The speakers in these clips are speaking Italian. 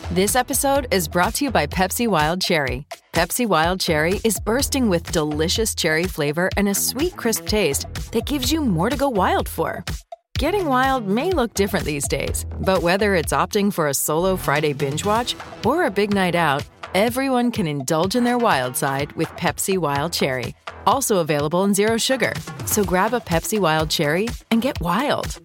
This episode is brought to you by Pepsi Wild Cherry. Pepsi Wild Cherry is bursting with delicious cherry flavor and a sweet, crisp taste that gives you more to go wild for. Getting wild may look different these days, but whether it's opting for a solo Friday binge watch or a big night out, everyone can indulge in their wild side with Pepsi Wild Cherry. Also available in Zero Sugar. So grab a Pepsi Wild Cherry and get wild.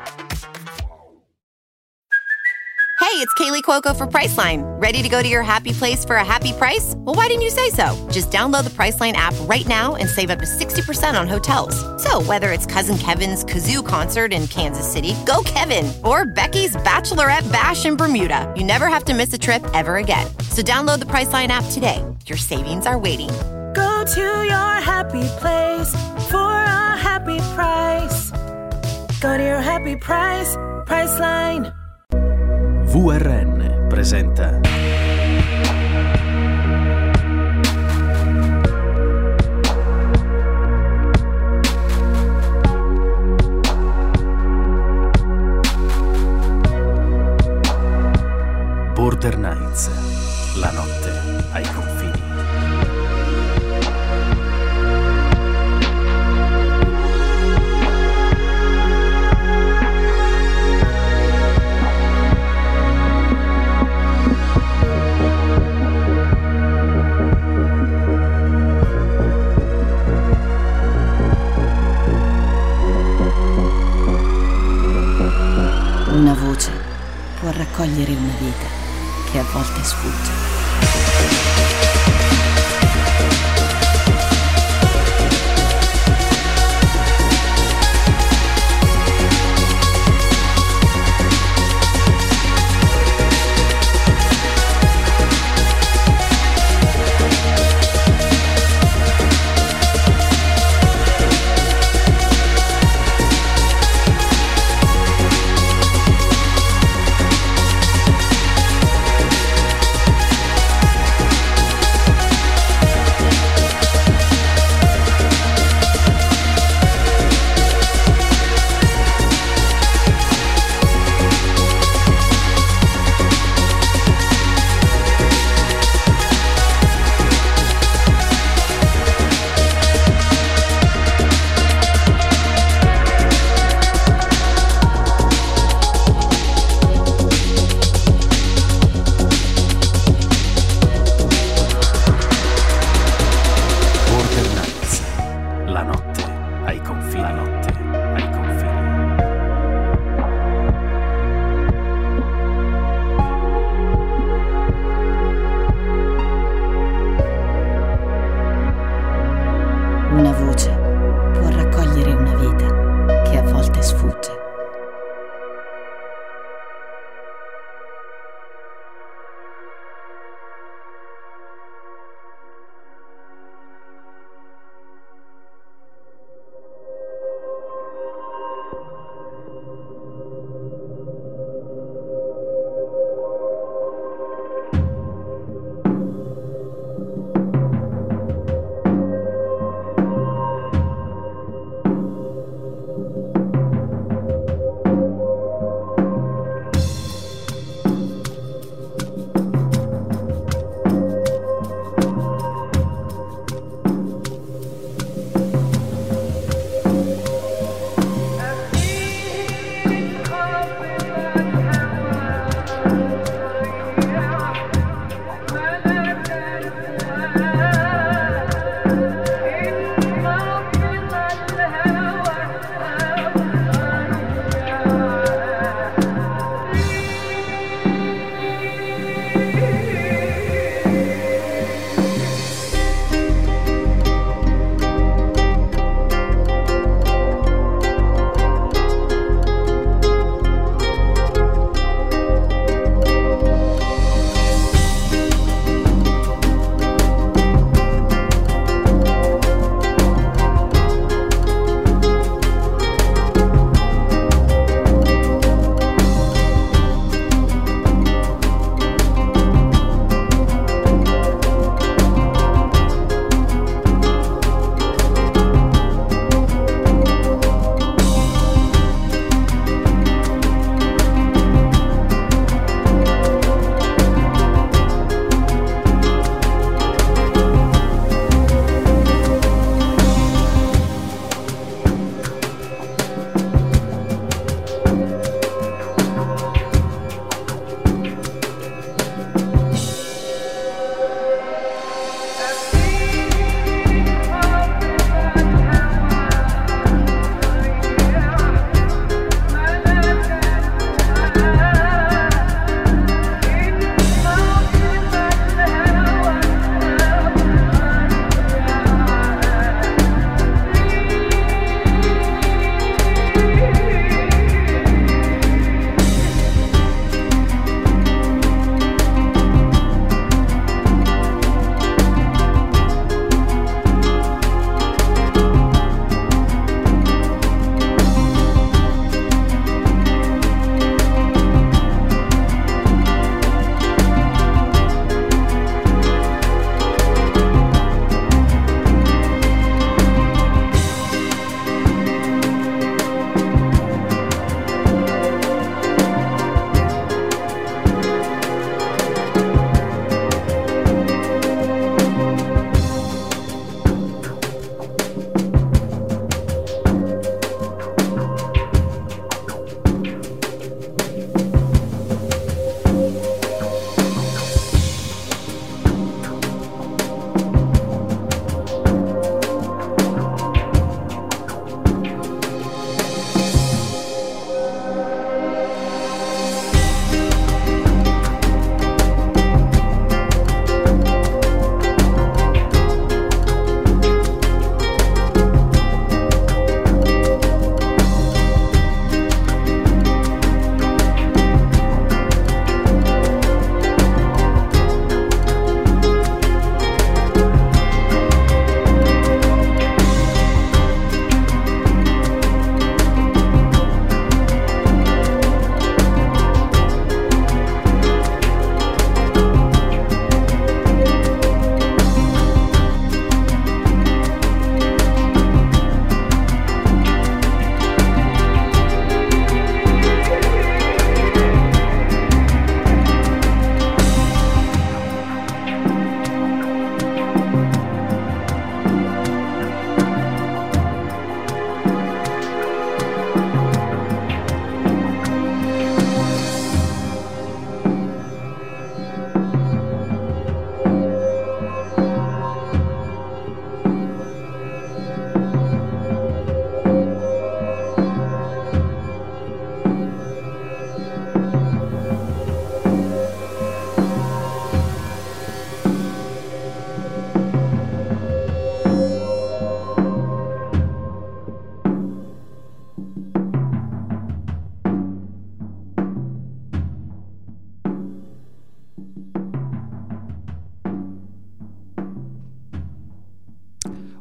Hey, it's Kaylee Cuoco for Priceline. Ready to go to your happy place for a happy price? Well, why didn't you say so? Just download the Priceline app right now and save up to 60% on hotels. So whether it's Cousin Kevin's Kazoo Concert in Kansas City, go Kevin, or Becky's Bachelorette Bash in Bermuda, you never have to miss a trip ever again. So download the Priceline app today. Your savings are waiting. Go to your happy place for a happy price. Go to your happy price, Priceline. VRN presenta Border Nights, la notte ai confini. Una voce può raccogliere una vita che a volte sfugge.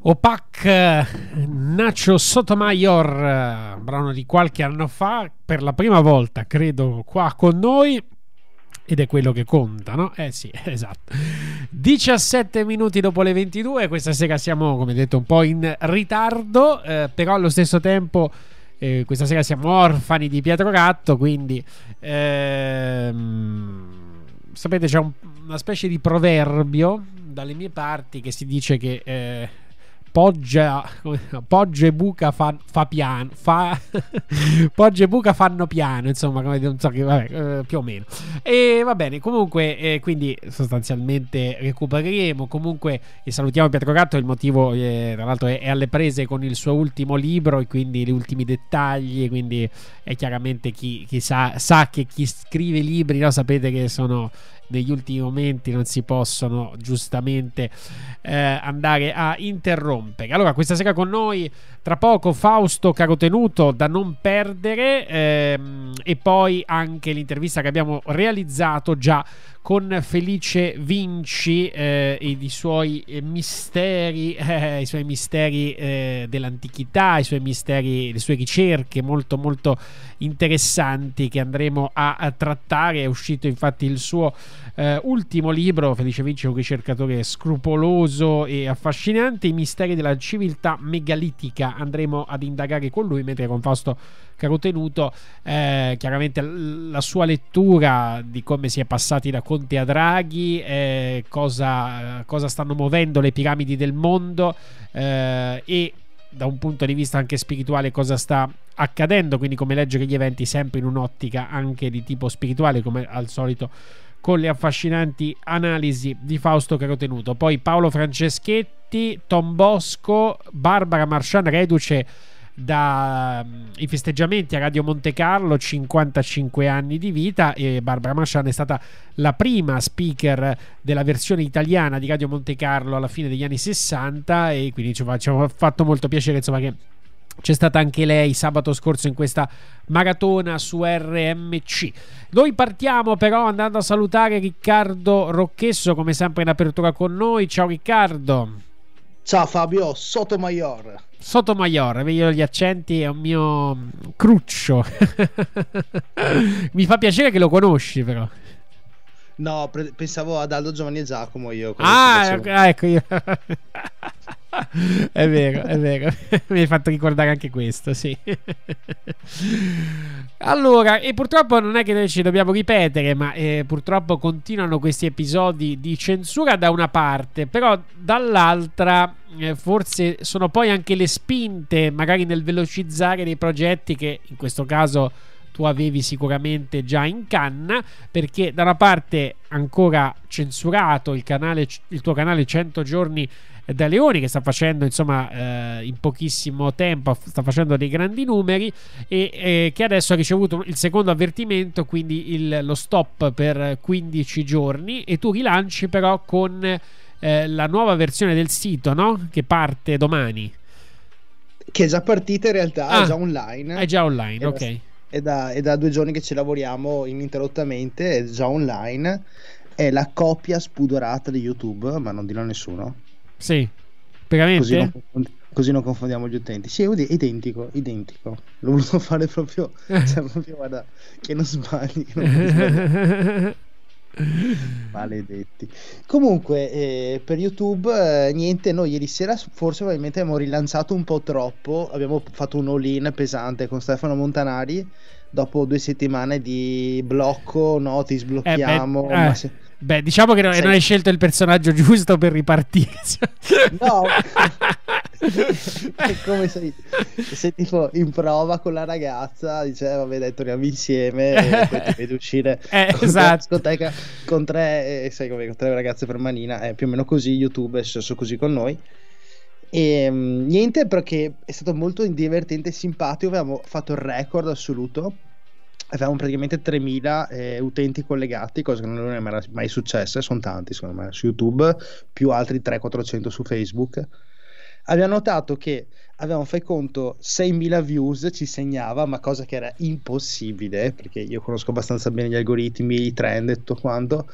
Opac, Nacho Sotomayor, brano di qualche anno fa, per la prima volta credo qua con noi, ed è quello che conta, no? Sì, esatto. 17 minuti dopo le 22, questa sera siamo, come detto, un po' in ritardo, però allo stesso tempo questa sera siamo orfani di Pietro Gatto, quindi sapete, c'è una specie di proverbio dalle mie parti che si dice che Poggia e buca fa piano, Poggia e buca fanno piano, insomma, come non so che, vabbè, più o meno. E va bene, comunque, quindi sostanzialmente recupereremo. Comunque, e salutiamo Pietro Gatto. Il motivo, tra l'altro, è alle prese con il suo ultimo libro e quindi gli ultimi dettagli. Quindi è chiaramente chi sa che chi scrive libri, no, sapete che sono negli ultimi momenti, non si possono giustamente andare a interrompere. Allora, questa sera con noi tra poco Fausto Carotenuto, da non perdere, e poi anche l'intervista che abbiamo realizzato già con Felice Vinci e i suoi misteri, dell'antichità, i suoi misteri, le sue ricerche molto molto interessanti che andremo a trattare. È uscito infatti il suo ultimo libro. Felice Vinci è un ricercatore scrupoloso e affascinante, i misteri della civiltà megalitica. Andremo ad indagare con lui, mentre con Fausto Carotenuto chiaramente la sua lettura di come si è passati da Conte a Draghi, cosa stanno muovendo le piramidi del mondo, e da un punto di vista anche spirituale cosa sta accadendo, quindi come leggere gli eventi sempre in un'ottica anche di tipo spirituale, come al solito con le affascinanti analisi di Fausto Carotenuto. Poi Paolo Franceschetti, Tom Bosco, Barbara Marchand, reduce dai festeggiamenti a Radio Monte Carlo, 55 anni di vita, e Barbara Marchand è stata la prima speaker della versione italiana di Radio Monte Carlo alla fine degli anni 60, e quindi ci ha fatto molto piacere, insomma, che c'è stata anche lei sabato scorso in questa maratona su RMC. Noi partiamo però andando a salutare Riccardo Rocchesso, come sempre in apertura con noi. Ciao Riccardo. Ciao Fabio, Sotomayor, vedo gli accenti, è un mio cruccio. Mi fa piacere che lo conosci, però. No, pensavo ad Aldo, Giovanni e Giacomo io. Ecco io. È vero. Mi hai fatto ricordare anche questo, sì. Allora, e purtroppo non è che noi ci dobbiamo ripetere, ma purtroppo continuano questi episodi di censura da una parte, però dall'altra forse sono poi anche le spinte, magari nel velocizzare dei progetti che in questo caso tu avevi sicuramente già in canna, perché da una parte ancora censurato il tuo canale 100 giorni da Leoni, che sta facendo, insomma, in pochissimo tempo sta facendo dei grandi numeri, e che adesso ha ricevuto il secondo avvertimento, quindi lo stop per 15 giorni, e tu rilanci però con la nuova versione del sito, no? Che parte domani, che è già partita in realtà, è già online. È già online, ok. È da 2 giorni che ci lavoriamo ininterrottamente, è già online. È la copia spudorata di YouTube, ma non dirlo a nessuno. Sì, veramente? Così non confondiamo gli utenti. Sì, è identico. L'ho voluto fare proprio, proprio, guarda, che non sbagli, maledetti. Comunque, per YouTube niente, noi ieri sera forse probabilmente abbiamo rilanciato un po' troppo, abbiamo fatto un all-in pesante con Stefano Montanari dopo 2 settimane di blocco, no, ti sblocchiamo, diciamo che non hai scelto il personaggio giusto per ripartire. No. È come se tipo in prova con la ragazza dice vabbè dai, torniamo insieme, e poi ti vedi uscire esatto, con 3 ragazze per manina. È più o meno così YouTube, è successo così con noi. E niente, perché è stato molto divertente e simpatico. Avevamo fatto il record assoluto, avevamo praticamente 3000 utenti collegati, cosa che non è mai successa. Sono tanti secondo me su YouTube, più altri 300-400 su Facebook. Abbiamo notato che avevamo, fai conto, 6.000 views ci segnava, ma cosa che era impossibile, perché io conosco abbastanza bene gli algoritmi, i trend e tutto quanto,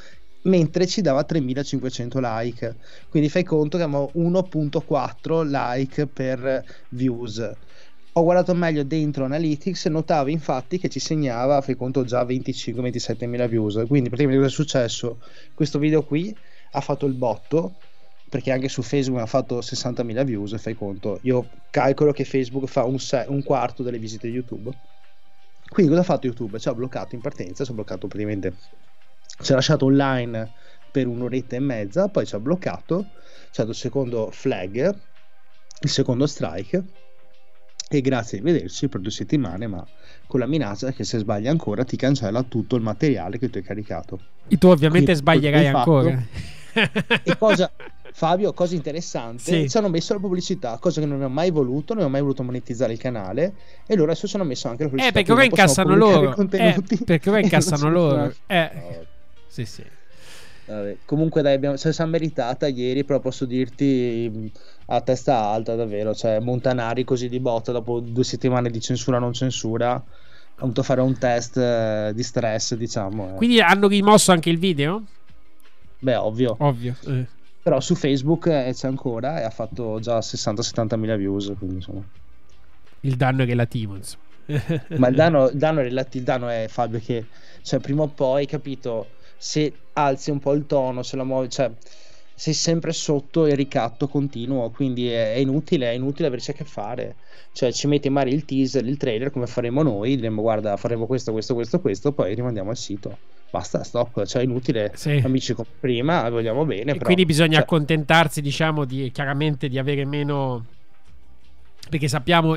mentre ci dava 3500 like, quindi fai conto che abbiamo 1.4 like per views. Ho guardato meglio dentro Analytics e notavo infatti che ci segnava, fai conto, già 25-27 mila views, quindi praticamente cosa è successo? Questo video qui ha fatto il botto, perché anche su Facebook ha fatto 60.000 views, fai conto, io calcolo che Facebook fa un quarto delle visite di YouTube. Quindi cosa ha fatto YouTube? Ci ha bloccato in partenza, ci ha bloccato praticamente, ci ha lasciato online per un'oretta e mezza, poi ci ha bloccato, ci ha dato il secondo flag, il secondo strike, e grazie, arrivederci per 2 settimane, ma con la minaccia che se sbagli ancora ti cancella tutto il materiale che tu hai caricato. E tu ovviamente Quindi, sbaglierai ancora. E cosa, Fabio, cosa interessante, Sì. ci hanno messo la pubblicità, cosa che non abbiamo mai voluto, non abbiamo mai voluto monetizzare il canale, e loro adesso ci hanno messo anche la pubblicità. Perché ora quindi non possiamo incassano pubblicare loro. contenuti Perché ora e non incassano si loro. No. Sì, sì. Vabbè, comunque dai, ce la siamo meritata ieri, però posso dirti a testa alta davvero, cioè Montanari così di botta dopo 2 settimane di censura non censura ha dovuto fare un test di stress, diciamo. Quindi hanno rimosso anche il video? Beh, ovvio. Però su Facebook c'è ancora e ha fatto già 60-70 mila views, quindi insomma. Il danno è relativo, insomma. Ma il danno è relativo, il danno è, Fabio, che cioè prima o poi, capito, se alzi un po' il tono, se la muovi, cioè sei sempre sotto il ricatto continuo, quindi è inutile averci a che fare. Cioè ci metti magari il teaser, il trailer come faremo noi, diremo guarda faremo questo, poi rimandiamo al sito, basta, stop, cioè è inutile, Sì. amici come prima, vogliamo bene, E però, quindi bisogna cioè, accontentarsi, diciamo, chiaramente di avere meno, perché sappiamo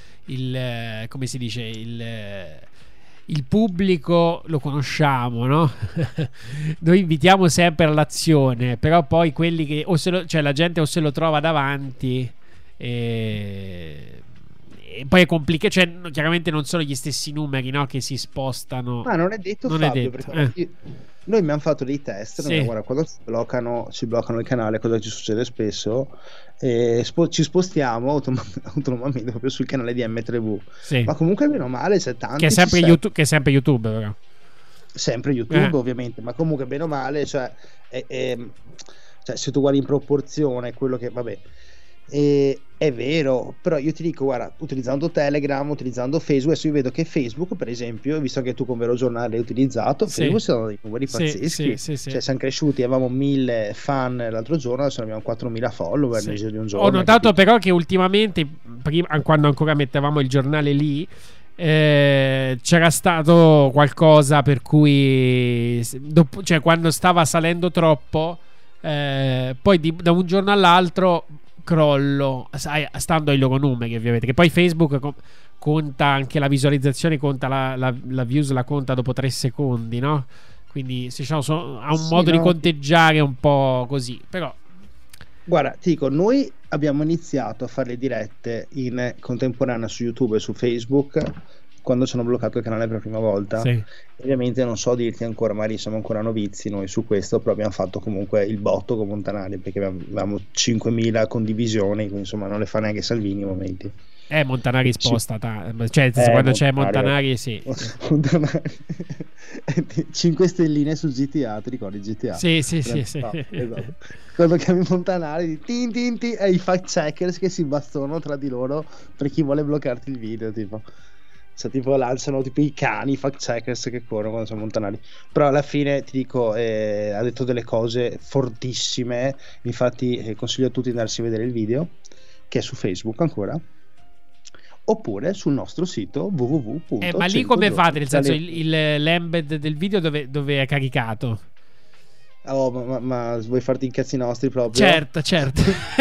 come si dice, il pubblico lo conosciamo, no? Noi invitiamo sempre all'azione, però poi quelli che cioè la gente o se lo trova davanti e poi è complicato, cioè chiaramente non sono gli stessi numeri, no, che si spostano. ma non è detto, Non è Fabio, detto, perché noi abbiamo fatto dei test, Sì. guarda, quando ci bloccano il canale, cosa ci succede spesso, ci spostiamo autonomamente proprio sul canale di M3V, Sì. ma comunque meno male c'è tanti, Che è sempre YouTube, però. sempre YouTube ovviamente, ma comunque bene o male, cioè se tu guardi in proporzione quello che vabbè, è vero, però io ti dico, guarda, utilizzando Telegram, utilizzando Facebook, adesso io vedo che Facebook, per esempio, visto che tu con Vero Giornale hai utilizzato, Sì. Facebook stanno dei numeri Sì, pazzeschi, sì. cioè siamo cresciuti, avevamo 1000 fan l'altro giorno, adesso abbiamo 4000 follower nel giro di un giorno. Ho notato capito? però che ultimamente, prima, quando ancora mettevamo il giornale lì, c'era stato qualcosa per cui cioè quando stava salendo troppo, poi da un giorno all'altro crollo, stando ai loro numeri ovviamente, che poi Facebook conta anche la visualizzazione, conta la views, la conta dopo 3 secondi, no? Quindi diciamo, ha un modo di conteggiare un po' così, però guarda, ti dico, noi abbiamo iniziato a fare le dirette in contemporanea su YouTube e su Facebook quando ci hanno bloccato il canale per la prima volta. sì. Ovviamente non so dirti ancora, magari siamo ancora novizi noi su questo, però abbiamo fatto comunque il botto con Montanari, perché avevamo 5.000 condivisioni, quindi insomma non le fa neanche Salvini ai momenti. Montanari sposta cioè quando c'è Montanari, sì. Montanari 5 stelline su GTA, ti ricordi GTA? Sì. Esatto. Quando chiami Montanari e i fact checkers che si bastonano tra di loro per chi vuole bloccarti il video, tipo, cioè tipo lanciano tipo i cani, i fact checkers che corrono quando sono Montanari. Però alla fine ti dico, ha detto delle cose fortissime, infatti consiglio a tutti di andarsi a vedere il video che è su Facebook ancora, oppure sul nostro sito www. Ma lì come fate? Nel senso, l'embed del video dove è caricato? Oh, ma vuoi farti i cazzi nostri proprio? Certo.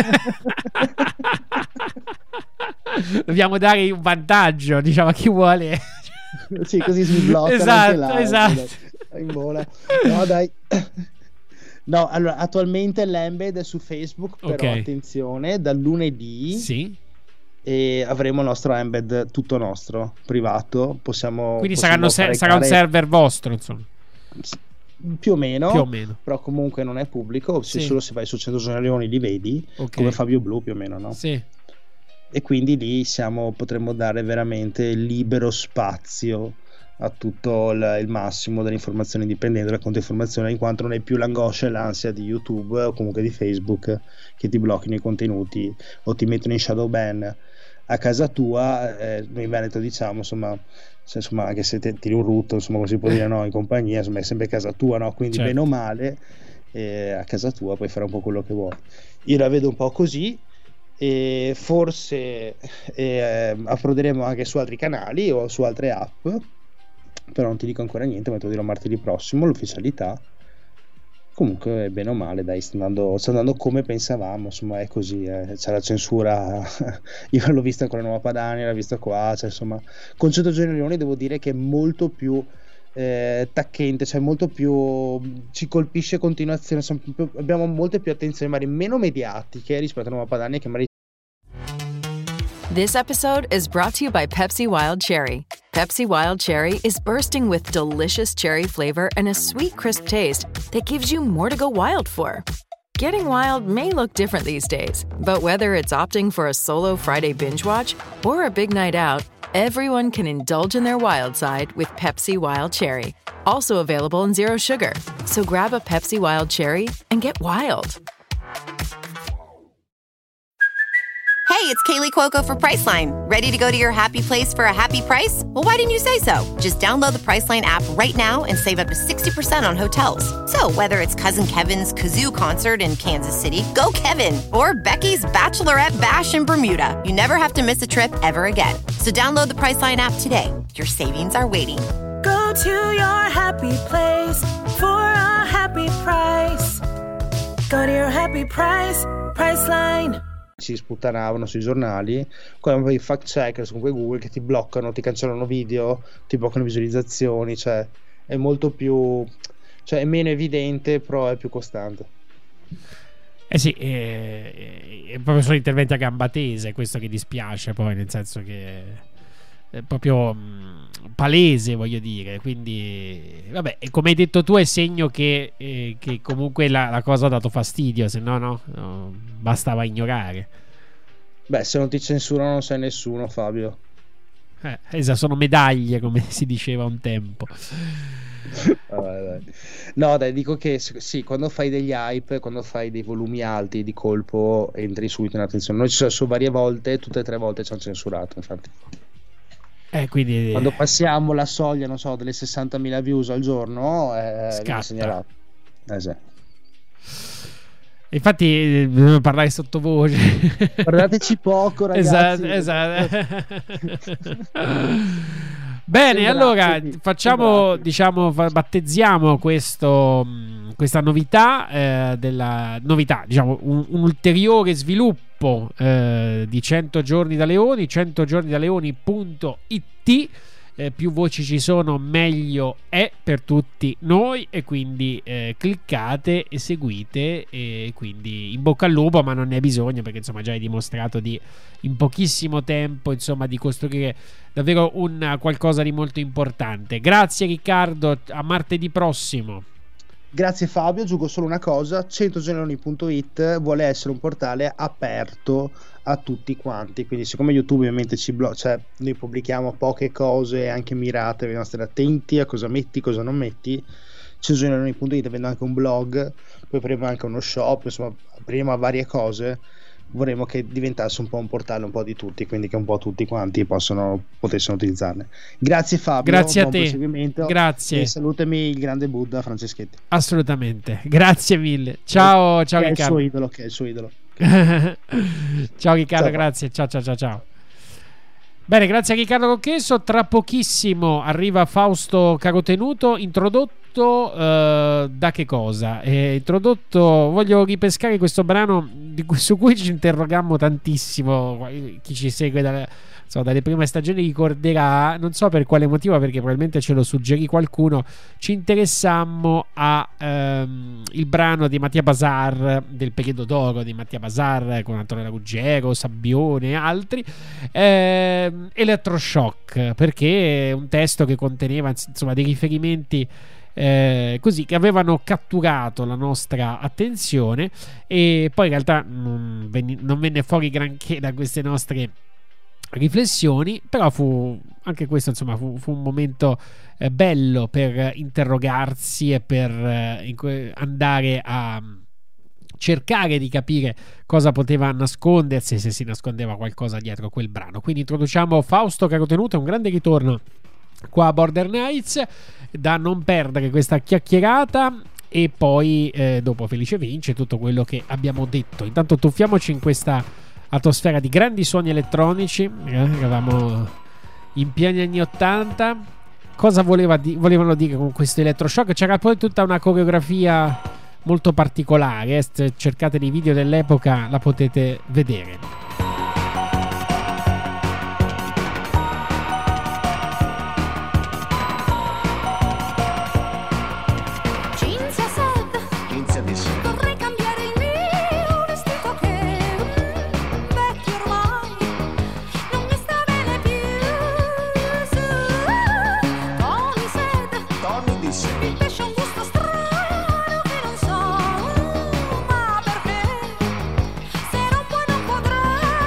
Dobbiamo dare un vantaggio, diciamo, a chi vuole. Sì, così si blocca. Esatto. In vola. No, dai. No, allora, attualmente l'embed è su Facebook, però attenzione, dal lunedì e avremo il nostro embed tutto nostro, privato. Quindi sarà un server vostro, insomma. Più o meno, però comunque non è pubblico, solo se vai su 100 giornalioni li vedi, come Fabio Blu più o meno, no? Sì. E quindi lì potremmo dare veramente libero spazio a tutto il massimo dell'informazione indipendente, della controinformazione, in quanto non hai più l'angoscia e l'ansia di YouTube o comunque di Facebook che ti blocchino i contenuti o ti mettono in shadow ban a casa tua. Noi in Veneto diciamo, insomma, anche se tiri un rutto, insomma, come si può dire, no, in compagnia, insomma, è sempre casa tua, no? Quindi certo, bene o male a casa tua puoi fare un po' quello che vuoi. Io la vedo un po' così, e forse approderemo anche su altri canali o su altre app, però non ti dico ancora niente, ma te lo dirò martedì prossimo l'ufficialità. Comunque bene o male, dai, sta andando come pensavamo, insomma, è così, c'è la censura. Io l'ho vista con la Nuova Padania, l'ho vista qua, cioè, insomma, con 100 giorni di leone devo dire che è molto più tacchente, cioè molto più ci colpisce a continuazione, abbiamo molte più attenzioni, magari meno mediatiche rispetto a Nuova Padania, che magari. This episode is brought to you by Pepsi Wild Cherry. Pepsi Wild Cherry is bursting with delicious cherry flavor and a sweet, crisp taste that gives you more to go wild for. Getting wild may look different these days, but whether it's opting for a solo Friday binge watch or a big night out, everyone can indulge in their wild side with Pepsi Wild Cherry. Also available in Zero Sugar. So grab a Pepsi Wild Cherry and get wild. Hey, it's Kaylee Cuoco for Priceline. Ready to go to your happy place for a happy price? Well, why didn't you say so? Just download the Priceline app right now and save up to 60% on hotels. So whether it's Cousin Kevin's Kazoo Concert in Kansas City, go Kevin, or Becky's Bachelorette Bash in Bermuda, you never have to miss a trip ever again. So download the Priceline app today. Your savings are waiting. Go to your happy place for a happy price. Go to your happy price, Priceline. Ci sputtanavano sui giornali, come i fact checkers con quei Google che ti bloccano, ti cancellano video, ti bloccano visualizzazioni, cioè è molto più, cioè è meno evidente, però è più costante. Sì, è proprio solo interventi a gamba tesa, è questo che dispiace poi, nel senso che è proprio palese, voglio dire. Quindi vabbè, e come hai detto tu, è segno che comunque la cosa ha dato fastidio, se no bastava ignorare. Beh, se non ti censurano non sei nessuno, Fabio. Esatto, sono medaglie, come si diceva un tempo. Vabbè. No, dai, dico che sì, quando fai degli hype, quando fai dei volumi alti di colpo, entri subito in attenzione. Noi su varie volte, tutte e 3 volte ci hanno censurato, infatti. Quindi quando passiamo la soglia, non so, delle 60.000 views al giorno, viene segnalato. Sì. Infatti dobbiamo parlare sottovoce. Guardateci poco, ragazzi. Esatto. Bene, allora facciamo, diciamo, battezziamo questa novità, diciamo un ulteriore sviluppo di 100 giorni da leoni, 100giornidaleoni.it. Più voci ci sono, meglio è per tutti noi, e quindi cliccate e seguite, e quindi in bocca al lupo, ma non ne è bisogno, perché insomma già hai dimostrato in pochissimo tempo, insomma, di costruire davvero un qualcosa di molto importante. Grazie Riccardo, a martedì prossimo. Grazie Fabio, aggiungo solo una cosa: 100giorni.it vuole essere un portale aperto a tutti quanti, quindi siccome YouTube ovviamente ci blocca, cioè noi pubblichiamo poche cose anche mirate, dobbiamo stare attenti a cosa metti, cosa non metti. 100giorni.it avendo anche un blog, poi avremo anche uno shop, insomma avremo varie cose. Vorremmo che diventasse un po' un portale un po' di tutti, quindi che un po' tutti quanti potessero utilizzarne. Grazie Fabio, grazie a buon te, proseguimento. Grazie, e salutami il grande Buddha Franceschetti. Assolutamente, grazie mille. Ciao Riccardo. Che è il suo idolo. Ciao Riccardo, grazie. Ciao. Bene, grazie a Riccardo Cocchesso. Tra pochissimo arriva Fausto Carotenuto, introdotto da che cosa? Voglio ripescare questo brano su cui ci interrogammo tantissimo. Chi ci segue dalle prime stagioni ricorderà, non so per quale motivo, perché probabilmente ce lo suggerì qualcuno. Ci interessammo il brano di Mattia Bazar, del periodo d'oro di Mattia Bazar, con Antonella Ruggero, Sabbione e altri, Electroshock, perché è un testo che conteneva insomma dei riferimenti così, che avevano catturato la nostra attenzione, e poi in realtà non venne fuori granché da queste nostre riflessioni, però fu anche questo, insomma, fu un momento bello per interrogarsi e per andare a cercare di capire cosa poteva nascondersi, se si nascondeva qualcosa dietro quel brano. Quindi introduciamo Fausto Carotenuto, un grande ritorno qua a Border Nights, da non perdere questa chiacchierata, e poi dopo Felice Vince tutto quello che abbiamo detto. Intanto tuffiamoci in questa atmosfera di grandi suoni elettronici, eravamo in pieni anni 80. Cosa volevano dire con questo elettroshock? C'era poi tutta una coreografia molto particolare, se cercate dei video dell'epoca la potete vedere. Se non puoi non podrai.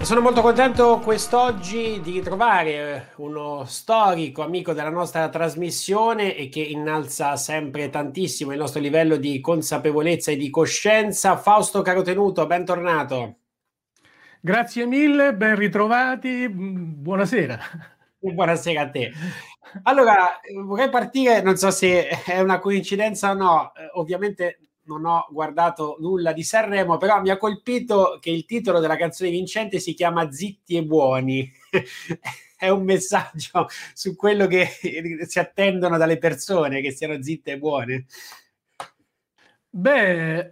Sono molto contento quest'oggi di ritrovare uno storico amico della nostra trasmissione e che innalza sempre tantissimo il nostro livello di consapevolezza e di coscienza. Fausto Carotenuto, bentornato. Grazie mille, ben ritrovati, buonasera. Buonasera a te. Allora, vorrei partire, non so se è una coincidenza o no, ovviamente non ho guardato nulla di Sanremo, però mi ha colpito che il titolo della canzone vincente si chiama Zitti e Buoni. È un messaggio su quello che si attendono dalle persone, che siano zitte e buone. Beh,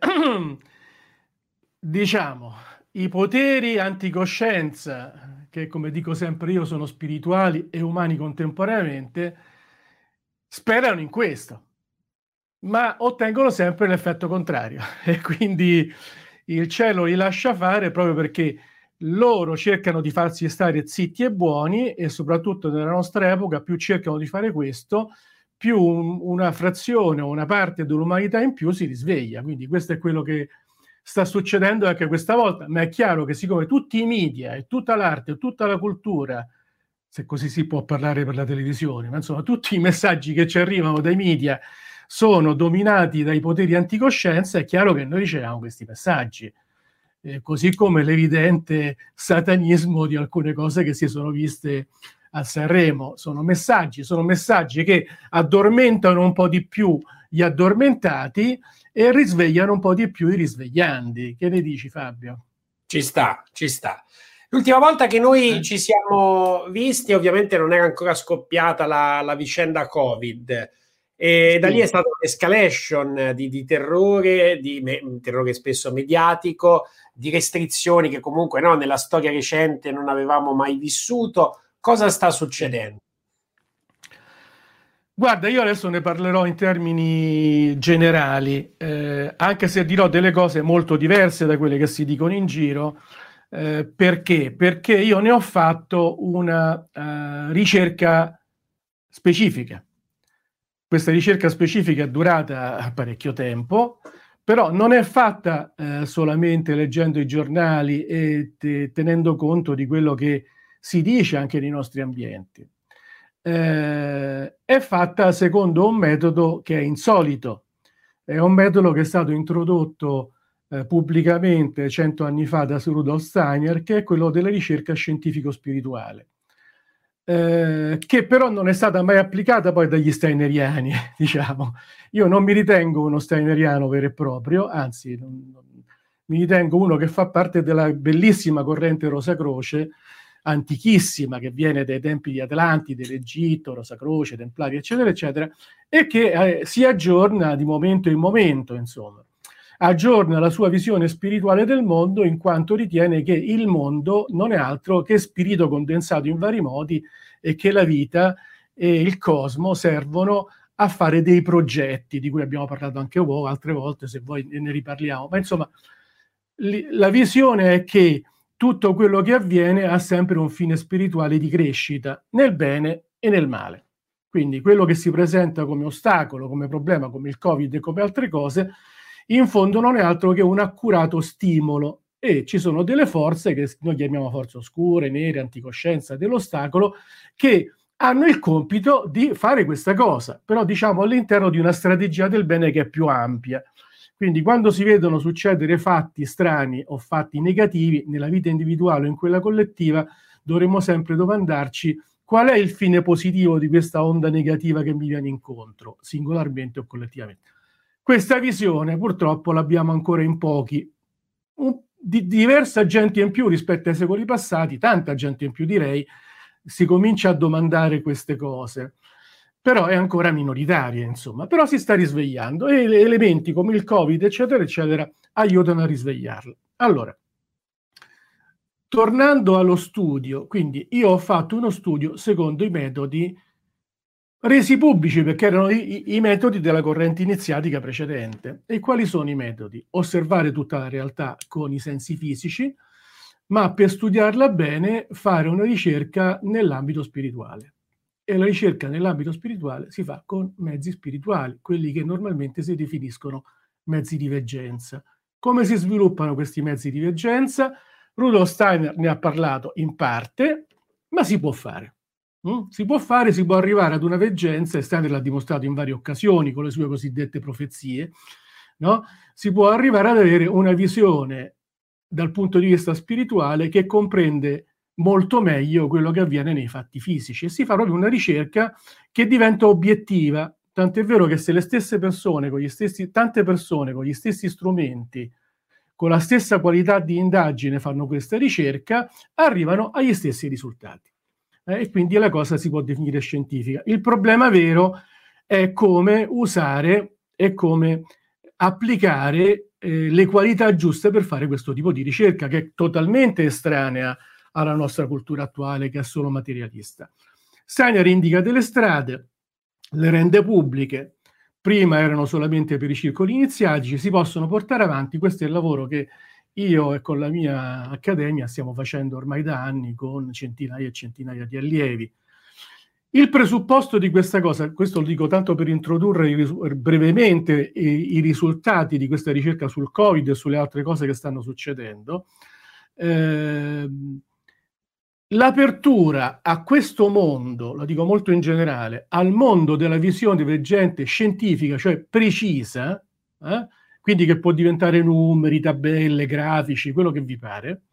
diciamo, i poteri anticoscienza, che come dico sempre io sono spirituali e umani contemporaneamente, sperano in questo, ma ottengono sempre l'effetto contrario e quindi il cielo li lascia fare proprio perché loro cercano di farsi stare zitti e buoni, e soprattutto nella nostra epoca più cercano di fare questo, più una frazione o una parte dell'umanità in più si risveglia. Quindi questo è quello che sta succedendo anche questa volta, ma è chiaro che siccome tutti i media e tutta l'arte e tutta la cultura, se così si può parlare per la televisione, ma insomma tutti i messaggi che ci arrivano dai media sono dominati dai poteri anticoscienza, è chiaro che noi riceviamo questi messaggi, così come l'evidente satanismo di alcune cose che si sono viste a Sanremo. Sono messaggi che addormentano un po' di più gli addormentati e risvegliano un po' di più i risvegliandi. Che ne dici, Fabio? Ci sta. L'ultima volta che noi ci siamo visti, ovviamente non era ancora scoppiata la vicenda Covid, e da lì è stata un'escalation di terrore, terrore spesso mediatico, di restrizioni che comunque nella storia recente non avevamo mai vissuto. Cosa sta succedendo? Guarda, io adesso ne parlerò in termini generali, anche se dirò delle cose molto diverse da quelle che si dicono in giro. Perché? Perché io ne ho fatto una ricerca specifica. Questa ricerca specifica è durata parecchio tempo, però non è fatta solamente leggendo i giornali e tenendo conto di quello che si dice anche nei nostri ambienti. È fatta secondo un metodo che è insolito. È un metodo che è stato introdotto pubblicamente 100 anni fa da Sir Rudolf Steiner, che è quello della ricerca scientifico-spirituale. Che però non è stata mai applicata poi dagli steineriani, diciamo. Io non mi ritengo uno steineriano vero e proprio, anzi mi ritengo uno che fa parte della bellissima corrente Rosa Croce, antichissima, che viene dai tempi di Atlantide, dell'Egitto, Rosa Croce, Templari, eccetera, eccetera, e che si aggiorna di momento in momento, insomma. Aggiorna la sua visione spirituale del mondo, in quanto ritiene che il mondo non è altro che spirito condensato in vari modi e che la vita e il cosmo servono a fare dei progetti, di cui abbiamo parlato anche altre volte, se voi ne riparliamo. Ma insomma, la visione è che tutto quello che avviene ha sempre un fine spirituale di crescita, nel bene e nel male. Quindi quello che si presenta come ostacolo, come problema, come il Covid e come altre cose, in fondo non è altro che un accurato stimolo, e ci sono delle forze che noi chiamiamo forze oscure, nere, anticoscienza dell'ostacolo, che hanno il compito di fare questa cosa, però diciamo all'interno di una strategia del bene che è più ampia. Quindi quando si vedono succedere fatti strani o fatti negativi nella vita individuale o in quella collettiva, dovremmo sempre domandarci qual è il fine positivo di questa onda negativa che mi viene incontro, singolarmente o collettivamente. Questa visione purtroppo l'abbiamo ancora in pochi, diversa gente in più rispetto ai secoli passati, tanta gente in più direi, si comincia a domandare queste cose, però è ancora minoritaria, insomma, però si sta risvegliando e elementi come il Covid, eccetera, eccetera, aiutano a risvegliarla. Allora, tornando allo studio, quindi io ho fatto uno studio secondo i metodi resi pubblici, perché erano i metodi della corrente iniziatica precedente. E quali sono i metodi? Osservare tutta la realtà con i sensi fisici, ma per studiarla bene fare una ricerca nell'ambito spirituale. E la ricerca nell'ambito spirituale si fa con mezzi spirituali, quelli che normalmente si definiscono mezzi di veggenza. Come si sviluppano questi mezzi di veggenza? Rudolf Steiner ne ha parlato in parte, ma si può fare. Si può fare, si può arrivare ad una veggenza, e Steiner l'ha dimostrato in varie occasioni con le sue cosiddette profezie, no? Si può arrivare ad avere una visione dal punto di vista spirituale che comprende molto meglio quello che avviene nei fatti fisici, e si fa proprio una ricerca che diventa obiettiva, tant'è vero che se le stesse persone, tante persone con gli stessi strumenti, con la stessa qualità di indagine fanno questa ricerca, arrivano agli stessi risultati. E quindi la cosa si può definire scientifica. Il problema vero è come usare e come applicare le qualità giuste per fare questo tipo di ricerca, che è totalmente estranea alla nostra cultura attuale, che è solo materialista. Steiner indica delle strade, le rende pubbliche, prima erano solamente per i circoli iniziatici, si possono portare avanti. Questo è il lavoro che io e con la mia accademia stiamo facendo ormai da anni, con centinaia e centinaia di allievi. Il presupposto di questa cosa, questo lo dico tanto per introdurre brevemente i risultati di questa ricerca sul Covid e sulle altre cose che stanno succedendo. L'apertura a questo mondo, lo dico molto in generale, al mondo della visione divergente scientifica, cioè precisa, quindi che può diventare numeri, tabelle, grafici, quello che vi pare,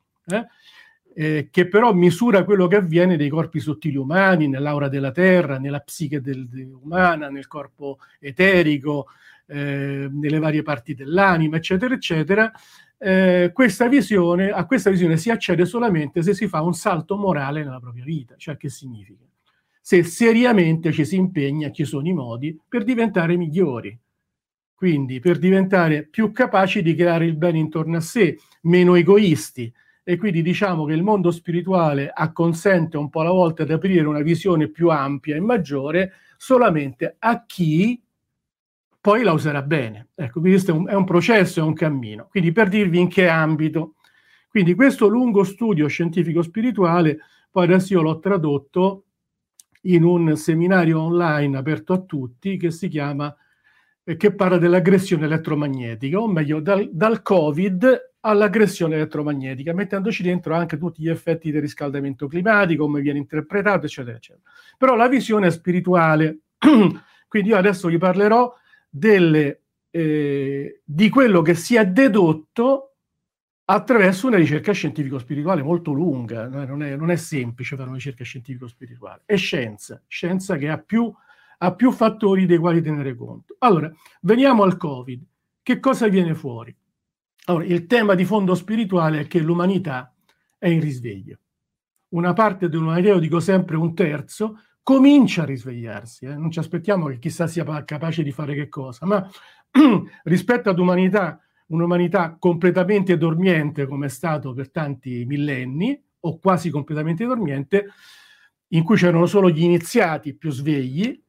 che però misura quello che avviene nei corpi sottili umani, nell'aura della terra, nella psiche umana, nel corpo eterico, nelle varie parti dell'anima, eccetera, eccetera. A questa visione si accede solamente se si fa un salto morale nella propria vita. Cioè, che significa? Se seriamente ci si impegna, ci sono i modi per diventare migliori, quindi per diventare più capaci di creare il bene intorno a sé, meno egoisti. E quindi diciamo che il mondo spirituale acconsente un po' alla volta di aprire una visione più ampia e maggiore solamente a chi poi la userà bene. Ecco, questo è un processo, è un cammino. Quindi per dirvi in che ambito. Quindi questo lungo studio scientifico spirituale, poi adesso io l'ho tradotto in un seminario online aperto a tutti che si chiama, che parla dell'aggressione elettromagnetica, o meglio dal Covid all'aggressione elettromagnetica, mettendoci dentro anche tutti gli effetti del riscaldamento climatico, come viene interpretato, eccetera, eccetera. Però la visione è spirituale. Quindi io adesso vi parlerò di quello che si è dedotto attraverso una ricerca scientifico-spirituale molto lunga. Non è semplice fare una ricerca scientifico-spirituale, è scienza che ha più fattori dei quali tenere conto. Allora, veniamo al Covid. Che cosa viene fuori? Allora, il tema di fondo spirituale è che l'umanità è in risveglio. Una parte dell'umanità, io dico sempre un terzo, comincia a risvegliarsi. Non ci aspettiamo che chissà sia capace di fare che cosa, ma rispetto ad un'umanità completamente dormiente, come è stato per tanti millenni, o quasi completamente dormiente, in cui c'erano solo gli iniziati più svegli,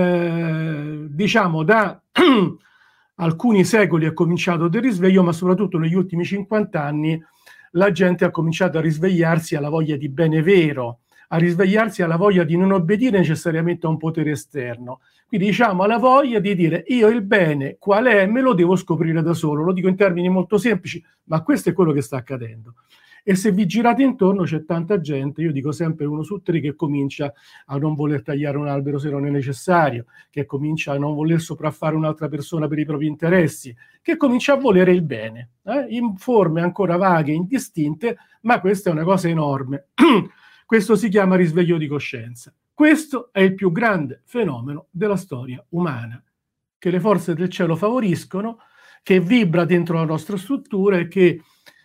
diciamo da alcuni secoli è cominciato del risveglio, ma soprattutto negli ultimi 50 anni la gente ha cominciato a risvegliarsi alla voglia di bene vero, a risvegliarsi alla voglia di non obbedire necessariamente a un potere esterno. Quindi diciamo alla voglia di dire: io il bene qual è? Me lo devo scoprire da solo. Lo dico in termini molto semplici, ma questo è quello che sta accadendo. E se vi girate intorno c'è tanta gente, io dico sempre 1 su 3, che comincia a non voler tagliare un albero se non è necessario, che comincia a non voler sopraffare un'altra persona per i propri interessi, che comincia a volere il bene, in forme ancora vaghe, indistinte, ma questa è una cosa enorme. Questo si chiama risveglio di coscienza. Questo è il più grande fenomeno della storia umana, che le forze del cielo favoriscono, che vibra dentro la nostra struttura e che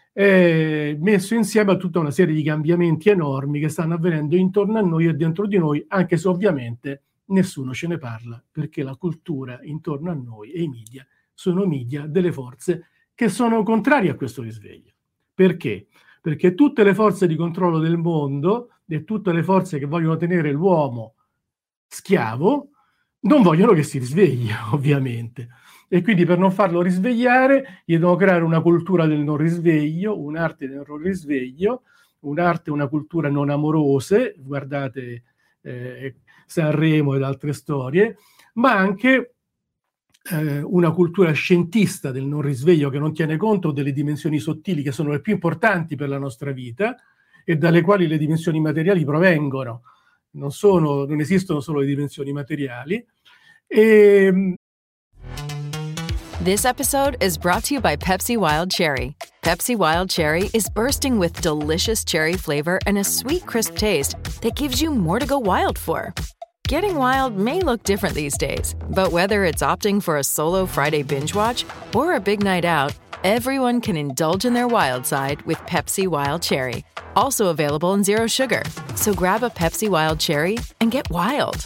è messo insieme a tutta una serie di cambiamenti enormi che stanno avvenendo intorno a noi e dentro di noi, anche se ovviamente nessuno ce ne parla, perché la cultura intorno a noi e i media sono media delle forze che sono contrarie a questo risveglio. Perché? Perché tutte le forze di controllo del mondo e tutte le forze che vogliono tenere l'uomo schiavo non vogliono che si risvegli, ovviamente. E quindi per non farlo risvegliare gli devono creare una cultura del non risveglio, un'arte del non risveglio, un'arte e una cultura non amorose, guardate Sanremo ed altre storie, ma anche una cultura scientista del non risveglio che non tiene conto delle dimensioni sottili che sono le più importanti per la nostra vita e dalle quali le dimensioni materiali provengono. Non esistono solo le dimensioni materiali. This episode is brought to you by Pepsi Wild Cherry. Pepsi Wild Cherry is bursting with delicious cherry flavor and a sweet, crisp taste that gives you more to go wild for. Getting wild may look different these days, but whether it's opting for a solo Friday binge watch or a big night out, everyone can indulge in their wild side with Pepsi Wild Cherry. Also available in Zero Sugar. So grab a Pepsi Wild Cherry and get wild.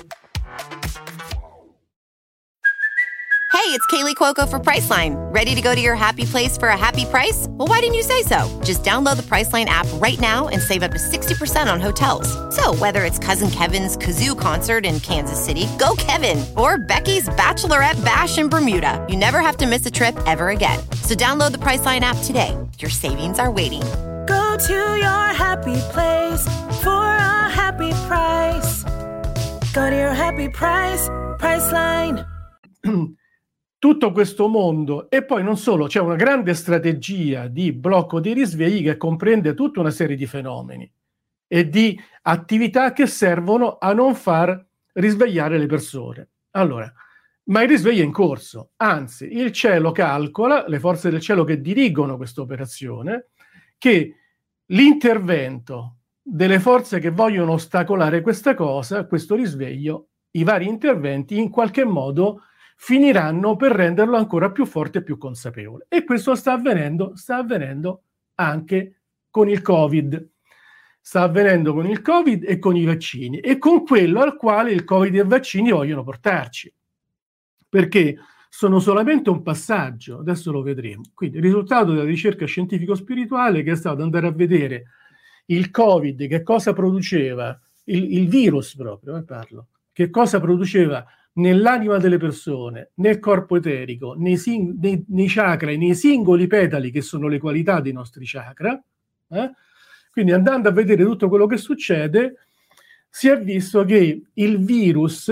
Hey, it's Kaylee Cuoco for Priceline. Ready to go to your happy place for a happy price? Well, why didn't you say so? Just download the Priceline app right now and save up to 60% on hotels. So whether it's Cousin Kevin's Kazoo Concert in Kansas City, go Kevin, or Becky's Bachelorette Bash in Bermuda, you never have to miss a trip ever again. So download the Priceline app today. Your savings are waiting. Go to your happy place for a happy price. Go to your happy price, Priceline. Tutto questo mondo, e poi non solo, c'è una grande strategia di blocco dei risvegli che comprende tutta una serie di fenomeni e di attività che servono a non far risvegliare le persone. Allora, ma il risveglio è in corso, anzi il cielo calcola, le forze del cielo che dirigono questa operazione, che l'intervento delle forze che vogliono ostacolare questa cosa, questo risveglio, i vari interventi in qualche modo finiranno per renderlo ancora più forte e più consapevole. E questo sta avvenendo anche con il Covid. Sta avvenendo con il Covid e con i vaccini, e con quello al quale il Covid e i vaccini vogliono portarci. Perché sono solamente un passaggio, adesso lo vedremo. Quindi il risultato della ricerca scientifico-spirituale, che è stato andare a vedere il Covid, che cosa produceva, il virus proprio, parlo, che cosa produceva nell'anima delle persone, nel corpo eterico, nei chakra e nei singoli petali che sono le qualità dei nostri chakra. Quindi andando a vedere tutto quello che succede, si è visto che il virus,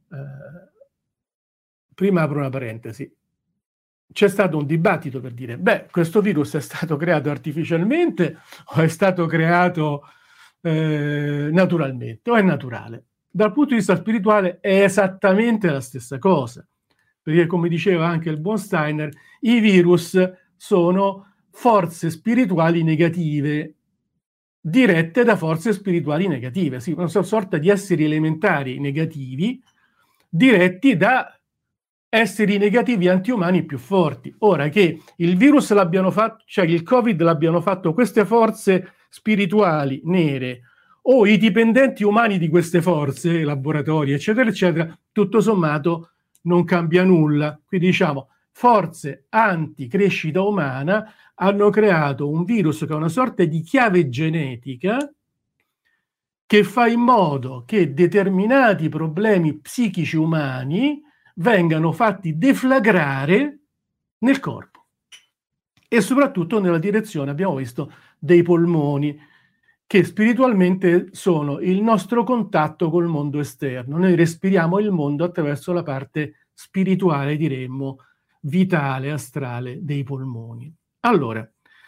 prima apro una parentesi, c'è stato un dibattito per dire, questo virus è stato creato artificialmente o è stato creato naturalmente, o è naturale? Dal punto di vista spirituale è esattamente la stessa cosa, perché come diceva anche il buon Steiner, i virus sono forze spirituali negative dirette da forze spirituali negative, sì, una sorta di esseri elementari negativi diretti da esseri negativi antiumani più forti. Ora, che il virus l'abbiano fatto, cioè il Covid l'abbiano fatto queste forze spirituali nere, o i dipendenti umani di queste forze, laboratori, eccetera, eccetera, tutto sommato non cambia nulla. Quindi diciamo, forze anti-crescita umana hanno creato un virus che è una sorta di chiave genetica che fa in modo che determinati problemi psichici umani vengano fatti deflagrare nel corpo e soprattutto nella direzione, abbiamo visto, dei polmoni, che spiritualmente sono il nostro contatto col mondo esterno. Noi respiriamo il mondo attraverso la parte spirituale, diremmo, vitale, astrale dei polmoni. Allora,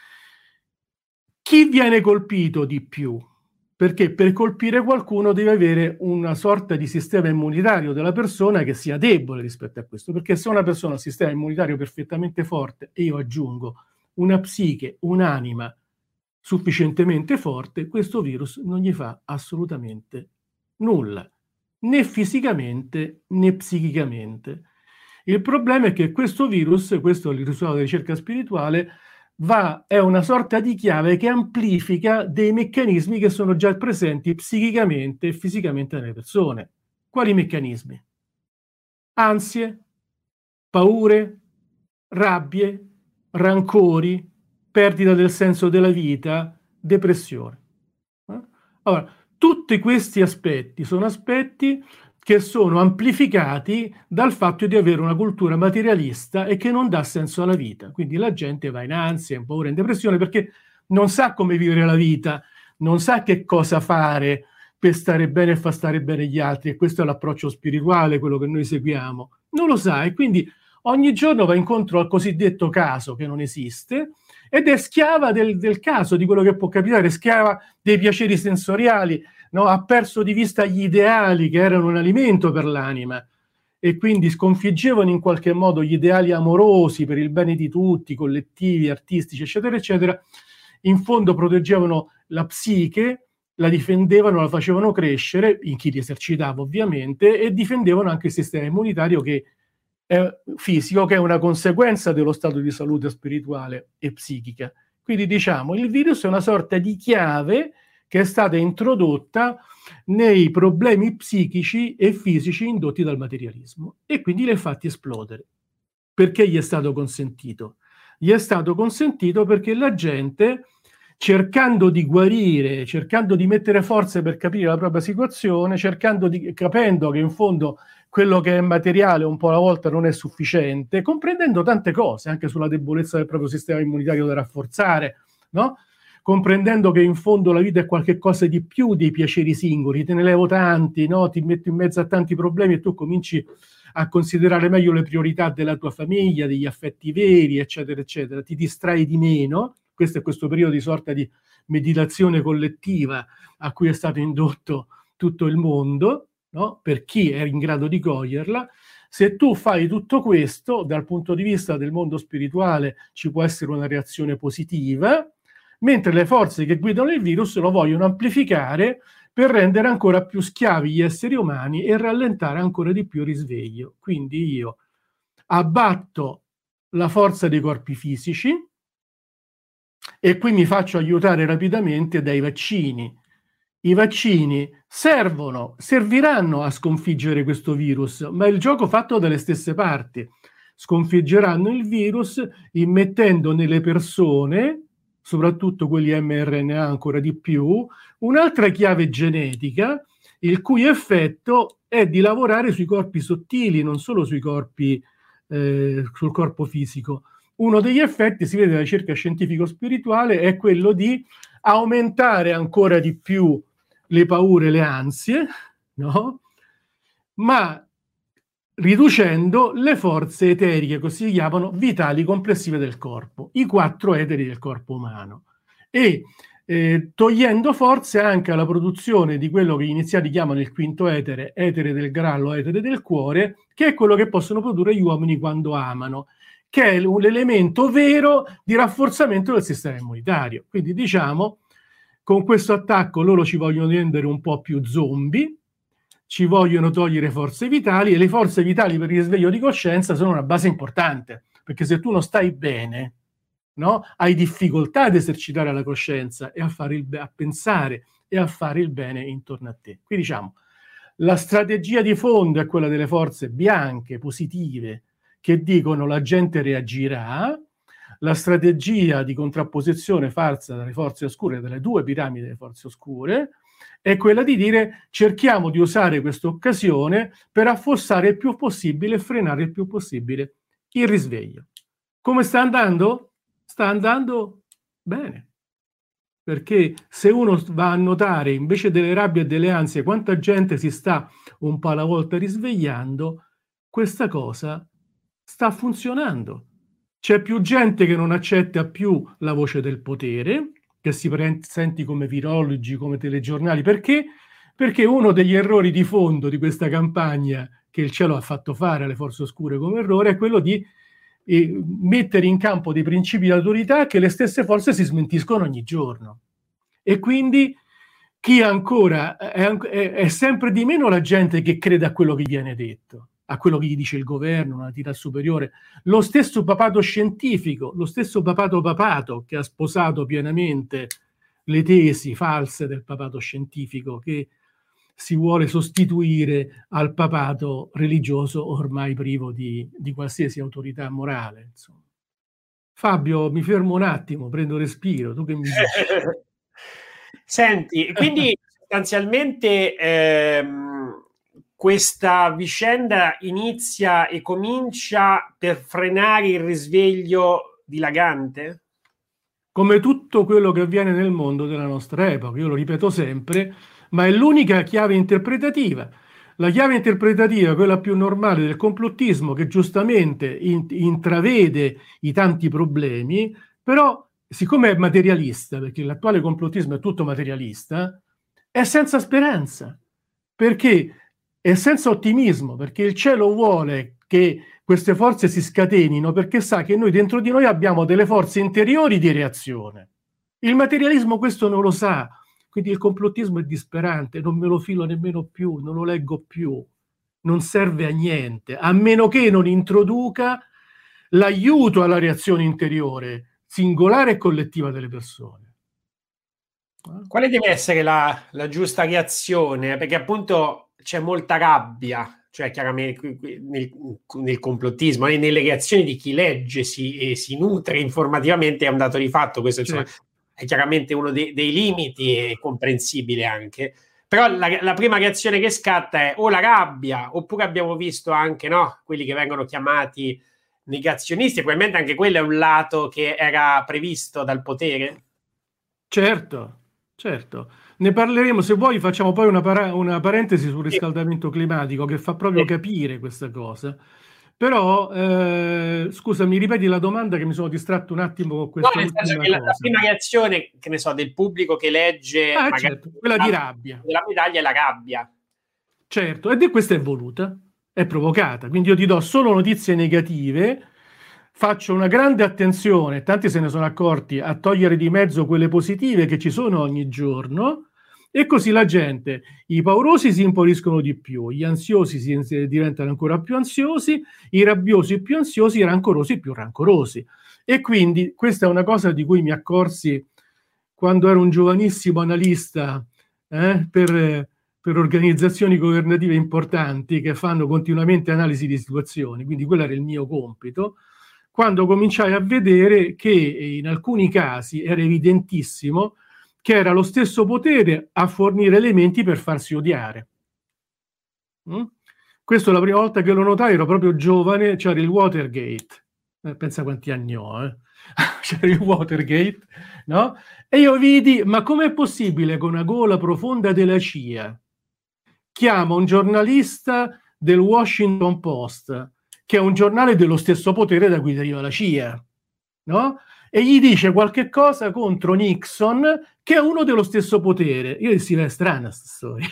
chi viene colpito di più? Perché per colpire qualcuno deve avere una sorta di sistema immunitario della persona che sia debole rispetto a questo, perché se una persona ha un sistema immunitario perfettamente forte, e io aggiungo una psiche, un'anima sufficientemente forte, questo virus non gli fa assolutamente nulla, né fisicamente né psichicamente. Il problema è che questo virus, questo è il risultato della ricerca spirituale, è una sorta di chiave che amplifica dei meccanismi che sono già presenti psichicamente e fisicamente nelle persone. Quali meccanismi? Ansie, paure, rabbie, rancori, perdita del senso della vita, depressione. Allora, tutti questi aspetti sono aspetti che sono amplificati dal fatto di avere una cultura materialista e che non dà senso alla vita. Quindi la gente va in ansia, in paura, in depressione, perché non sa come vivere la vita, non sa che cosa fare per stare bene e far stare bene gli altri, e questo è l'approccio spirituale, quello che noi seguiamo. Non lo sa, e quindi ogni giorno va incontro al cosiddetto caso che non esiste ed è schiava del caso, di quello che può capitare, schiava dei piaceri sensoriali, no? Ha perso di vista gli ideali che erano un alimento per l'anima e quindi sconfiggevano in qualche modo gli ideali amorosi per il bene di tutti, collettivi, artistici, eccetera, eccetera. In fondo proteggevano la psiche, la difendevano, la facevano crescere, in chi li esercitava ovviamente, e difendevano anche il sistema immunitario che è fisico, che è una conseguenza dello stato di salute spirituale e psichica. Quindi diciamo, il virus è una sorta di chiave che è stata introdotta nei problemi psichici e fisici indotti dal materialismo e quindi li ha fatti esplodere. Perché gli è stato consentito? Gli è stato consentito perché la gente, cercando di guarire, cercando di mettere forze per capire la propria situazione, capendo che in fondo quello che è materiale un po' alla volta non è sufficiente, comprendendo tante cose, anche sulla debolezza del proprio sistema immunitario da rafforzare, no? Comprendendo che in fondo la vita è qualche cosa di più dei piaceri singoli, te ne levo tanti, no? Ti metto in mezzo a tanti problemi e tu cominci a considerare meglio le priorità della tua famiglia, degli affetti veri, eccetera, eccetera. Ti distrai di meno. Questo è questo periodo di sorta di meditazione collettiva a cui è stato indotto tutto il mondo, no? Per chi è in grado di coglierla. Se tu fai tutto questo, dal punto di vista del mondo spirituale ci può essere una reazione positiva, mentre le forze che guidano il virus lo vogliono amplificare per rendere ancora più schiavi gli esseri umani e rallentare ancora di più il risveglio. Quindi io abbatto la forza dei corpi fisici e qui mi faccio aiutare rapidamente dai vaccini. I vaccini serviranno a sconfiggere questo virus, ma è il gioco fatto dalle stesse parti. Sconfiggeranno il virus immettendo nelle persone, soprattutto quelli mRNA ancora di più, un'altra chiave genetica, il cui effetto è di lavorare sui corpi sottili, non solo sui corpi, sul corpo fisico. Uno degli effetti, si vede nella ricerca scientifico-spirituale, è quello di aumentare ancora di più le paure, le ansie, no? Ma riducendo le forze eteriche, così si chiamano, vitali complessive del corpo, i 4 eteri del corpo umano, e togliendo forze anche alla produzione di quello che gli iniziati chiamano il quinto etere, etere del grallo, etere del cuore, che è quello che possono produrre gli uomini quando amano, che è l'elemento vero di rafforzamento del sistema immunitario. Quindi diciamo, con questo attacco loro ci vogliono rendere un po' più zombie, ci vogliono togliere forze vitali, e le forze vitali per il risveglio di coscienza sono una base importante, perché se tu non stai bene, no, hai difficoltà ad esercitare la coscienza e a pensare e a fare il bene intorno a te. Quindi diciamo, la strategia di fondo è quella delle forze bianche, positive, che dicono la gente reagirà. La strategia di contrapposizione farsa dalle forze oscure, dalle 2 piramidi delle forze oscure, è quella di dire cerchiamo di usare questa occasione per affossare il più possibile e frenare il più possibile il risveglio. Come sta andando? Sta andando bene, perché se uno va a notare invece delle rabbie e delle ansie quanta gente si sta un po' alla volta risvegliando, questa cosa sta funzionando. C'è più gente che non accetta più la voce del potere, che si senti come virologi, come telegiornali. Perché? Perché uno degli errori di fondo di questa campagna che il cielo ha fatto fare alle forze oscure come errore è quello di mettere in campo dei principi di autorità che le stesse forze si smentiscono ogni giorno. E quindi chi ancora è sempre di meno la gente che crede a quello che viene detto, a quello che gli dice il governo, una entità superiore. Lo stesso papato scientifico, lo stesso papato che ha sposato pienamente le tesi false del papato scientifico che si vuole sostituire al papato religioso ormai privo di qualsiasi autorità morale. Insomma. Fabio, mi fermo un attimo, prendo respiro, tu che mi dici? Senti, quindi sostanzialmente questa vicenda inizia e comincia per frenare il risveglio dilagante? Come tutto quello che avviene nel mondo della nostra epoca, io lo ripeto sempre, ma è l'unica chiave interpretativa. la chiave interpretativa, quella più normale del complottismo, che giustamente intravede i tanti problemi, però siccome è materialista, perché l'attuale complottismo è tutto materialista, è senza speranza, perché è senza ottimismo, perché il cielo vuole che queste forze si scatenino, perché sa che noi dentro di noi abbiamo delle forze interiori di reazione. Il materialismo questo non lo sa, quindi il complottismo è disperante, non me lo filo nemmeno più, non lo leggo più, non serve a niente, a meno che non introduca l'aiuto alla reazione interiore, singolare e collettiva delle persone. Quale deve essere la giusta reazione? Perché appunto c'è molta rabbia, cioè chiaramente nel complottismo e nelle reazioni di chi legge si nutre informativamente, è un dato di fatto, questo insomma è chiaramente uno dei limiti, è comprensibile anche, però la prima reazione che scatta è o la rabbia, oppure abbiamo visto anche quelli che vengono chiamati negazionisti, probabilmente anche quello è un lato che era previsto dal potere. Certo, ne parleremo, se vuoi facciamo poi una parentesi sul riscaldamento climatico che fa proprio capire questa cosa. Però scusa, mi ripeti la domanda che mi sono distratto un attimo con questa ultima cosa. La prima reazione, che ne so, del pubblico che legge certo, quella di rabbia. La medaglia è la rabbia. Certo, e questa è voluta, è provocata, quindi io ti do solo notizie negative, faccio una grande attenzione, tanti se ne sono accorti, a togliere di mezzo quelle positive che ci sono ogni giorno, e così la gente, i paurosi si imporiscono di più, gli ansiosi diventano ancora più ansiosi, i rabbiosi più ansiosi, i rancorosi più rancorosi. E quindi questa è una cosa di cui mi accorsi quando ero un giovanissimo analista per organizzazioni governative importanti che fanno continuamente analisi di situazioni, quindi quello era il mio compito, quando cominciai a vedere che in alcuni casi era evidentissimo che era lo stesso potere a fornire elementi per farsi odiare. Questo la prima volta che lo notai, ero proprio giovane, c'era il Watergate, pensa quanti anni ho, c'era il Watergate, no? E io vidi, ma com'è possibile che una gola profonda della CIA chiama un giornalista del Washington Post, che è un giornale dello stesso potere da cui deriva la CIA, no? E gli dice qualche cosa contro Nixon, che è uno dello stesso potere. Io dissi, è strana questa storia.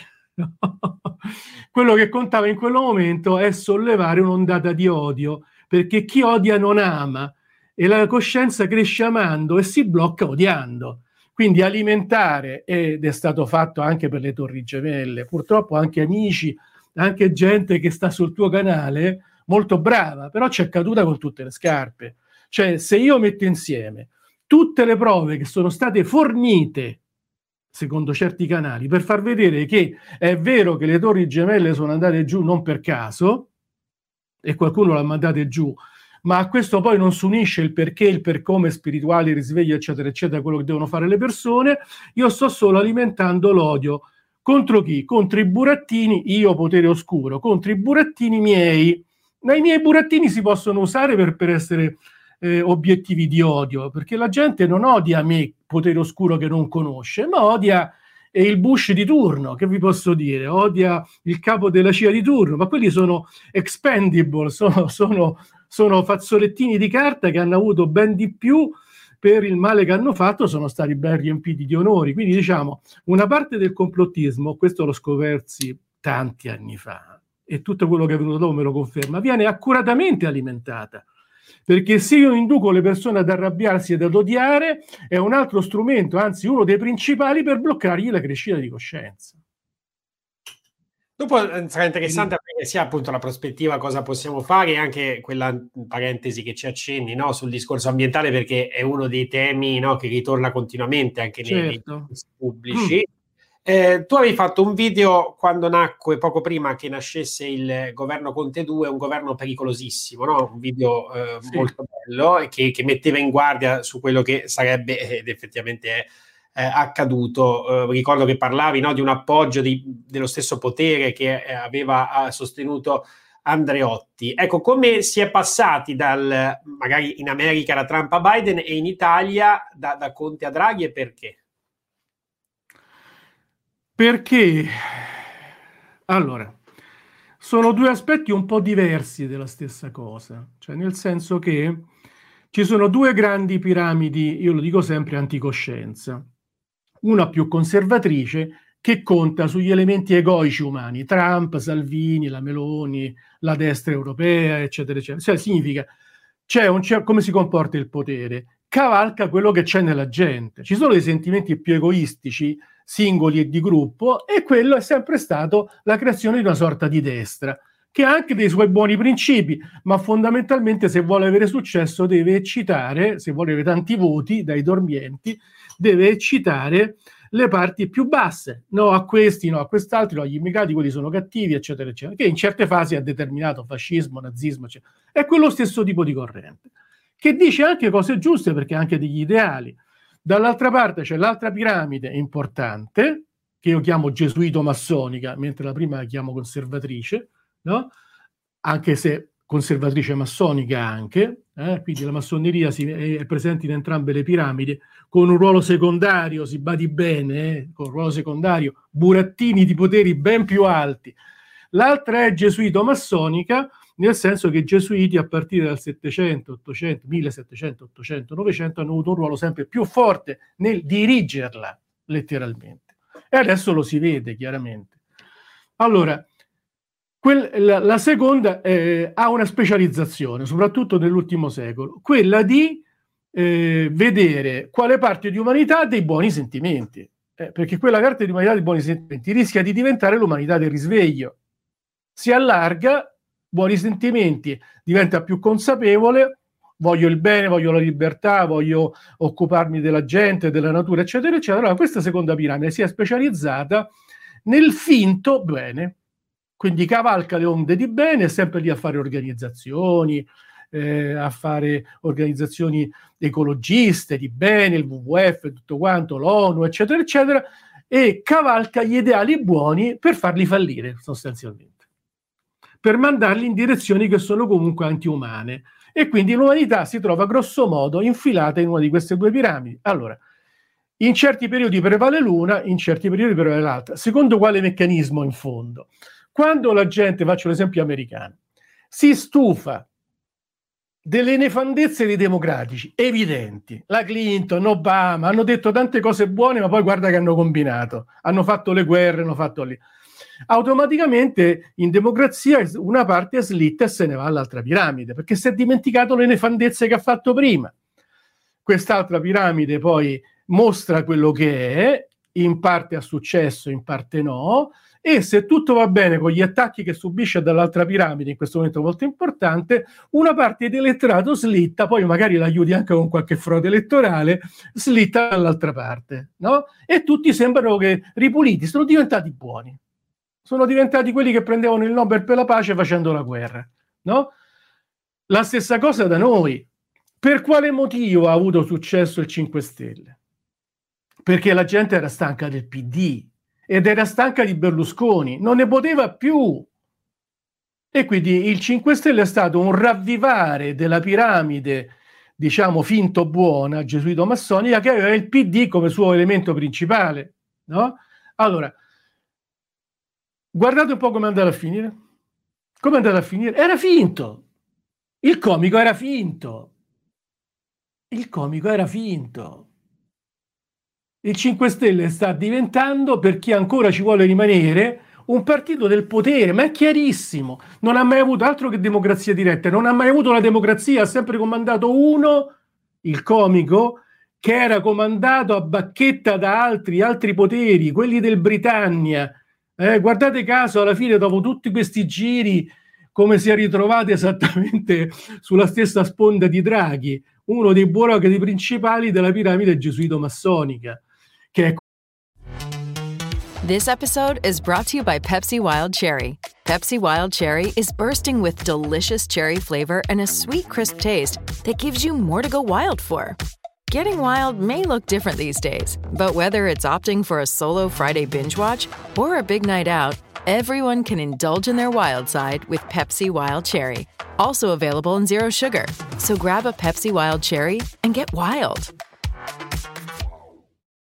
Quello che contava in quel momento è sollevare un'ondata di odio, perché chi odia non ama, e la coscienza cresce amando e si blocca odiando. Quindi alimentare, ed è stato fatto anche per le Torri Gemelle, purtroppo anche amici, anche gente che sta sul tuo canale, molto brava, però c'è caduta con tutte le scarpe. Cioè, se io metto insieme tutte le prove che sono state fornite, secondo certi canali, per far vedere che è vero che le Torri Gemelle sono andate giù non per caso, e qualcuno l'ha mandate giù, ma a questo poi non si unisce il perché, il per come spirituale, il risveglio, eccetera, eccetera, quello che devono fare le persone, io sto solo alimentando l'odio. Contro chi? Contro i burattini, io potere oscuro, contro i burattini miei. Ma i miei burattini si possono usare per essere obiettivi di odio, perché la gente non odia me, potere oscuro che non conosce, ma odia il Bush di turno, che vi posso dire, odia il capo della CIA di turno, ma quelli sono expendable, sono fazzolettini di carta che hanno avuto ben di più per il male che hanno fatto, sono stati ben riempiti di onori. Quindi diciamo, una parte del complottismo, questo l'ho scopersi tanti anni fa, e tutto quello che è venuto dopo me lo conferma, viene accuratamente alimentata. Perché se io induco le persone ad arrabbiarsi ed ad odiare, è un altro strumento, anzi uno dei principali, per bloccargli la crescita di coscienza. Dopo sarà interessante aprire sia appunto la prospettiva cosa possiamo fare e anche quella parentesi che ci accenni, no, sul discorso ambientale, perché è uno dei temi, no, che ritorna continuamente anche nei pubblici. Tu avevi fatto un video quando nacque, poco prima che nascesse il governo Conte 2, un governo pericolosissimo, no? Un video molto bello e che metteva in guardia su quello che sarebbe ed effettivamente è accaduto. Ricordo che parlavi, no, di un appoggio dello stesso potere che aveva sostenuto Andreotti. Ecco, come si è passati magari in America da Trump a Biden e in Italia da Conte a Draghi, e perché? Perché, allora, sono due aspetti un po' diversi della stessa cosa, cioè nel senso che ci sono due grandi piramidi, io lo dico sempre, anticoscienza. Una più conservatrice, che conta sugli elementi egoici umani, Trump, Salvini, la Meloni, la destra europea, eccetera, eccetera. Cioè significa, come si comporta il potere, cavalca quello che c'è nella gente. Ci sono dei sentimenti più egoistici, singoli e di gruppo, e quello è sempre stato la creazione di una sorta di destra, che ha anche dei suoi buoni principi, ma fondamentalmente se vuole avere successo deve eccitare, se vuole avere tanti voti dai dormienti, deve eccitare le parti più basse, no a questi, no a quest'altri, no agli immigrati, quelli sono cattivi, eccetera, eccetera, che in certe fasi ha determinato fascismo, nazismo, eccetera. È quello stesso tipo di corrente, che dice anche cose giuste perché ha anche degli ideali. Dall'altra parte c'è l'altra piramide importante, che io chiamo gesuito-massonica, mentre la prima la chiamo conservatrice, no? Anche se conservatrice massonica anche, quindi la massoneria è presente in entrambe le piramidi, con un ruolo secondario, si badi bene, con un ruolo secondario, burattini di poteri ben più alti. L'altra è gesuito-massonica, nel senso che i gesuiti a partire dal 700, 800, 1700, 800, 900 hanno avuto un ruolo sempre più forte nel dirigerla, letteralmente. E adesso lo si vede chiaramente. Allora, la seconda ha una specializzazione, soprattutto nell'ultimo secolo, quella di vedere quale parte di umanità ha dei buoni sentimenti, perché quella parte di umanità dei buoni sentimenti rischia di diventare l'umanità del risveglio. Si allarga, buoni sentimenti, diventa più consapevole, voglio il bene, voglio la libertà, voglio occuparmi della gente, della natura, eccetera, eccetera. Allora, questa seconda piramide si è specializzata nel finto bene. Quindi cavalca le onde di bene, è sempre lì a fare organizzazioni ecologiste di bene, il WWF, tutto quanto, l'ONU, eccetera, eccetera, e cavalca gli ideali buoni per farli fallire, sostanzialmente, per mandarli in direzioni che sono comunque antiumane. E quindi l'umanità si trova grosso modo infilata in una di queste due piramidi. Allora, in certi periodi prevale l'una, in certi periodi prevale l'altra. Secondo quale meccanismo, in fondo? Quando la gente, faccio l'esempio americano, si stufa delle nefandezze dei democratici evidenti, la Clinton, Obama, hanno detto tante cose buone, ma poi guarda che hanno combinato, hanno fatto le guerre, hanno fatto lì. Automaticamente in democrazia una parte è slitta e se ne va all'altra piramide, perché si è dimenticato le nefandezze che ha fatto prima. Quest'altra piramide poi mostra quello che è, in parte ha successo, in parte no, e se tutto va bene con gli attacchi che subisce dall'altra piramide, in questo momento molto importante, una parte dell'elettorato slitta, poi magari la aiuti anche con qualche frode elettorale, slitta dall'altra parte, no? E tutti sembrano che ripuliti, sono diventati buoni, sono diventati quelli che prendevano il Nobel per la pace facendo la guerra, no? La stessa cosa da noi. Per quale motivo ha avuto successo il 5 Stelle? Perché la gente era stanca del PD ed era stanca di Berlusconi, non ne poteva più. E quindi il 5 Stelle è stato un ravvivare della piramide, diciamo, finto buona, gesuito-massonica, che aveva il PD come suo elemento principale, no? Allora, guardate un po' come è andato a finire. Come è andato a finire? Era finto. Il comico era finto. Il comico era finto. Il 5 Stelle sta diventando, per chi ancora ci vuole rimanere, un partito del potere, ma è chiarissimo. Non ha mai avuto altro che democrazia diretta, non ha mai avuto la democrazia, ha sempre comandato uno, il comico, che era comandato a bacchetta da altri poteri, quelli del Britannia. Guardate caso, alla fine, dopo tutti questi giri, come si è ritrovato esattamente sulla stessa sponda di Draghi, uno dei burocrati principali della piramide gesuito-massonica. This episode is brought to you by Pepsi Wild Cherry. Pepsi Wild Cherry is bursting with delicious cherry flavor and a sweet, crisp taste that gives you more to go wild for. Getting wild may look different these days, but whether it's opting for a solo Friday binge watch or a big night out, everyone can indulge in their wild side with Pepsi Wild Cherry. Also available in Zero Sugar. So grab a Pepsi Wild Cherry and get wild.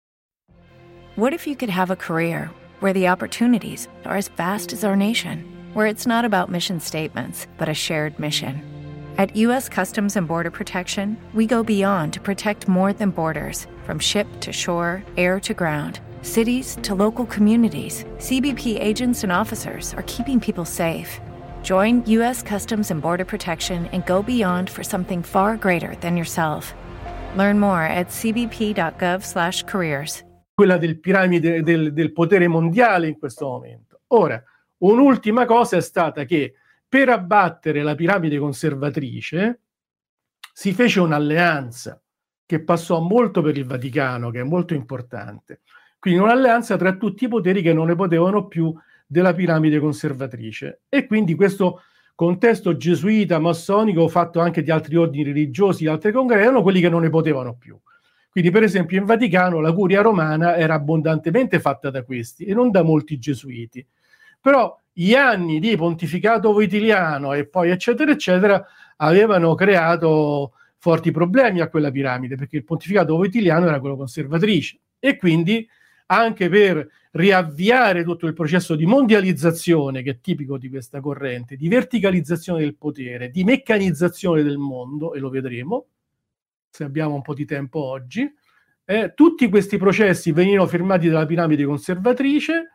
What if you could have a career where the opportunities are as vast as our nation, where it's not about mission statements, but a shared mission. At U.S. Customs and Border Protection, we go beyond to protect more than borders. From ship to shore, air to ground, cities to local communities, CBP agents and officers are keeping people safe. Join U.S. Customs and Border Protection and go beyond for something far greater than yourself. Learn more at cbp.gov/careers. Quella del piramide del potere mondiale in questo momento. Ora, un'ultima cosa è stata che per abbattere la piramide conservatrice si fece un'alleanza che passò molto per il Vaticano, che è molto importante. Quindi un'alleanza tra tutti i poteri che non ne potevano più della piramide conservatrice. E quindi questo contesto gesuita, massonico, fatto anche di altri ordini religiosi, di altre congreghe, erano quelli che non ne potevano più. Quindi per esempio in Vaticano la curia romana era abbondantemente fatta da questi e non da molti gesuiti. Però gli anni di pontificato voitiliano e poi eccetera eccetera avevano creato forti problemi a quella piramide, perché il pontificato voitiliano era quello conservatrice e quindi anche per riavviare tutto il processo di mondializzazione che è tipico di questa corrente, di verticalizzazione del potere, di meccanizzazione del mondo, e lo vedremo se abbiamo un po' di tempo oggi, tutti questi processi venivano firmati dalla piramide conservatrice.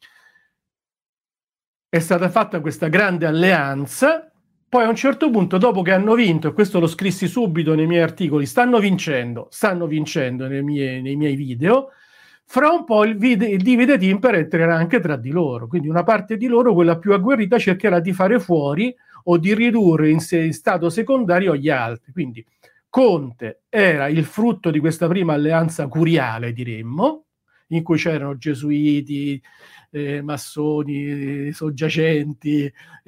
È stata fatta questa grande alleanza, poi a un certo punto, dopo che hanno vinto, e questo lo scrissi subito nei miei articoli, stanno vincendo nei miei video, fra un po' il divide et impera entrerà anche tra di loro, quindi una parte di loro, quella più agguerrita, cercherà di fare fuori o di ridurre in stato secondario gli altri. Quindi Conte era il frutto di questa prima alleanza curiale, diremmo, in cui c'erano gesuiti, massoni, soggiacenti,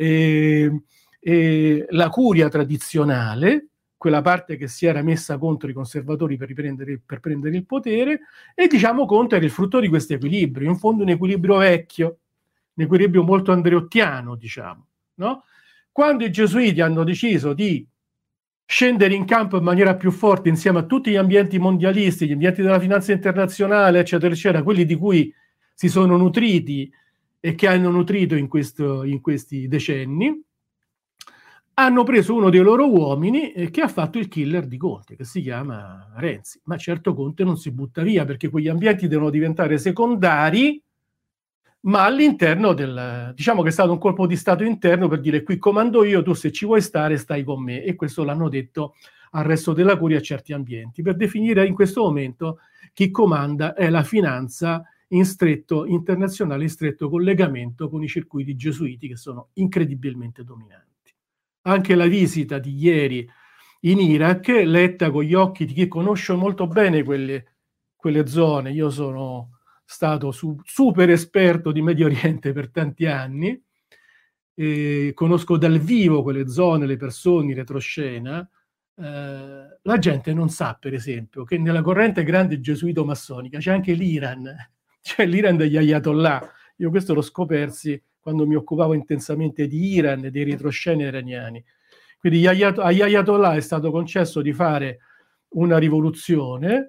la curia tradizionale, quella parte che si era messa contro i conservatori per prendere il potere, e diciamo Conte era il frutto di questo equilibrio, in fondo un equilibrio vecchio, un equilibrio molto andreottiano, diciamo, no? Quando i gesuiti hanno deciso di scendere in campo in maniera più forte insieme a tutti gli ambienti mondialisti, gli ambienti della finanza internazionale, eccetera, eccetera, quelli di cui si sono nutriti e che hanno nutrito in questi decenni, hanno preso uno dei loro uomini che ha fatto il killer di Conte, che si chiama Renzi. Ma certo Conte non si butta via, perché quegli ambienti devono diventare secondari, ma all'interno diciamo che è stato un colpo di stato interno per dire: qui comando io, tu se ci vuoi stare stai con me. E questo l'hanno detto al resto della curia a certi ambienti, per definire in questo momento chi comanda è la finanza in stretto internazionale, in stretto collegamento con i circuiti gesuiti, che sono incredibilmente dominanti. Anche la visita di ieri in Iraq, letta con gli occhi di chi conosce molto bene quelle zone. Io sono stato super esperto di Medio Oriente per tanti anni, e conosco dal vivo quelle zone, le persone in retroscena. La gente non sa, per esempio, che nella corrente grande gesuito-massonica c'è anche l'Iran, c'è l'Iran degli Ayatollah. Io questo l'ho scopersi quando mi occupavo intensamente di Iran e dei retroscena iraniani. Quindi agli Ayatollah è stato concesso di fare una rivoluzione,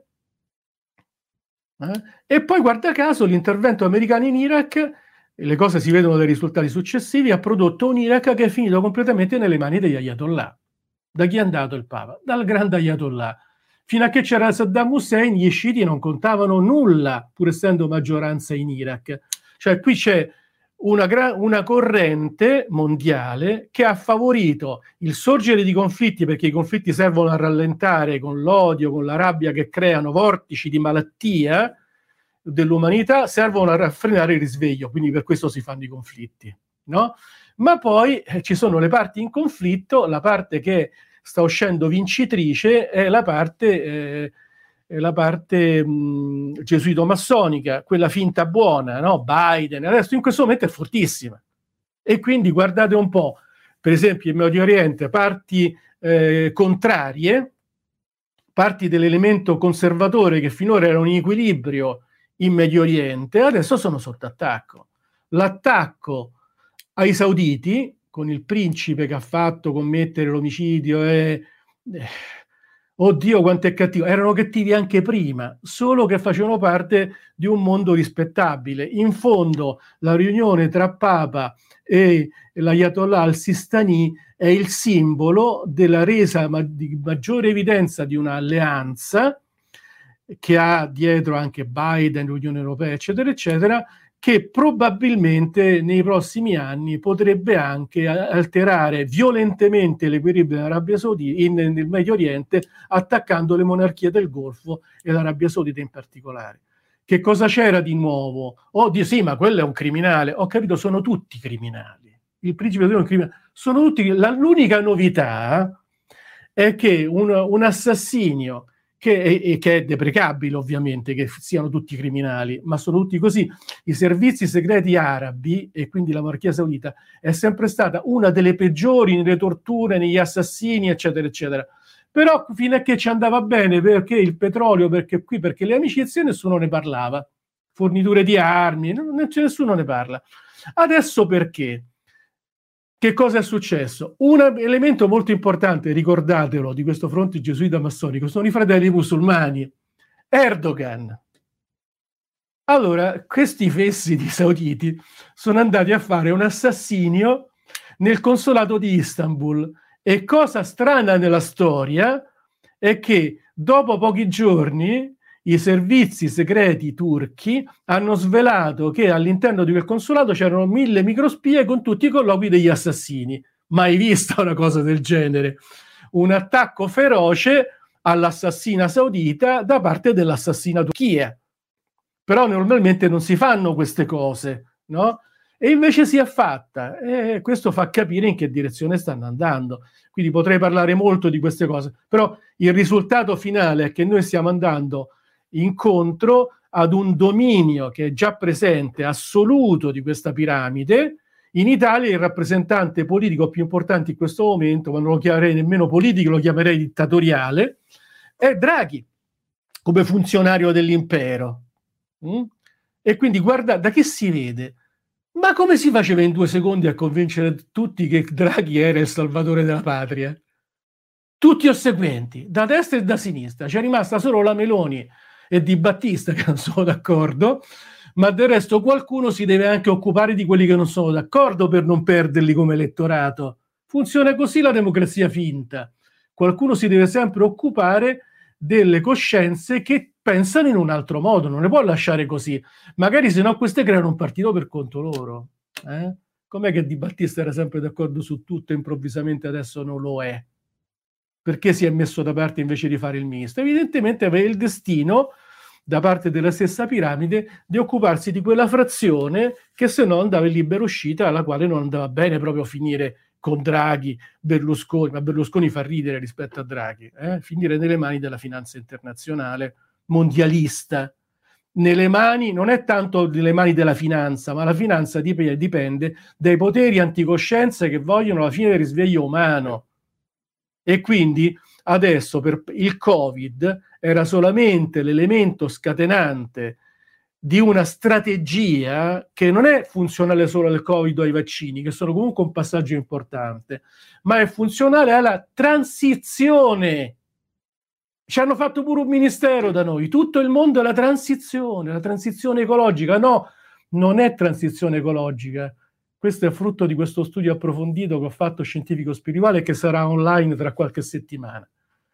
e poi, guarda caso, l'intervento americano in Iraq, e le cose si vedono dai risultati successivi, ha prodotto un Iraq che è finito completamente nelle mani degli Ayatollah. Da chi è andato il Papa? Dal grande Ayatollah. Fino a che c'era Saddam Hussein, gli sciiti non contavano nulla, pur essendo maggioranza in Iraq. Cioè qui c'è una corrente mondiale che ha favorito il sorgere di conflitti, perché i conflitti servono a rallentare, con l'odio, con la rabbia che creano vortici di malattia dell'umanità, servono a frenare il risveglio, quindi per questo si fanno i conflitti, no? Ma poi ci sono le parti in conflitto, la parte che sta uscendo vincitrice è la parte gesuito-massonica, quella finta buona, no? Biden, adesso in questo momento è fortissima. E quindi guardate un po', per esempio in Medio Oriente, parti contrarie, parti dell'elemento conservatore che finora erano in equilibrio in Medio Oriente, adesso sono sotto attacco. L'attacco ai sauditi, con il principe che ha fatto commettere l'omicidio e oddio quanto è cattivo, erano cattivi anche prima, solo che facevano parte di un mondo rispettabile. In fondo la riunione tra Papa e l'Ayatollah al-Sistani è il simbolo della resa di maggiore evidenza di un'alleanza che ha dietro anche Biden, l'Unione Europea, eccetera, eccetera, che probabilmente nei prossimi anni potrebbe anche alterare violentemente l'equilibrio dell'Arabia Saudita nel Medio Oriente, attaccando le monarchie del Golfo e l'Arabia Saudita in particolare. Che cosa c'era di nuovo? Sì, ma quello è un criminale. Ho capito, sono tutti criminali. Il principe è un criminale. Sono tutti. L'unica novità è che un assassinio che è deprecabile, ovviamente, che siano tutti criminali, ma sono tutti così. I servizi segreti arabi, e quindi la monarchia saudita, è sempre stata una delle peggiori nelle torture, negli assassini, eccetera, eccetera. Però fino a che ci andava bene, perché il petrolio, perché le amicizie, nessuno ne parlava. Forniture di armi, nessuno ne parla. Adesso perché? Che cosa è successo? Un elemento molto importante, ricordatelo, di questo fronte gesuita massonico sono i fratelli musulmani. Erdogan. Allora, questi fessi di sauditi sono andati a fare un assassinio nel consolato di Istanbul. E cosa strana nella storia è che dopo pochi giorni i servizi segreti turchi hanno svelato che all'interno di quel consolato c'erano 1000 microspie con tutti i colloqui degli assassini. Mai vista una cosa del genere. Un attacco feroce all'assassina saudita da parte dell'assassina Turchia. Però normalmente non si fanno queste cose, no? E invece si è fatta, e questo fa capire in che direzione stanno andando. Quindi potrei parlare molto di queste cose, però il risultato finale è che noi stiamo andando incontro ad un dominio che è già presente, assoluto, di questa piramide. In Italia il rappresentante politico più importante in questo momento, ma non lo chiamerei nemmeno politico, lo chiamerei dittatoriale, è Draghi, come funzionario dell'impero. E quindi guarda, da che si vede? Ma come si faceva in 2 secondi a convincere tutti che Draghi era il salvatore della patria? Tutti ossequenti, da destra e da sinistra. C'è rimasta solo la Meloni e Di Battista che non sono d'accordo, ma del resto qualcuno si deve anche occupare di quelli che non sono d'accordo per non perderli come elettorato. Funziona così la democrazia finta. Qualcuno si deve sempre occupare delle coscienze che pensano in un altro modo, non le può lasciare così. Magari se no queste creano un partito per conto loro. Com'è che Di Battista era sempre d'accordo su tutto e improvvisamente adesso non lo è? Perché si è messo da parte invece di fare il ministro? Evidentemente aveva il destino, da parte della stessa piramide, di occuparsi di quella frazione che se no andava in libera uscita, alla quale non andava bene proprio finire con Draghi, Berlusconi, ma Berlusconi fa ridere rispetto a Draghi, finire nelle mani della finanza internazionale mondialista. Nelle mani, non è tanto nelle mani della finanza, ma la finanza dipende dai poteri anticoscienza che vogliono la fine del risveglio umano. E quindi adesso per il Covid era solamente l'elemento scatenante di una strategia che non è funzionale solo al Covid o ai vaccini, che sono comunque un passaggio importante, ma è funzionale alla transizione. Ci hanno fatto pure un ministero da noi, tutto il mondo è la transizione ecologica. No, non è transizione ecologica. Questo è frutto di questo studio approfondito che ho fatto scientifico-spirituale, che sarà online tra qualche settimana.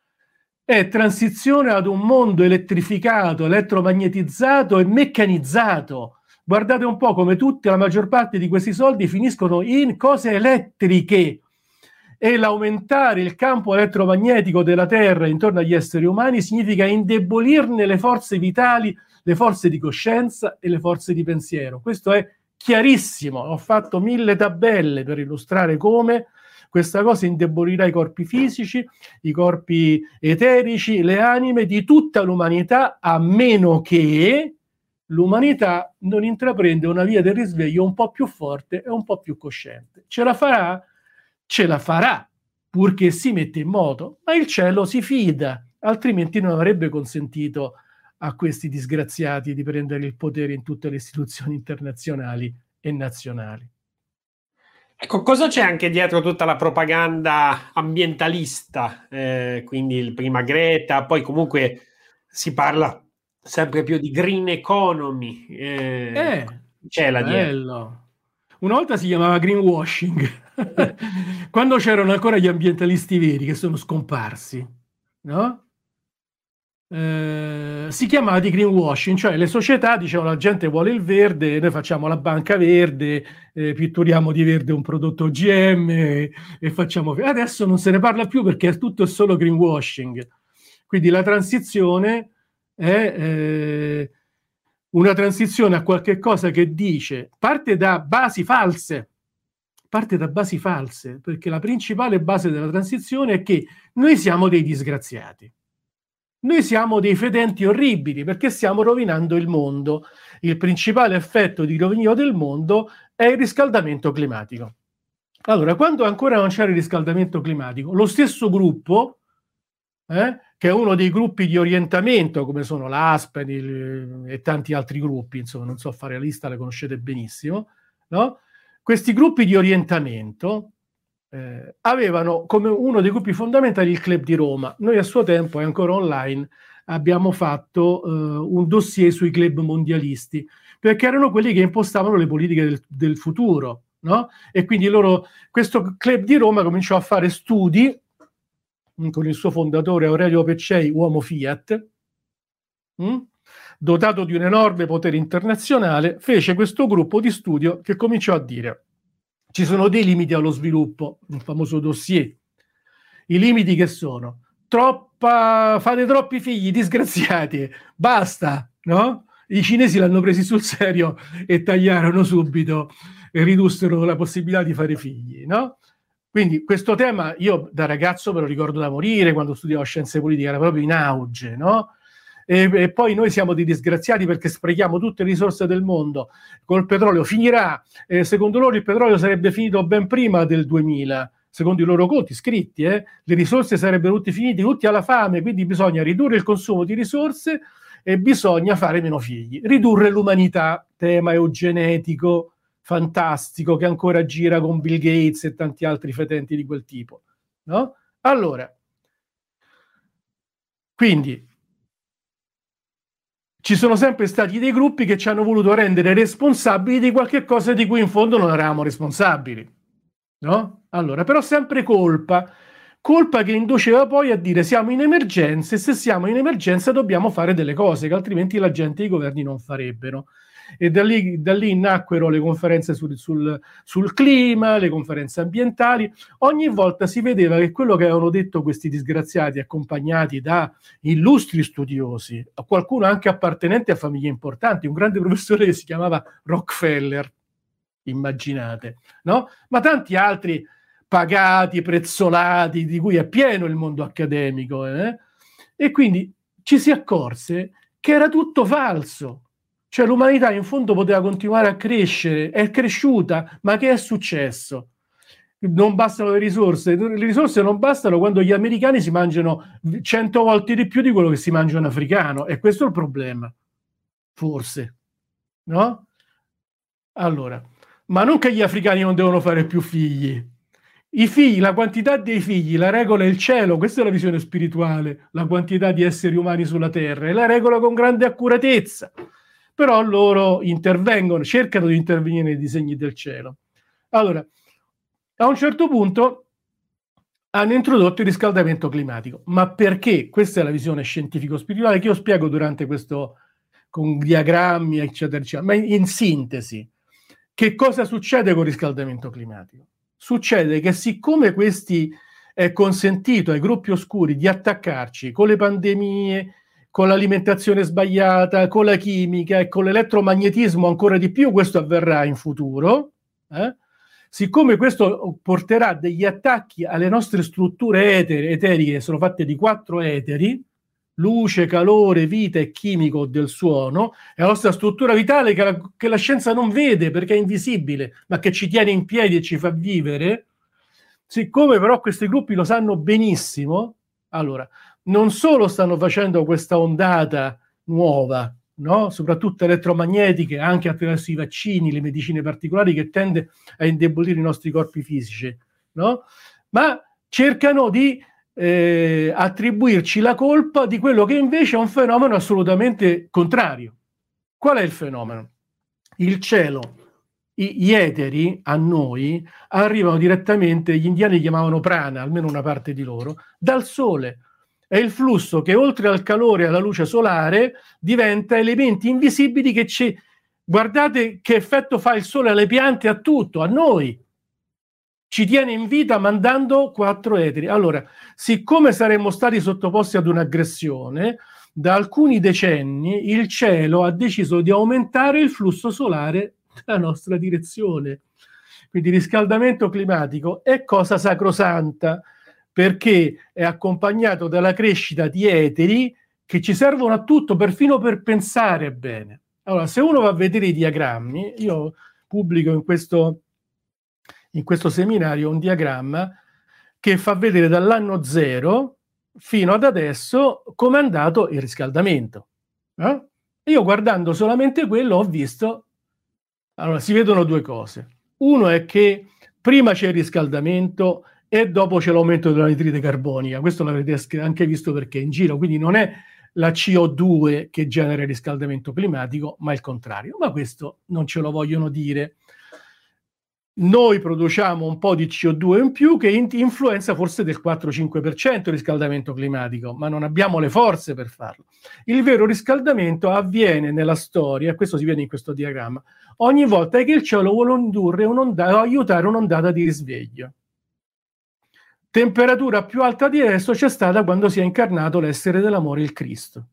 È transizione ad un mondo elettrificato, elettromagnetizzato e meccanizzato. Guardate un po' come la maggior parte di questi soldi finiscono in cose elettriche. E l'aumentare il campo elettromagnetico della Terra intorno agli esseri umani significa indebolirne le forze vitali, le forze di coscienza e le forze di pensiero. Questo è chiarissimo. Ho fatto 1000 tabelle per illustrare come questa cosa indebolirà i corpi fisici, i corpi eterici, le anime di tutta l'umanità, a meno che l'umanità non intraprende una via del risveglio un po' più forte e un po' più cosciente. Ce la farà? Ce la farà, purché si mette in moto, ma il cielo si fida, altrimenti non avrebbe consentito a questi disgraziati di prendere il potere in tutte le istituzioni internazionali e nazionali. Ecco, cosa c'è anche dietro tutta la propaganda ambientalista? Quindi prima Greta, poi comunque si parla sempre più di green economy. C'è là dietro. Bello. Una volta si chiamava greenwashing, quando c'erano ancora gli ambientalisti veri che sono scomparsi, no? Si chiamava di greenwashing, cioè le società dicevano la gente vuole il verde, noi facciamo la banca verde, pitturiamo di verde un prodotto OGM e facciamo... Adesso non se ne parla più perché è tutto solo greenwashing. Quindi la transizione è una transizione a qualche cosa che dice, parte da basi false, perché la principale base della transizione è che noi siamo dei disgraziati. Noi siamo dei fedenti orribili perché stiamo rovinando il mondo. Il principale effetto di rovino del mondo è il riscaldamento climatico. Allora, quando ancora non c'era il riscaldamento climatico, lo stesso gruppo, che è uno dei gruppi di orientamento, come sono l'Aspen e tanti altri gruppi, insomma, non so fare la lista, la conoscete benissimo, no? Questi gruppi di orientamento avevano come uno dei gruppi fondamentali il Club di Roma. Noi a suo tempo, è ancora online, abbiamo fatto un dossier sui club mondialisti, perché erano quelli che impostavano le politiche del futuro, no? E quindi questo Club di Roma cominciò a fare studi con il suo fondatore Aurelio Peccei, uomo Fiat, dotato di un enorme potere internazionale, fece questo gruppo di studio che cominciò a dire: ci sono dei limiti allo sviluppo, un famoso dossier. I limiti che sono? Fate troppi figli, disgraziati, basta, no? I cinesi l'hanno presi sul serio e tagliarono subito e ridussero la possibilità di fare figli, no? Quindi questo tema io da ragazzo me lo ricordo da morire, quando studiavo scienze politiche era proprio in auge, no? E poi noi siamo dei disgraziati perché sprechiamo tutte le risorse del mondo, col petrolio finirà, secondo loro il petrolio sarebbe finito ben prima del 2000, secondo i loro conti scritti, le risorse sarebbero tutti finiti, tutti alla fame, quindi bisogna ridurre il consumo di risorse e bisogna fare meno figli, ridurre l'umanità, tema eugenetico fantastico che ancora gira con Bill Gates e tanti altri fetenti di quel tipo, no? Allora, quindi ci sono sempre stati dei gruppi che ci hanno voluto rendere responsabili di qualche cosa di cui in fondo non eravamo responsabili, no? Allora, però sempre colpa che induceva poi a dire siamo in emergenza e se siamo in emergenza dobbiamo fare delle cose che altrimenti la gente e i governi non farebbero. E da lì nacquero le conferenze sul clima, le conferenze ambientali. Ogni volta si vedeva che quello che avevano detto questi disgraziati, accompagnati da illustri studiosi, qualcuno anche appartenente a famiglie importanti, un grande professore che si chiamava Rockefeller, immaginate, no? Ma tanti altri pagati, prezzolati, di cui è pieno il mondo accademico, E quindi ci si accorse che era tutto falso. Cioè l'umanità in fondo poteva continuare a crescere, è cresciuta, ma che è successo? Non bastano le risorse non bastano quando gli americani si mangiano 100 volte di più di quello che si mangia un africano, e questo è il problema, forse, no? Allora, ma non che gli africani non devono fare più figli. I figli, la quantità dei figli, la regola è il cielo, questa è la visione spirituale, la quantità di esseri umani sulla terra, e la regola con grande accuratezza. Però loro intervengono, cercano di intervenire nei disegni del cielo. Allora, a un certo punto hanno introdotto il riscaldamento climatico. Ma perché? Questa è la visione scientifico-spirituale che io spiego durante questo, con diagrammi, eccetera, eccetera. Ma in sintesi, che cosa succede con il riscaldamento climatico? Succede che siccome questi è consentito ai gruppi oscuri di attaccarci con le pandemie, con l'alimentazione sbagliata, con la chimica e con l'elettromagnetismo ancora di più, questo avverrà in futuro, siccome questo porterà degli attacchi alle nostre strutture eteriche, che sono fatte di 4 eteri, luce, calore, vita e chimico del suono, è la nostra struttura vitale che la scienza non vede perché è invisibile, ma che ci tiene in piedi e ci fa vivere. Siccome però questi gruppi lo sanno benissimo, allora non solo stanno facendo questa ondata nuova, no? Soprattutto elettromagnetiche, anche attraverso i vaccini, le medicine particolari, che tende a indebolire i nostri corpi fisici, no? Ma cercano di attribuirci la colpa di quello che invece è un fenomeno assolutamente contrario. Qual è il fenomeno? Il cielo, gli eteri a noi arrivano direttamente, gli indiani chiamavano prana, almeno una parte di loro, dal sole. È il flusso che oltre al calore e alla luce solare diventa elementi invisibili che ci... Guardate che effetto fa il sole alle piante, a tutto, a noi. Ci tiene in vita mandando 4 eteri. Allora, siccome saremmo stati sottoposti ad un'aggressione, da alcuni decenni il cielo ha deciso di aumentare il flusso solare nella nostra direzione. Quindi il riscaldamento climatico è cosa sacrosanta, perché è accompagnato dalla crescita di eteri che ci servono a tutto, perfino per pensare bene. Allora, se uno va a vedere i diagrammi, io pubblico in questo seminario un diagramma che fa vedere dall'anno 0 fino ad adesso come è andato il riscaldamento. Io guardando solamente quello ho visto, allora si vedono 2 cose. Uno è che prima c'è il riscaldamento e dopo c'è l'aumento dell'anidride carbonica. Questo l'avrete anche visto perché è in giro, quindi non è la CO2 che genera il riscaldamento climatico, ma il contrario. Ma questo non ce lo vogliono dire. Noi produciamo un po' di CO2 in più che influenza forse del 4-5% il riscaldamento climatico, ma non abbiamo le forze per farlo. Il vero riscaldamento avviene nella storia, questo si vede in questo diagramma, ogni volta che il cielo vuole indurre aiutare un'ondata di risveglio. Temperatura più alta di adesso c'è stata quando si è incarnato l'essere dell'amore, il Cristo.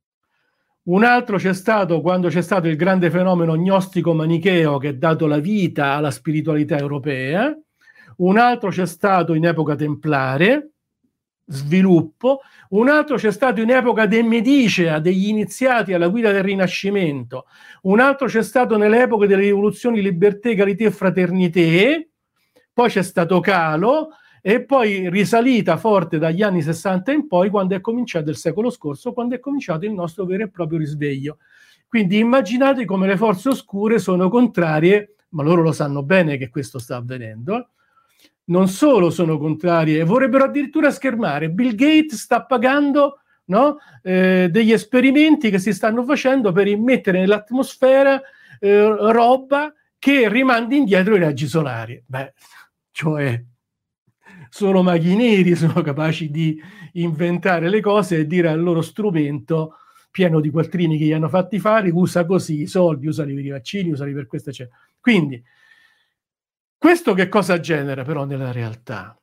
Un altro c'è stato quando c'è stato il grande fenomeno gnostico-manicheo che ha dato la vita alla spiritualità europea. Un altro c'è stato in epoca templare, sviluppo. Un altro c'è stato in epoca de Medicea, degli iniziati alla guida del Rinascimento. Un altro c'è stato nelle epoche delle rivoluzioni libertà, egalité e fraternité. Poi c'è stato calo e poi risalita forte dagli anni 60 in poi, quando è cominciato il secolo scorso, quando è cominciato il nostro vero e proprio risveglio. Quindi immaginate come le forze oscure sono contrarie, ma loro lo sanno bene che questo sta avvenendo, non solo sono contrarie, vorrebbero addirittura schermare. Bill Gates sta pagando, no, degli esperimenti che si stanno facendo per immettere nell'atmosfera roba che rimandi indietro i raggi solari. Beh, cioè... Solo maghinieri sono capaci di inventare le cose e dire al loro strumento pieno di quattrini che gli hanno fatti fare, usa così i soldi, usali per i vaccini, usali per questo, eccetera. Quindi, questo che cosa genera però nella realtà?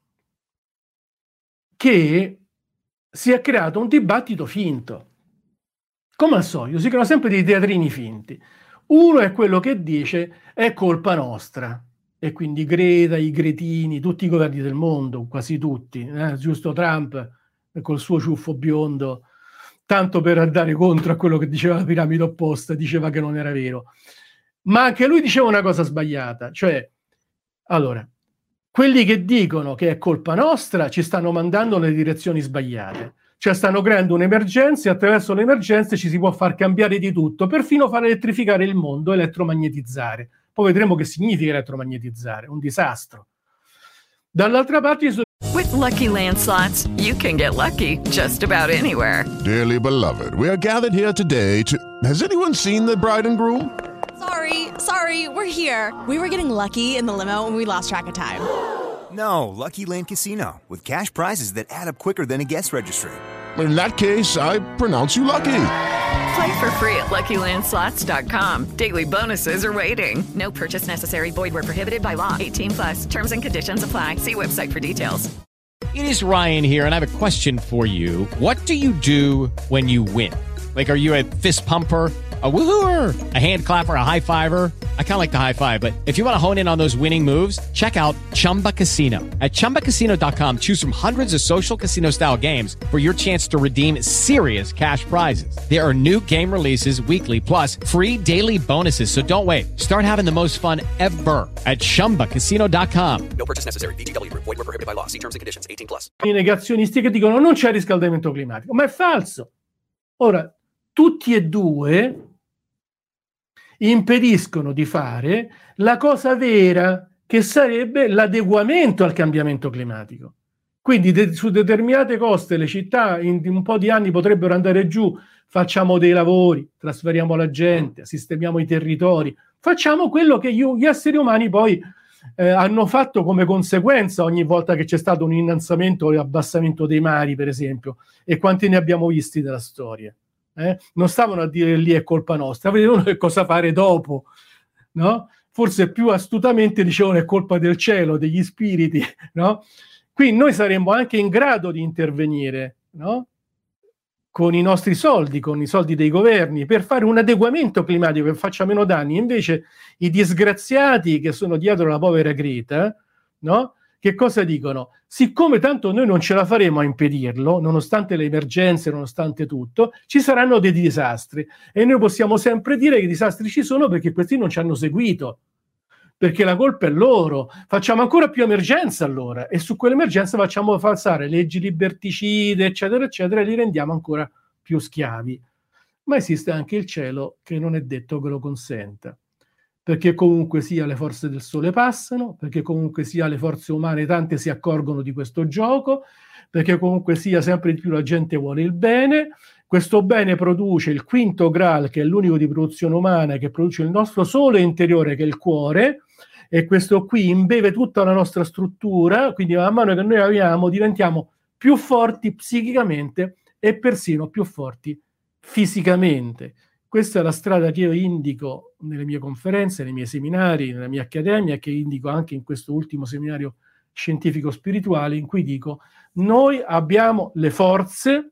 Che si è creato un dibattito finto. Come al solito, si creano sempre dei teatrini finti. Uno è quello che dice è colpa nostra. E quindi Greta, i gretini, tutti i governi del mondo, quasi tutti, giusto Trump col suo ciuffo biondo, tanto per andare contro a quello che diceva la piramide opposta, diceva che non era vero. Ma anche lui diceva una cosa sbagliata, cioè, allora, quelli che dicono che è colpa nostra ci stanno mandando nelle direzioni sbagliate, cioè stanno creando un'emergenza e attraverso le emergenze ci si può far cambiare di tutto, perfino far elettrificare il mondo, elettromagnetizzare. Poi vedremo che significa elettromagnetizzare, un disastro. Dall'altra parte... With Lucky Land Slots, you can get lucky just about anywhere. Dearly beloved, we are gathered here today to... Has anyone seen the bride and groom? Sorry, we're here. We were getting lucky in the limo and we lost track of time. No, Lucky Land Casino, with cash prizes that add up quicker than a guest registry. In that case, I pronounce you lucky. Play for free at LuckyLandSlots.com. Daily bonuses are waiting. No purchase necessary. Void where prohibited by law. 18+. Terms and conditions apply. See website for details. It is Ryan here, and I have a question for you. What do you do when you win? Like, are you a fist pumper, a woohooer, a hand clapper, a high fiver? I kind of like the high five, but if you want to hone in on those winning moves, check out Chumba Casino. At ChumbaCasino.com, choose from hundreds of social casino-style games for your chance to redeem serious cash prizes. There are new game releases weekly, plus free daily bonuses, so don't wait. Start having the most fun ever at ChumbaCasino.com. No purchase necessary. VGW. Void where prohibited by law. See terms and conditions. 18+. I negazionisti che dicono non c'è riscaldamento climatico, ma è falso. Ora, tutti e due impediscono di fare la cosa vera, che sarebbe l'adeguamento al cambiamento climatico. Quindi su determinate coste le città in un po' di anni potrebbero andare giù, facciamo dei lavori, trasferiamo la gente, sistemiamo i territori, facciamo quello che gli esseri umani poi hanno fatto come conseguenza ogni volta che c'è stato un innalzamento o abbassamento dei mari, per esempio, e quanti ne abbiamo visti nella storia. Non stavano a dire lì è colpa nostra, vedevano che cosa fare dopo, no? Forse più astutamente dicevano è colpa del cielo, degli spiriti, no? Qui noi saremmo anche in grado di intervenire, no? Con i nostri soldi, con i soldi dei governi, per fare un adeguamento climatico che faccia meno danni. Invece i disgraziati che sono dietro la povera Greta, no? Che cosa dicono? Siccome tanto noi non ce la faremo a impedirlo, nonostante le emergenze, nonostante tutto, ci saranno dei disastri. E noi possiamo sempre dire che i disastri ci sono perché questi non ci hanno seguito. Perché la colpa è loro. Facciamo ancora più emergenza allora, e su quell'emergenza facciamo passare leggi liberticide, eccetera, eccetera, e li rendiamo ancora più schiavi. Ma esiste anche il cielo che non è detto che lo consenta. Perché comunque sia le forze del sole passano, perché comunque sia le forze umane tante si accorgono di questo gioco, perché comunque sia sempre di più la gente vuole il bene. Questo bene produce il quinto Graal, che è l'unico di produzione umana, che produce il nostro sole interiore, che è il cuore, e questo qui imbeve tutta la nostra struttura, quindi man mano che noi abbiamo diventiamo più forti psichicamente e persino più forti fisicamente. Questa è la strada che io indico nelle mie conferenze, nei miei seminari, nella mia accademia, che indico anche in questo ultimo seminario scientifico-spirituale, in cui dico: noi abbiamo le forze,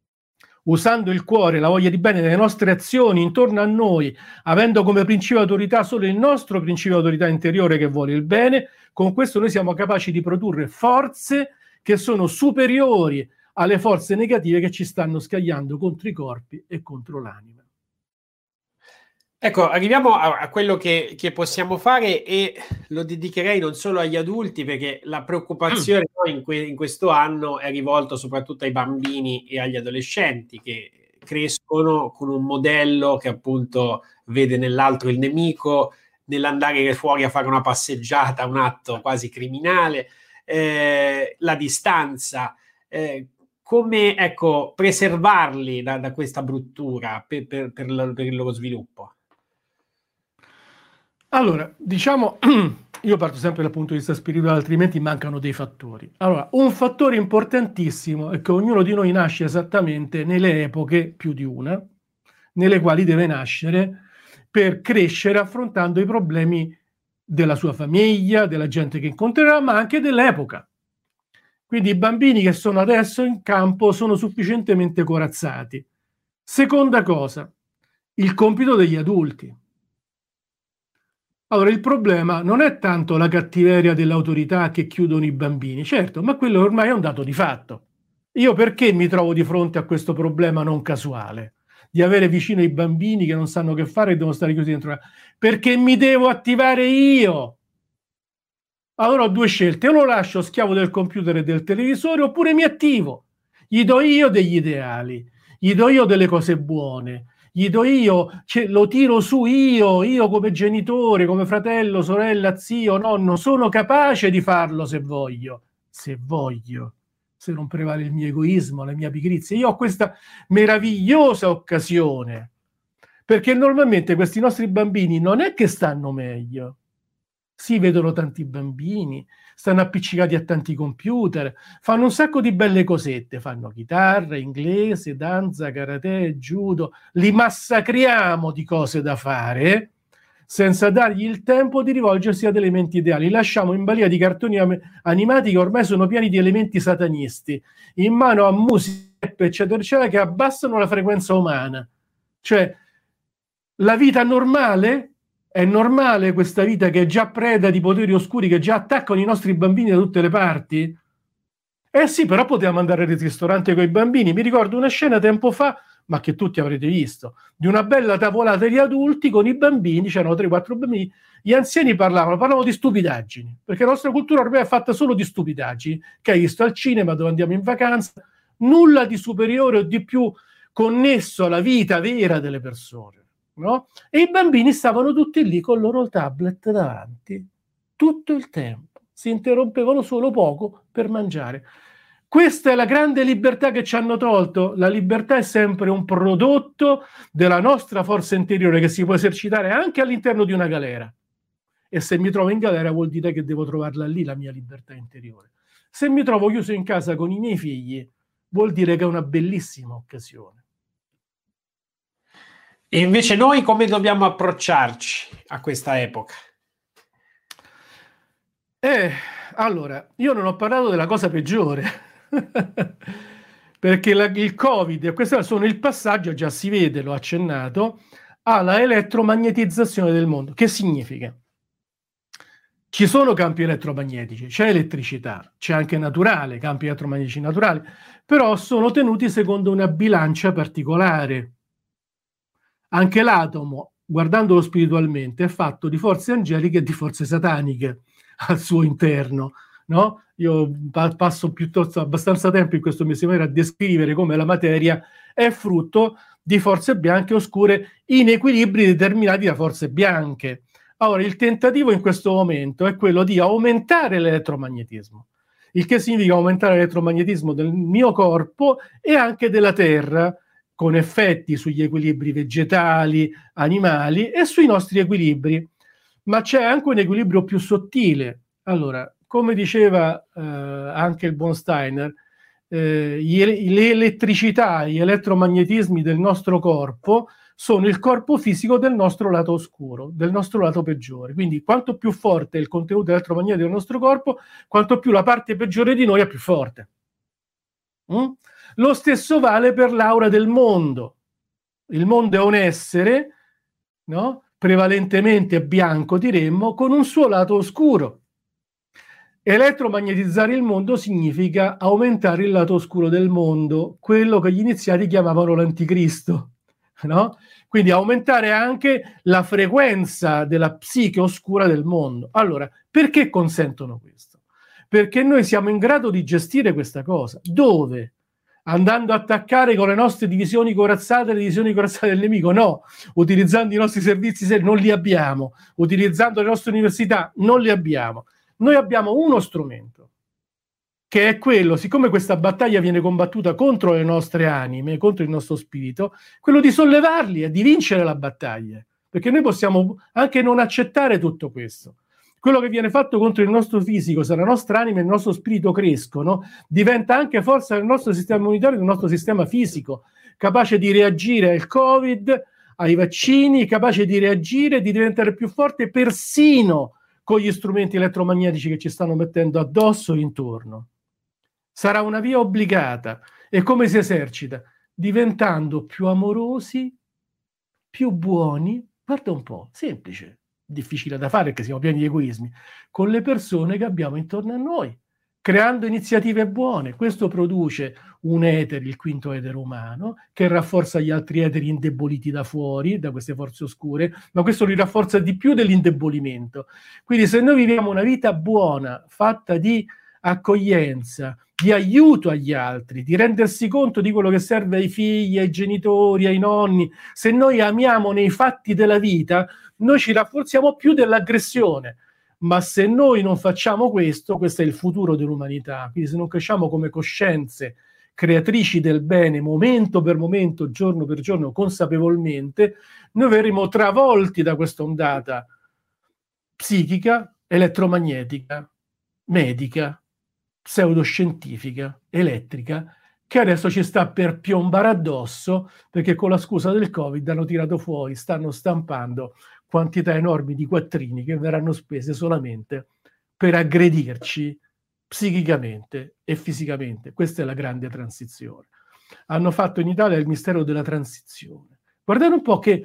usando il cuore, la voglia di bene nelle nostre azioni intorno a noi, avendo come principio autorità solo il nostro principio autorità interiore che vuole il bene, con questo noi siamo capaci di produrre forze che sono superiori alle forze negative che ci stanno scagliando contro i corpi e contro l'anima. Ecco, arriviamo a quello che possiamo fare, e lo dedicherei non solo agli adulti, perché la preoccupazione in questo anno è rivolta soprattutto ai bambini e agli adolescenti che crescono con un modello che appunto vede nell'altro il nemico, nell'andare fuori a fare una passeggiata, un atto quasi criminale, la distanza. Come preservarli da questa bruttura per il loro sviluppo? Allora, diciamo, io parto sempre dal punto di vista spirituale, altrimenti mancano dei fattori. Allora, un fattore importantissimo è che ognuno di noi nasce esattamente nelle epoche, più di una, nelle quali deve nascere per crescere affrontando i problemi della sua famiglia, della gente che incontrerà, ma anche dell'epoca. Quindi i bambini che sono adesso in campo sono sufficientemente corazzati. Seconda cosa, il compito degli adulti. Allora, il problema non è tanto la cattiveria delle autorità che chiudono i bambini, certo, ma quello ormai è un dato di fatto. Io perché mi trovo di fronte a questo problema non casuale, di avere vicino i bambini che non sanno che fare e devono stare chiusi dentro? Perché mi devo attivare io. Allora ho due scelte: o lo lascio schiavo del computer e del televisore, oppure mi attivo. Gli do io degli ideali, gli do io delle cose buone, gli do io, lo tiro su io come genitore, come fratello, sorella, zio, nonno, sono capace di farlo se voglio, se non prevale il mio egoismo, la mia pigrizia. Io ho questa meravigliosa occasione, perché normalmente questi nostri bambini non è che stanno meglio. Si vedono tanti bambini, stanno appiccicati a tanti computer, fanno un sacco di belle cosette, fanno chitarra, inglese, danza, karate, judo, li massacriamo di cose da fare senza dargli il tempo di rivolgersi ad elementi ideali. Li lasciamo in balia di cartoni animati che ormai sono pieni di elementi satanisti, in mano a musiche, eccetera, eccetera, che abbassano la frequenza umana. Cioè, la vita normale... È normale questa vita che è già preda di poteri oscuri che già attaccano i nostri bambini da tutte le parti? Eh sì, però potevamo andare al ristorante con i bambini. Mi ricordo una scena tempo fa, ma che tutti avrete visto, di una bella tavolata di adulti con i bambini, c'erano 3-4 bambini, gli anziani parlavano di stupidaggini, perché la nostra cultura ormai è fatta solo di stupidaggini, che hai visto al cinema, dove andiamo in vacanza, nulla di superiore o di più connesso alla vita vera delle persone. no? E i bambini stavano tutti lì con il loro tablet davanti tutto il tempo, si interrompevano solo poco per mangiare. Questa è la grande libertà che ci hanno tolto. La libertà è sempre un prodotto della nostra forza interiore che si può esercitare anche all'interno di una galera. E se mi trovo in galera vuol dire che devo trovarla lì, la mia libertà interiore. Se mi trovo chiuso in casa con i miei figli, vuol dire che è una bellissima occasione. E invece noi come dobbiamo approcciarci a questa epoca? Allora, io non ho parlato della cosa peggiore, perché il Covid, e questo sono il passaggio, già si vede, l'ho accennato, alla elettromagnetizzazione del mondo. Che significa? Ci sono campi elettromagnetici, c'è elettricità, c'è anche naturale, campi elettromagnetici naturali, però sono tenuti secondo una bilancia particolare. Anche l'atomo, guardandolo spiritualmente, è fatto di forze angeliche e di forze sataniche al suo interno, no? Io passo piuttosto abbastanza tempo in questo mio seminario a descrivere come la materia è frutto di forze bianche oscure in equilibri determinati da forze bianche. Ora, il tentativo in questo momento è quello di aumentare l'elettromagnetismo, il che significa aumentare l'elettromagnetismo del mio corpo e anche della Terra, con effetti sugli equilibri vegetali, animali e sui nostri equilibri. Ma c'è anche un equilibrio più sottile. Allora, come diceva anche il buon Steiner, l'elettricità, gli elettromagnetismi del nostro corpo sono il corpo fisico del nostro lato oscuro, del nostro lato peggiore. Quindi quanto più forte è il contenuto elettromagnetico del nostro corpo, quanto più la parte peggiore di noi è più forte. Lo stesso vale per l'aura del mondo. Il mondo è un essere, no? Prevalentemente bianco, diremmo, con un suo lato oscuro. Elettromagnetizzare il mondo significa aumentare il lato oscuro del mondo, quello che gli iniziati chiamavano l'anticristo, no? Quindi aumentare anche la frequenza della psiche oscura del mondo. Allora, perché consentono questo? Perché noi siamo in grado di gestire questa cosa. Dove? Andando a attaccare con le nostre divisioni corazzate le divisioni corazzate del nemico? No. Utilizzando i nostri servizi seri? Non li abbiamo. Utilizzando le nostre università? Non li abbiamo. Noi abbiamo uno strumento, che è quello, siccome questa battaglia viene combattuta contro le nostre anime, contro il nostro spirito, quello di sollevarli e di vincere la battaglia. Perché noi possiamo anche non accettare tutto questo. Quello che viene fatto contro il nostro fisico, se la nostra anima e il nostro spirito crescono, diventa anche forza del nostro sistema immunitario, del nostro sistema fisico, capace di reagire al Covid, ai vaccini, capace di reagire, di diventare più forte persino con gli strumenti elettromagnetici che ci stanno mettendo addosso e intorno. Sarà una via obbligata. E come si esercita? Diventando più amorosi, più buoni, guarda un po', semplice, difficile da fare perché siamo pieni di egoismi, con le persone che abbiamo intorno a noi, creando iniziative buone. Questo produce un etere, il quinto etere umano, che rafforza gli altri eteri indeboliti da fuori, da queste forze oscure, ma questo li rafforza di più dell'indebolimento. Quindi se noi viviamo una vita buona, fatta di accoglienza, di aiuto agli altri, di rendersi conto di quello che serve ai figli, ai genitori, ai nonni, se noi amiamo nei fatti della vita, noi ci rafforziamo più dell'aggressione. Ma se noi non facciamo questo, questo è il futuro dell'umanità. Quindi se non cresciamo come coscienze creatrici del bene, momento per momento, giorno per giorno, consapevolmente, noi verremo travolti da questa ondata psichica, elettromagnetica, medica, pseudoscientifica, elettrica, che adesso ci sta per piombare addosso, perché con la scusa del Covid hanno tirato fuori, stanno stampando quantità enormi di quattrini che verranno spese solamente per aggredirci psichicamente e fisicamente. Questa è la grande transizione. Hanno fatto in Italia il mistero della transizione. Guardate un po' che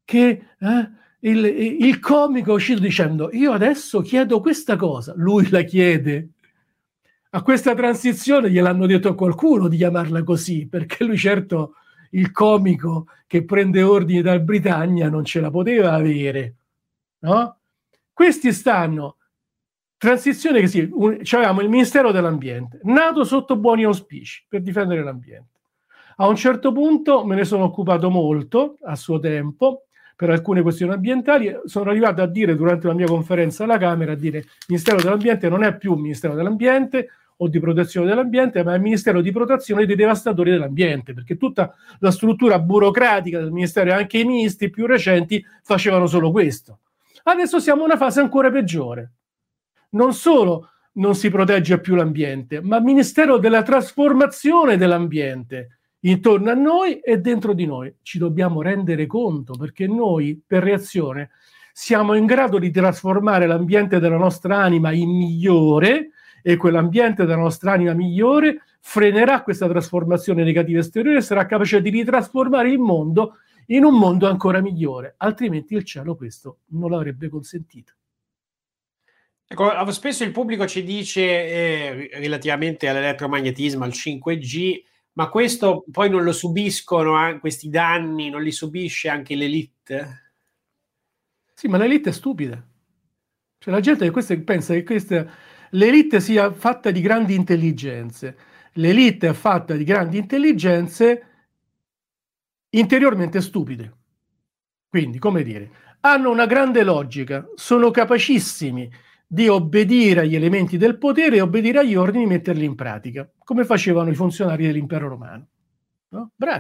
il comico è uscito dicendo: io adesso chiedo questa cosa, lui la chiede. A questa transizione gliel'hanno detto a qualcuno di chiamarla così, perché lui certo il comico che prende ordini dal Britannia non ce la poteva avere, no? Questi stanno transizione che sì, avevamo il Ministero dell'Ambiente nato sotto buoni auspici per difendere l'ambiente. A un certo punto me ne sono occupato molto a suo tempo, per alcune questioni ambientali. Sono arrivato a dire durante la mia conferenza alla Camera, a dire il Ministero dell'Ambiente non è più un Ministero dell'Ambiente o di protezione dell'ambiente, ma è il Ministero di protezione dei devastatori dell'ambiente, perché tutta la struttura burocratica del Ministero e anche i ministri più recenti facevano solo questo. Adesso siamo in una fase ancora peggiore. Non solo non si protegge più l'ambiente, ma il Ministero della trasformazione dell'ambiente intorno a noi e dentro di noi. Ci dobbiamo rendere conto, perché noi, per reazione, siamo in grado di trasformare l'ambiente della nostra anima in migliore, e quell'ambiente della nostra anima migliore frenerà questa trasformazione negativa esteriore e sarà capace di ritrasformare il mondo in un mondo ancora migliore, altrimenti il cielo questo non l'avrebbe consentito. Ecco, spesso il pubblico ci dice relativamente all'elettromagnetismo, al 5G, ma questo poi non lo subiscono, questi danni non li subisce anche l'elite? Sì, ma l'elite è stupida. Cioè la gente pensa che l'elite sia fatta di grandi intelligenze. L'elite è fatta di grandi intelligenze interiormente stupide. Quindi, come dire, hanno una grande logica, sono capacissimi di obbedire agli elementi del potere e obbedire agli ordini e metterli in pratica, come facevano i funzionari dell'impero romano. No? Bravi.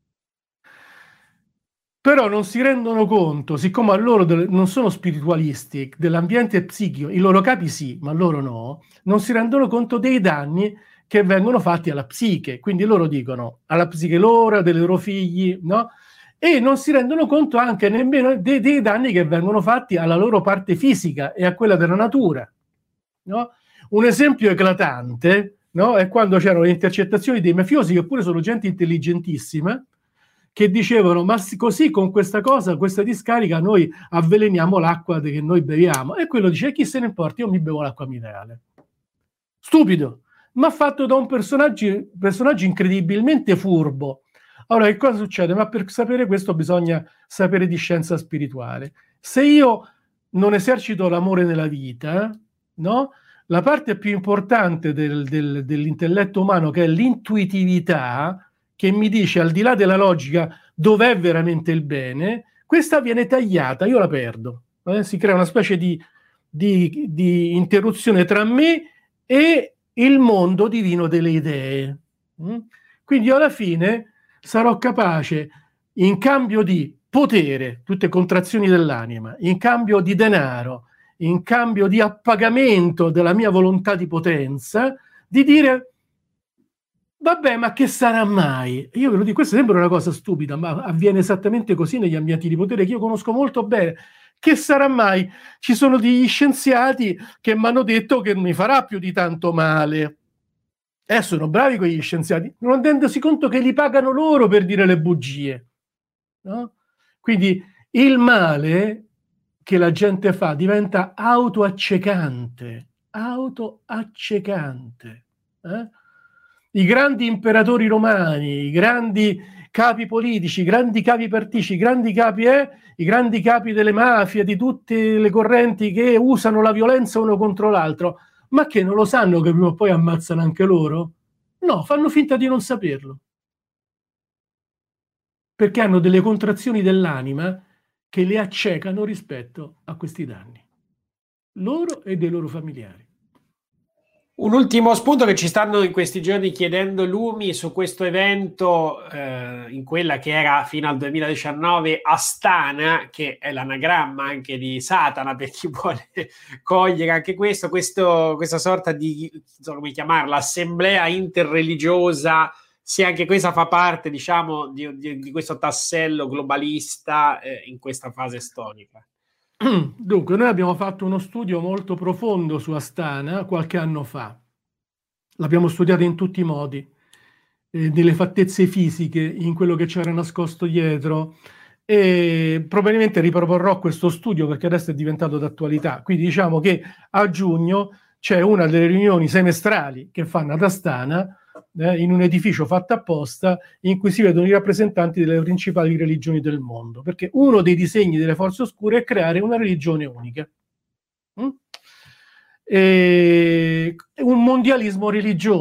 Però non si rendono conto, siccome a loro non sono spiritualisti, dell'ambiente psichico, i loro capi sì, ma loro no, non si rendono conto dei danni che vengono fatti alla psiche. Quindi loro dicono alla psiche loro, dei loro figli, no? E non si rendono conto anche nemmeno dei danni che vengono fatti alla loro parte fisica e a quella della natura. No? Un esempio eclatante, no? È quando c'erano le intercettazioni dei mafiosi, che pure sono gente intelligentissima, che dicevano ma così con questa cosa, questa discarica noi avveleniamo l'acqua che noi beviamo, e quello dice chi se ne importa, io mi bevo l'acqua minerale. Stupido, ma fatto da un personaggio incredibilmente furbo. Allora che cosa succede? Ma per sapere questo bisogna sapere di scienza spirituale. Se io non esercito l'amore nella vita, no? La parte più importante dell'intelletto umano, che è l'intuitività, che mi dice al di là della logica dov'è veramente il bene, questa viene tagliata, io la perdo. Si crea una specie di interruzione tra me e il mondo divino delle idee. Quindi io alla fine sarò capace, in cambio di potere, tutte contrazioni dell'anima, in cambio di denaro, in cambio di appagamento della mia volontà di potenza, di dire vabbè, ma che sarà mai? Io ve lo dico, questo sembra una cosa stupida, ma avviene esattamente così negli ambienti di potere che io conosco molto bene. Che sarà mai? Ci sono degli scienziati che mi hanno detto che non mi farà più di tanto male. Sono bravi quegli scienziati, non rendendosi conto che li pagano loro per dire le bugie. No? Quindi il male che la gente fa diventa autoaccecante. I grandi imperatori romani, i grandi capi politici, i grandi capi partitici, i grandi capi delle mafie, di tutte le correnti che usano la violenza uno contro l'altro, ma che non lo sanno che prima o poi ammazzano anche loro? No, fanno finta di non saperlo. Perché hanno delle contrazioni dell'anima che le accecano rispetto a questi danni, loro e dei loro familiari. Un ultimo spunto che ci stanno in questi giorni chiedendo lumi su questo evento in quella che era fino al 2019 Astana, che è l'anagramma anche di Satana, per chi vuole cogliere anche questa sorta di, come chiamarla, assemblea interreligiosa, se anche questa fa parte, diciamo, di questo tassello globalista in questa fase storica. Dunque, noi abbiamo fatto uno studio molto profondo su Astana qualche anno fa. L'abbiamo studiata in tutti i modi, nelle fattezze fisiche, in quello che c'era nascosto dietro, e probabilmente riproporrò questo studio perché adesso è diventato d'attualità. Quindi diciamo che a giugno c'è una delle riunioni semestrali che fanno ad Astana, in un edificio fatto apposta, in cui si vedono i rappresentanti delle principali religioni del mondo, perché uno dei disegni delle forze oscure è creare una religione unica, un mondialismo religioso,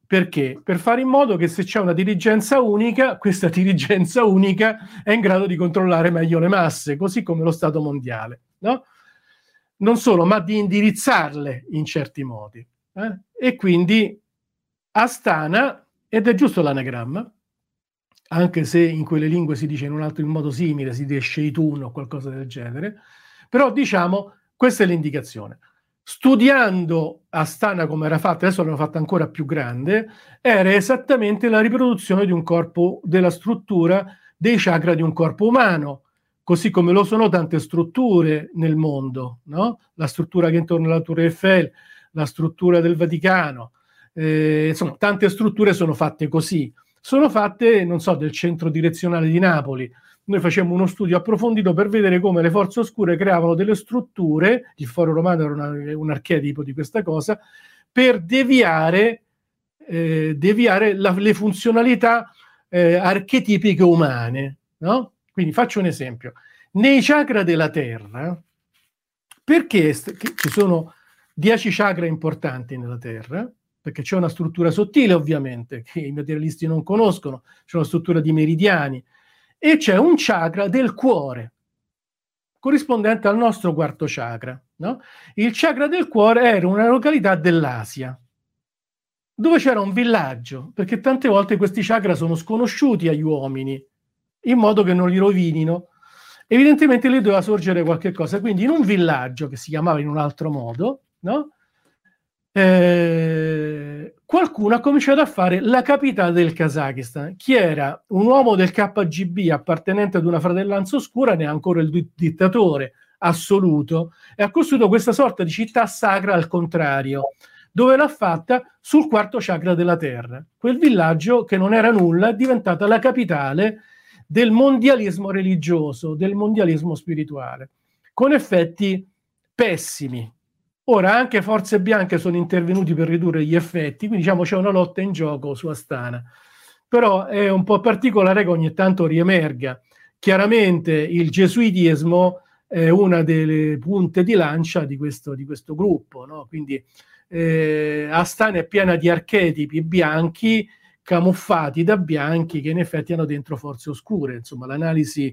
Perché? Per fare in modo che se c'è una dirigenza unica, questa dirigenza unica è in grado di controllare meglio le masse, così come lo Stato mondiale, no? Non solo, ma di indirizzarle in certi modi. E quindi Astana, ed è giusto l'anagramma, anche se in quelle lingue si dice in modo simile, si dice Sheitun o qualcosa del genere, però diciamo, questa è l'indicazione. Studiando Astana come era fatta, adesso l'hanno fatta ancora più grande, era esattamente la riproduzione di un corpo, della struttura dei chakra di un corpo umano, così come lo sono tante strutture nel mondo, no? La struttura che è intorno alla Tour Eiffel, la struttura del Vaticano, insomma, tante strutture sono fatte così. Sono fatte, non so, del centro direzionale di Napoli. Noi facemmo uno studio approfondito per vedere come le forze oscure creavano delle strutture, il Foro Romano era un archetipo di questa cosa, per deviare le funzionalità archetipiche umane, no? Quindi faccio un esempio. Nei chakra della Terra, perché ci sono 10 chakra importanti nella Terra? Perché c'è una struttura sottile, ovviamente, che i materialisti non conoscono, c'è una struttura di meridiani, e c'è un chakra del cuore, corrispondente al nostro quarto chakra, no? Il chakra del cuore era una località dell'Asia, dove c'era un villaggio, perché tante volte questi chakra sono sconosciuti agli uomini, in modo che non li rovinino. Evidentemente lì doveva sorgere qualche cosa, quindi in un villaggio che si chiamava in un altro modo, no? Qualcuno ha cominciato a fare la capitale del Kazakistan. Chi era un uomo del KGB appartenente ad una fratellanza oscura, ne è ancora il dittatore assoluto, e ha costruito questa sorta di città sacra al contrario, dove l'ha fatta sul quarto chakra della terra. Quel villaggio, che non era nulla, è diventata la capitale del mondialismo religioso, del mondialismo spirituale, con effetti pessimi. Ora anche forze bianche sono intervenuti per ridurre gli effetti, quindi diciamo c'è una lotta in gioco su Astana. Però è un po' particolare che ogni tanto riemerga. Chiaramente il gesuitismo è una delle punte di lancia di questo gruppo, no? Quindi Astana è piena di archetipi bianchi camuffati da bianchi che in effetti hanno dentro forze oscure. Insomma, l'analisi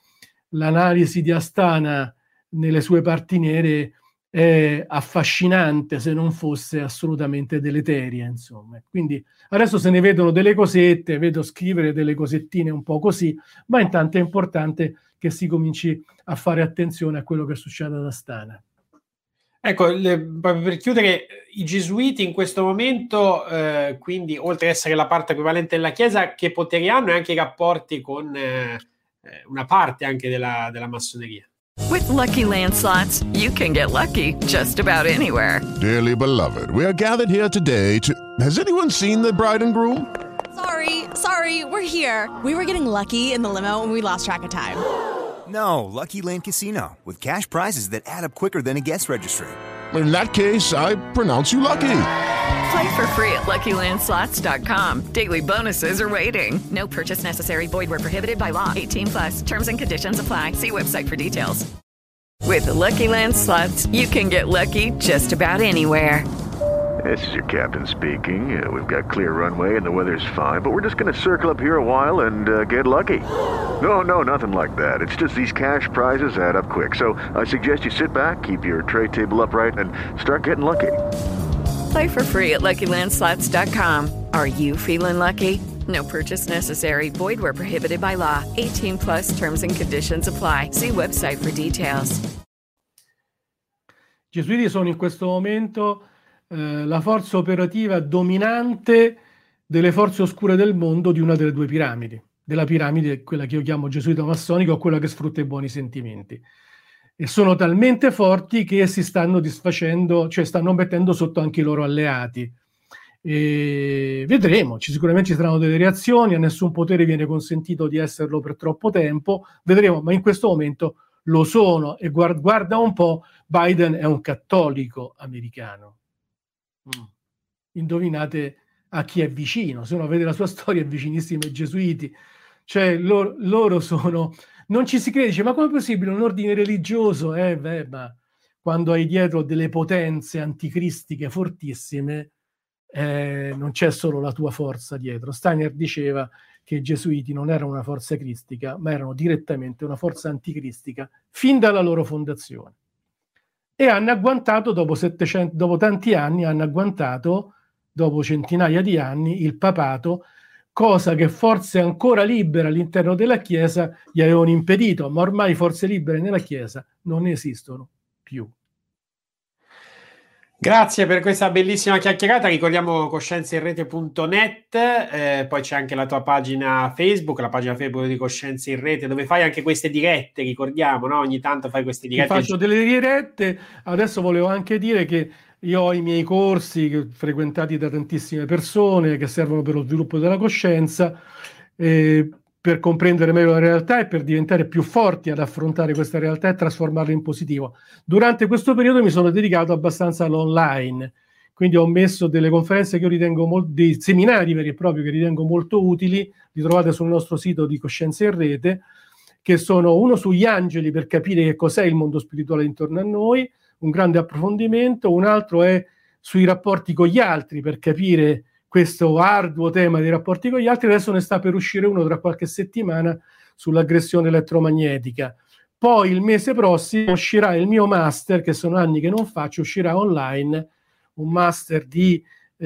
di Astana nelle sue parti nere è affascinante, se non fosse assolutamente deleteria, insomma. Quindi adesso se ne vedono delle cosette, vedo scrivere delle cosettine un po' così, ma intanto è importante che si cominci a fare attenzione a quello che succede ad Astana. Ecco, proprio per chiudere, i gesuiti in questo momento, quindi oltre ad essere la parte equivalente della Chiesa, che poteri hanno e anche i rapporti con una parte anche della massoneria? With Lucky Land Slots, you can get lucky just about anywhere. Dearly beloved, we are gathered here today to... Has anyone seen the bride and groom? Sorry, we're here. We were getting lucky in the limo and we lost track of time. No, Lucky Land Casino, with cash prizes that add up quicker than a guest registry. In that case, I pronounce you lucky. Play for free at LuckyLandSlots.com. Daily bonuses are waiting. No purchase necessary. Void where prohibited by law. 18+. Terms and conditions apply. See website for details. With the Lucky Land Slots, you can get lucky just about anywhere. This is your captain speaking. We've got clear runway and the weather's fine, but we're just going to circle up here a while and get lucky. No, nothing like that. It's just these cash prizes add up quick. So I suggest you sit back, keep your tray table upright, and start getting lucky. Play for free at LuckyLandSlots.com. Are you feeling lucky? No purchase necessary. Void where prohibited by law. 18+ terms and conditions apply. See website for details. I gesuiti sono in questo momento la forza operativa dominante delle forze oscure del mondo di una delle due piramidi. Della piramide, quella che io chiamo gesuito massonico, o quella che sfrutta i buoni sentimenti. E sono talmente forti che si stanno disfacendo, cioè stanno mettendo sotto anche i loro alleati. E vedremo, sicuramente ci saranno delle reazioni, a nessun potere viene consentito di esserlo per troppo tempo, vedremo, ma in questo momento lo sono. E guarda un po', Biden è un cattolico americano. Indovinate a chi è vicino. Se uno vede la sua storia, è vicinissimo ai gesuiti. Cioè loro sono... Non ci si crede, dice, ma come è possibile un ordine religioso? Ma quando hai dietro delle potenze anticristiche fortissime, non c'è solo la tua forza dietro. Steiner diceva che i gesuiti non erano una forza cristica, ma erano direttamente una forza anticristica fin dalla loro fondazione. E hanno agguantato, dopo tanti anni, hanno agguantato, dopo centinaia di anni, il papato, cosa che forze ancora libere all'interno della Chiesa gli avevano impedito, ma ormai forze libere nella Chiesa non esistono più. Grazie per questa bellissima chiacchierata. Ricordiamo coscienzainrete.net, poi c'è anche la tua pagina Facebook, la pagina Facebook di Coscienza in Rete, dove fai anche queste dirette, ricordiamo, no? Ogni tanto fai queste dirette. Faccio delle dirette. Adesso volevo anche dire che io ho i miei corsi frequentati da tantissime persone che servono per lo sviluppo della coscienza, per comprendere meglio la realtà e per diventare più forti ad affrontare questa realtà e trasformarla in positivo. Durante questo periodo mi sono dedicato abbastanza all'online, quindi ho messo delle conferenze che io ritengo dei seminari veri e propri che ritengo molto utili, li trovate sul nostro sito di Coscienza in Rete, che sono uno sugli angeli per capire che cos'è il mondo spirituale intorno a noi, un grande approfondimento, un altro è sui rapporti con gli altri per capire questo arduo tema dei rapporti con gli altri. Adesso ne sta per uscire uno tra qualche settimana sull'aggressione elettromagnetica. Poi il mese prossimo uscirà il mio master, che sono anni che non faccio, uscirà online, un master di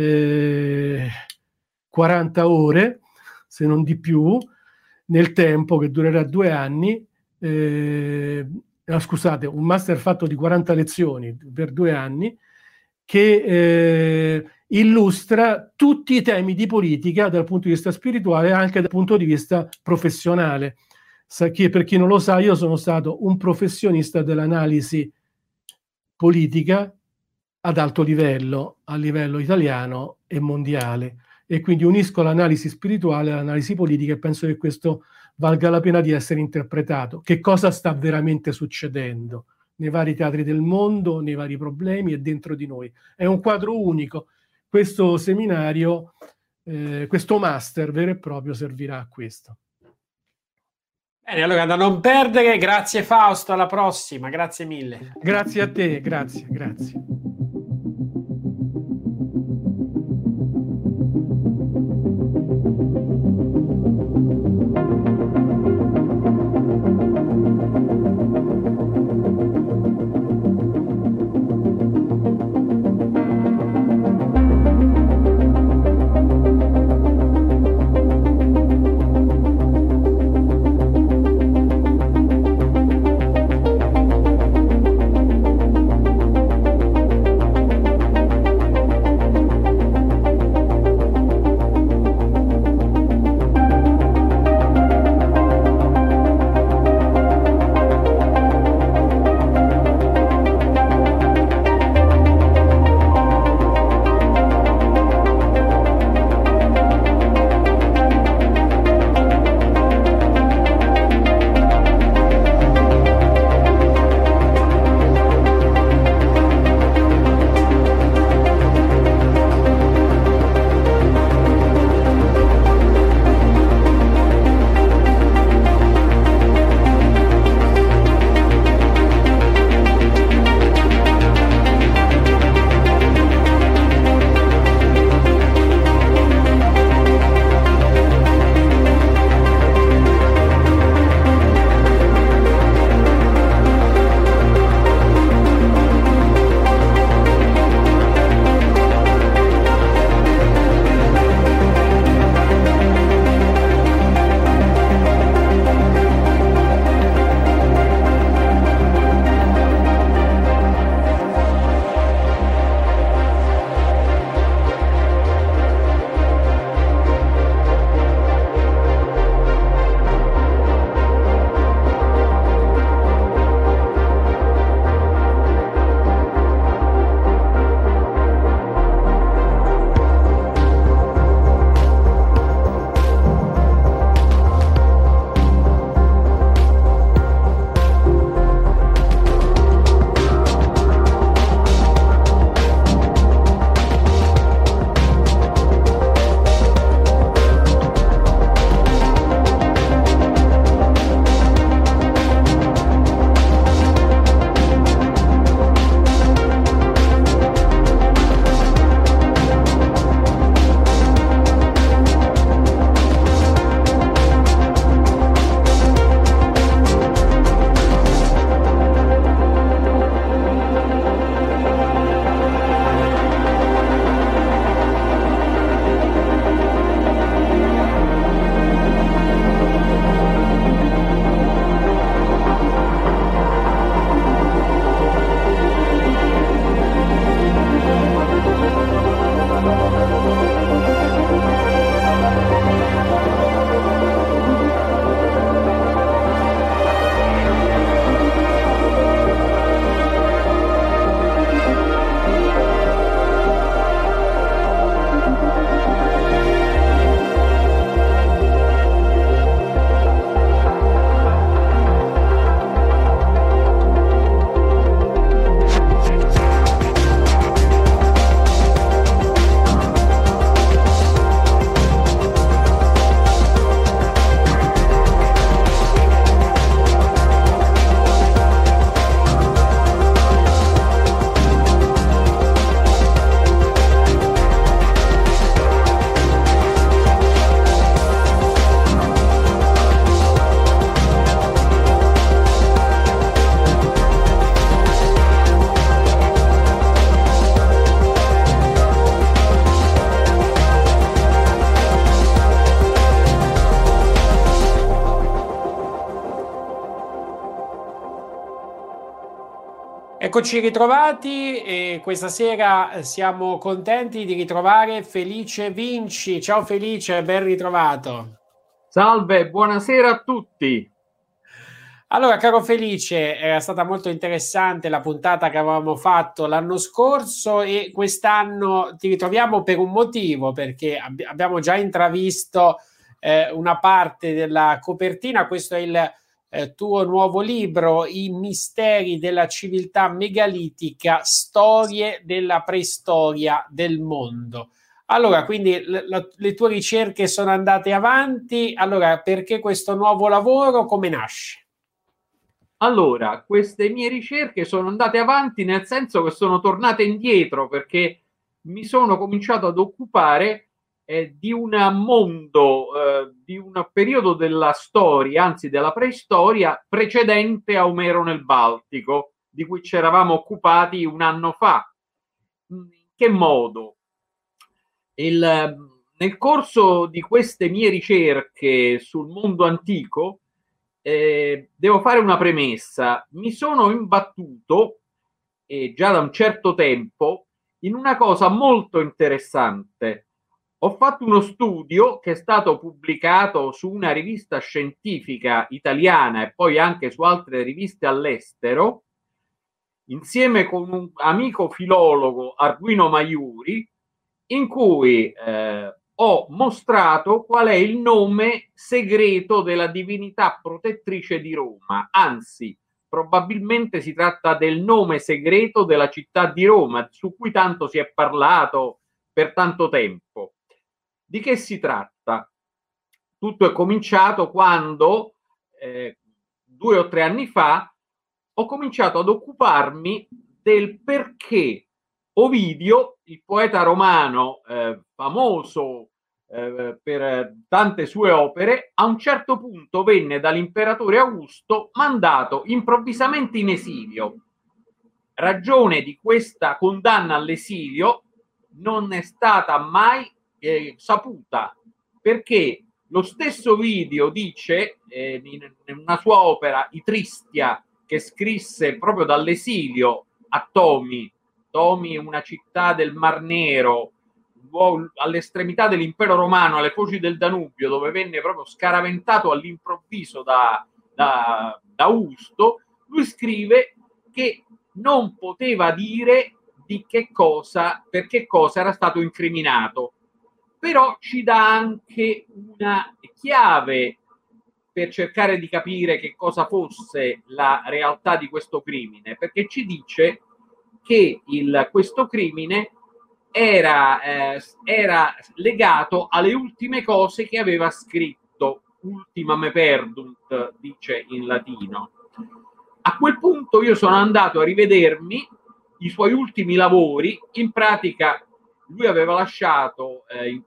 40 ore, se non di più, nel tempo, che durerà 2 anni. Scusate, un master fatto di 40 lezioni per 2 anni, che illustra tutti i temi di politica dal punto di vista spirituale e anche dal punto di vista professionale. Per chi non lo sa, io sono stato un professionista dell'analisi politica ad alto livello, a livello italiano e mondiale, e quindi unisco l'analisi spirituale all'analisi politica e penso che questo valga la pena di essere interpretato. Che cosa sta veramente succedendo nei vari teatri del mondo, nei vari problemi e dentro di noi. È un quadro unico. Questo seminario, questo master vero e proprio servirà a questo. Bene, allora da non perdere, grazie Fausto, alla prossima, grazie mille. Grazie a te, grazie. Eccoci ritrovati e questa sera siamo contenti di ritrovare Felice Vinci. Ciao Felice, ben ritrovato. Salve, buonasera a tutti. Allora, caro Felice, era stata molto interessante la puntata che avevamo fatto l'anno scorso e quest'anno ti ritroviamo per un motivo, perché abbiamo già intravisto una parte della copertina. Questo è il tuo nuovo libro, I misteri della civiltà megalitica, storie della preistoria del mondo. Allora, quindi le tue ricerche sono andate avanti. Allora, perché questo nuovo lavoro? Come nasce? Allora, queste mie ricerche sono andate avanti nel senso che sono tornate indietro, perché mi sono cominciato ad occupare di un mondo, di un periodo della storia, anzi della preistoria, precedente a Omero nel Baltico, di cui ci eravamo occupati un anno fa. In che modo? Nel corso di queste mie ricerche sul mondo antico, devo fare una premessa. Mi sono imbattuto, già da un certo tempo, in una cosa molto interessante. Ho fatto uno studio che è stato pubblicato su una rivista scientifica italiana e poi anche su altre riviste all'estero, insieme con un amico filologo, Arduino Maiuri, in cui ho mostrato qual è il nome segreto della divinità protettrice di Roma. Anzi, probabilmente si tratta del nome segreto della città di Roma, su cui tanto si è parlato per tanto tempo. Di che si tratta? Tutto è cominciato quando, 2 o 3 anni fa, ho cominciato ad occuparmi del perché Ovidio, il poeta romano famoso per tante sue opere, a un certo punto venne dall'imperatore Augusto mandato improvvisamente in esilio. Ragione di questa condanna all'esilio non è stata mai saputa, perché lo stesso Ovidio dice in una sua opera, I Tristia, che scrisse proprio dall'esilio a Tomi, una città del Mar Nero, all'estremità dell'impero romano, alle foci del Danubio, dove venne proprio scaraventato all'improvviso da Augusto. Lui scrive che non poteva dire di che cosa, per che cosa era stato incriminato, però ci dà anche una chiave per cercare di capire che cosa fosse la realtà di questo crimine, perché ci dice che questo crimine era legato alle ultime cose che aveva scritto, ultima me perdunt, dice in latino. A quel punto io sono andato a rivedermi i suoi ultimi lavori. In pratica lui aveva lasciato,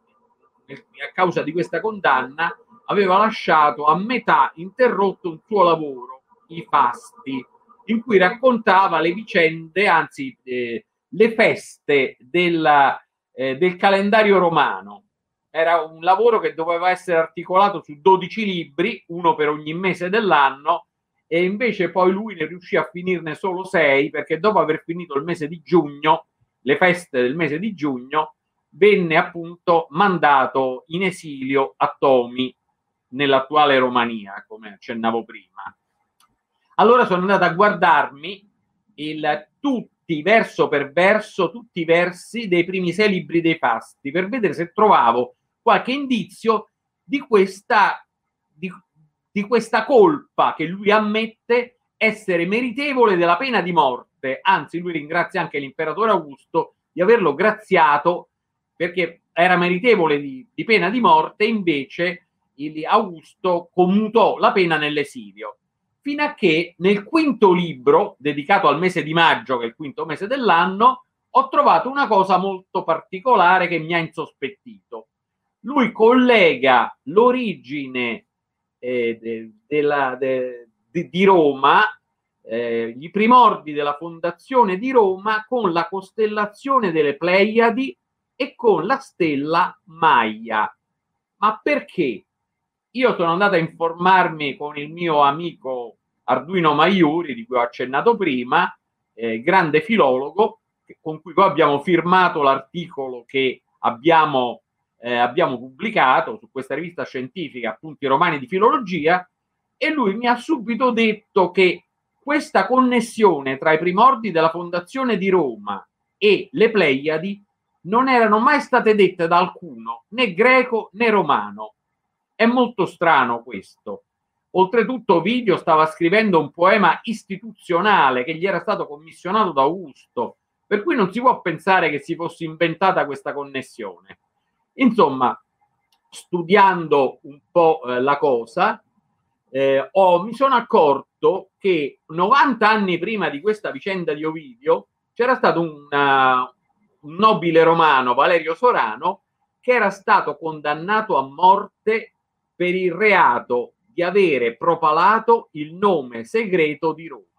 a causa di questa condanna, aveva lasciato a metà interrotto un suo lavoro, I Fasti, in cui raccontava le vicende, anzi le feste del calendario romano. Era un lavoro che doveva essere articolato su 12 libri, uno per ogni mese dell'anno, e invece poi lui ne riuscì a finirne solo 6, perché dopo aver finito il mese di giugno, le feste del mese di giugno, venne appunto mandato in esilio a Tomi, nell'attuale Romania, come accennavo prima. Allora sono andato a guardarmi tutti, verso per verso, tutti i versi dei primi 6 libri dei Fasti, per vedere se trovavo qualche indizio di questa colpa che lui ammette essere meritevole della pena di morte. Anzi, lui ringrazia anche l'imperatore Augusto di averlo graziato, perché era meritevole di pena di morte, invece Augusto commutò la pena nell'esilio. Fino a che nel 5° libro, dedicato al mese di maggio, che è il 5° mese dell'anno, ho trovato una cosa molto particolare che mi ha insospettito. Lui collega l'origine di Roma, i primordi della fondazione di Roma, con la costellazione delle Pleiadi e con la stella Maia. Ma perché? Io sono andato a informarmi con il mio amico Arduino Maiuri, di cui ho accennato prima, grande filologo, con cui poi abbiamo firmato l'articolo che abbiamo pubblicato su questa rivista scientifica, Appunti Romani di Filologia, e lui mi ha subito detto che questa connessione tra i primordi della fondazione di Roma e le Pleiadi non erano mai state dette da alcuno, né greco né romano. È molto strano questo. Oltretutto Ovidio stava scrivendo un poema istituzionale che gli era stato commissionato da Augusto, per cui non si può pensare che si fosse inventata questa connessione. Insomma, studiando un po' la cosa, mi sono accorto che 90 anni prima di questa vicenda di Ovidio c'era stato un nobile romano, Valerio Sorano, che era stato condannato a morte per il reato di avere propalato il nome segreto di Roma.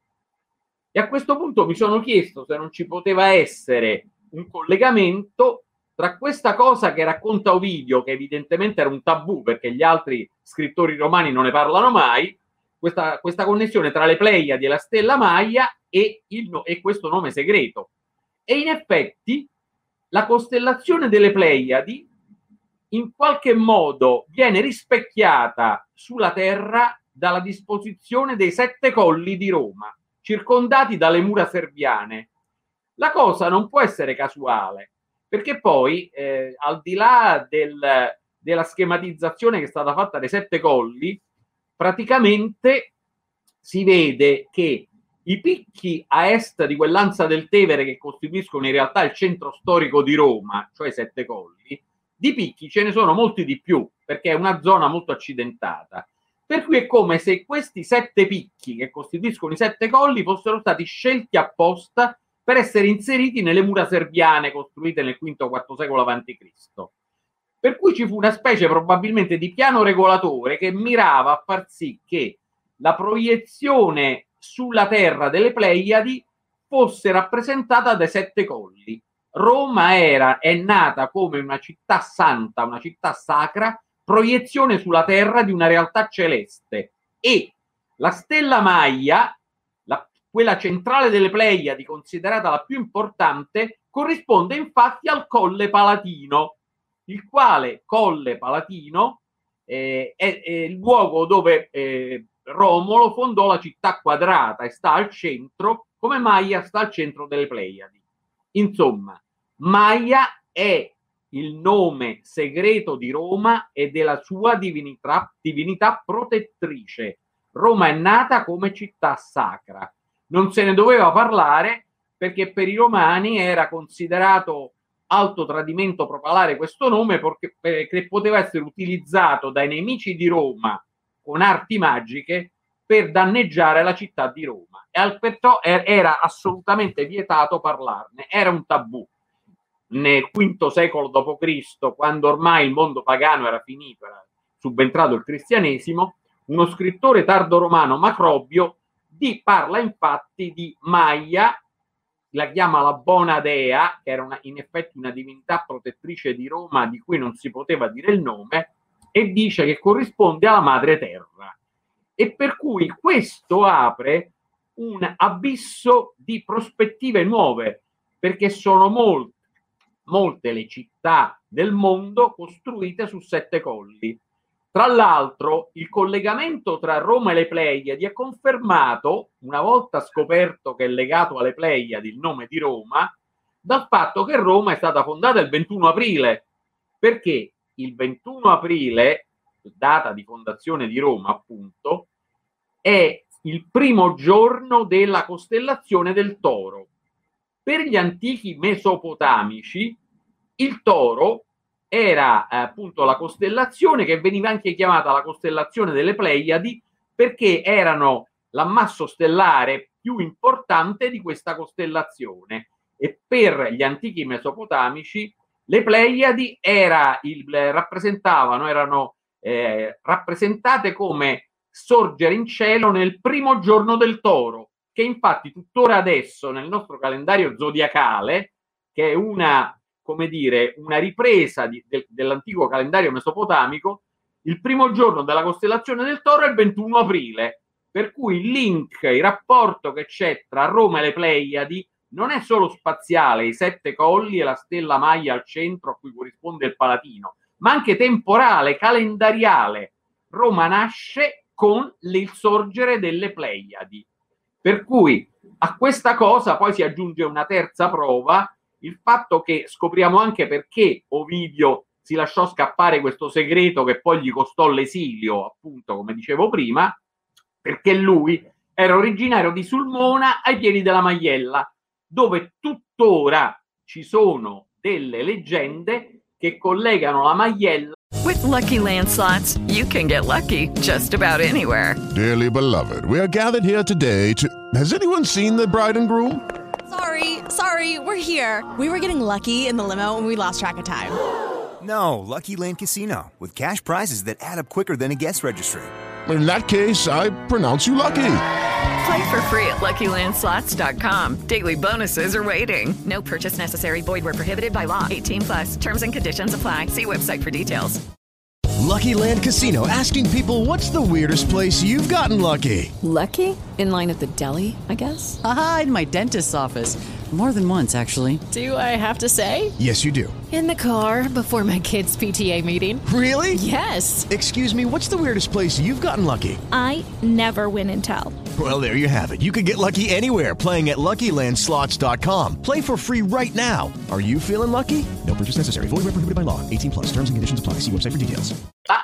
E a questo punto mi sono chiesto se non ci poteva essere un collegamento tra questa cosa che racconta Ovidio, che evidentemente era un tabù perché gli altri scrittori romani non ne parlano mai, questa connessione tra le Pleiadi e la stella Maia e questo nome segreto. E in effetti la costellazione delle Pleiadi in qualche modo viene rispecchiata sulla Terra dalla disposizione dei 7 colli di Roma, circondati dalle mura serviane. La cosa non può essere casuale, perché poi, al di là della schematizzazione che è stata fatta dei 7 colli, praticamente si vede che i picchi a est di quell'Ansa del Tevere, che costituiscono in realtà il centro storico di Roma, cioè 7 colli, di picchi ce ne sono molti di più, perché è una zona molto accidentata. Per cui è come se questi 7 picchi che costituiscono i 7 colli fossero stati scelti apposta per essere inseriti nelle mura serviane costruite nel V-IV secolo a.C. Per cui ci fu una specie probabilmente di piano regolatore che mirava a far sì che la proiezione sulla Terra delle Pleiadi fosse rappresentata dai 7 colli. Roma è nata come una città santa, una città sacra, proiezione sulla Terra di una realtà celeste, e la stella Maia, quella centrale delle Pleiadi, considerata la più importante, corrisponde infatti al Colle Palatino, il quale Colle Palatino è il luogo dove Romolo fondò la città quadrata e sta al centro, come Maia sta al centro delle Pleiadi. Insomma, Maia è il nome segreto di Roma e della sua divinità protettrice. Roma è nata come città sacra. Non se ne doveva parlare perché per i romani era considerato alto tradimento propalare questo nome, perché poteva essere utilizzato dai nemici di Roma con arti magiche per danneggiare la città di Roma. E perciò era assolutamente vietato parlarne, era un tabù. Nel V secolo d.C., quando ormai il mondo pagano era finito, era subentrato il cristianesimo, uno scrittore tardo-romano, Macrobio, parla infatti di Maia, la chiama la Bona Dea, che era in effetti una divinità protettrice di Roma di cui non si poteva dire il nome, e dice che corrisponde alla madre terra. E per cui questo apre un abisso di prospettive nuove, perché sono molte le città del mondo costruite su 7 colli. Tra l'altro, il collegamento tra Roma e le Pleiadi è confermato, una volta scoperto che è legato alle Pleiadi il nome di Roma, dal fatto che Roma è stata fondata il 21 aprile, perché il 21 aprile, data di fondazione di Roma appunto, è il primo giorno della costellazione del Toro. Per gli antichi mesopotamici il Toro era appunto la costellazione che veniva anche chiamata la costellazione delle Pleiadi, perché erano l'ammasso stellare più importante di questa costellazione, e per gli antichi mesopotamici le Pleiadi erano rappresentate come sorgere in cielo nel primo giorno del Toro, che infatti tuttora adesso nel nostro calendario zodiacale, che è una ripresa dell'antico calendario mesopotamico, il primo giorno della costellazione del Toro è il 21 aprile, Per cui il link, il rapporto che c'è tra Roma e le Pleiadi non è solo spaziale, i 7 colli e la stella Maia al centro a cui corrisponde il Palatino, ma anche temporale, calendariale. Roma nasce con il sorgere delle Pleiadi. Per cui a questa cosa poi si aggiunge una terza prova, il fatto che scopriamo anche perché Ovidio si lasciò scappare questo segreto che poi gli costò l'esilio, appunto, come dicevo prima, perché lui era originario di Sulmona ai piedi della Maiella, dove tuttora ci sono delle leggende che collegano la Maiella. With Lucky Land Slots, you can get lucky just about anywhere. Dearly beloved, we are gathered here today to... Has anyone seen the bride and groom? Sorry, we're here. We were getting lucky in the limo and we lost track of time. No, Lucky Land Casino, with cash prizes that add up quicker than a guest registry. In that case, I pronounce you lucky. Play for free at LuckyLandSlots.com. Daily bonuses are waiting. No purchase necessary. Void where prohibited by law. 18+. Terms and conditions apply. See website for details. Lucky Land Casino, asking people, what's the weirdest place you've gotten lucky? Lucky? In line at the deli, I guess? Aha, in my dentist's office. More than once, actually. Do I have to say? Yes, you do. In the car before my kids' PTA meeting. Really? Yes. Excuse me, what's the weirdest place you've gotten lucky? I never win and tell. Well, there you have it. You can get lucky anywhere, playing at LuckyLandSlots.com. Play for free right now. Are you feeling lucky? No purchase necessary. Void where prohibited by law. 18+. Terms and conditions apply. See website for details.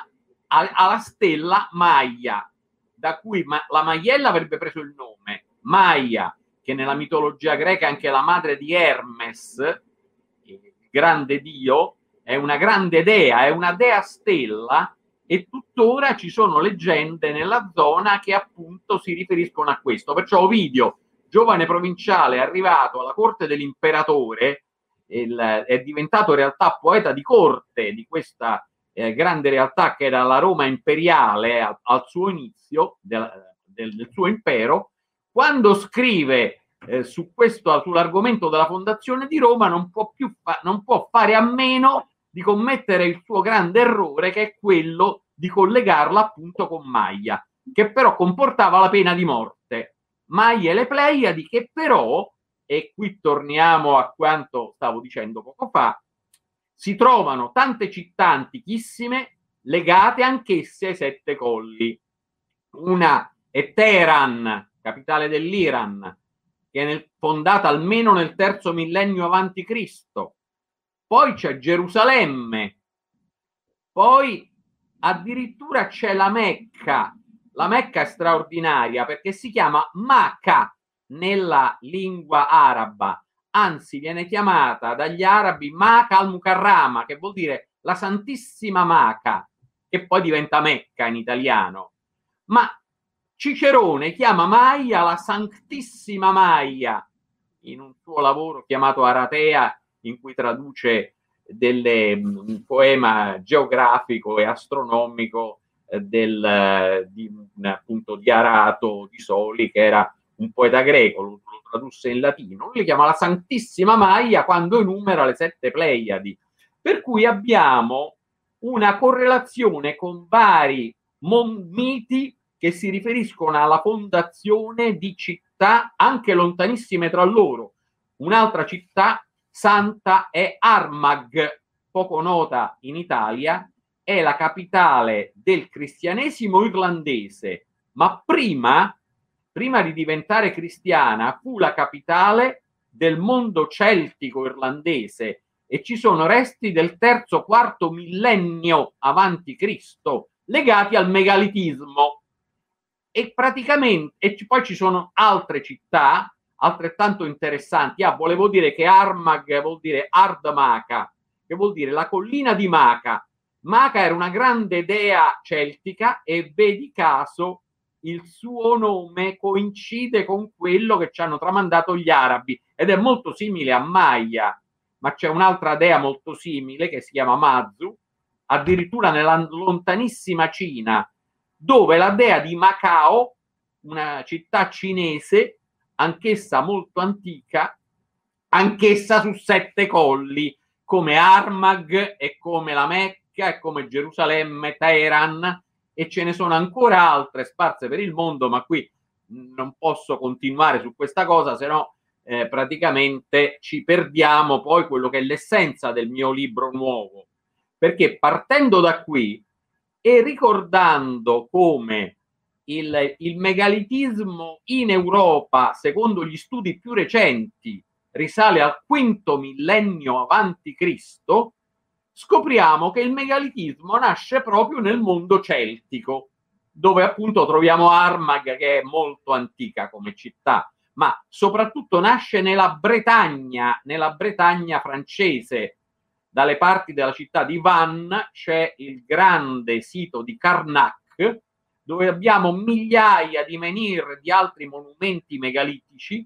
Alla stella Maia, da cui la Maiella avrebbe preso il nome. Maia, che nella mitologia greca è anche la madre di Hermes, il grande dio, è una grande dea, è una dea stella, e tuttora ci sono leggende nella zona che appunto si riferiscono a questo. Perciò Ovidio, giovane provinciale arrivato alla corte dell'imperatore, è diventato in realtà poeta di corte di questa grande realtà che era la Roma imperiale al suo inizio del suo impero. Quando scrive sull'argomento della fondazione di Roma non può fare a meno di commettere il suo grande errore, che è quello di collegarla appunto con Maia, che però comportava la pena di morte. Maia e le Pleiadi, che però, e qui torniamo a quanto stavo dicendo poco fa, si trovano tante città antichissime legate anch'esse ai 7 colli. Una è Teheran, capitale dell'Iran, che è fondata almeno nel III millennio avanti Cristo. Poi c'è Gerusalemme, poi addirittura c'è la Mecca. La Mecca è straordinaria perché si chiama Maca nella lingua araba, anzi viene chiamata dagli arabi Maca al-Mukarrama, che vuol dire la Santissima Maca, che poi diventa Mecca in italiano. Ma Cicerone chiama Maia la Sanctissima Maia in un suo lavoro chiamato Aratea, in cui traduce un poema geografico e astronomico appunto di Arato di Soli, che era un poeta greco, lo tradusse in latino. Lui li chiama la Santissima Maia quando enumera le 7 Pleiadi. Per cui abbiamo una correlazione con vari miti che si riferiscono alla fondazione di città anche lontanissime tra loro. Un'altra città santa è Armagh, poco nota in Italia, è la capitale del cristianesimo irlandese, ma prima di diventare cristiana fu la capitale del mondo celtico irlandese, e ci sono resti del III-IV millennio avanti Cristo legati al megalitismo. E praticamente poi ci sono altre città altrettanto interessanti. Volevo dire che Armagh vuol dire Ardmaca, che vuol dire la collina di Maca. Maca era una grande dea celtica e vedi caso il suo nome coincide con quello che ci hanno tramandato gli arabi ed è molto simile a Maia, ma c'è un'altra dea molto simile che si chiama Mazu, addirittura nella lontanissima Cina, dove la dea di Macao, una città cinese, anch'essa molto antica, anch'essa su 7 colli, come Armagh e come la Mecca e come Gerusalemme, Teheran, e ce ne sono ancora altre sparse per il mondo, ma qui non posso continuare su questa cosa, se no praticamente ci perdiamo poi quello che è l'essenza del mio libro nuovo, perché partendo da qui e ricordando come il megalitismo in Europa, secondo gli studi più recenti, risale al V millennio avanti Cristo, scopriamo che il megalitismo nasce proprio nel mondo celtico, dove appunto troviamo Armagh, che è molto antica come città, ma soprattutto nasce nella Bretagna francese. Dalle parti della città di Vannes c'è il grande sito di Karnak, dove abbiamo migliaia di menhir di altri monumenti megalitici,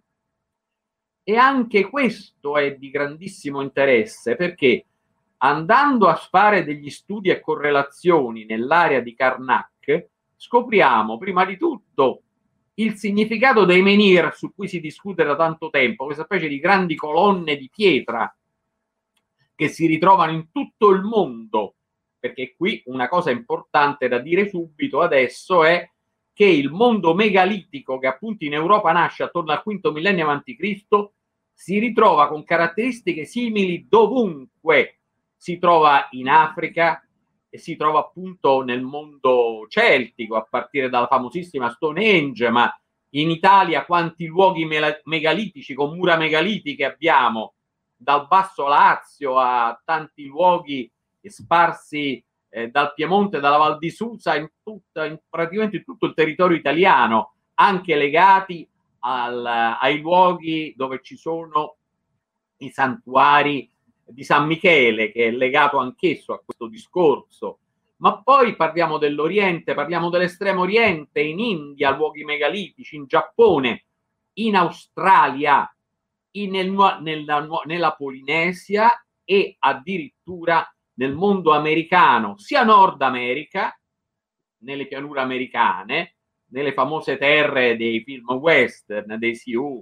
e anche questo è di grandissimo interesse, perché andando a fare degli studi e correlazioni nell'area di Karnak, scopriamo prima di tutto il significato dei menhir, su cui si discute da tanto tempo, questa specie di grandi colonne di pietra che si ritrovano in tutto il mondo, perché qui una cosa importante da dire subito adesso è che il mondo megalitico, che appunto in Europa nasce attorno al V millennio a.C., si ritrova con caratteristiche simili dovunque. Si trova in Africa e si trova appunto nel mondo celtico, a partire dalla famosissima Stonehenge, ma in Italia quanti luoghi megalitici con mura megalitiche abbiamo, dal Basso Lazio a tanti luoghi sparsi dal Piemonte, dalla Val di Susa, in praticamente tutto il territorio italiano, anche legati ai luoghi dove ci sono i santuari di San Michele, che è legato anch'esso a questo discorso. Ma poi parliamo dell'Oriente, parliamo dell'Estremo Oriente, in India luoghi megalitici, in Giappone, in Australia, nella Polinesia e addirittura nel mondo americano, sia Nord America, nelle pianure americane, nelle famose terre dei film western, dei Sioux,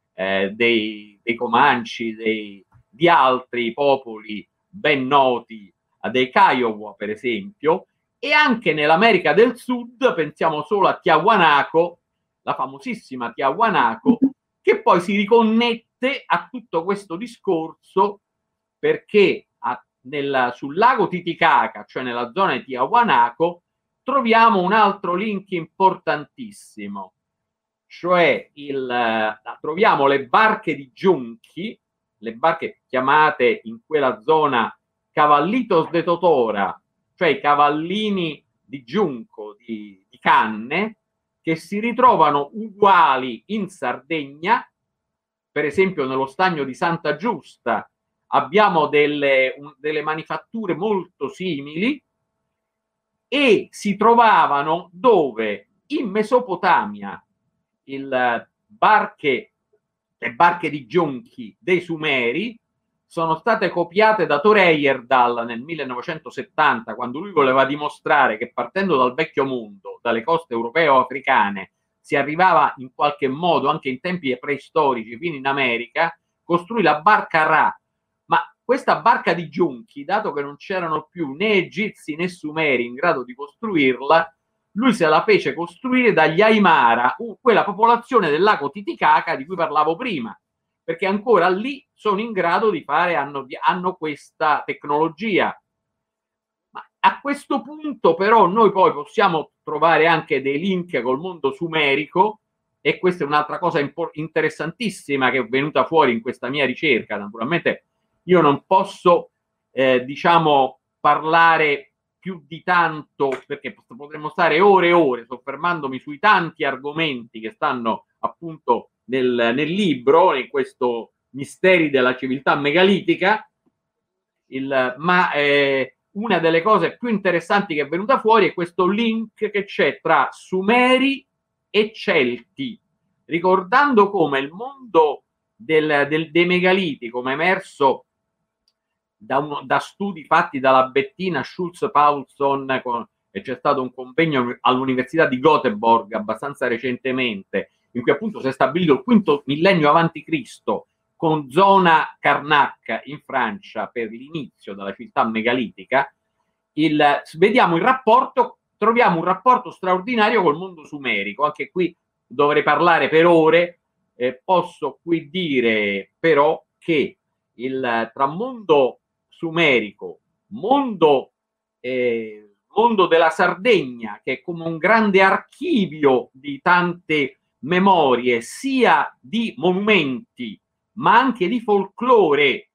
dei Comanche, di altri popoli ben noti, dei Kiowa per esempio, e anche nell'America del Sud, pensiamo solo a Tiahuanaco, la famosissima Tiahuanaco, che poi si riconnette a tutto questo discorso, perché sul lago Titicaca, cioè nella zona di Tiahuanaco, troviamo un altro link importantissimo, cioè troviamo le barche di giunchi, le barche chiamate in quella zona cavallitos de totora, cioè i cavallini di giunco, di canne, che si ritrovano uguali in Sardegna, per esempio nello stagno di Santa Giusta abbiamo delle manifatture molto simili, e si trovavano dove? In Mesopotamia. Le barche di giunchi dei Sumeri sono state copiate da Thor Heyerdahl nel 1970, quando lui voleva dimostrare che partendo dal vecchio mondo, dalle coste europee o africane, si arrivava in qualche modo, anche in tempi preistorici, fino in America, costruì la barca Ra. Ma questa barca di giunchi, dato che non c'erano più né egizi né sumeri in grado di costruirla, lui se la fece costruire dagli Aymara, quella popolazione del lago Titicaca di cui parlavo prima, perché ancora lì sono in grado di fare, hanno questa tecnologia. Ma a questo punto però noi poi possiamo trovare anche dei link col mondo sumerico, e questa è un'altra cosa interessantissima che è venuta fuori in questa mia ricerca. Naturalmente io non posso parlare più di tanto, perché potremmo stare ore e ore soffermandomi sui tanti argomenti che stanno appunto nel libro, in questo Misteri della civiltà megalitica, ma una delle cose più interessanti che è venuta fuori è questo link che c'è tra Sumeri e Celti, ricordando come il mondo dei megaliti, come emerso da studi fatti dalla Bettina Schulz-Paulson, e c'è stato un convegno all'Università di Göteborg abbastanza recentemente, in cui appunto si è stabilito il V millennio avanti Cristo con zona Karnak in Francia per l'inizio della civiltà megalitica. Vediamo il rapporto troviamo un rapporto straordinario col mondo sumerico. Anche qui dovrei parlare per ore, posso qui dire però che tra mondo sumerico, mondo della Sardegna, che è come un grande archivio di tante memorie, sia di monumenti, ma anche di folklore,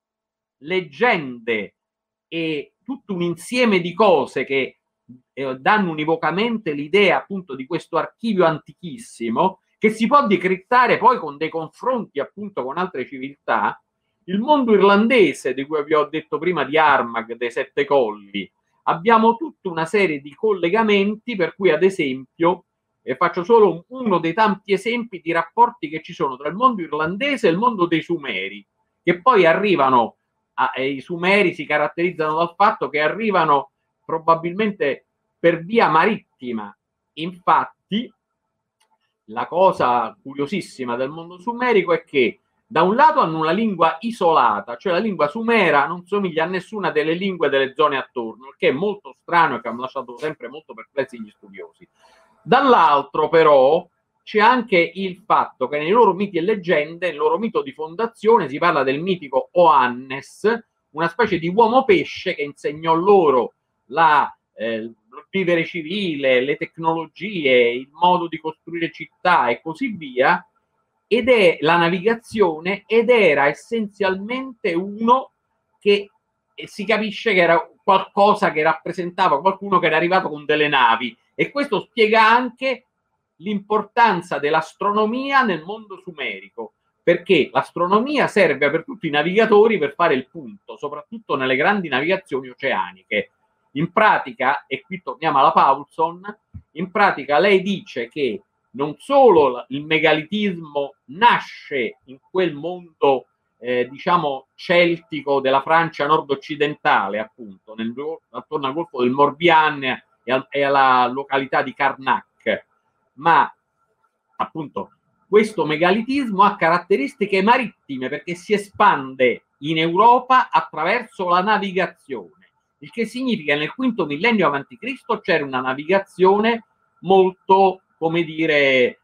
leggende e tutto un insieme di cose che danno univocamente l'idea appunto di questo archivio antichissimo, che si può decrittare poi con dei confronti appunto con altre civiltà. Il mondo irlandese, di cui vi ho detto prima, di Armagh, dei Sette Colli, abbiamo tutta una serie di collegamenti, per cui ad esempio, faccio solo uno dei tanti esempi di rapporti che ci sono tra il mondo irlandese e il mondo dei Sumeri, che poi arrivano, i Sumeri si caratterizzano dal fatto che arrivano probabilmente per via marittima. Infatti, la cosa curiosissima del mondo sumerico è che da un lato hanno una lingua isolata, cioè la lingua sumera non somiglia a nessuna delle lingue delle zone attorno, il che è molto strano e che hanno lasciato sempre molto perplessi gli studiosi. Dall'altro però c'è anche il fatto che nei loro miti e leggende, nel loro mito di fondazione, si parla del mitico Oannes, una specie di uomo pesce che insegnò loro il vivere civile, le tecnologie, il modo di costruire città e così via, ed è la navigazione, ed era essenzialmente uno che si capisce che era qualcosa che rappresentava qualcuno che era arrivato con delle navi, e questo spiega anche l'importanza dell'astronomia nel mondo sumerico, perché l'astronomia serve per tutti i navigatori per fare il punto, soprattutto nelle grandi navigazioni oceaniche. In pratica, e qui torniamo alla Paulson, in pratica lei dice che non solo il megalitismo nasce in quel mondo diciamo celtico della Francia nord-occidentale, appunto attorno al golfo del Morbihan e alla località di Karnak, ma appunto questo megalitismo ha caratteristiche marittime perché si espande in Europa attraverso la navigazione, il che significa che nel quinto millennio avanti Cristo c'era una navigazione molto, come dire,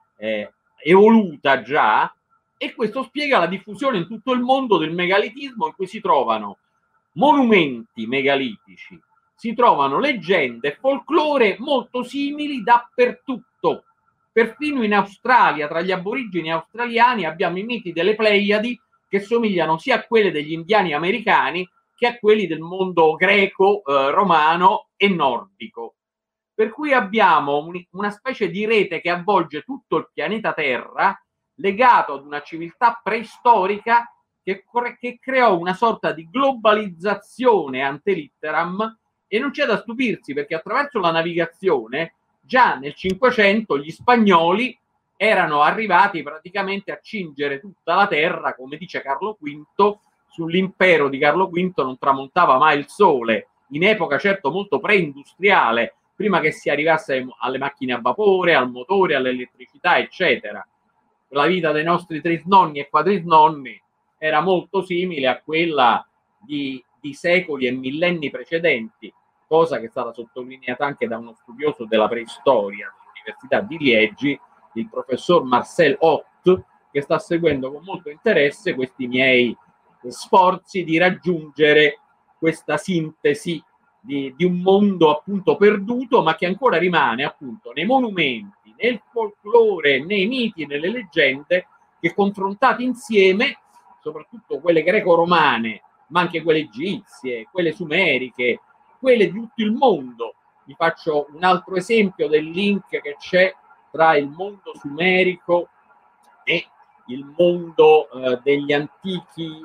evoluta già, e questo spiega la diffusione in tutto il mondo del megalitismo, in cui si trovano monumenti megalitici, si trovano leggende e folklore molto simili dappertutto. Perfino in Australia, tra gli aborigeni australiani, abbiamo i miti delle Pleiadi che somigliano sia a quelli degli indiani americani che a quelli del mondo greco, romano e nordico. Per cui abbiamo una specie di rete che avvolge tutto il pianeta Terra, legato ad una civiltà preistorica che creò una sorta di globalizzazione ante litteram, e non c'è da stupirsi perché attraverso la navigazione già nel Cinquecento gli spagnoli erano arrivati praticamente a cingere tutta la terra, come dice Carlo V, sull'impero di Carlo V non tramontava mai il sole, in epoca certo molto preindustriale, prima che si arrivasse alle macchine a vapore, al motore, all'elettricità, eccetera. La vita dei nostri trisnonni e quadrisnonni era molto simile a quella di secoli e millenni precedenti, cosa che è stata sottolineata anche da uno studioso della preistoria dell'Università di Liegi, il professor Marcel Hott, che sta seguendo con molto interesse questi miei sforzi di raggiungere questa sintesi di un mondo appunto perduto, ma che ancora rimane appunto nei monumenti, nel folklore, nei miti e nelle leggende, che confrontati insieme, soprattutto quelle greco-romane, ma anche quelle egizie, quelle sumeriche, quelle di tutto il mondo. Vi faccio un altro esempio del link che c'è tra il mondo sumerico e il mondo degli antichi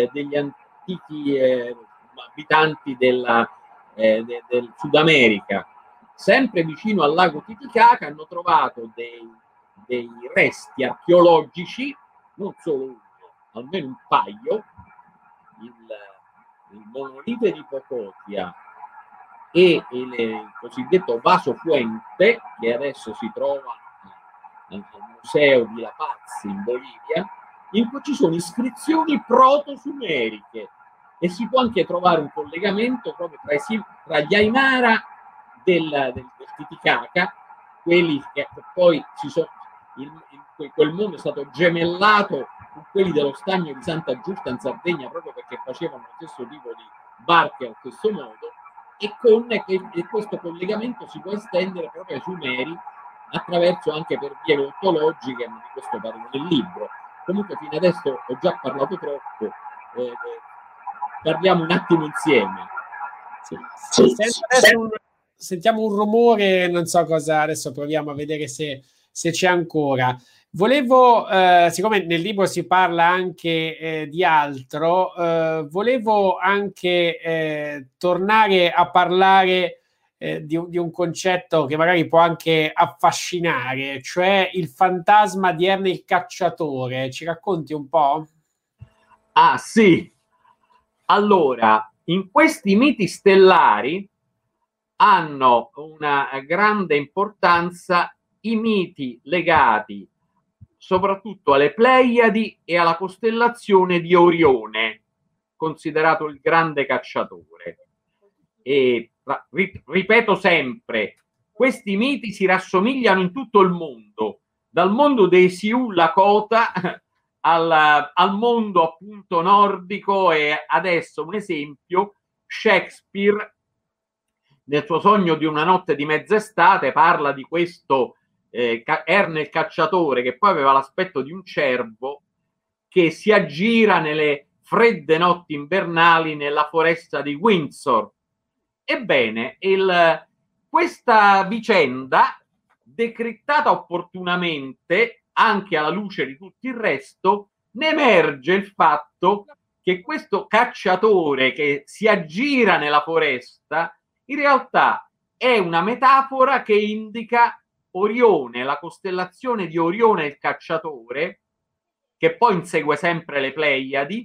abitanti del Sud America. Sempre vicino al lago Titicaca hanno trovato dei resti archeologici, non solo uno, almeno un paio, il monolite di Pocotia e il cosiddetto vaso fuente, che adesso si trova al museo di La Paz in Bolivia, in cui ci sono iscrizioni proto-sumeriche, e si può anche trovare un collegamento proprio tra gli Aymara del Titicaca, quelli che poi quel mondo è stato gemellato con quelli dello stagno di Santa Giusta in Sardegna, proprio perché facevano lo stesso tipo di barche allo stesso modo, e questo collegamento si può estendere proprio ai Sumeri attraverso anche per vie ontologiche, ma di questo parlo nel libro. Comunque fino adesso ho già parlato troppo, parliamo un attimo insieme. Sentiamo un rumore, non so cosa, adesso proviamo a vedere se c'è ancora. Volevo, siccome nel libro si parla anche di altro, volevo anche tornare a parlare di un concetto che magari può anche affascinare, cioè il fantasma di Erne il Cacciatore. Ci racconti un po'? Ah sì, allora, in questi miti stellari hanno una grande importanza i miti legati soprattutto alle Pleiadi e alla costellazione di Orione, considerato il grande cacciatore. E ripeto sempre, questi miti si rassomigliano in tutto il mondo, dal mondo dei Siul Lakota al mondo appunto nordico, e adesso un esempio, Shakespeare nel suo Sogno di una notte di mezz'estate parla di questo Erne il Cacciatore, che poi aveva l'aspetto di un cervo che si aggira nelle fredde notti invernali nella foresta di Windsor. Ebbene, questa vicenda, decrittata opportunamente anche alla luce di tutto il resto, ne emerge il fatto che questo cacciatore che si aggira nella foresta in realtà è una metafora che indica Orione, la costellazione di Orione il Cacciatore, che poi insegue sempre le Pleiadi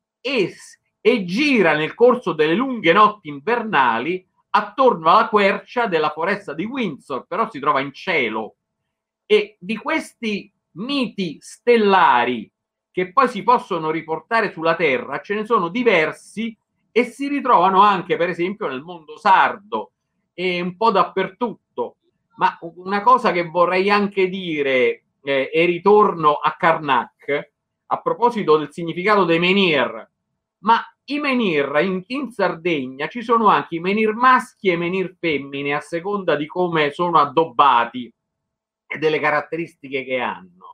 e gira nel corso delle lunghe notti invernali attorno alla quercia della foresta di Windsor, però si trova in cielo. E di questi miti stellari che poi si possono riportare sulla Terra ce ne sono diversi e si ritrovano anche per esempio nel mondo sardo e un po' dappertutto. Ma una cosa che vorrei anche dire, e ritorno a Karnak, a proposito del significato dei menhir, ma i menhir in Sardegna ci sono anche i menhir maschi e i menhir femmine, a seconda di come sono addobbati e delle caratteristiche che hanno.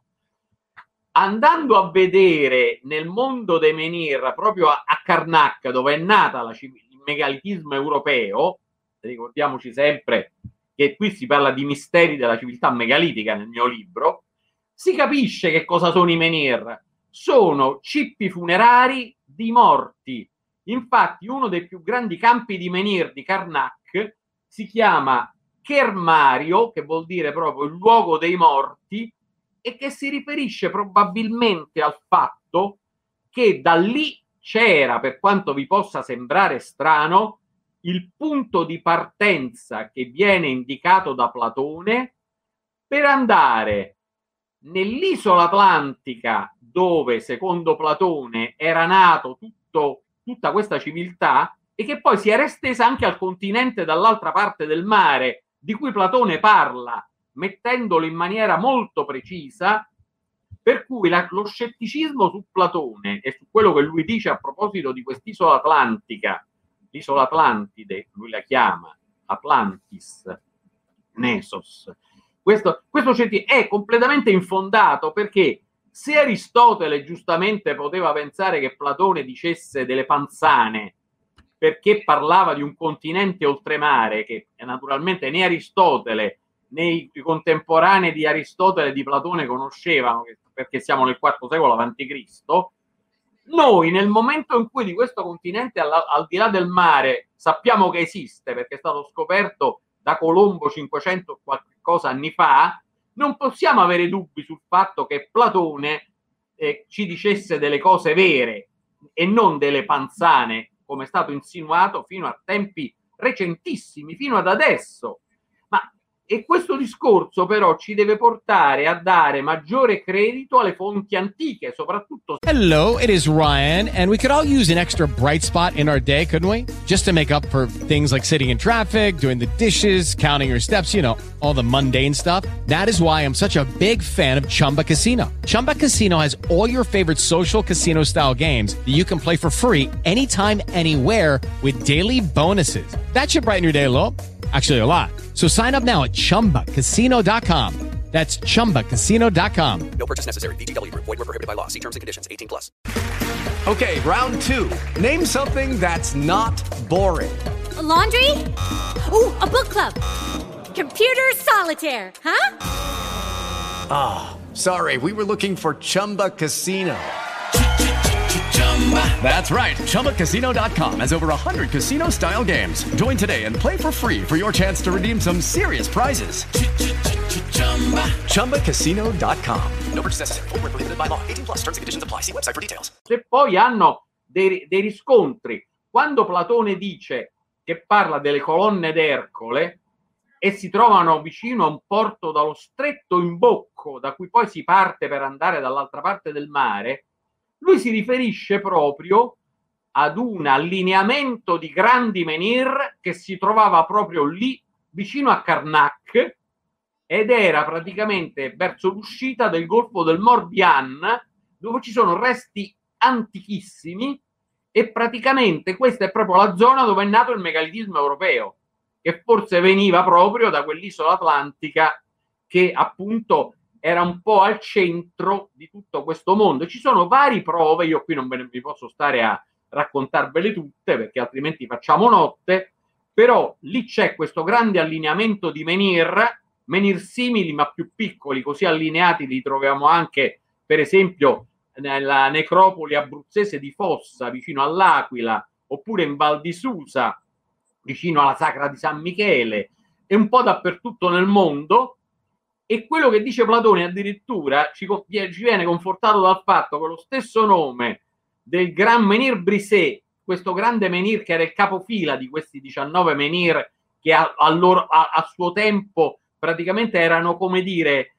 Andando a vedere nel mondo dei menhir, proprio a Karnak, dove è nata il megalitismo europeo, ricordiamoci sempre che qui si parla di misteri della civiltà megalitica nel mio libro, si capisce che cosa sono i menhir. Sono cippi funerari di morti. Infatti uno dei più grandi campi di menhir di Karnak si chiama Kermario, che vuol dire proprio il luogo dei morti, e che si riferisce probabilmente al fatto che da lì c'era, per quanto vi possa sembrare strano, il punto di partenza che viene indicato da Platone per andare nell'isola atlantica, dove secondo Platone era nato tutta questa civiltà, e che poi si era estesa anche al continente dall'altra parte del mare, di cui Platone parla, mettendolo in maniera molto precisa, per cui lo scetticismo su Platone e su quello che lui dice a proposito di quest'isola atlantica, l'isola Atlantide, lui la chiama Atlantis, Nesos. Questo è completamente infondato, perché se Aristotele giustamente poteva pensare che Platone dicesse delle panzane perché parlava di un continente oltremare che naturalmente né Aristotele né i contemporanei di Aristotele e di Platone conoscevano, perché siamo nel IV secolo a.C., noi nel momento in cui di questo continente al di là del mare sappiamo che esiste, perché è stato scoperto da Colombo 500 qualcosa anni fa, non possiamo avere dubbi sul fatto che Platone ci dicesse delle cose vere e non delle panzane, come è stato insinuato fino a tempi recentissimi, fino ad adesso. Ma E questo discorso però ci deve portare a dare maggiore credito alle fonti antiche, soprattutto. Hello, it is Ryan, and we could all use an extra bright spot in our day, couldn't we? Just to make up for things like sitting in traffic, doing the dishes, counting your steps, you know, all the mundane stuff. That is why I'm such a big fan of Chumba Casino. Chumba Casino has all your favorite social casino-style games that you can play for free anytime, anywhere with daily bonuses. That should brighten your day a little. Actually, a lot. So sign up now at ChumbaCasino.com. That's ChumbaCasino.com. No purchase necessary. VGW Group. Void where prohibited by law. See terms and conditions. 18+. Okay, round two. Name something that's not boring. A laundry? Ooh, a book club. Computer solitaire, huh? Ah, sorry. We were looking for Chumba Casino. That's right. ChumbaCasino.com has over 100 casino-style games. Join today and play for free for your chance to redeem some serious prizes. ChumbaCasino.com. No purchase necessary. Void where prohibited by law. 18+. Terms and conditions apply. See website for details. E poi hanno dei riscontri. Quando Platone dice che parla delle colonne d'Ercole e si trovano vicino a un porto dallo stretto imbocco, da cui poi si parte per andare dall'altra parte del mare, lui si riferisce proprio ad un allineamento di grandi menhir che si trovava proprio lì vicino a Karnak ed era praticamente verso l'uscita del golfo del Morbihan, dove ci sono resti antichissimi, e praticamente questa è proprio la zona dove è nato il megalitismo europeo, che forse veniva proprio da quell'isola atlantica che appunto era un po' al centro di tutto questo mondo. Ci sono varie prove, io qui non vi posso stare a raccontarvele tutte perché altrimenti facciamo notte, però lì c'è questo grande allineamento di menhir simili ma più piccoli, così allineati li troviamo anche per esempio nella necropoli abruzzese di Fossa vicino all'Aquila, oppure in Val di Susa vicino alla Sacra di San Michele, e un po' dappertutto nel mondo. E quello che dice Platone addirittura ci viene confortato dal fatto che lo stesso nome del Gran Menhir Brisé, questo grande menhir che era il capofila di questi 19 menhir che a suo tempo praticamente erano, come dire,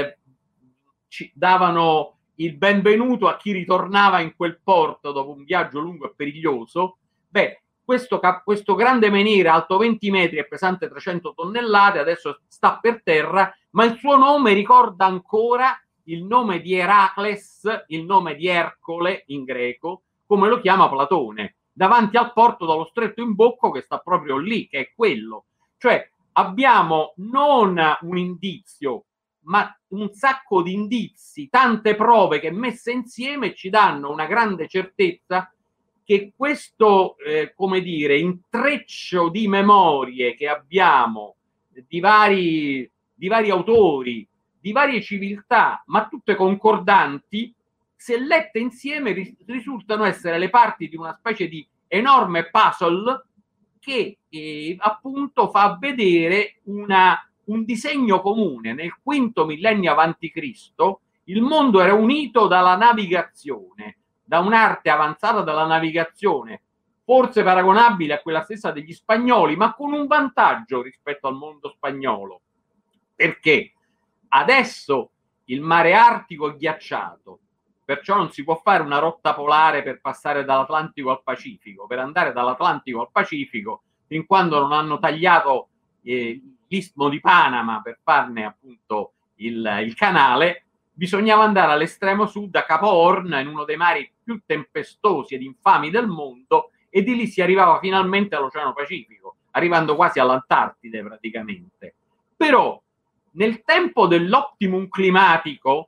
ci davano il benvenuto a chi ritornava in quel porto dopo un viaggio lungo e periglioso. Beh, questo grande menhir alto 20 metri e pesante 300 tonnellate adesso sta per terra, ma il suo nome ricorda ancora il nome di Eracles, il nome di Ercole in greco, come lo chiama Platone, davanti al porto dallo stretto imbocco che sta proprio lì, che è quello. Cioè abbiamo non un indizio, ma un sacco di indizi, tante prove che messe insieme ci danno una grande certezza che questo, come dire, intreccio di memorie che abbiamo di vari autori, di varie civiltà, ma tutte concordanti, se lette insieme risultano essere le parti di una specie di enorme puzzle che appunto fa vedere un disegno comune. Nel V millennio avanti Cristo il mondo era unito dalla navigazione, da un'arte avanzata della navigazione, forse paragonabile a quella stessa degli spagnoli, ma con un vantaggio rispetto al mondo spagnolo, perché adesso il mare Artico è ghiacciato, perciò non si può fare una rotta polare per passare dall'Atlantico al Pacifico. Per andare dall'Atlantico al Pacifico, fin quando non hanno tagliato l'Istmo di Panama per farne appunto il canale, bisognava andare all'estremo sud, a Capo Horn, in uno dei mari più tempestosi ed infami del mondo, e di lì si arrivava finalmente all'Oceano Pacifico, arrivando quasi all'Antartide praticamente. Però nel tempo dell'optimum climatico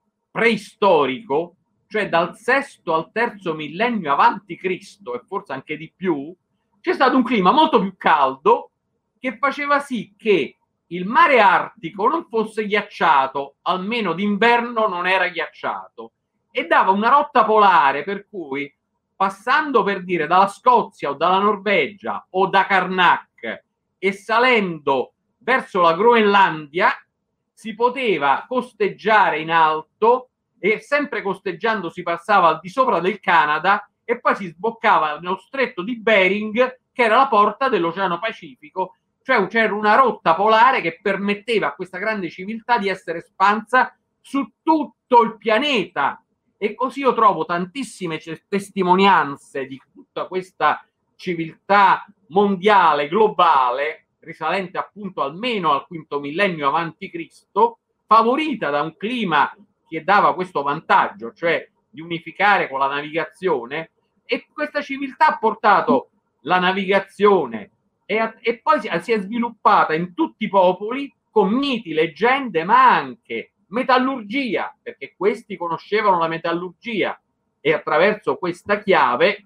preistorico, cioè dal VI al III millennio avanti Cristo e forse anche di più, c'è stato un clima molto più caldo che faceva sì che il mare Artico non fosse ghiacciato, almeno d'inverno non era ghiacciato, e dava una rotta polare per cui, passando per dire dalla Scozia o dalla Norvegia o da Karnak e salendo verso la Groenlandia, si poteva costeggiare in alto, e sempre costeggiando si passava al di sopra del Canada e poi si sboccava nello stretto di Bering, che era la porta dell'Oceano Pacifico, cioè c'era una rotta polare che permetteva a questa grande civiltà di essere espansa su tutto il pianeta. E così io trovo tantissime testimonianze di tutta questa civiltà mondiale, globale, risalente appunto almeno al quinto millennio avanti Cristo, favorita da un clima che dava questo vantaggio, cioè di unificare con la navigazione, e questa civiltà ha portato la navigazione e poi si è sviluppata in tutti i popoli con miti, leggende, ma anche metallurgia, perché questi conoscevano la metallurgia, e attraverso questa chiave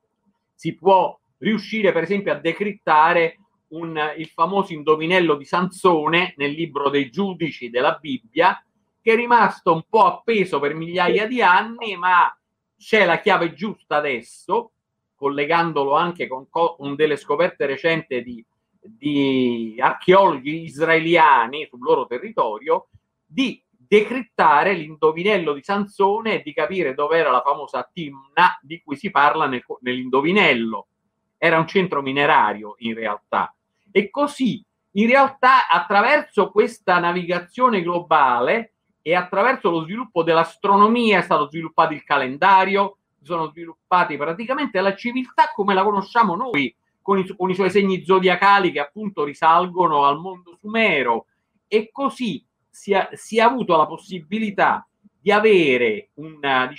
si può riuscire per esempio a decrittare il famoso indovinello di Sansone nel libro dei Giudici della Bibbia, che è rimasto un po' appeso per migliaia di anni, ma c'è la chiave giusta adesso, collegandolo anche con delle scoperte recenti di archeologi israeliani sul loro territorio, di decrittare l'indovinello di Sansone e di capire dove era la famosa Timna di cui si parla nell'indovinello. Era un centro minerario in realtà. E così, in realtà, attraverso questa navigazione globale e attraverso lo sviluppo dell'astronomia è stato sviluppato il calendario, sono sviluppati praticamente la civiltà come la conosciamo noi, con i suoi segni zodiacali che appunto risalgono al mondo sumero, e così si è avuto la possibilità di avere un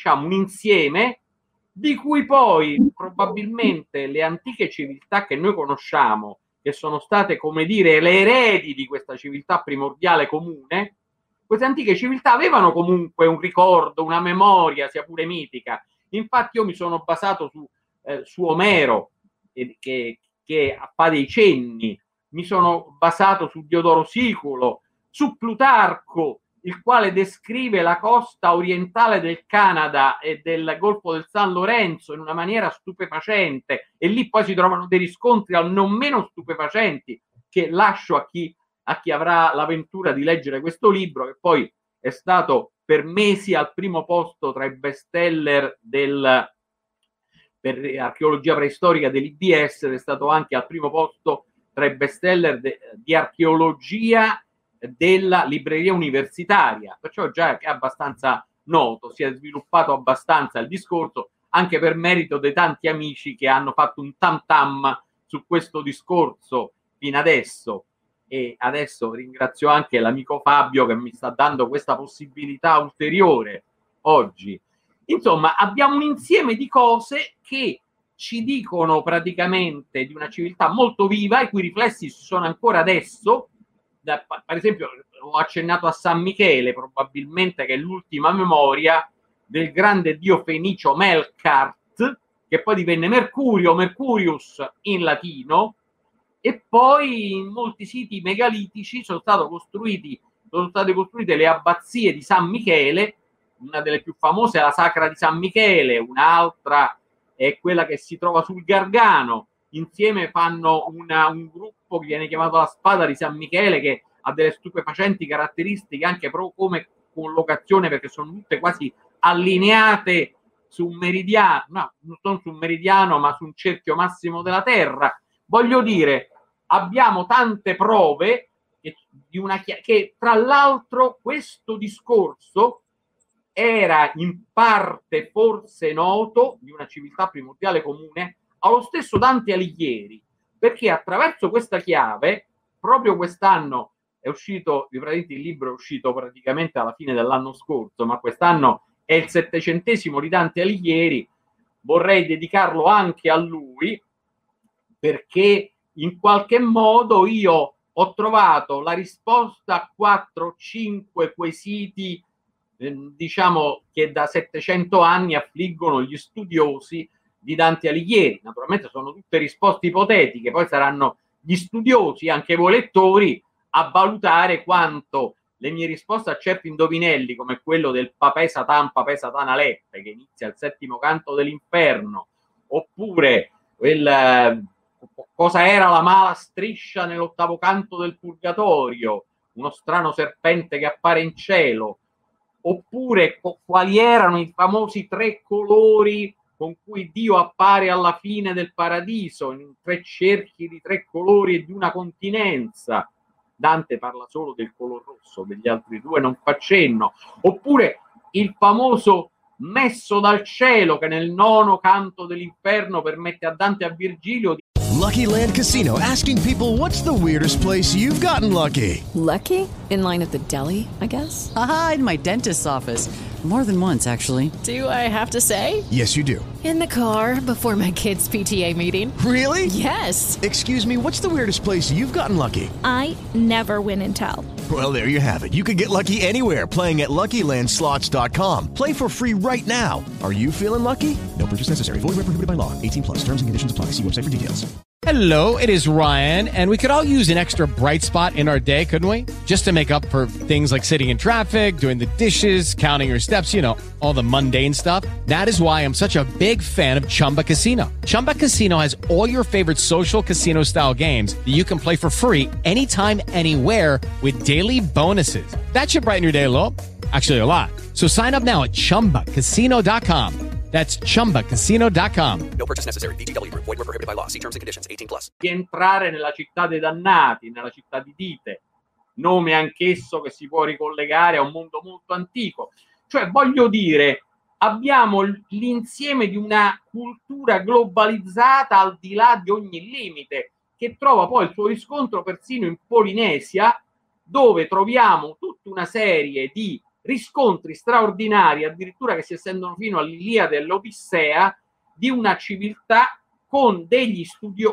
insieme di cui poi probabilmente le antiche civiltà che noi conosciamo, che sono state, come dire, le eredi di questa civiltà primordiale comune, queste antiche civiltà avevano comunque un ricordo, una memoria, sia pure mitica. Infatti io mi sono basato su Omero, che fa dei cenni, mi sono basato su Diodoro Siculo, su Plutarco, il quale descrive la costa orientale del Canada e del Golfo del San Lorenzo in una maniera stupefacente, e lì poi si trovano dei riscontri al non meno stupefacenti che lascio a chi avrà l'avventura di leggere questo libro, che poi è stato per mesi al primo posto tra i bestseller per archeologia preistorica dell'IBS, ed è stato anche al primo posto tra i bestseller di archeologia della libreria universitaria, perciò già è abbastanza noto, si è sviluppato abbastanza il discorso, anche per merito dei tanti amici che hanno fatto un tam tam su questo discorso fino adesso. E adesso ringrazio anche l'amico Fabio che mi sta dando questa possibilità ulteriore oggi. Insomma, abbiamo un insieme di cose che ci dicono praticamente di una civiltà molto viva, i cui riflessi ci sono ancora adesso. Per esempio, ho accennato a San Michele, probabilmente, che è l'ultima memoria del grande dio fenicio Melkart, che poi divenne Mercurio, Mercurius in latino, e poi in molti siti megalitici sono state costruite le abbazie di San Michele. Una delle più famose è la Sacra di San Michele, un'altra è quella che si trova sul Gargano. Insieme fanno un gruppo che viene chiamato la Spada di San Michele, che ha delle stupefacenti caratteristiche anche proprio come collocazione, perché sono tutte quasi allineate su un meridiano, no, non su un meridiano, ma su un cerchio massimo della Terra. Voglio dire, abbiamo tante prove che tra l'altro questo discorso era in parte forse noto di una civiltà primordiale comune allo stesso Dante Alighieri, perché attraverso questa chiave, proprio quest'anno è uscito, il libro è uscito praticamente alla fine dell'anno scorso, ma quest'anno è il 700° di Dante Alighieri, vorrei dedicarlo anche a lui, perché in qualche modo io ho trovato la risposta a 4-5 quesiti, diciamo, che da 700 anni affliggono gli studiosi di Dante Alighieri. Naturalmente sono tutte risposte ipotetiche, poi saranno gli studiosi, anche voi lettori, a valutare quanto le mie risposte a certi indovinelli, come quello del Papè Satan Aleppe, che inizia il 7° canto dell'inferno, oppure cosa era la mala striscia nell'8° canto del Purgatorio, uno strano serpente che appare in cielo, oppure quali erano i famosi 3 colori con cui Dio appare alla fine del paradiso in 3 cerchi di 3 colori e di una continenza. Dante parla solo del color rosso, degli altri 2 non fa cenno. Oppure il famoso messo dal cielo, che nel 9° canto dell'inferno permette a Dante e a Virgilio di... Lucky Land Casino, asking people, what's the weirdest place you've gotten lucky? Lucky? In line at the deli, I guess? Aha, in my dentist's office. More than once, actually. Do I have to say? Yes, you do. In the car before my kids' PTA meeting. Really? Yes. Excuse me, what's the weirdest place you've gotten lucky? I never win and tell. Well, there you have it. You can get lucky anywhere, playing at LuckyLandSlots.com. Play for free right now. Are you feeling lucky? No purchase necessary. Void where prohibited by law. 18+. Terms and conditions apply. See website for details. Hello, it is Ryan, and we could all use an extra bright spot in our day, couldn't we? Just to make up for things like sitting in traffic, doing the dishes, counting your steps, you know, all the mundane stuff. That is why I'm such a big fan of Chumba Casino. Chumba Casino has all your favorite social casino-style games that you can play for free anytime, anywhere with daily bonuses. That should brighten your day a little. Actually, a lot. So sign up now at ChumbaCasino.com. That's ChumbaCasino.com. No purchase necessary. VGW Group. Void where prohibited by law. See terms and conditions. 18+. Di entrare nella città dei dannati, nella città di Dite, nome anch'esso che si può ricollegare a un mondo molto antico. Cioè, voglio dire, abbiamo l'insieme di una cultura globalizzata al di là di ogni limite, che trova poi il suo riscontro persino in Polinesia, dove troviamo tutta una serie di riscontri straordinari, addirittura che si estendono fino all'Iliade e all'Odissea, di una civiltà con degli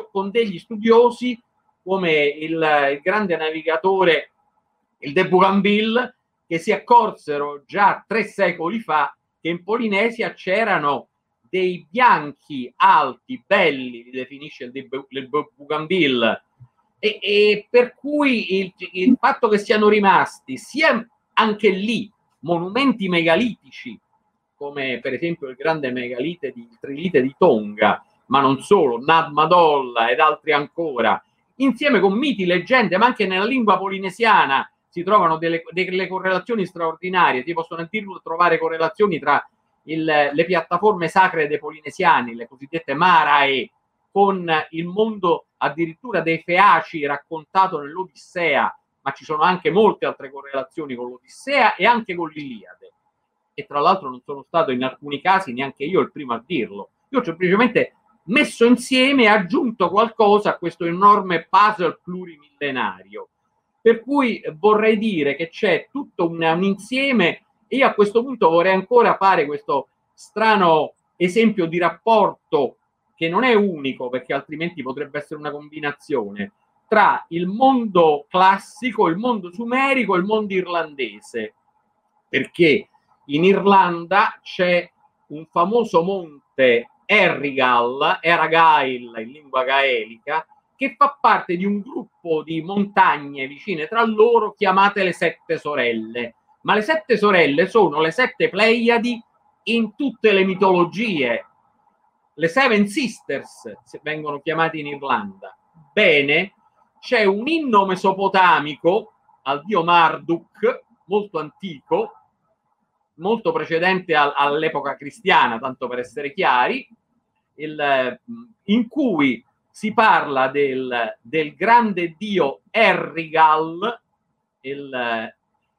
studiosi come il grande navigatore, il de Bougainville, che si accorsero già 3 secoli fa che in Polinesia c'erano dei bianchi alti, belli, li definisce il de Bougainville, e per cui il fatto che siano rimasti sia anche lì monumenti megalitici, come per esempio il grande megalite il trilite di Tonga, ma non solo, Nad Madolla ed altri ancora, insieme con miti, leggende, ma anche nella lingua polinesiana si trovano delle correlazioni straordinarie. Si possono addirittura trovare correlazioni tra le piattaforme sacre dei polinesiani, le cosiddette Marae, con il mondo addirittura dei Feaci raccontato nell'Odissea, ma ci sono anche molte altre correlazioni con l'Odissea e anche con l'Iliade. E tra l'altro non sono stato in alcuni casi neanche io il primo a dirlo. Io ho semplicemente messo insieme e aggiunto qualcosa a questo enorme puzzle plurimillenario. Per cui vorrei dire che c'è tutto un insieme, e io a questo punto vorrei ancora fare questo strano esempio di rapporto che non è unico, perché altrimenti potrebbe essere una combinazione, tra il mondo classico, il mondo sumerico e il mondo irlandese, perché in Irlanda c'è un famoso monte Errigal in lingua gaelica, che fa parte di un gruppo di montagne vicine tra loro chiamate le 7 sorelle. Ma le 7 sorelle sono le 7 Pleiadi in tutte le mitologie. Le Seven Sisters vengono chiamate in Irlanda. Bene, c'è un inno mesopotamico al dio Marduk, molto antico, molto precedente all'epoca cristiana, tanto per essere chiari, in cui si parla del grande dio Errigal e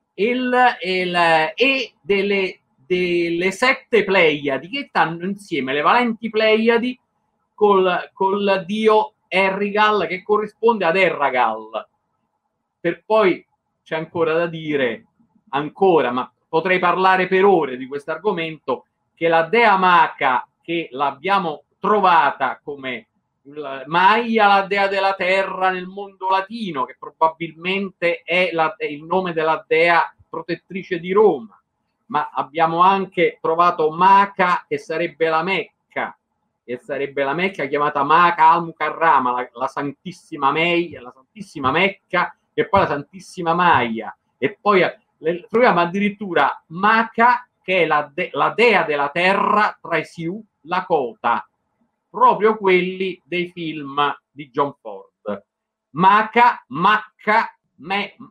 delle 7 Pleiadi che stanno insieme, le valenti Pleiadi col dio Errigal, che corrisponde ad Erragal. Per poi c'è ancora da dire, ma potrei parlare per ore di questo argomento, che la dea Maca, che l'abbiamo trovata come Maia, la dea della terra nel mondo latino, che probabilmente è il nome della dea protettrice di Roma, ma abbiamo anche trovato Maca, che sarebbe la Mecca, chiamata Maca al-Mukarrama, la Santissima Mecca, e poi la Santissima Maia, e poi troviamo addirittura Maca, che è la dea della terra tra i Sioux Lakota, proprio quelli dei film di John Ford. Maca, Macca,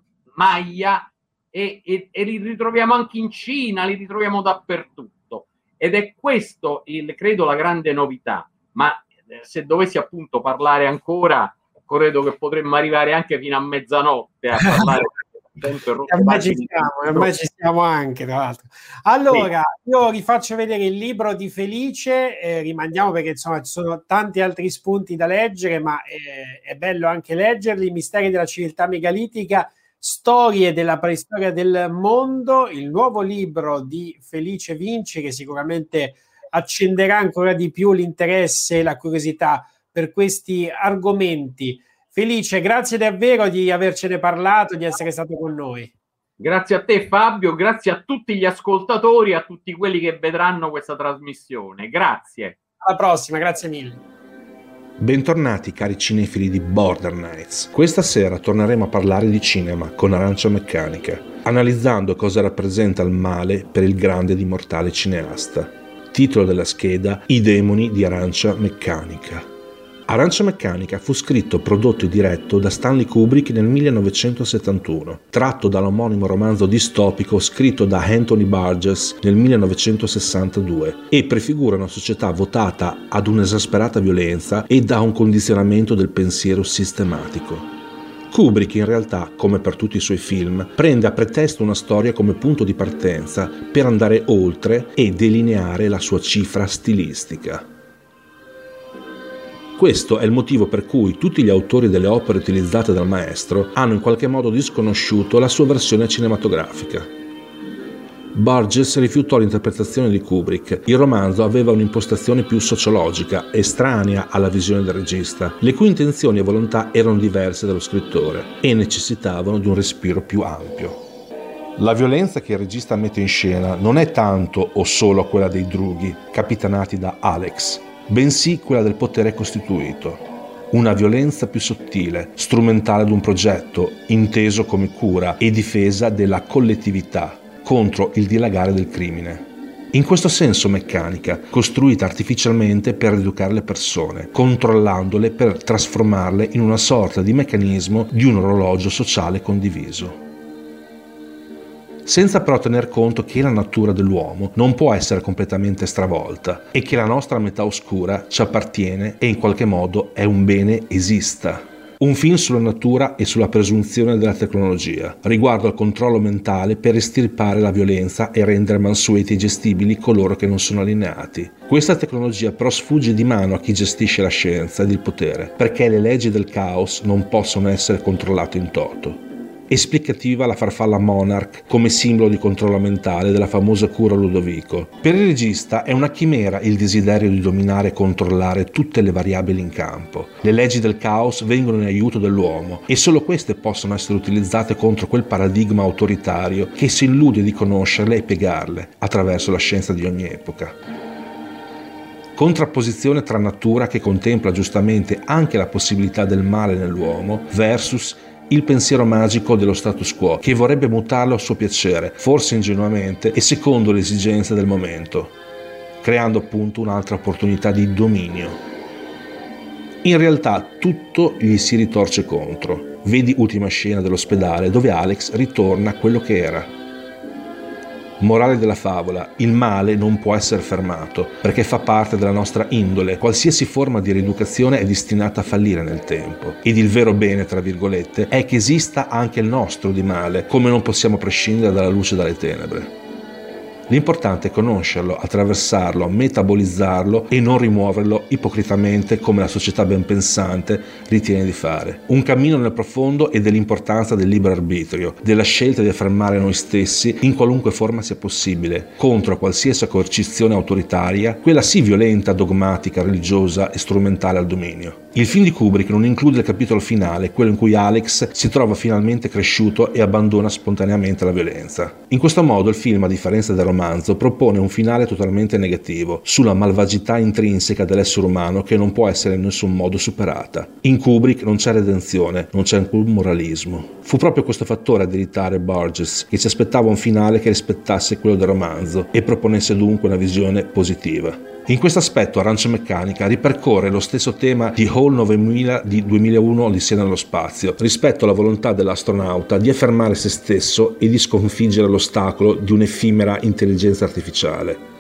Maia, e li ritroviamo anche in Cina, li ritroviamo dappertutto. ed è questo credo la grande novità. Ma se dovessi appunto parlare ancora, credo che potremmo arrivare anche fino a mezzanotte a parlare. Ormai ci siamo anche, tra l'altro. Allora, io rifaccio vedere il libro di Felice, rimandiamo perché insomma ci sono tanti altri spunti da leggere, ma è bello anche leggerli. Misteri della civiltà megalitica, storie della preistoria del mondo, il nuovo libro di Felice Vinci, che sicuramente accenderà ancora di più l'interesse e la curiosità per questi argomenti. Felice, grazie davvero di avercene parlato, di essere stato con noi. Grazie a te Fabio, grazie a tutti gli ascoltatori, a tutti quelli che vedranno questa trasmissione. Grazie. Alla prossima, grazie mille. Bentornati cari cinefili di Border Nights. Questa sera torneremo a parlare di cinema con Arancia Meccanica, analizzando cosa rappresenta il male per il grande ed immortale cineasta. Titolo della scheda: I demoni di Arancia Meccanica. Arancia Meccanica fu scritto, prodotto e diretto da Stanley Kubrick nel 1971, tratto dall'omonimo romanzo distopico scritto da Anthony Burgess nel 1962 e prefigura una società votata ad un'esasperata violenza e da un condizionamento del pensiero sistematico. Kubrick in realtà, come per tutti i suoi film, prende a pretesto una storia come punto di partenza per andare oltre e delineare la sua cifra stilistica. Questo è il motivo per cui tutti gli autori delle opere utilizzate dal maestro hanno in qualche modo disconosciuto la sua versione cinematografica. Burgess rifiutò l'interpretazione di Kubrick. Il romanzo aveva un'impostazione più sociologica, estranea alla visione del regista, le cui intenzioni e volontà erano diverse dallo scrittore e necessitavano di un respiro più ampio. La violenza che il regista mette in scena non è tanto o solo quella dei drughi, capitanati da Alex, bensì quella del potere costituito. Una violenza più sottile, strumentale ad un progetto, inteso come cura e difesa della collettività contro il dilagare del crimine. In questo senso meccanica, costruita artificialmente per educare le persone, controllandole per trasformarle in una sorta di meccanismo di un orologio sociale condiviso. Senza però tener conto che la natura dell'uomo non può essere completamente stravolta e che la nostra metà oscura ci appartiene e in qualche modo è un bene esista. Un film sulla natura e sulla presunzione della tecnologia, riguardo al controllo mentale per estirpare la violenza e rendere mansueti e gestibili coloro che non sono allineati. Questa tecnologia però sfugge di mano a chi gestisce la scienza ed il potere, perché le leggi del caos non possono essere controllate in toto. Esplicativa la farfalla Monarch come simbolo di controllo mentale della famosa cura Ludovico. Per il regista è una chimera il desiderio di dominare e controllare tutte le variabili in campo. Le leggi del caos vengono in aiuto dell'uomo e solo queste possono essere utilizzate contro quel paradigma autoritario che si illude di conoscerle e piegarle attraverso la scienza di ogni epoca. Contrapposizione tra natura, che contempla giustamente anche la possibilità del male nell'uomo, versus il pensiero magico dello status quo, che vorrebbe mutarlo a suo piacere, forse ingenuamente e secondo le esigenze del momento, creando appunto un'altra opportunità di dominio. In realtà tutto gli si ritorce contro. Vedi ultima scena dell'ospedale, dove Alex ritorna a quello che era. Morale della favola: il male non può essere fermato, perché fa parte della nostra indole. Qualsiasi forma di rieducazione è destinata a fallire nel tempo. Ed il vero bene, tra virgolette, è che esista anche il nostro di male, come non possiamo prescindere dalla luce dalle tenebre. L'importante è conoscerlo, attraversarlo, metabolizzarlo e non rimuoverlo ipocritamente come la società ben pensante ritiene di fare. Un cammino nel profondo e dell'importanza del libero arbitrio, della scelta di affermare noi stessi in qualunque forma sia possibile, contro qualsiasi coercizione autoritaria, quella sì violenta, dogmatica, religiosa e strumentale al dominio. Il film di Kubrick non include il capitolo finale, quello in cui Alex si trova finalmente cresciuto e abbandona spontaneamente la violenza. In questo modo il film, a differenza del romanzo, propone un finale totalmente negativo, sulla malvagità intrinseca dell'essere umano che non può essere in nessun modo superata. In Kubrick non c'è redenzione, non c'è alcun moralismo. Fu proprio questo fattore ad irritare Burgess, che si aspettava un finale che rispettasse quello del romanzo e proponesse dunque una visione positiva. In questo aspetto Arancia Meccanica ripercorre lo stesso tema di HAL 9000 di 2001 Odissea nello spazio, rispetto alla volontà dell'astronauta di affermare se stesso e di sconfiggere l'ostacolo di un'effimera intelligenza artificiale.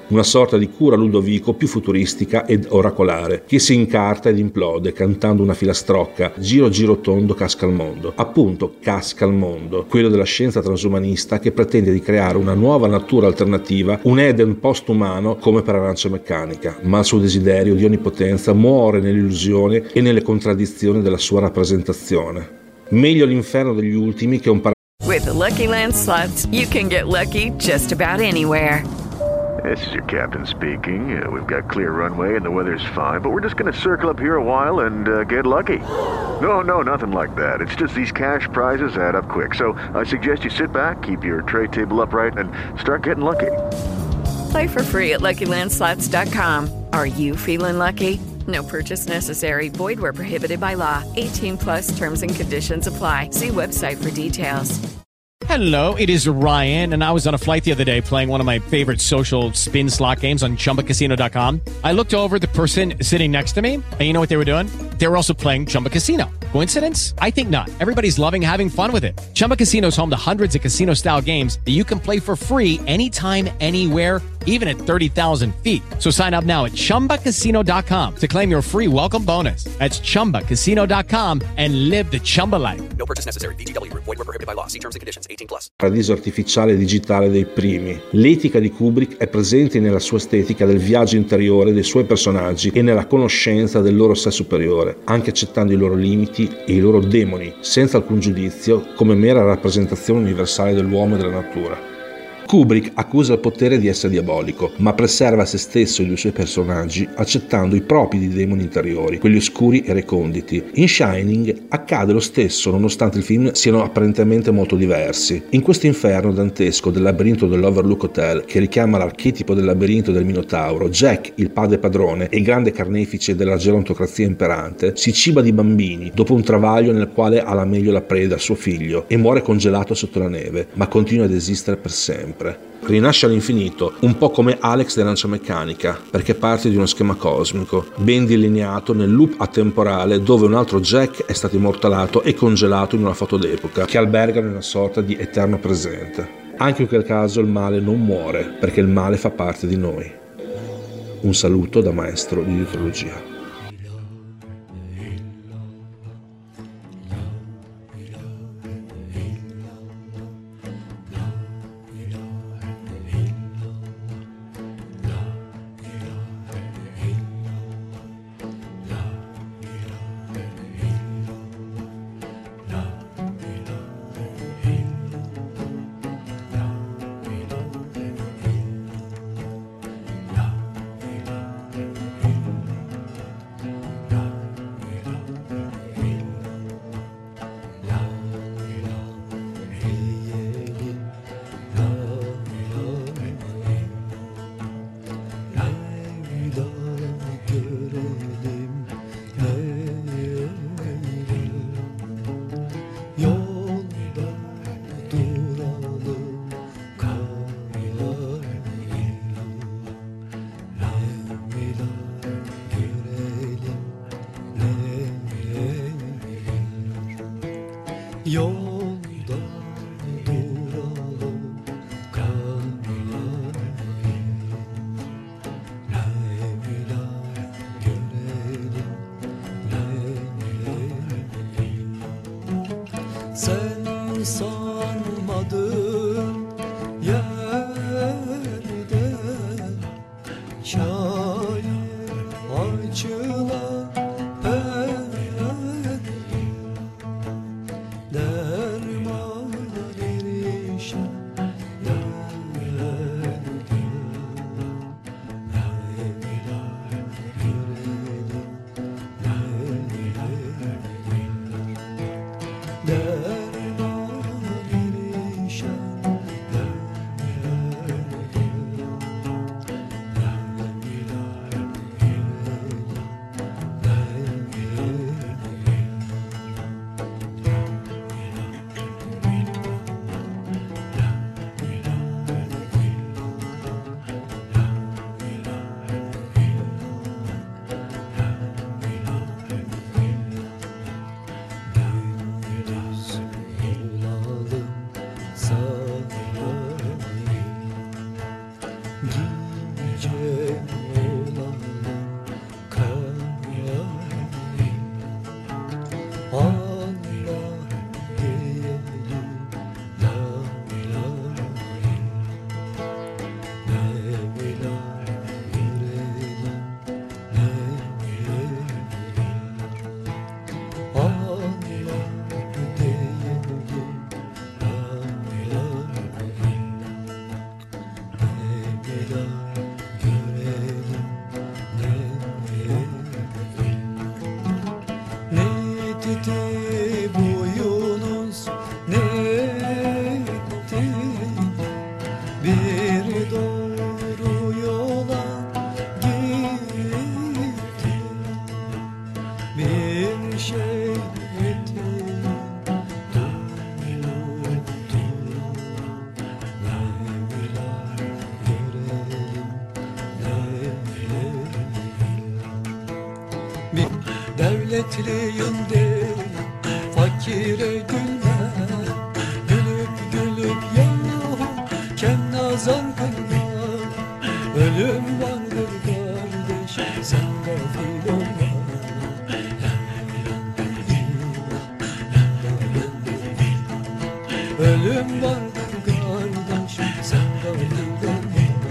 una sorta di cura Ludovico più futuristica ed oracolare, che si incarta ed implode cantando una filastrocca, giro giro tondo casca al mondo. Appunto, casca al mondo, quello della scienza transumanista che pretende di creare una nuova natura alternativa, un Eden postumano come per Arancia Meccanica, ma il suo desiderio di onnipotenza muore nell'illusione e nelle contraddizioni della sua rappresentazione. Meglio l'inferno degli ultimi che un With the Lucky Land Slots, you can get lucky just about anywhere. This is your captain speaking. We've got clear runway and the weather's fine, but we're just going to circle up here a while and get lucky. No, nothing like that. It's just these cash prizes add up quick. So I suggest you sit back, keep your tray table upright, and start getting lucky. Play for free at LuckyLandSlots.com. Are you feeling lucky? No purchase necessary. Void where prohibited by law. 18 plus terms and conditions apply. See website for details. Hello, it is Ryan, and I was on a flight the other day playing one of my favorite social spin slot games on ChumbaCasino.com. I looked over at the person sitting next to me, and you know what they were doing? They were also playing Chumba Casino. Coincidence? I think not. Everybody's loving having fun with it. Chumba Casino is home to hundreds of casino-style games that you can play for free anytime, anywhere, even at 30,000 feet. So sign up now at ChumbaCasino.com to claim your free welcome bonus. That's ChumbaCasino.com and live the Chumba life. No purchase necessary. VGW. Void where prohibited by law. See terms and conditions. 18 plus. Paradiso artificiale digitale dei primi. L'etica di Kubrick è presente nella sua estetica del viaggio interiore dei suoi personaggi e nella conoscenza del loro sé superiore, anche accettando i loro limiti e i loro demoni, senza alcun giudizio, come mera rappresentazione universale dell'uomo e della natura. Kubrick accusa il potere di essere diabolico, ma preserva se stesso e i due suoi personaggi accettando i propri demoni interiori, quelli oscuri e reconditi. In Shining accade lo stesso, nonostante i film siano apparentemente molto diversi. In questo inferno dantesco del labirinto dell'Overlook Hotel, che richiama l'archetipo del labirinto del Minotauro, Jack, il padre padrone e il grande carnefice della gerontocrazia imperante, si ciba di bambini dopo un travaglio nel quale ha la meglio la preda, suo figlio, e muore congelato sotto la neve, ma continua ad esistere per sempre. Rinasce all'infinito, un po' come Alex dell'Arancia Meccanica, perché parte di uno schema cosmico, ben delineato nel loop atemporale dove un altro Jack è stato immortalato e congelato in una foto d'epoca, che alberga in una sorta di eterno presente. Anche in quel caso il male non muore, perché il male fa parte di noi. Un saluto da maestro di dietrologia. Yolda duralım kamiler Leyla görelim Leyla Sen sarmadın yerden Şair acılar Milletliyimdir fakire gülme. Gülüp gülüp yahuken nazan kılma. Ölüm vardır kardeş sen gafil olma. Ölüm vardır kardeş sen gafil olma.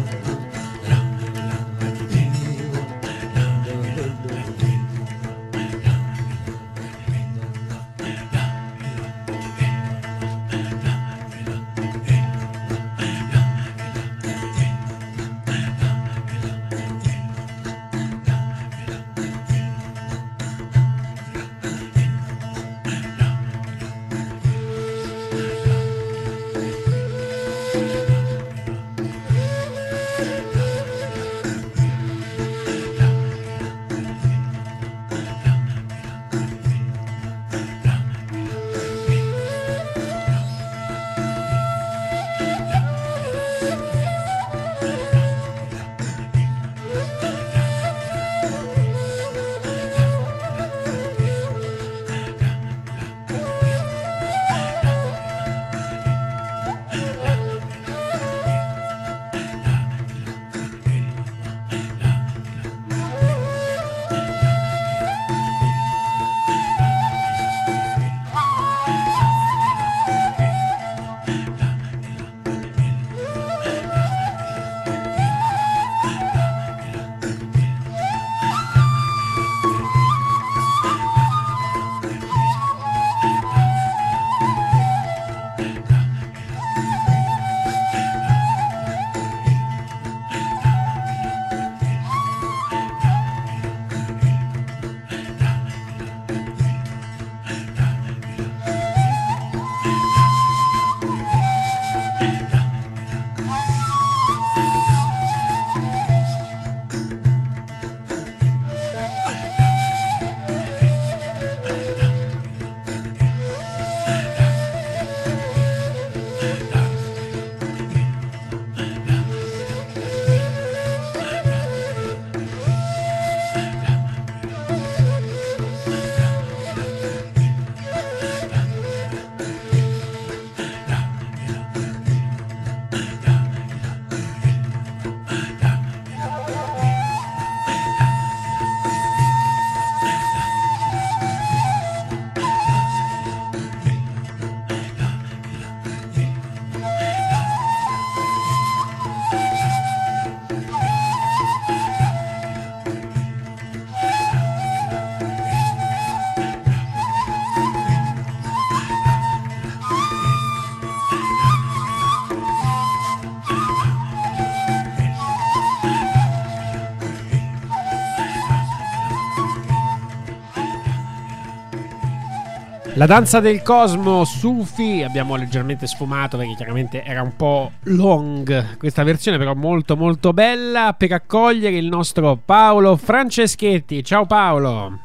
La danza del cosmo, Sufi, abbiamo leggermente sfumato perché chiaramente era un po' long questa versione, però molto molto bella, per accogliere il nostro Paolo Franceschetti. Ciao Paolo.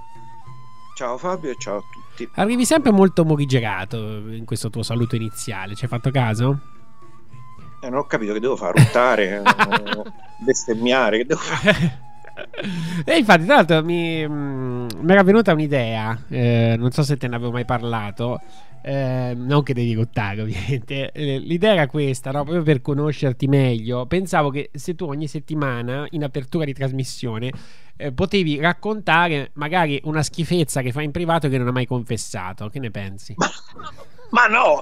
Ciao Fabio e ciao a tutti. Arrivi sempre molto morigerato in questo tuo saluto iniziale, ci hai fatto caso? Non ho capito che devo fare, ruttare, bestemmiare, che devo fare? E infatti tra l'altro mi era venuta un'idea, non so se te ne avevo mai parlato, non che devi ruttare ovviamente, l'idea era questa, no? Proprio per conoscerti meglio. Pensavo che se tu ogni settimana in apertura di trasmissione potevi raccontare magari una schifezza che fai in privato che non hai mai confessato. Che ne pensi? Ma no!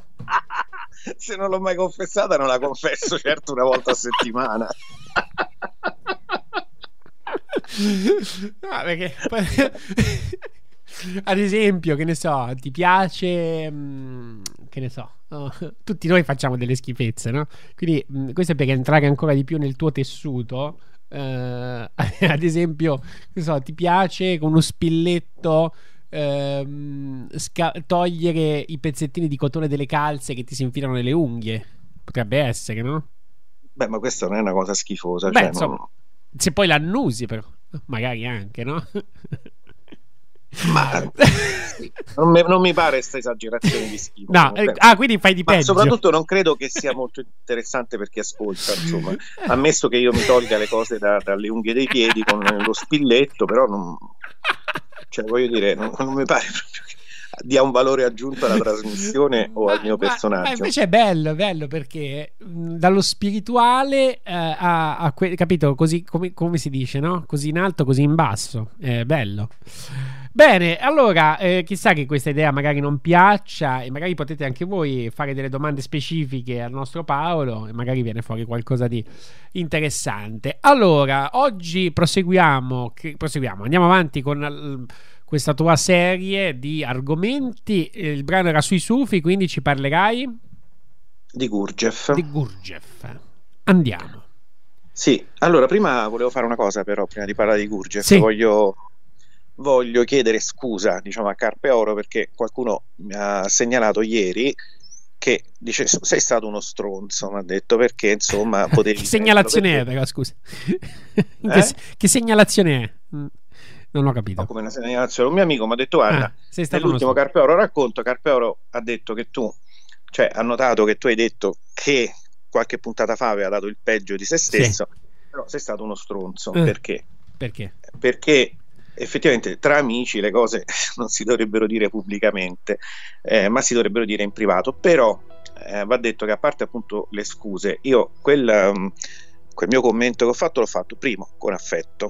Se non l'ho mai confessata non la confesso certo una volta a settimana. No, perché ad esempio, che ne so, ti piace, che ne so, tutti noi facciamo delle schifezze, no? Quindi questo è per entrare ancora di più nel tuo tessuto. Ad esempio, che ne so, ti piace con uno spilletto togliere i pezzettini di cotone delle calze che ti si infilano nelle unghie. Potrebbe essere, no? Beh, ma questa non è una cosa schifosa. Beh, cioè, insomma, se poi l'annusi, però magari anche, no? Ma non mi pare questa esagerazione di schifo. No, quindi fai di peggio. Ma soprattutto non credo che sia molto interessante per chi ascolta, insomma. Ammesso che io mi tolga le cose dalle unghie dei piedi con lo spilletto, però non... Cioè, voglio dire, non mi pare proprio che dia un valore aggiunto alla trasmissione o al mio personaggio. Ma invece è bello perché dallo spirituale capito, così come si dice, no? Così in alto, così in basso. È bello. Bene, allora chissà che questa idea magari non piaccia e magari potete anche voi fare delle domande specifiche al nostro Paolo e magari viene fuori qualcosa di interessante. Allora, oggi proseguiamo, andiamo avanti con questa tua serie di argomenti. Il brano era sui Sufi, quindi ci parlerai di Gurdjieff. Andiamo. Sì, allora prima volevo fare una cosa, però prima di parlare di Gurdjieff sì. Voglio chiedere scusa, diciamo, a Carpe Oro, perché qualcuno mi ha segnalato ieri che dice sei stato uno stronzo, mi ha detto, perché insomma potevi... Che segnalazione è, però, scusa? Che segnalazione è? Non ho capito. Come una segnalazione. Un mio amico mi ha detto, guarda, nell'ultimo Carpe Oro racconto, Carpe Oro ha detto che tu, cioè ha notato che tu hai detto che qualche puntata fa aveva dato il peggio di se stesso, sì. Però sei stato uno stronzo. Perché? Perché effettivamente tra amici le cose non si dovrebbero dire pubblicamente, ma si dovrebbero dire in privato. Però va detto che, a parte appunto le scuse, io quel mio commento che ho fatto l'ho fatto, primo, con affetto,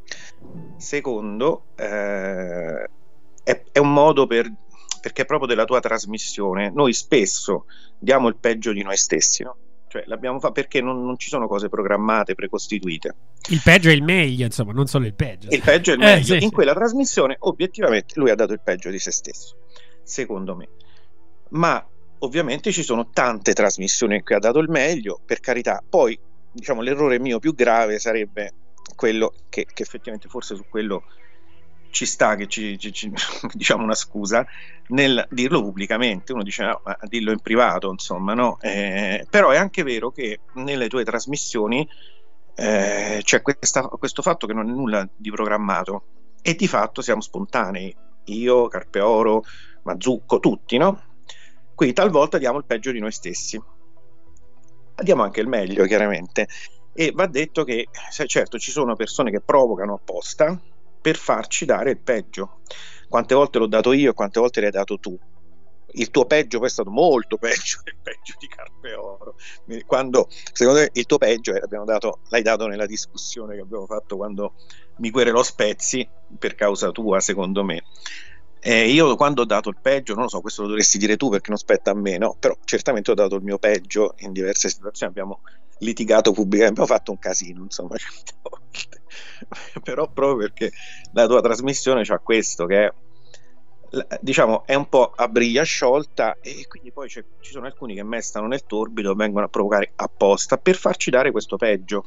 secondo è un modo perché è proprio della tua trasmissione. Noi spesso diamo il peggio di noi stessi, no? Cioè l'abbiamo fatto perché non ci sono cose programmate, precostituite. Il peggio è il meglio, insomma, non solo il peggio. Il peggio è il meglio. Sì. In quella trasmissione obiettivamente lui ha dato il peggio di se stesso, secondo me. Ma ovviamente ci sono tante trasmissioni in cui ha dato il meglio, per carità. Poi, diciamo, l'errore mio più grave sarebbe quello che effettivamente forse su quello ci sta che ci diciamo una scusa nel dirlo pubblicamente. Uno dice no, ma dillo in privato, insomma, no? Però è anche vero che nelle tue trasmissioni c'è questo fatto che non è nulla di programmato e di fatto siamo spontanei, io, Carpe Oro, Mazzucco, tutti, no? Quindi talvolta diamo il peggio di noi stessi, diamo anche il meglio, chiaramente. E va detto che certo ci sono persone che provocano apposta per farci dare il peggio. Quante volte l'ho dato io e quante volte l'hai dato tu? Il tuo peggio poi è stato molto peggio del peggio di Carpe Oro. Quando, secondo me, il tuo peggio l'hai dato nella discussione che abbiamo fatto quando mi querelò Spezzi per causa tua, secondo me. Io quando ho dato il peggio, non lo so, questo lo dovresti dire tu perché non spetta a me, no? Però certamente ho dato il mio peggio in diverse situazioni, abbiamo litigato pubblicamente, abbiamo fatto un casino, insomma, certe volte. Però proprio perché la tua trasmissione c'ha questo, che è, diciamo, è un po' a briglia sciolta, e quindi poi ci sono alcuni che mestano nel torbido e vengono a provocare apposta per farci dare questo peggio.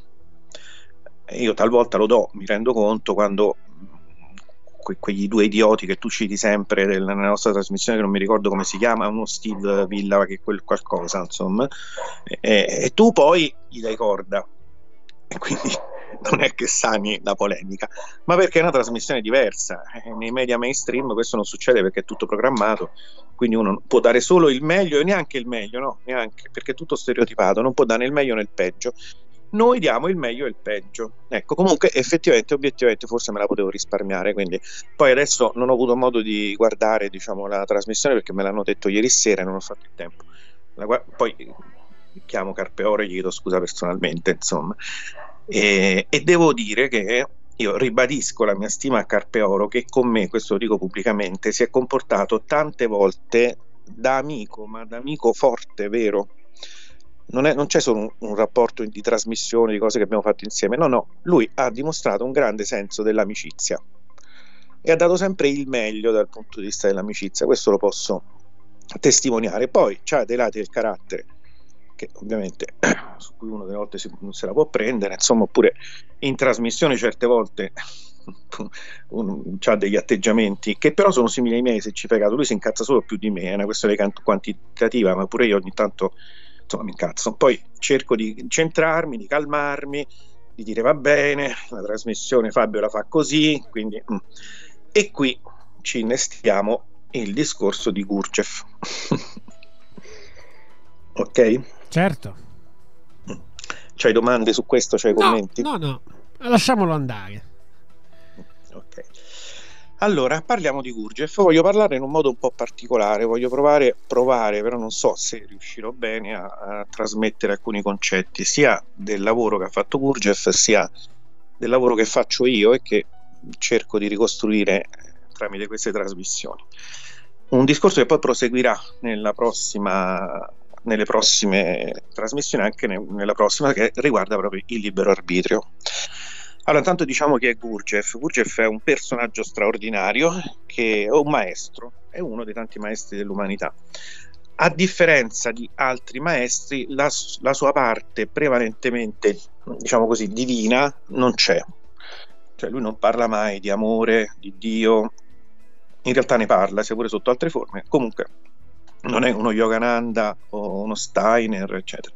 Io talvolta lo do, mi rendo conto, quando quegli due idioti che tu citi sempre nella nostra trasmissione, che non mi ricordo come si chiama, uno Steve Villa, che è quel qualcosa, insomma, e tu poi gli dai corda, e quindi non è che sani la polemica, ma perché è una trasmissione diversa. Nei media mainstream questo non succede perché è tutto programmato, quindi uno può dare solo il meglio, e neanche il meglio, no, neanche, perché è tutto stereotipato, non può dare il meglio né il peggio. Noi diamo il meglio e il peggio. Ecco, comunque effettivamente, obiettivamente, forse me la potevo risparmiare, quindi poi adesso non ho avuto modo di guardare, diciamo, la trasmissione perché me l'hanno detto ieri sera e non ho fatto il tempo. Poi chiamo Carpe Oro e gli chiedo scusa personalmente, insomma. E devo dire che io ribadisco la mia stima a Carpe Oro, che con me, questo lo dico pubblicamente, si è comportato tante volte da amico, ma da amico forte, vero? Non c'è solo un rapporto di trasmissione di cose che abbiamo fatto insieme, no, lui ha dimostrato un grande senso dell'amicizia e ha dato sempre il meglio dal punto di vista dell'amicizia, questo lo posso testimoniare. Poi c'ha dei lati del carattere che ovviamente su cui uno delle volte non se la può prendere, insomma, oppure in trasmissione certe volte c'ha degli atteggiamenti che però sono simili ai miei, se ci peccato. Lui si incazza solo più di me, è una questione quantitativa, ma pure io ogni tanto, insomma, mi incazzo. Poi cerco di centrarmi, di calmarmi, di dire va bene, la trasmissione Fabio la fa così, quindi e qui ci innestiamo il discorso di Gurdjieff. Ok? Certo. C'hai domande su questo? C'hai commenti? No, lasciamolo andare. Ok. Allora, parliamo di Gurdjieff. Voglio parlare in un modo un po' particolare, voglio provare, però non so se riuscirò bene a trasmettere alcuni concetti, sia del lavoro che ha fatto Gurdjieff, sia del lavoro che faccio io e che cerco di ricostruire tramite queste trasmissioni. Un discorso che poi proseguirà nelle prossime trasmissioni, anche nella prossima, che riguarda proprio il libero arbitrio. Allora, intanto diciamo chi è Gurdjieff. Gurdjieff è un personaggio straordinario, che è un maestro, è uno dei tanti maestri dell'umanità. A differenza di altri maestri, la sua parte prevalentemente, diciamo così, divina non c'è. Cioè lui non parla mai di amore, di Dio, in realtà ne parla, sia pure sotto altre forme. Comunque non è uno Yogananda o uno Steiner, eccetera.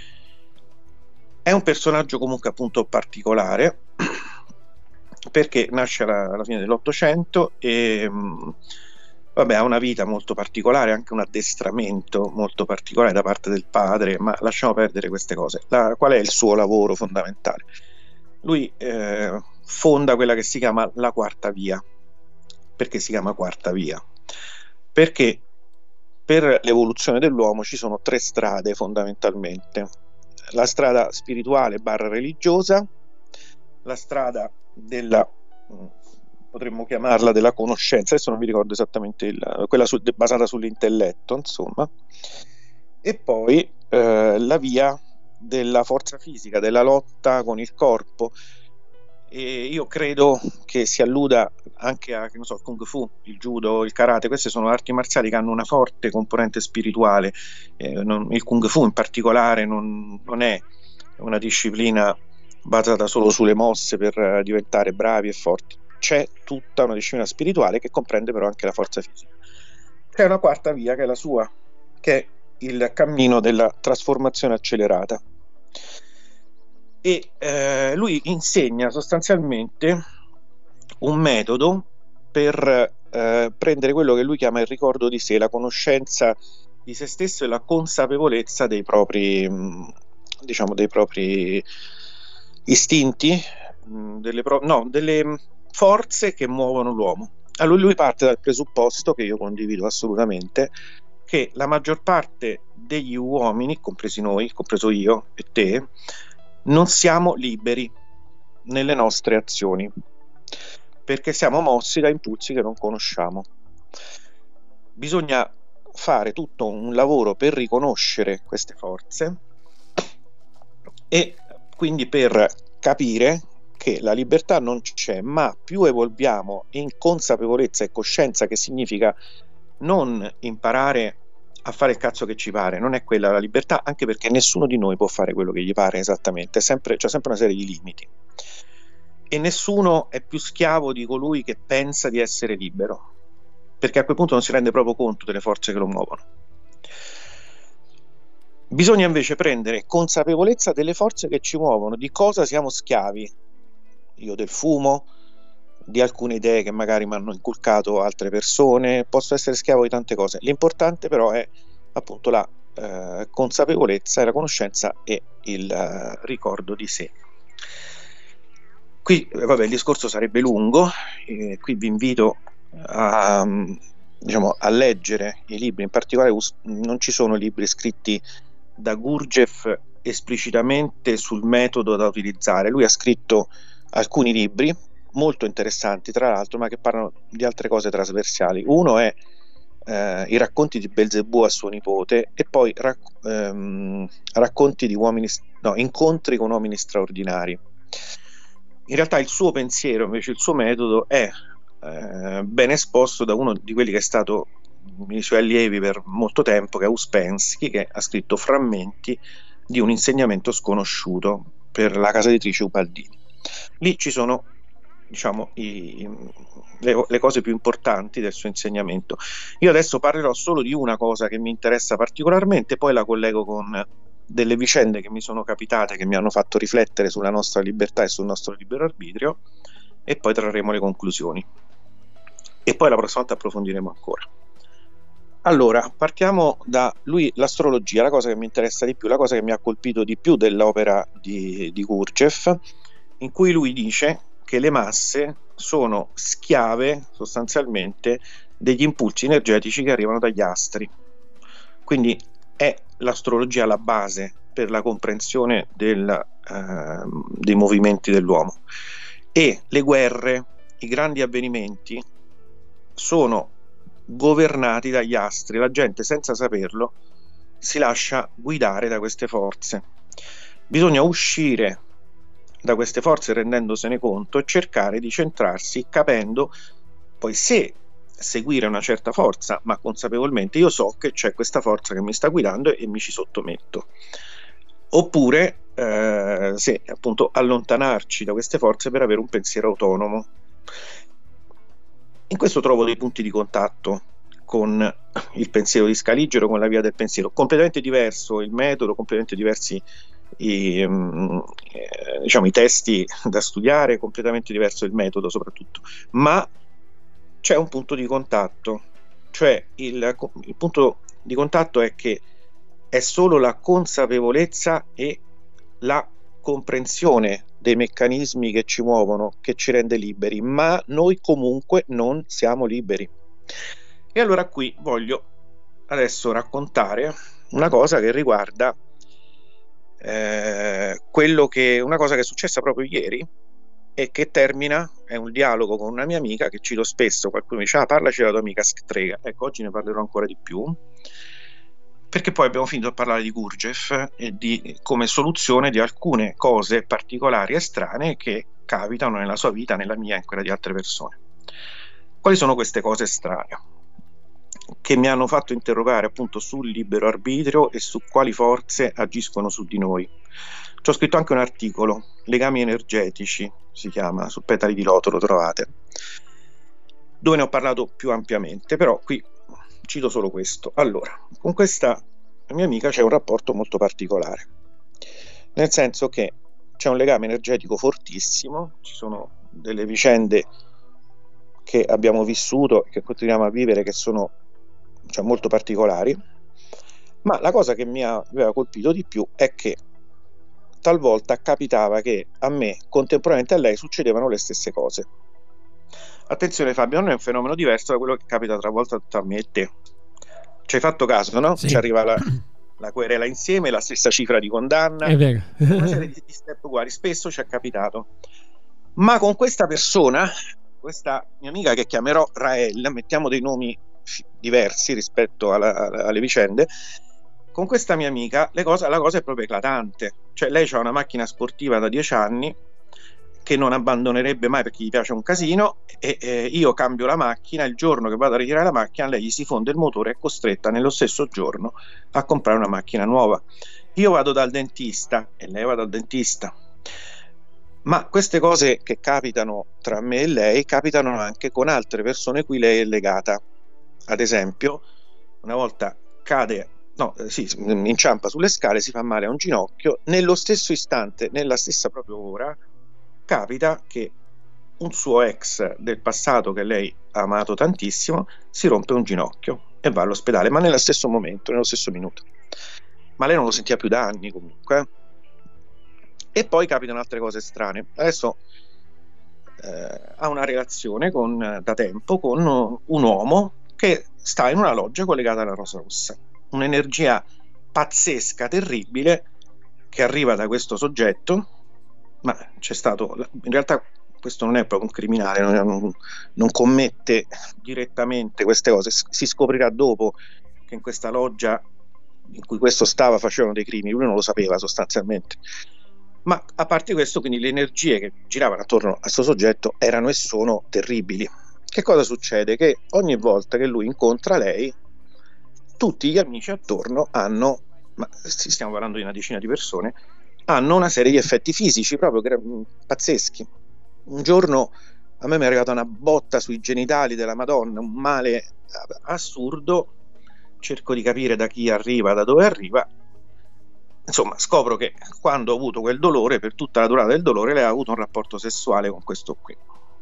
È un personaggio comunque appunto particolare, perché nasce alla fine dell'Ottocento e ha una vita molto particolare, anche un addestramento molto particolare da parte del padre, ma lasciamo perdere queste cose. Qual è il suo lavoro fondamentale? Lui fonda quella che si chiama la Quarta Via. Perché si chiama Quarta Via? Perché per l'evoluzione dell'uomo ci sono 3 strade fondamentalmente: la strada spirituale / religiosa, la strada potremmo chiamarla della conoscenza, adesso non mi ricordo esattamente quella basata sull'intelletto, insomma, e poi la via della forza fisica, della lotta con il corpo. E io credo che si alluda anche a, il Kung Fu, il Judo, il Karate. Queste sono arti marziali che hanno una forte componente spirituale. Il Kung Fu in particolare non è una disciplina basata solo sulle mosse per diventare bravi e forti. C'è tutta una disciplina spirituale che comprende però anche la forza fisica. C'è una quarta via che è la sua, che è il cammino della trasformazione accelerata. E lui insegna sostanzialmente un metodo per prendere quello che lui chiama il ricordo di sé, la conoscenza di se stesso e la consapevolezza dei propri istinti, delle forze che muovono l'uomo. Allora lui parte dal presupposto, che io condivido assolutamente, che la maggior parte degli uomini, compresi noi, compreso io e te, non siamo liberi nelle nostre azioni, perché siamo mossi da impulsi che non conosciamo. Bisogna fare tutto un lavoro per riconoscere queste forze e quindi per capire che la libertà non c'è, ma più evolviamo in consapevolezza e coscienza, che significa non imparare a fare il cazzo che ci pare, non è quella la libertà, anche perché nessuno di noi può fare quello che gli pare esattamente, c'è sempre una serie di limiti e nessuno è più schiavo di colui che pensa di essere libero, perché a quel punto non si rende proprio conto delle forze che lo muovono. Bisogna invece prendere consapevolezza delle forze che ci muovono, di cosa siamo schiavi. Io del fumo, di alcune idee che magari mi hanno inculcato altre persone, posso essere schiavo di tante cose. L'importante però è appunto la consapevolezza e la conoscenza e il ricordo di sé. Qui il discorso sarebbe lungo, qui vi invito a leggere i libri, in particolare non ci sono libri scritti da Gurdjieff esplicitamente sul metodo da utilizzare. Lui ha scritto alcuni libri molto interessanti, tra l'altro, ma che parlano di altre cose trasversali. Uno è i racconti di Belzebù a suo nipote, e poi racconti di incontri con uomini straordinari. In realtà il suo pensiero, invece il suo metodo, è ben esposto da uno di quelli che è stato i suoi allievi per molto tempo, che è Uspensky, che ha scritto Frammenti di un insegnamento sconosciuto per la casa editrice Ubaldini. Lì ci sono le cose più importanti del suo insegnamento. Io adesso parlerò solo di una cosa che mi interessa particolarmente, poi la collego con delle vicende che mi sono capitate, che mi hanno fatto riflettere sulla nostra libertà e sul nostro libero arbitrio, e poi trarremo le conclusioni e poi la prossima volta approfondiremo ancora. Allora, partiamo da lui, l'astrologia, la cosa che mi interessa di più, la cosa che mi ha colpito di più dell'opera di Gurdjieff, in cui lui dice che le masse sono schiave sostanzialmente degli impulsi energetici che arrivano dagli astri. Quindi è l'astrologia la base per la comprensione dei movimenti dell'uomo, e le guerre, i grandi avvenimenti sono governati dagli astri. La gente, senza saperlo, si lascia guidare da queste forze. Bisogna uscire da queste forze rendendosene conto e cercare di centrarsi, capendo poi se seguire una certa forza, ma consapevolmente io so che c'è questa forza che mi sta guidando e mi ci sottometto, oppure se appunto allontanarci da queste forze per avere un pensiero autonomo. In questo trovo dei punti di contatto con il pensiero di Scaligero, con la via del pensiero. Completamente diverso il metodo, completamente diversi i testi da studiare, completamente diverso il metodo soprattutto, ma c'è un punto di contatto, cioè il punto di contatto è che è solo la consapevolezza e la comprensione dei meccanismi che ci muovono che ci rende liberi, ma noi comunque non siamo liberi. E allora qui voglio adesso raccontare una cosa che riguarda una cosa che è successa proprio ieri e che termina, è un dialogo con una mia amica che cito spesso. Qualcuno mi dice: parlaci della tua amica Strega. Ecco, oggi ne parlerò ancora di più, perché poi abbiamo finito a parlare di Gurdjieff e come soluzione di alcune cose particolari e strane che capitano nella sua vita, nella mia e in quella di altre persone. Quali sono queste cose strane che mi hanno fatto interrogare appunto sul libero arbitrio e su quali forze agiscono su di noi? Ci ho scritto anche un articolo, Legami energetici si chiama, su Petali di Loto lo trovate, dove ne ho parlato più ampiamente, però qui cito solo questo. Allora, con questa mia amica c'è un rapporto molto particolare, nel senso che c'è un legame energetico fortissimo, ci sono delle vicende che abbiamo vissuto e che continuiamo a vivere che sono molto particolari, ma la cosa che mi aveva colpito di più è che talvolta capitava che a me, contemporaneamente a lei, succedevano le stesse cose. Attenzione Fabio, non è un fenomeno diverso da quello che capita talvolta a me e te. Ci hai fatto caso, no? Sì. Ci arriva la querela insieme, la stessa cifra di condanna, è vero. Una serie di step uguali, spesso ci è capitato. Ma con questa persona, questa mia amica che chiamerò Rael, mettiamo dei nomi diversi rispetto alle vicende, con questa mia amica la cosa è proprio eclatante. Cioè lei ha una macchina sportiva da 10 anni che non abbandonerebbe mai perché gli piace un casino, e io cambio la macchina, il giorno che vado a ritirare la macchina lei gli si fonde il motore e è costretta nello stesso giorno a comprare una macchina nuova. Io vado dal dentista e lei va dal dentista. Ma queste cose che capitano tra me e lei capitano anche con altre persone cui lei è legata. Ad esempio, una volta inciampa sulle scale, si fa male a un ginocchio, nello stesso istante, nella stessa proprio ora, capita che un suo ex del passato che lei ha amato tantissimo si rompe un ginocchio e va all'ospedale, ma nello stesso momento, nello stesso minuto. Ma lei non lo sentiva più da anni comunque. E poi capitano altre cose strane. Adesso ha una relazione da tempo con un uomo che sta in una loggia collegata alla Rosa Rossa. Un'energia pazzesca, terribile, che arriva da questo soggetto, ma c'è stato, in realtà questo non è proprio un criminale, non commette direttamente queste cose, si scoprirà dopo che in questa loggia in cui questo stava facevano dei crimini, lui non lo sapeva sostanzialmente. Ma a parte questo, quindi le energie che giravano attorno a questo soggetto erano e sono terribili. Che cosa succede? Che ogni volta che lui incontra lei, tutti gli amici attorno hanno, ma stiamo parlando di una decina di persone, hanno una serie di effetti fisici proprio pazzeschi. Un giorno a me mi è arrivata una botta sui genitali della Madonna, un male assurdo, cerco di capire da chi arriva, da dove arriva. Insomma, scopro che quando ho avuto quel dolore, per tutta la durata del dolore, lei ha avuto un rapporto sessuale con questo qui.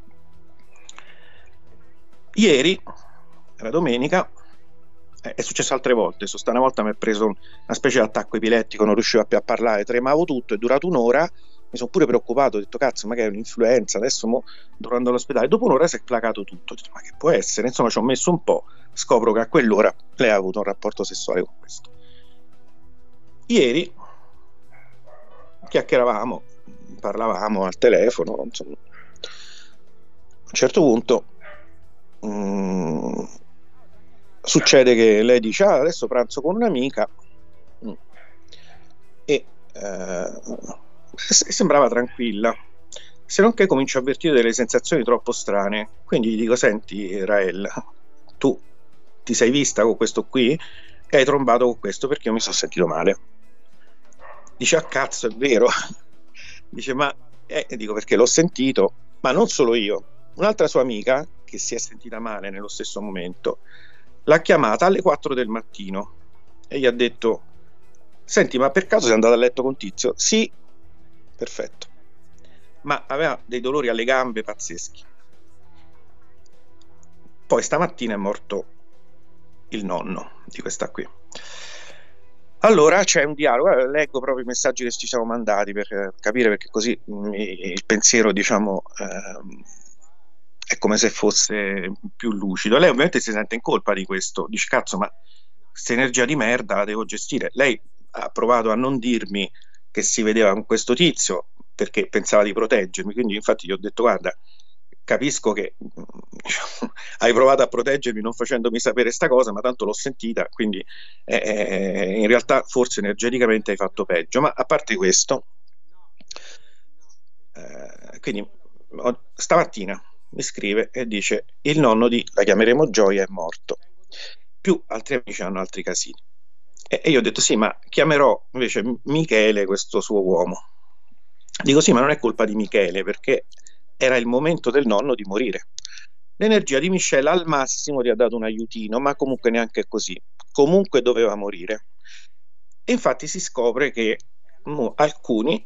Ieri, era domenica, è successo altre volte. Una volta mi è preso una specie di attacco epilettico, non riuscivo più a parlare, tremavo tutto, è durato un'ora mi sono pure preoccupato, ho detto cazzo, magari è un'influenza, adesso dovrò andare all'ospedale. Dopo un'ora si è placato tutto, ho detto, ma che può essere? Insomma, ci ho messo un po', scopro che a quell'ora lei ha avuto un rapporto sessuale con questo. Ieri chiacchieravamo, parlavamo al telefono, insomma. A un certo punto succede che lei dice adesso pranzo con un'amica e sembrava tranquilla, se non che comincio a avvertire delle sensazioni troppo strane, quindi gli dico senti Rael, tu ti sei vista con questo qui e hai trombato con questo perché io mi sono sentito male. Dice a cazzo è vero. Dice ma dico perché l'ho sentito, ma non solo io, un'altra sua amica che si è sentita male nello stesso momento l'ha chiamata alle 4 del mattino e gli ha detto senti ma per caso sei andata a letto con Tizio? Sì, perfetto, ma aveva dei dolori alle gambe pazzeschi. Poi stamattina è morto il nonno di questa qui. Allora c'è un dialogo, leggo proprio i messaggi che ci siamo mandati per capire, perché così il pensiero diciamo è come se fosse più lucido. Lei ovviamente si sente in colpa di questo, dice cazzo ma questa energia di merda la devo gestire. Lei ha provato a non dirmi che si vedeva con questo tizio perché pensava di proteggermi, quindi infatti gli ho detto guarda, capisco che hai provato a proteggermi non facendomi sapere sta cosa, ma tanto l'ho sentita, quindi in realtà forse energeticamente hai fatto peggio. Ma a parte questo, quindi stamattina mi scrive e dice il nonno di, la chiameremo Gioia, è morto, più altri amici hanno altri casini, e io ho detto sì ma chiamerò invece Michele, questo suo uomo. Dico sì ma non è colpa di Michele perché era il momento del nonno di morire. L'energia di Michelle al massimo gli ha dato un aiutino, ma comunque neanche così. Comunque doveva morire. E infatti si scopre che alcuni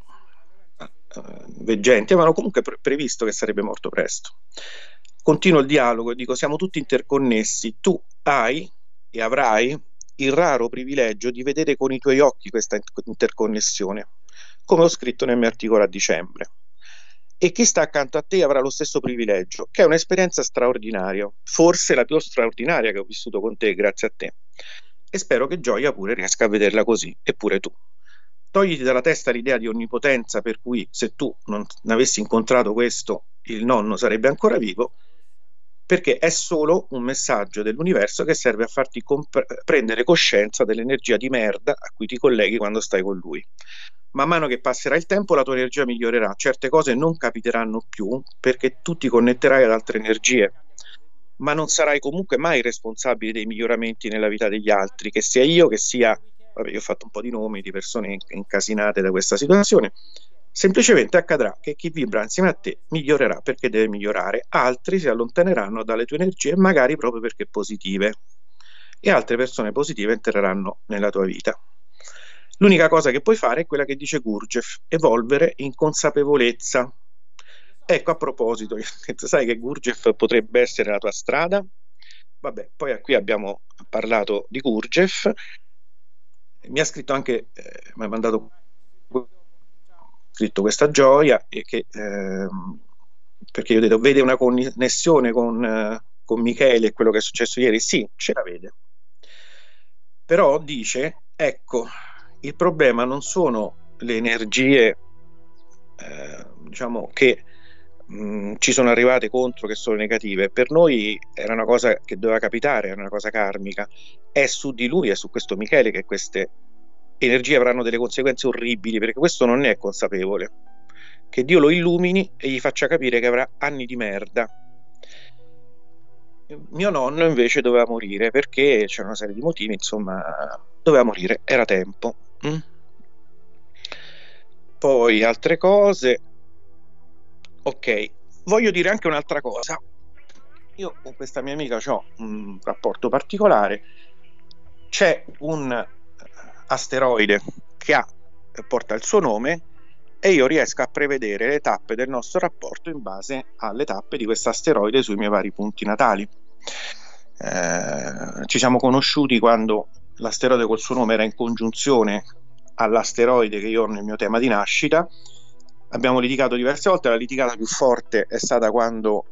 veggenti avevano comunque previsto che sarebbe morto presto. Continuo il dialogo e dico siamo tutti interconnessi. Tu hai e avrai il raro privilegio di vedere con i tuoi occhi questa interconnessione, come ho scritto nel mio articolo a dicembre. E chi sta accanto a te avrà lo stesso privilegio, che è un'esperienza straordinaria, forse la più straordinaria che ho vissuto con te, grazie a te. E spero che Gioia pure riesca a vederla così, e pure tu. Togliti dalla testa l'idea di onnipotenza per cui se tu non avessi incontrato questo, il nonno sarebbe ancora vivo, perché è solo un messaggio dell'universo che serve a farti prendere coscienza dell'energia di merda a cui ti colleghi quando stai con lui. Man mano che passerà il tempo la tua energia migliorerà, certe cose non capiteranno più perché tu ti connetterai ad altre energie, ma non sarai comunque mai responsabile dei miglioramenti nella vita degli altri, che sia io, che sia, vabbè, io ho fatto un po' di nomi di persone incasinate da questa situazione. Semplicemente accadrà che chi vibra insieme a te migliorerà perché deve migliorare, altri si allontaneranno dalle tue energie magari proprio perché positive, e altre persone positive entreranno nella tua vita. L'unica cosa che puoi fare è quella che dice Gurdjieff, evolvere in consapevolezza. Ecco, a proposito, sai che Gurdjieff potrebbe essere la tua strada? Vabbè, poi qui abbiamo parlato di Gurdjieff, mi ha scritto anche, mi ha mandato scritto questa Gioia, e che, perché io ho detto, vede una connessione con Michele e quello che è successo ieri? Sì, ce la vede. Però dice, ecco, il problema non sono le energie diciamo che ci sono arrivate contro, che sono negative. Per noi era una cosa che doveva capitare, era una cosa karmica. È su di lui, è su questo Michele che queste energie avranno delle conseguenze orribili, perché questo non ne è consapevole. Che Dio lo illumini e gli faccia capire che avrà anni di merda. Mio nonno invece doveva morire perché c'era una serie di motivi, insomma, doveva morire, era tempo. Poi altre cose. Ok, voglio dire anche un'altra cosa. Io con questa mia amica ho un rapporto particolare. C'è un asteroide che porta il suo nome e io riesco a prevedere le tappe del nostro rapporto in base alle tappe di questo asteroide sui miei vari punti natali. Ci siamo conosciuti quando l'asteroide col suo nome era in congiunzione all'asteroide che io ho nel mio tema di nascita, abbiamo litigato diverse volte. La litigata più forte è stata quando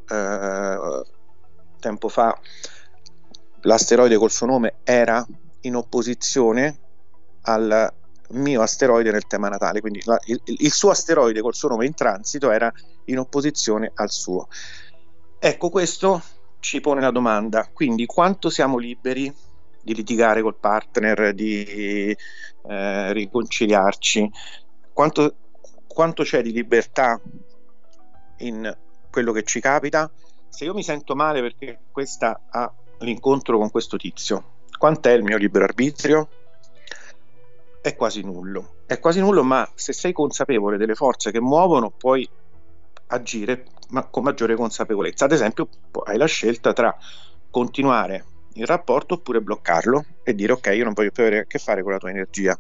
tempo fa l'asteroide col suo nome era in opposizione al mio asteroide nel tema natale, quindi il suo asteroide col suo nome in transito era in opposizione al suo. Ecco, questo ci pone la domanda, quindi quanto siamo liberi di litigare col partner, di riconciliarci, quanto c'è di libertà in quello che ci capita? Se io mi sento male perché questa ha l'incontro con questo tizio, quant'è il mio libero arbitrio? È quasi nullo, ma se sei consapevole delle forze che muovono puoi agire con maggiore consapevolezza. Ad esempio, hai la scelta tra continuare il rapporto oppure bloccarlo e dire ok, io non voglio più avere a che fare con la tua energia.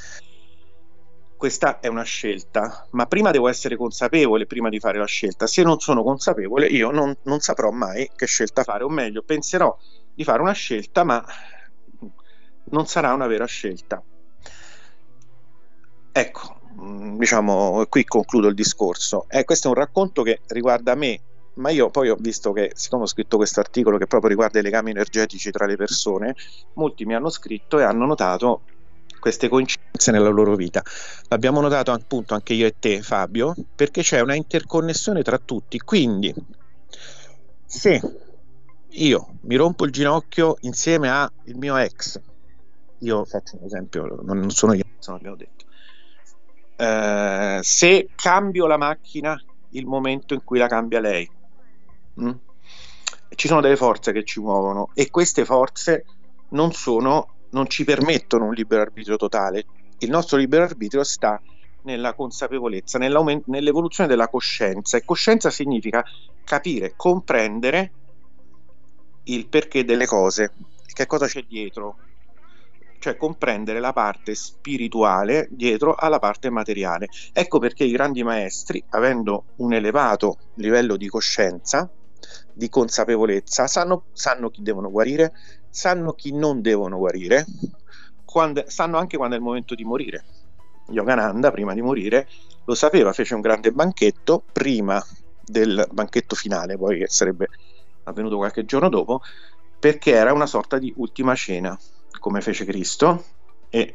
Questa è una scelta, ma prima devo essere consapevole prima di fare la scelta. Se non sono consapevole io non saprò mai che scelta fare, o meglio, penserò di fare una scelta ma non sarà una vera scelta. Ecco, diciamo, qui concludo il discorso. Questo è un racconto che riguarda me, ma io poi ho visto che, siccome ho scritto questo articolo che proprio riguarda i legami energetici tra le persone, molti mi hanno scritto e hanno notato queste coincidenze nella loro vita. L'abbiamo notato appunto anche io e te, Fabio, perché c'è una interconnessione tra tutti. Quindi se io mi rompo il ginocchio insieme al mio ex, io faccio un esempio, non sono io, abbiamo detto, se cambio la macchina il momento in cui la cambia lei, ci sono delle forze che ci muovono e queste forze non ci permettono un libero arbitrio totale. Il nostro libero arbitrio sta nella consapevolezza, nell'evoluzione della coscienza, e coscienza significa capire, comprendere il perché delle cose, che cosa c'è dietro, cioè comprendere la parte spirituale dietro alla parte materiale. Ecco perché i grandi maestri, avendo un elevato livello di coscienza, di consapevolezza, sanno chi devono guarire, sanno chi non devono guarire, sanno anche quando è il momento di morire. Yogananda prima di morire lo sapeva, fece un grande banchetto prima del banchetto finale, poi che sarebbe avvenuto qualche giorno dopo, perché era una sorta di ultima cena, come fece Cristo, e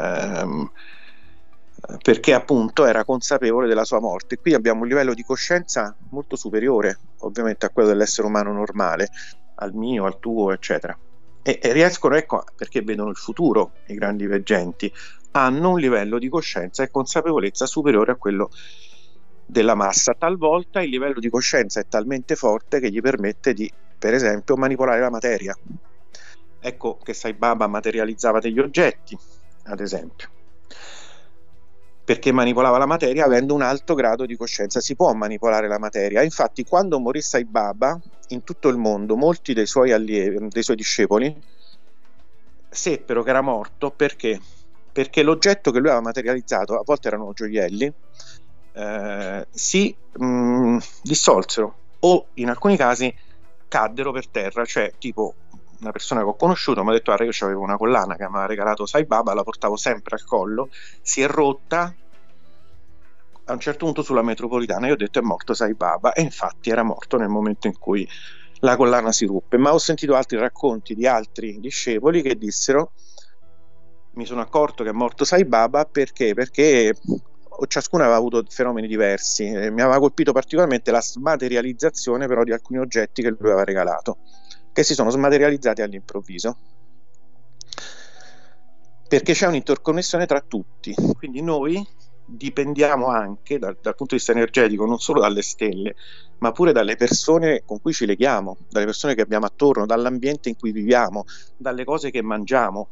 perché appunto era consapevole della sua morte. Qui abbiamo un livello di coscienza molto superiore ovviamente a quello dell'essere umano normale, al mio, al tuo, eccetera, e riescono, ecco perché vedono il futuro. I grandi veggenti hanno un livello di coscienza e consapevolezza superiore a quello della massa. Talvolta il livello di coscienza è talmente forte che gli permette di, per esempio, manipolare la materia. Ecco che Sai Baba materializzava degli oggetti, ad esempio, perché manipolava la materia avendo un alto grado di coscienza. Si può manipolare la materia. Infatti, quando morì Sai Baba, in tutto il mondo molti dei suoi allievi, dei suoi discepoli, seppero che era morto. Perché l'oggetto che lui aveva materializzato, a volte erano gioielli, si dissolsero o in alcuni casi caddero per terra. Cioè, tipo, una persona che ho conosciuto mi ha detto: guarda, io avevo una collana che mi aveva regalato Sai Baba, la portavo sempre al collo, si è rotta a un certo punto sulla metropolitana. Io ho detto: è morto Sai Baba, e infatti era morto nel momento in cui la collana si ruppe. Ma ho sentito altri racconti di altri discepoli che dissero: mi sono accorto che è morto Sai Baba perché ciascuno aveva avuto fenomeni diversi. Mi aveva colpito particolarmente la smaterializzazione però di alcuni oggetti che lui aveva regalato, che si sono smaterializzati all'improvviso, perché c'è un'interconnessione tra tutti. Quindi noi dipendiamo anche dal punto di vista energetico non solo dalle stelle, ma pure dalle persone con cui ci leghiamo, dalle persone che abbiamo attorno, dall'ambiente in cui viviamo, dalle cose che mangiamo.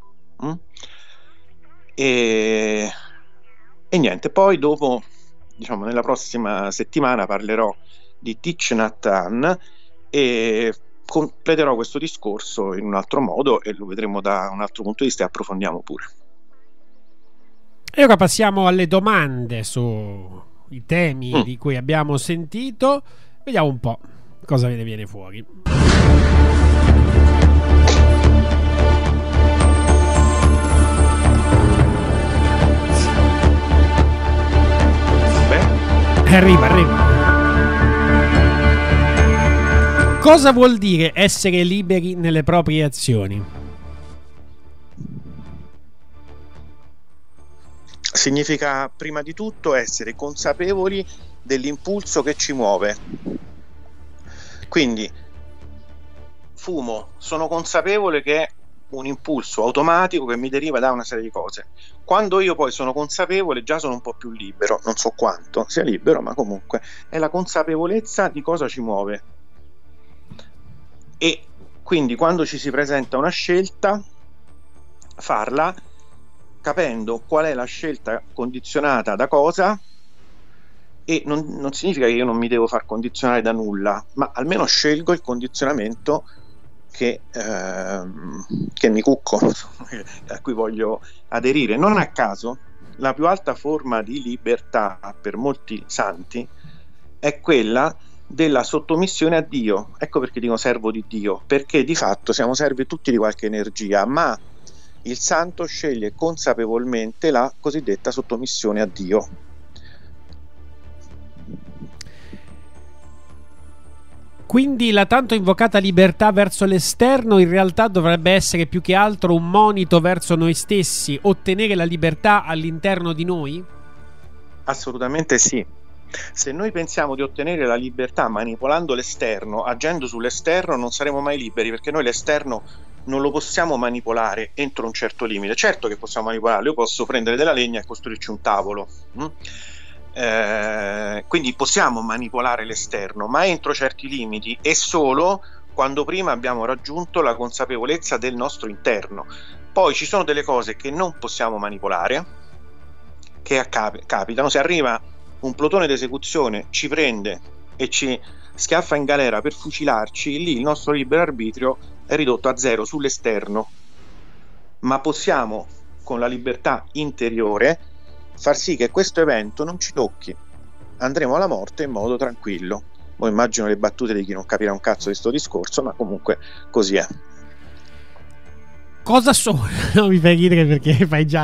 E niente, poi dopo, diciamo, nella prossima settimana parlerò di Thich Nhat Hanh e completerò questo discorso in un altro modo e lo vedremo da un altro punto di vista e approfondiamo pure. E ora passiamo alle domande sui temi di cui abbiamo sentito. Vediamo un po' cosa ne viene fuori. Arriva. Cosa vuol dire essere liberi nelle proprie azioni? Significa prima di tutto essere consapevoli dell'impulso che ci muove. Quindi fumo, sono consapevole che è un impulso automatico che mi deriva da una serie di cose. Quando io poi sono consapevole, già sono un po' più libero, non so quanto sia libero, ma comunque è la consapevolezza di cosa ci muove. E quindi quando ci si presenta una scelta, farla capendo qual è la scelta condizionata da cosa, e non significa che io non mi devo far condizionare da nulla, ma almeno scelgo il condizionamento che mi cucco, a cui voglio aderire. Non a caso la più alta forma di libertà per molti santi è quella della sottomissione a Dio. Ecco perché dico servo di Dio, perché di fatto siamo servi tutti di qualche energia, ma il santo sceglie consapevolmente la cosiddetta sottomissione a Dio. Quindi la tanto invocata libertà verso l'esterno in realtà dovrebbe essere più che altro un monito verso noi stessi, ottenere la libertà all'interno di noi? Assolutamente sì. Se noi pensiamo di ottenere la libertà manipolando l'esterno, agendo sull'esterno, non saremo mai liberi, perché noi l'esterno non lo possiamo manipolare entro un certo limite. Certo che possiamo manipolarlo, io posso prendere della legna e costruirci un tavolo, quindi possiamo manipolare l'esterno, ma entro certi limiti, e solo quando prima abbiamo raggiunto la consapevolezza del nostro interno. Poi ci sono delle cose che non possiamo manipolare, che capitano. Se arriva un plotone d'esecuzione, ci prende e ci schiaffa in galera per fucilarci, lì il nostro libero arbitrio è ridotto a zero sull'esterno, ma possiamo con la libertà interiore far sì che questo evento non ci tocchi, andremo alla morte in modo tranquillo. Poi immagino le battute di chi non capirà un cazzo di sto discorso, ma comunque così è. Cosa sono? Non mi fai ridere perché fai già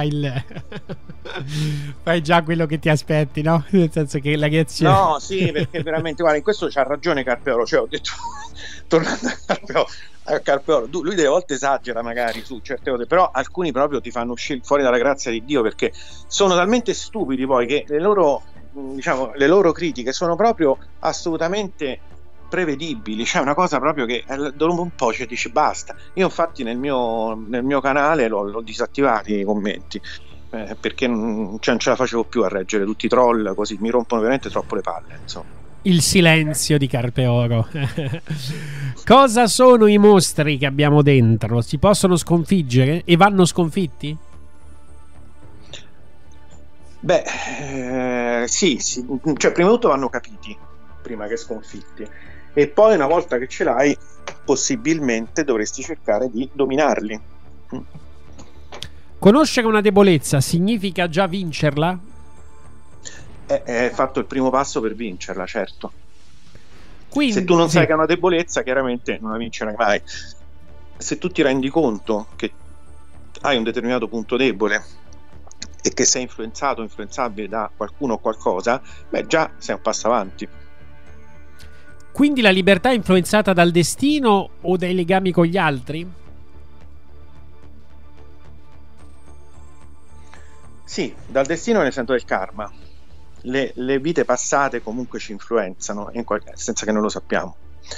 fai già quello che ti aspetti, no? Nel senso che la reazione... No, sì, perché veramente, guarda, in questo c'ha ragione Carpeolo, cioè ho detto, tornando a Carpeolo, lui delle volte esagera magari su certe cose, però alcuni proprio ti fanno uscire fuori dalla grazia di Dio, perché sono talmente stupidi poi che le loro critiche sono proprio assolutamente prevedibili. C'è una cosa proprio che dopo un po' ci dici basta. Io infatti nel mio canale l'ho disattivati i commenti, perché non ce la facevo più a reggere tutti i troll, così mi rompono veramente troppo le palle, insomma. Il silenzio di Carpeoro. Cosa sono i mostri che abbiamo dentro? Si possono sconfiggere e vanno sconfitti? Sì, cioè prima di tutto vanno capiti prima che sconfitti, e poi una volta che ce l'hai possibilmente dovresti cercare di dominarli. Conoscere una debolezza significa già vincerla? È fatto il primo passo per vincerla, certo. Quindi, se tu non sai che è una debolezza, chiaramente non la vincerai mai. Se tu ti rendi conto che hai un determinato punto debole e che sei influenzato o influenzabile da qualcuno o qualcosa, già sei un passo avanti. Quindi la libertà è influenzata dal destino o dai legami con gli altri? Sì, dal destino, nel senso del karma. Le vite passate comunque ci influenzano, senza che noi lo sappiamo,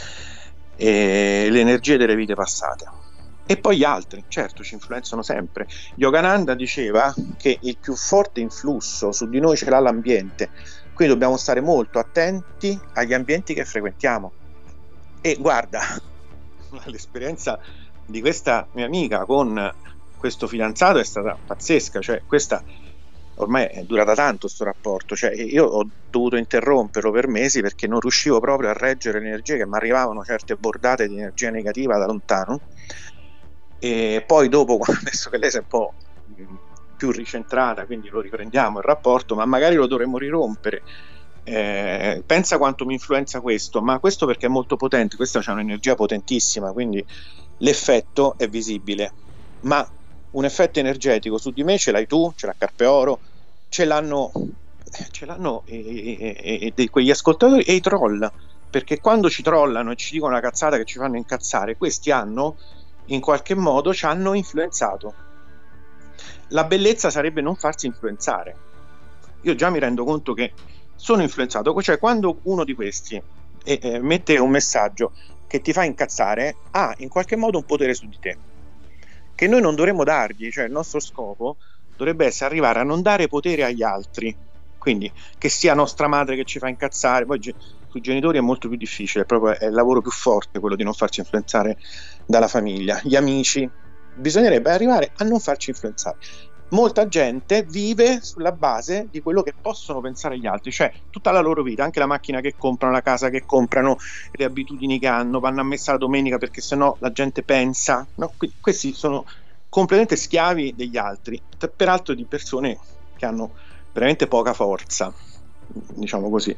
e le energie delle vite passate. E poi gli altri, certo, ci influenzano sempre. Yogananda diceva che il più forte influsso su di noi ce l'ha l'ambiente, quindi dobbiamo stare molto attenti agli ambienti che frequentiamo. E guarda, l'esperienza di questa mia amica con questo fidanzato è stata pazzesca, cioè questa ormai è durata tanto sto rapporto, cioè io ho dovuto interromperlo per mesi perché non riuscivo proprio a reggere le energie che mi arrivavano, certe bordate di energia negativa da lontano. E poi dopo, adesso che lei si è un po' più ricentrata, quindi lo riprendiamo il rapporto, ma magari lo dovremmo rirompere. Pensa quanto mi influenza questo, ma questo perché è molto potente, questa c'è un'energia potentissima, quindi l'effetto è visibile, ma un effetto energetico su di me ce l'hai tu, ce l'ha Carpeoro, ce l'hanno ce l'hanno quegli ascoltatori e i troll, perché quando ci trollano e ci dicono una cazzata che ci fanno incazzare, questi hanno in qualche modo ci hanno influenzato. La bellezza sarebbe non farsi influenzare. Io già mi rendo conto che sono influenzato, cioè quando uno di questi mette un messaggio che ti fa incazzare, ha in qualche modo un potere su di te che noi non dovremmo dargli, cioè il nostro scopo dovrebbe essere arrivare a non dare potere agli altri, quindi che sia nostra madre che ci fa incazzare. Poi sui genitori è molto più difficile, proprio è il lavoro più forte quello di non farci influenzare dalla famiglia. Gli amici, bisognerebbe arrivare a non farci influenzare. Molta gente vive sulla base di quello che possono pensare gli altri, cioè tutta la loro vita, anche la macchina che comprano, la casa che comprano, le abitudini che hanno, vanno a messa la domenica perché sennò la gente pensa, no? Questi sono completamente schiavi degli altri, peraltro di persone che hanno veramente poca forza, diciamo così,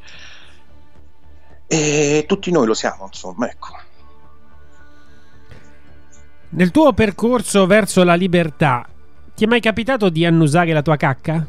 e tutti noi lo siamo, insomma, ecco. Nel tuo percorso verso la libertà ti è mai capitato di annusare la tua cacca?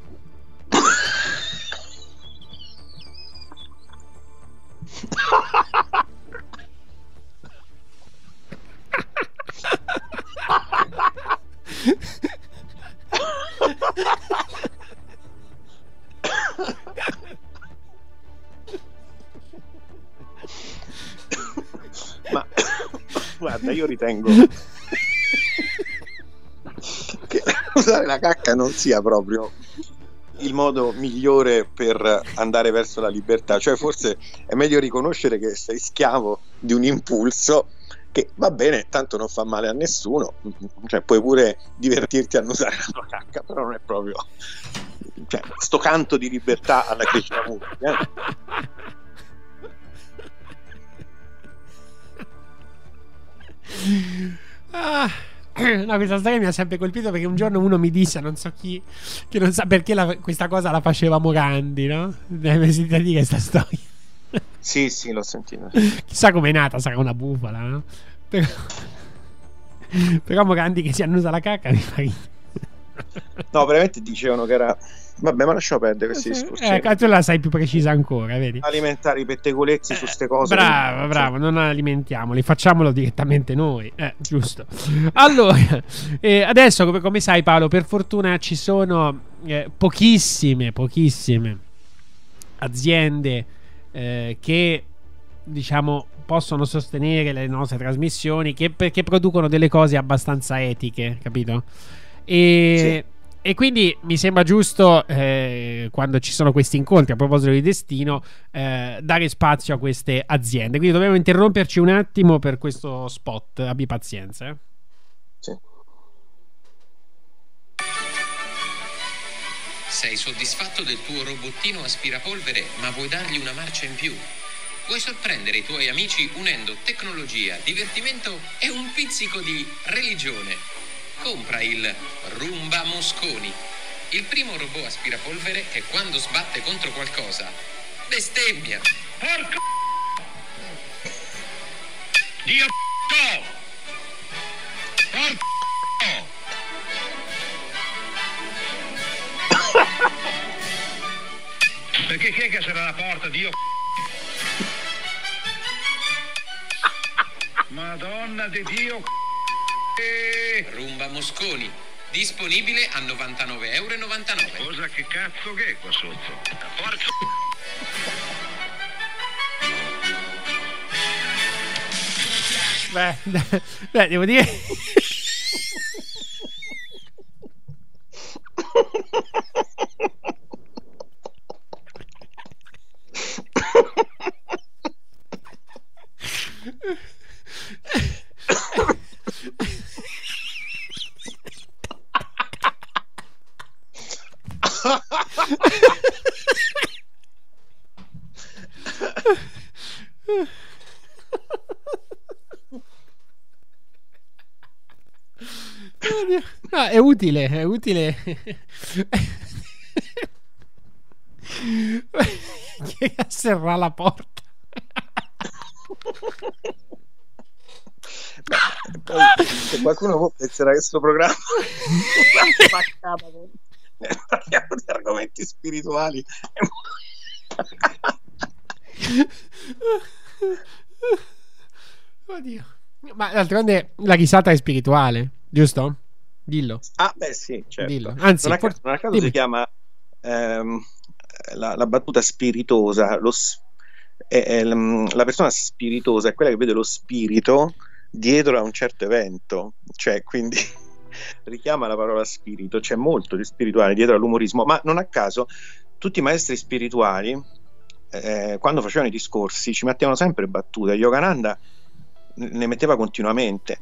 Ma guarda, io ritengo che usare la cacca non sia proprio il modo migliore per andare verso la libertà, cioè forse è meglio riconoscere che sei schiavo di un impulso che va bene, tanto non fa male a nessuno, cioè puoi pure divertirti a usare la tua cacca, però non è proprio, cioè, sto canto di libertà alla Krishnamurti, No, questa storia mi ha sempre colpito perché un giorno uno mi disse, non so chi, che non sa perché questa cosa la faceva Morandi, no? Hai mai sentito dire questa storia? Sì, l'ho sentita. Chissà com'è nata, sarà una bufala, no? Però Morandi che si annusa la cacca mi fa ridere. No, veramente dicevano che era... Vabbè, ma lasciamo perdere questi discorsi. Tu la sai più precisa ancora, vedi? Alimentare i pettegolezzi su ste cose. Bravo, non alimentiamoli, facciamolo direttamente noi, giusto. Allora, adesso come sai Paolo, per fortuna ci sono pochissime aziende che diciamo possono sostenere le nostre trasmissioni, perché producono delle cose abbastanza etiche, capito? E quindi mi sembra giusto, quando ci sono questi incontri a proposito di destino, dare spazio a queste aziende. Quindi dobbiamo interromperci un attimo per questo spot. Abbi pazienza. Sì. Sei soddisfatto del tuo robottino aspirapolvere, ma vuoi dargli una marcia in più? Vuoi sorprendere i tuoi amici unendo tecnologia, divertimento e un pizzico di religione? Compra il Roomba Mosconi, il primo robot aspirapolvere che quando sbatte contro qualcosa bestemmia. Porco Dio porco perché chi è che sarà alla porta? Dio Madonna di Dio. Roomba Mosconi, disponibile a €99,99. Cosa che cazzo che è qua sotto? Forza! Beh, devo dire no, è utile che serrà la porta. Beh, poi, se qualcuno penserà che questo programma parliamo di argomenti spirituali. Oddio. Ma d'altronde la risata è spirituale, giusto? Dillo. Ah, beh, sì, certo. Dillo. Anzi, non a caso si chiama la battuta spiritosa. La persona spiritosa è quella che vede lo spirito dietro a un certo evento, cioè, quindi richiama la parola spirito. C'è molto di spirituale dietro all'umorismo, ma non a caso tutti i maestri spirituali, quando facevano i discorsi, ci mettevano sempre battute. Yogananda ne metteva continuamente.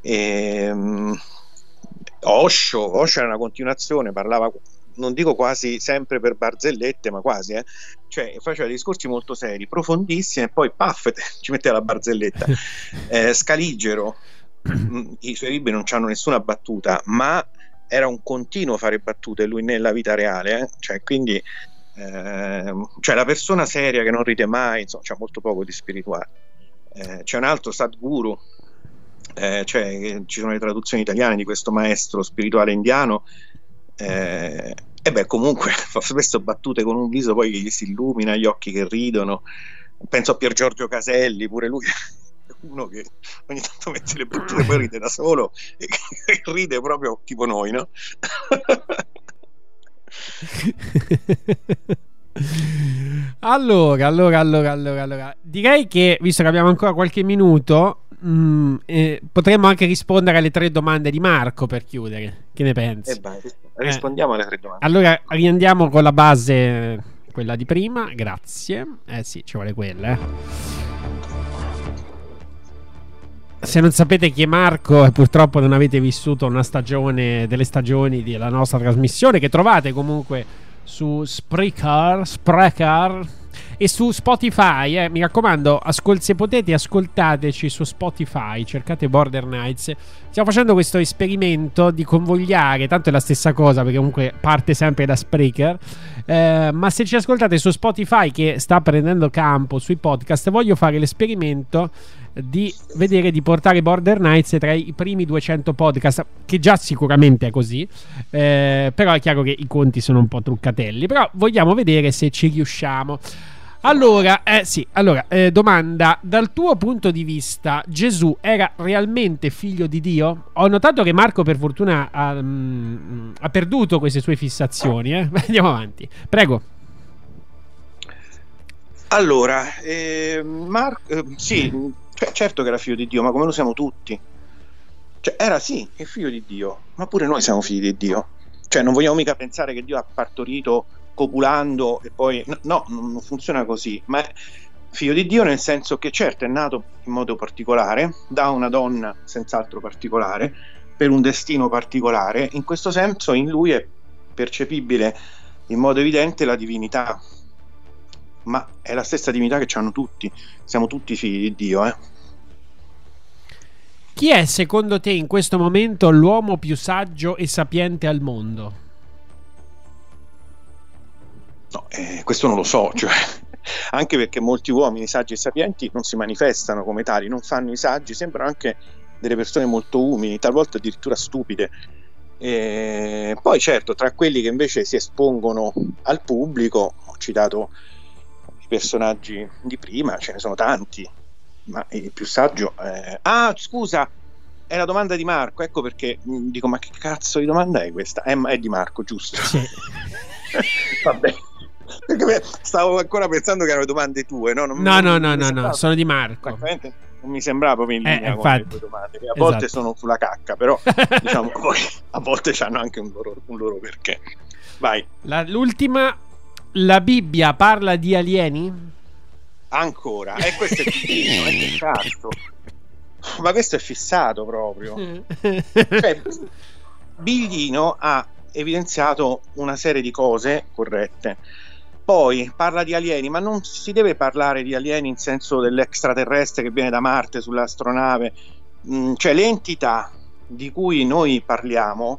Osho era una continuazione, parlava, non dico quasi sempre per barzellette, ma quasi, cioè faceva discorsi molto seri, profondissimi, e poi paff, ci metteva la barzelletta. Scaligero, i suoi libri non c'hanno nessuna battuta, ma era un continuo fare battute lui nella vita reale, cioè, quindi cioè la persona seria che non ride mai, insomma, c'ha molto poco di spirituale. C'è un altro Sadhguru, cioè, ci sono le traduzioni italiane di questo maestro spirituale indiano, e beh, comunque fa spesso battute con un viso poi che gli si illumina, gli occhi che ridono. Penso a Pier Giorgio Caselli, pure lui è uno che ogni tanto mette le battute, poi ride da solo e ride proprio tipo noi, no? Allora, direi che, visto che abbiamo ancora qualche minuto, potremmo anche rispondere alle 3 domande di Marco per chiudere. Che ne pensi? Rispondiamo alle 3 domande. Allora, riandiamo con la base, quella di prima. Grazie. Sì, ci vuole quella. Se non sapete chi è Marco, purtroppo non avete vissuto una stagione delle stagioni della nostra trasmissione, che trovate comunque su Spreaker e su Spotify, mi raccomando, se potete ascoltateci su Spotify, cercate Border Knights. Stiamo facendo questo esperimento di convogliare, tanto è la stessa cosa perché comunque parte sempre da Spreaker, ma se ci ascoltate su Spotify, che sta prendendo campo sui podcast, voglio fare l'esperimento di vedere di portare Border Knights tra i primi 200 podcast, che già sicuramente è così, però è chiaro che i conti sono un po' truccatelli, però vogliamo vedere se ci riusciamo. Allora, domanda: dal tuo punto di vista, Gesù era realmente figlio di Dio? Ho notato che Marco, per fortuna, ha perduto queste sue fissazioni. Andiamo avanti, prego. Allora, sì, certo che era figlio di Dio, ma come lo siamo tutti. Cioè, era sì, è figlio di Dio, ma pure noi siamo figli di Dio. Cioè, non vogliamo mica pensare che Dio ha partorito copulando e poi no, non funziona così, ma è figlio di Dio nel senso che certo è nato in modo particolare da una donna senz'altro particolare per un destino particolare. In questo senso in lui è percepibile in modo evidente la divinità, ma è la stessa divinità che hanno tutti, siamo tutti figli di Dio. Chi è secondo te in questo momento l'uomo più saggio e sapiente al mondo? No, questo non lo so, cioè, anche perché molti uomini saggi e sapienti non si manifestano come tali, non fanno i saggi, sembrano anche delle persone molto umili, talvolta addirittura stupide. Poi certo, tra quelli che invece si espongono al pubblico, ho citato i personaggi di prima, ce ne sono tanti, ma il più saggio scusa, è la domanda di Marco, ecco perché dico, ma che cazzo di domanda è questa? È di Marco, giusto? Sì. Vabbè, perché stavo ancora pensando che erano domande tue, no? No, sono di Marco. Non mi sembrava proprio in linea con le tue domande, che a volte sono sulla cacca, però diciamo poi a volte hanno anche un loro perché. Vai. L'ultima, la Bibbia parla di alieni? Ancora, questo è Biglino, che cazzo. Ma questo è fissato proprio. Cioè, Biglino ha evidenziato una serie di cose corrette, poi parla di alieni, ma non si deve parlare di alieni in senso dell'extraterrestre che viene da Marte sull'astronave, cioè le entità di cui noi parliamo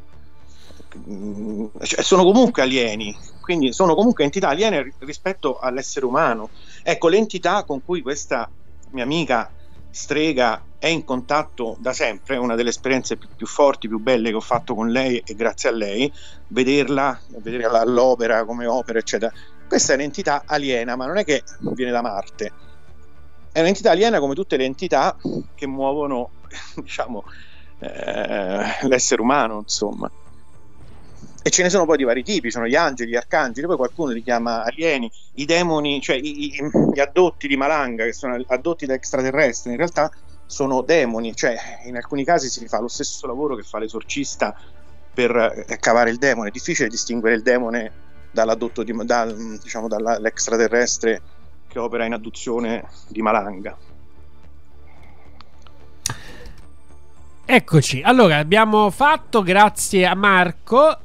sono comunque alieni, quindi sono comunque entità aliene rispetto all'essere umano. Ecco, l'entità con cui questa mia amica strega è in contatto da sempre, è una delle esperienze più forti, più belle che ho fatto con lei, e grazie a lei, vederla all'opera, come opera, eccetera. Questa è un'entità aliena, ma non è che viene da Marte, è un'entità aliena come tutte le entità che muovono, diciamo, l'essere umano, insomma. E ce ne sono poi di vari tipi, sono gli angeli, gli arcangeli, poi qualcuno li chiama alieni, i demoni, cioè gli addotti di Malanga, che sono addotti da extraterrestri, in realtà sono demoni, cioè in alcuni casi si fa lo stesso lavoro che fa l'esorcista per cavare il demone. È difficile distinguere il demone dall'addotto dall'extraterrestre che opera in adduzione di Malanga. Eccoci, allora abbiamo fatto, grazie a Marco,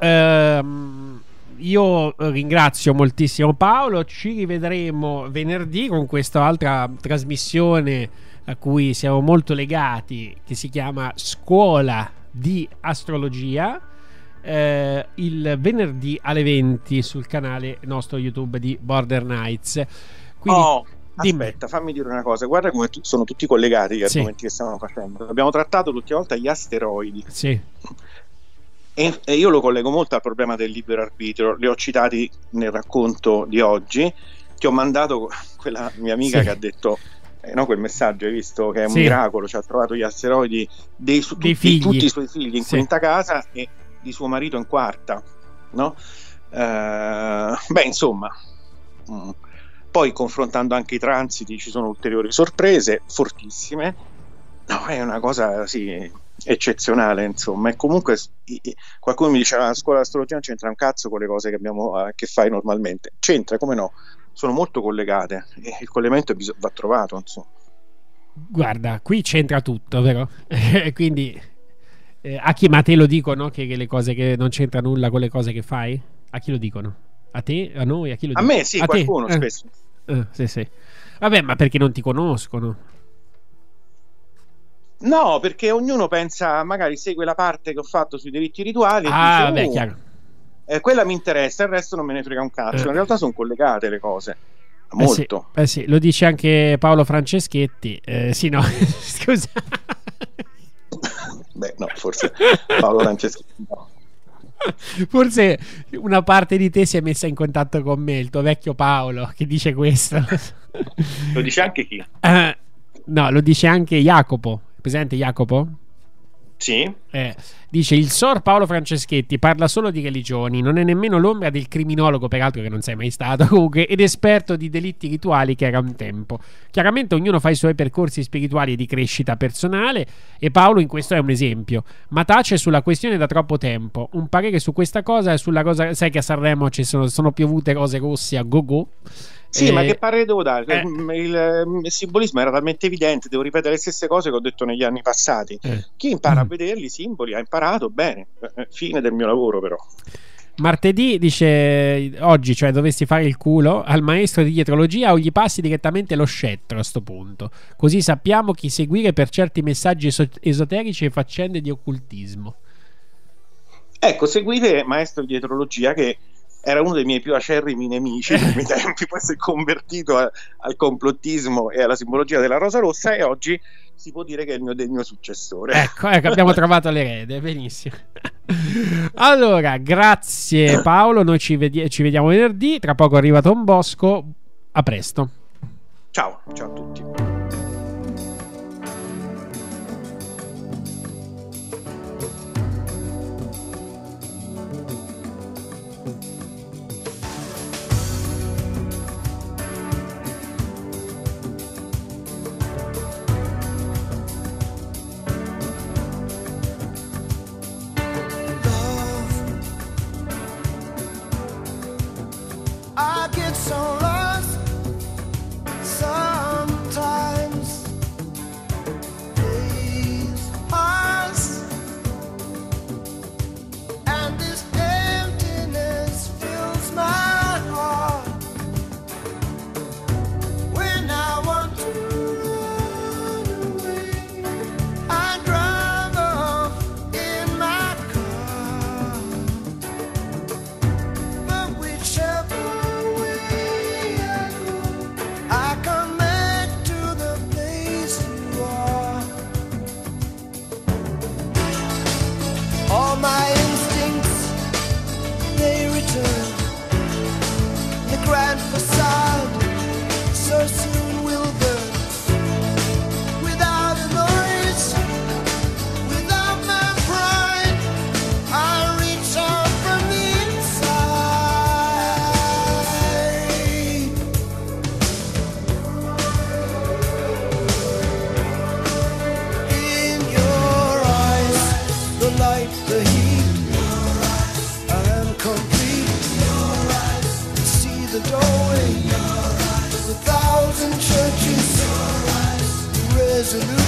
io ringrazio moltissimo Paolo, ci rivedremo venerdì con questa altra trasmissione a cui siamo molto legati, che si chiama Scuola di Astrologia, il venerdì alle 20 sul canale nostro YouTube di Border Nights. Quindi, aspetta, fammi dire una cosa, guarda come sono tutti collegati gli argomenti che stiamo facendo. Abbiamo trattato l'ultima volta gli asteroidi. Sì. E io lo collego molto al problema del libero arbitrio, li ho citati nel racconto di oggi, ti ho mandato quella mia amica che ha detto quel messaggio, hai visto, che è un miracolo, ci ha trovato gli asteroidi tutti i suoi figli in quinta casa e di suo marito in quarta, no? Insomma, poi confrontando anche i transiti ci sono ulteriori sorprese fortissime. No, è una cosa eccezionale, insomma. E comunque qualcuno mi diceva la scuola di astrologia non c'entra un cazzo con le cose che abbiamo a che fare normalmente. C'entra, come no? Sono molto collegate e il collegamento va trovato, insomma. Guarda, qui c'entra tutto, vero? Quindi a chi, ma a te lo dicono che le cose che non c'entra nulla con le cose che fai? A chi lo dicono? A te? A noi? A chi lo dicono? A me sì, a qualcuno te? Spesso. Sì. Vabbè, ma perché non ti conoscono? No, perché ognuno pensa, magari segue la parte che ho fatto sui diritti rituali e dice, chiaro. Quella mi interessa, il resto non me ne frega un cazzo. In realtà sono collegate le cose molto. Sì, lo dice anche Paolo Franceschetti. Sì, no, scusa. Beh, no, forse Paolo Franceschetti no. Forse una parte di te si è messa in contatto con me, il tuo vecchio Paolo, che dice questo. Lo dice anche chi? No, lo dice anche Jacopo. Presente Jacopo? Sì. Dice: il Sor Paolo Franceschetti parla solo di religioni, non è nemmeno l'ombra del criminologo, peraltro che non sei mai stato comunque, ed esperto di delitti rituali che era un tempo. Chiaramente ognuno fa i suoi percorsi spirituali e di crescita personale, e Paolo in questo è un esempio, ma tace sulla questione da troppo tempo. Un parere su questa cosa è sulla cosa, sai che a Sanremo sono piovute rose rosse a go-go. Sì, ma che parere devo dare? Il simbolismo era talmente evidente, devo ripetere le stesse cose che ho detto negli anni passati. Chi impara a vederli i simboli ha imparato bene. Fine del mio lavoro, però. Martedì dice: oggi, cioè, dovessi fare il culo al maestro di dietrologia o gli passi direttamente lo scettro a sto punto, così sappiamo chi seguire per certi messaggi esoterici e faccende di occultismo. Ecco, seguite maestro di dietrologia, che era uno dei miei più acerrimi nemici nei miei tempi, poi si è convertito al complottismo e alla simbologia della rosa rossa, e oggi si può dire che è il mio successore. Ecco, abbiamo trovato l'erede, benissimo. Allora, grazie Paolo, noi ci vediamo venerdì, tra poco arriva Don Bosco, a presto. Ciao a tutti. I get so lost sometimes.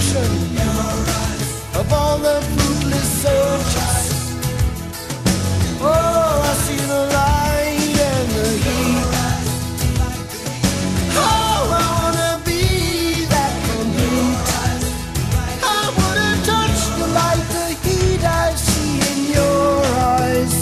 resolution of all the fruitless searches. Oh, I see the light and the heat. Oh, I wanna be that complete. I wanna touch the light, the heat I see in your eyes.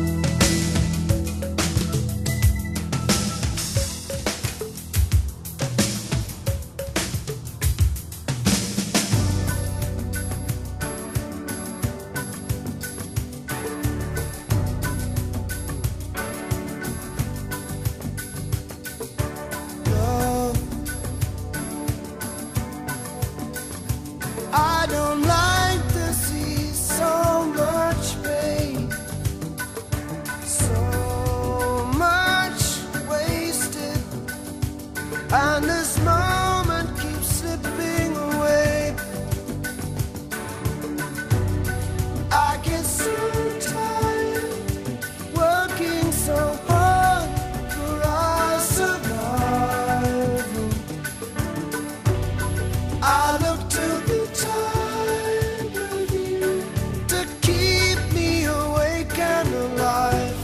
I don't like to see so much pain, so much wasted, and this moment keeps slipping away. I get so tired working so hard for our survival. I look to the time with you to keep me awake and alive.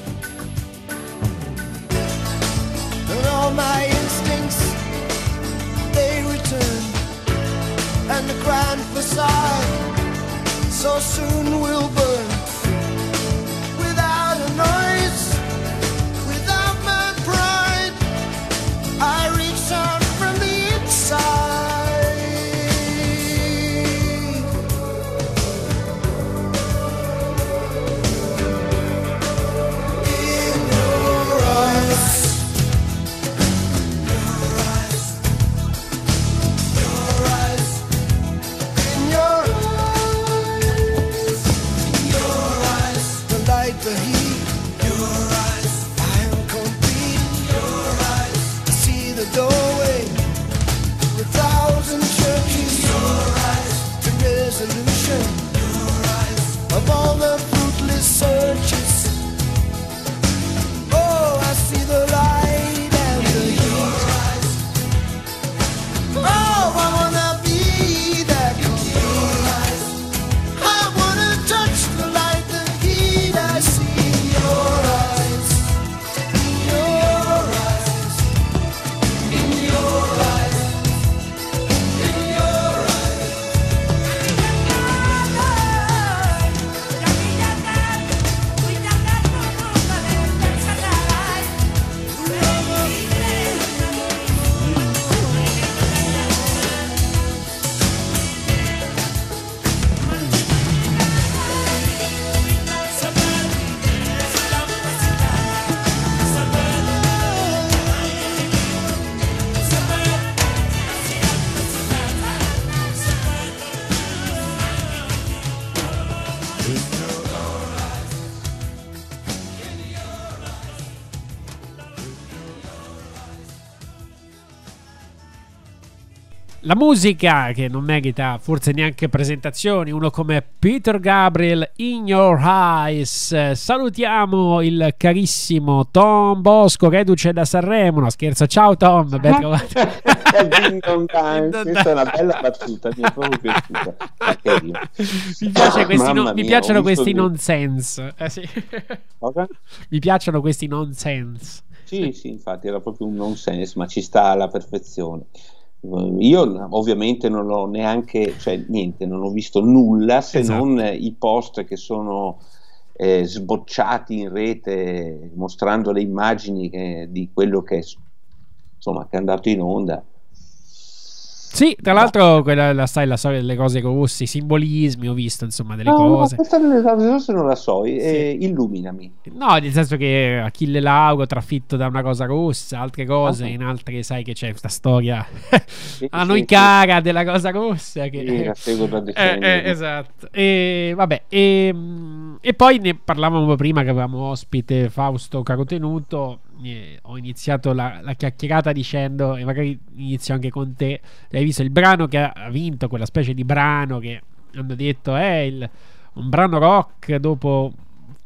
And all my instincts, they return, and the grand facade so soon will burn. Without a noise, without my pride, I reach out from the inside. The heat, your eyes, I am complete. Your eyes, I see the doorway to 1,000 churches. Your eyes, the resolution. Your eyes, of all the fruitless searches. Oh, I see the light and the heat. Oh, I wanna be that complete. I wanna touch the light, the heat I see in your eyes, in your eyes, in your eyes, in your eyes. La musica che non merita forse neanche presentazioni, uno come Peter Gabriel, In Your Eyes. Salutiamo il carissimo Tom Bosco, reduce da Sanremo. No, scherzo, ciao Tom, ben trovato. Questa è una bella battuta, mi è proprio piaciuta. Mi piacciono questi nonsense. Sì. Cosa? Mi piacciono questi nonsense. Sì, infatti era proprio un nonsense, ma ci sta alla perfezione. Io ovviamente non ho neanche, cioè niente, non ho visto nulla se non i post che sono sbocciati in rete mostrando le immagini di quello che insomma che è andato in onda. Sì, tra l'altro la storia delle cose rosse, i simbolismi, ho visto insomma delle cose. Questa delle cose rosse non la so, illuminami. No, nel senso che Achille Lauro trafitto da una cosa rossa, altre cose, in altre sai che c'è questa storia a noi cara della cosa rossa che la seguo da decenni. Esatto. E vabbè, e poi ne parlavamo prima che avevamo ospite Fausto Carotenuto. Ho iniziato la chiacchierata dicendo, e magari inizio anche con te, hai visto il brano che ha vinto, quella specie di brano che hanno detto è un brano rock dopo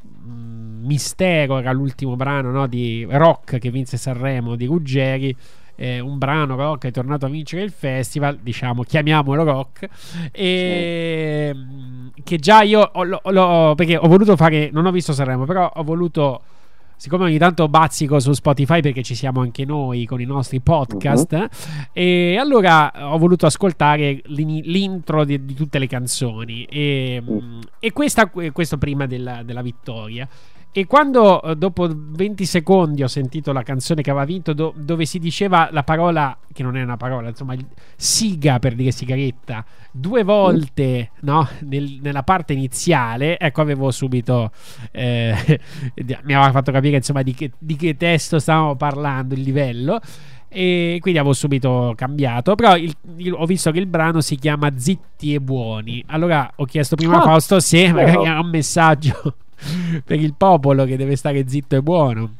Mistero, era l'ultimo brano, no, di rock che vinse Sanremo di Ruggeri, un brano rock è tornato a vincere il festival, diciamo, chiamiamolo rock, e che già io perché ho voluto fare, non ho visto Sanremo, però ho voluto, siccome ogni tanto bazzico su Spotify perché ci siamo anche noi con i nostri podcast, e allora ho voluto ascoltare l'intro di tutte le canzoni, e questo prima della vittoria. E quando dopo 20 secondi ho sentito la canzone che aveva vinto, dove si diceva la parola, che non è una parola, insomma, siga per dire sigaretta, 2 volte, no? Nella parte iniziale, ecco, avevo subito mi aveva fatto capire, insomma, di che testo stavamo parlando, il livello, e quindi avevo subito cambiato. Però ho visto che il brano si chiama Zitti e Buoni, allora ho chiesto prima a Fausto se magari ha un messaggio per il popolo che deve stare zitto e buono.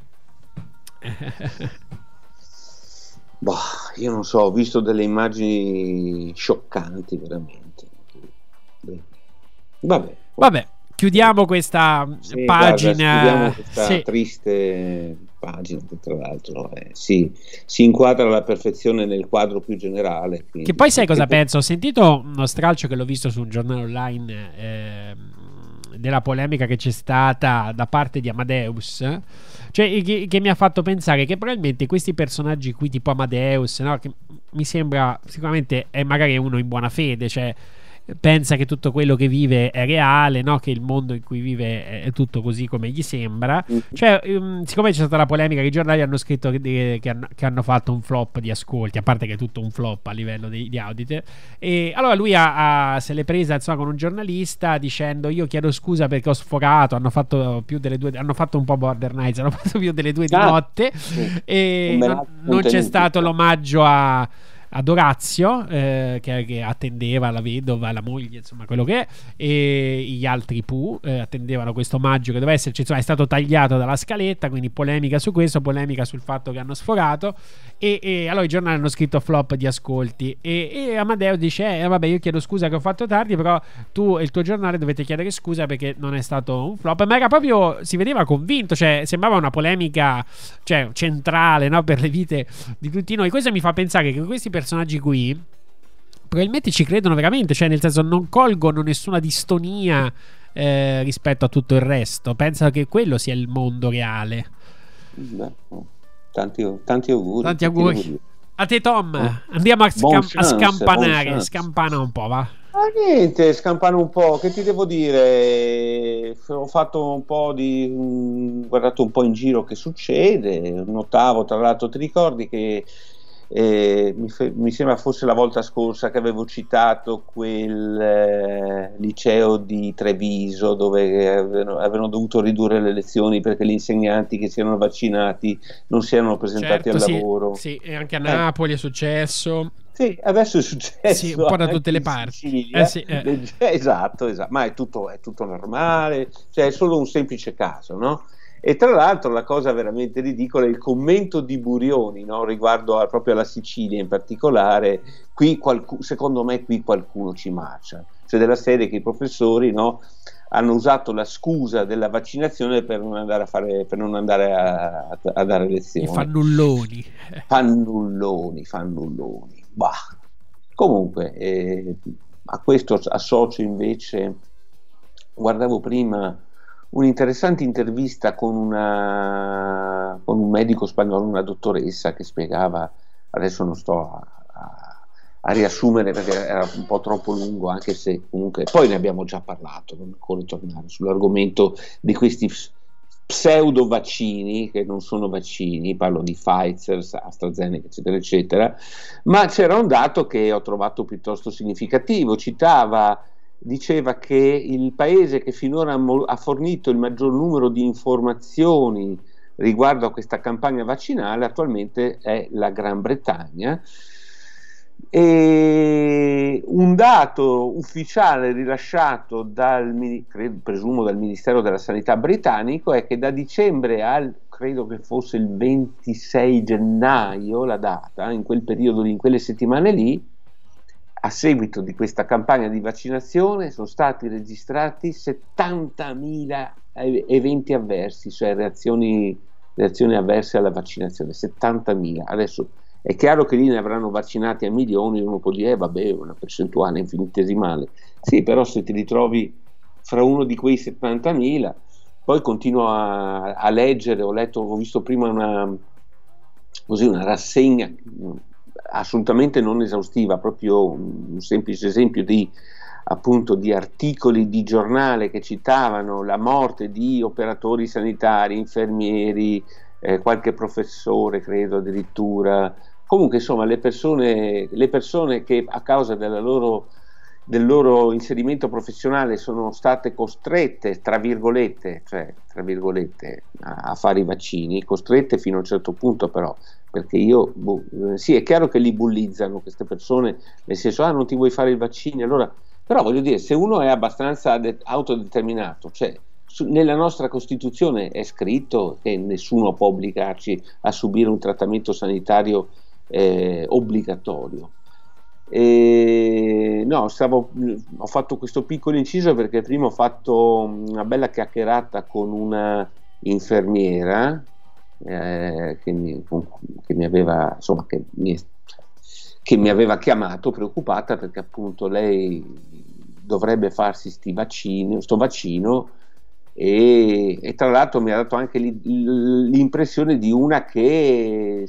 Boh, io non so, ho visto delle immagini scioccanti veramente. Vabbè, chiudiamo questa pagina. Chiudiamo questa triste pagina, che tra l'altro si inquadra alla perfezione nel quadro più generale. Che poi sai cosa penso? Ho sentito uno stralcio che l'ho visto su un giornale online, della polemica che c'è stata da parte di Amadeus, cioè che mi ha fatto pensare che probabilmente questi personaggi qui, tipo Amadeus, no, che mi sembra sicuramente è magari uno in buona fede, cioè pensa che tutto quello che vive è reale, no? Che il mondo in cui vive è tutto così come gli sembra. Cioè, siccome c'è stata la polemica che i giornali hanno scritto che hanno fatto un flop di ascolti, a parte che è tutto un flop a livello di audite, e allora lui se l'è presa, insomma, con un giornalista dicendo: io chiedo scusa perché ho sforato, hanno fatto più delle 2, hanno fatto un po' Border Nights, hanno fatto più delle 2 di notte, e non c'è stato l'omaggio ad Orazio, che attendeva la vedova, la moglie, insomma quello che è, e gli altri Pooh attendevano questo omaggio che doveva esserci, insomma è stato tagliato dalla scaletta, quindi polemica su questo, polemica sul fatto che hanno sforato, e allora i giornali hanno scritto flop di ascolti, e Amadeo dice vabbè, io chiedo scusa che ho fatto tardi, però tu e il tuo giornale dovete chiedere scusa perché non è stato un flop, ma era proprio, si vedeva convinto, cioè sembrava una polemica, cioè, centrale, no, per le vite di tutti noi. Questo mi fa pensare che questi personaggi qui probabilmente ci credono veramente, cioè nel senso non colgono nessuna distonia rispetto a tutto il resto, pensano che quello sia il mondo reale. Tanti auguri. A te, Tom. Andiamo a scampanare. Scampana un po', va. Niente, scampano un po', che ti devo dire, ho fatto un po' guardato un po' in giro che succede, notavo, tra l'altro, ti ricordi che mi sembra fosse la volta scorsa che avevo citato quel liceo di Treviso dove avevano dovuto ridurre le lezioni perché gli insegnanti che si erano vaccinati non si erano presentati al lavoro. Sì, e anche a Napoli è successo. Sì, adesso è successo, sì, un po' da tutte le parti. Esatto, ma è tutto normale, cioè è solo un semplice caso, no? E tra l'altro la cosa veramente ridicola è il commento di Burioni, no? Riguardo proprio alla Sicilia in particolare. Qui secondo me qui qualcuno ci marcia, cioè della serie che i professori, no, hanno usato la scusa della vaccinazione per non andare a dare lezioni. I fannulloni. Bah. Comunque a questo associo invece, guardavo prima un'interessante intervista con un medico spagnolo, una dottoressa, che spiegava, adesso non sto a riassumere perché era un po' troppo lungo, anche se comunque poi ne abbiamo già parlato, non occorre tornare sull'argomento di questi pseudo vaccini che non sono vaccini, parlo di Pfizer, AstraZeneca, eccetera eccetera, ma c'era un dato che ho trovato piuttosto significativo, diceva che il paese che finora ha fornito il maggior numero di informazioni riguardo a questa campagna vaccinale attualmente è la Gran Bretagna, e un dato ufficiale rilasciato presumo dal Ministero della Sanità britannico è che da dicembre credo che fosse il 26 gennaio la data, in quel periodo, in quelle settimane lì, a seguito di questa campagna di vaccinazione sono stati registrati 70.000 eventi avversi, cioè reazioni avverse alla vaccinazione, 70.000. Adesso È chiaro che lì ne avranno vaccinati a milioni, uno può dire vabbè, una percentuale infinitesimale. Sì, però se ti ritrovi fra uno di quei 70.000, poi continuo a leggere, ho visto prima una rassegna assolutamente non esaustiva, proprio un semplice esempio di articoli di giornale che citavano la morte di operatori sanitari, infermieri, qualche professore credo addirittura, comunque insomma le persone che a causa del loro inserimento professionale sono state costrette, tra virgolette, a fare i vaccini, costrette fino a un certo punto però, perché sì, è chiaro che li bullizzano queste persone, nel senso, non ti vuoi fare il vaccino, allora, però voglio dire, se uno è abbastanza autodeterminato, cioè nella nostra Costituzione è scritto che nessuno può obbligarci a subire un trattamento sanitario obbligatorio. No, ho fatto questo piccolo inciso perché prima ho fatto una bella chiacchierata con una infermiera che mi aveva chiamato preoccupata perché appunto lei dovrebbe farsi sto vaccino e tra l'altro mi ha dato anche l'impressione di una che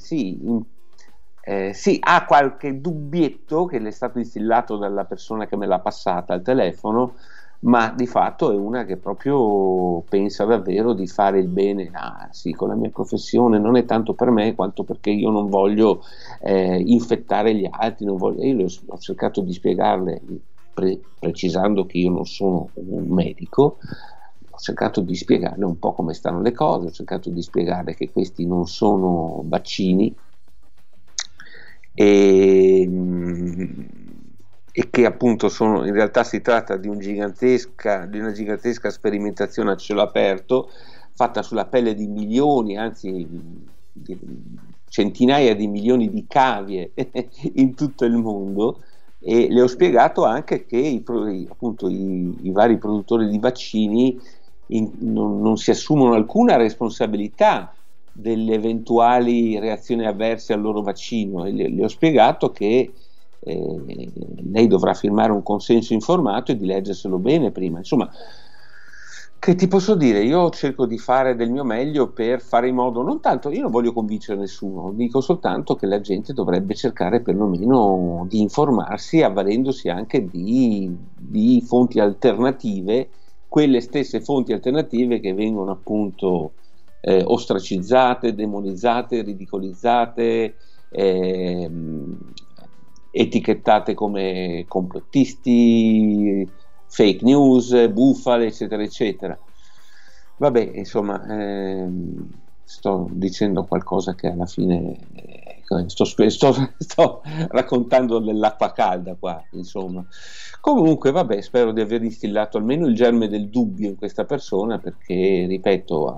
ha qualche dubbietto che le è stato instillato dalla persona che me l'ha passata al telefono, ma di fatto è una che proprio pensa davvero di fare il bene. Sì, con la mia professione non è tanto per me quanto perché io non voglio infettare gli altri, io ho cercato di spiegarle, precisando che io non sono un medico, ho cercato di spiegarle un po' come stanno le cose, ho cercato di spiegarle che questi non sono vaccini e che appunto in realtà si tratta di una gigantesca sperimentazione a cielo aperto fatta sulla pelle di milioni, anzi di centinaia di milioni di cavie in tutto il mondo, e le ho spiegato anche che i vari produttori di vaccini non si assumono alcuna responsabilità delle eventuali reazioni avverse al loro vaccino, e le ho spiegato che lei dovrà firmare un consenso informato e di leggerselo bene prima. Insomma, che ti posso dire? Io cerco di fare del mio meglio per fare in modo, non tanto, io non voglio convincere nessuno, dico soltanto che la gente dovrebbe cercare perlomeno di informarsi avvalendosi anche di fonti alternative, quelle stesse fonti alternative che vengono appunto ostracizzate, demonizzate, ridicolizzate, etichettate come complottisti, fake news, bufale, eccetera eccetera. Vabbè, insomma, sto dicendo qualcosa che alla fine sto raccontando dell'acqua calda qua, insomma. Comunque vabbè, spero di aver instillato almeno il germe del dubbio in questa persona, perché ripeto,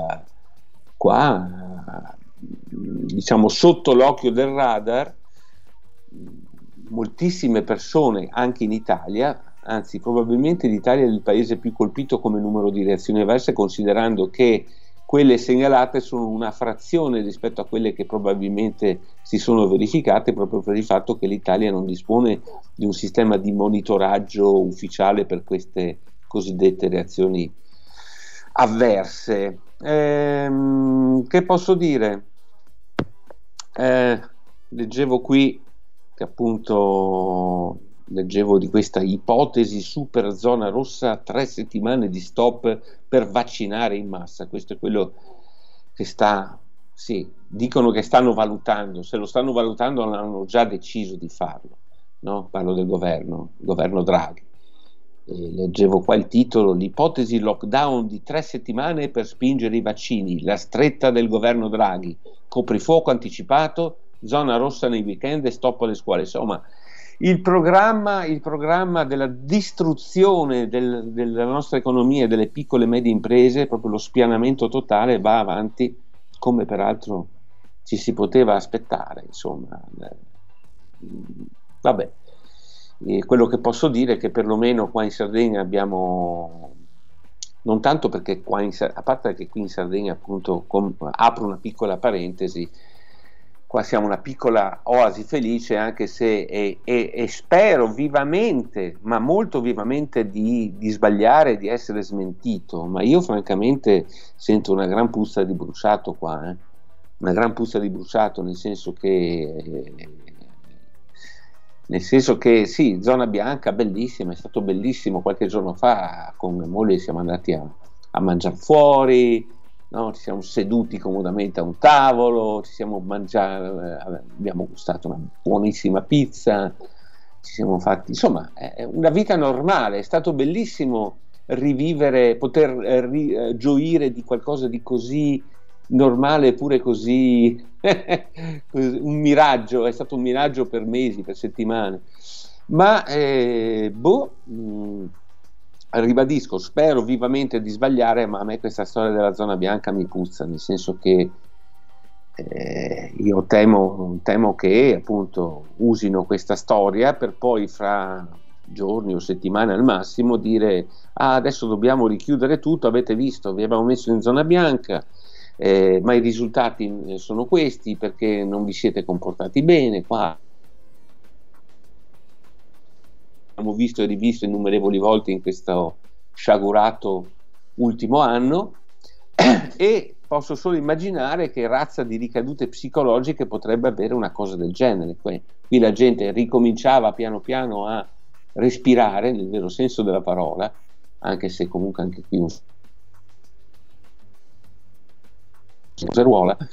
qua diciamo sotto l'occhio del radar moltissime persone anche in Italia, anzi probabilmente l'Italia è il paese più colpito come numero di reazioni avverse, considerando che quelle segnalate sono una frazione rispetto a quelle che probabilmente si sono verificate, proprio per il fatto che l'Italia non dispone di un sistema di monitoraggio ufficiale per queste cosiddette reazioni avverse. Che posso dire? Leggevo qui che appunto di questa ipotesi super zona rossa, 3 settimane di stop per vaccinare in massa. Questo è quello che dicono che stanno valutando. Se lo stanno valutando hanno già deciso di farlo, no? Parlo del governo Draghi. Leggevo qua il titolo: l'ipotesi lockdown di 3 settimane per spingere i vaccini, la stretta del governo Draghi, coprifuoco anticipato, zona rossa nei weekend e stop alle scuole. Insomma, il programma della distruzione della nostra economia e delle piccole e medie imprese, proprio lo spianamento totale, va avanti come peraltro ci si poteva aspettare, insomma. Vabbè, quello che posso dire è che perlomeno qua in Sardegna abbiamo, non tanto perché a parte che qui in Sardegna appunto apro una piccola parentesi, qua siamo una piccola oasi felice, anche se e spero vivamente, ma molto vivamente, di sbagliare, di essere smentito, ma io francamente sento una gran puzza di bruciato qua, una gran puzza di bruciato, nel senso che sì, zona bianca, bellissima, è stato bellissimo. Qualche giorno fa con mia moglie siamo andati a mangiare fuori, no? Ci siamo seduti comodamente a un tavolo, abbiamo gustato una buonissima pizza, ci siamo fatti, insomma, è una vita normale. È stato bellissimo rivivere, poter gioire di qualcosa di così normale, eppure così un miraggio. È stato un miraggio per mesi, per settimane, ma ribadisco, spero vivamente di sbagliare, ma a me questa storia della zona bianca mi puzza, nel senso che io temo che appunto usino questa storia per poi fra giorni o settimane al massimo dire: adesso dobbiamo richiudere tutto, avete visto, vi abbiamo messo in zona bianca, ma i risultati sono questi perché non vi siete comportati bene qua. Abbiamo visto e rivisto innumerevoli volte in questo sciagurato ultimo anno e posso solo immaginare che razza di ricadute psicologiche potrebbe avere una cosa del genere. Qui la gente ricominciava piano piano a respirare nel vero senso della parola, anche se comunque anche qui un seruola,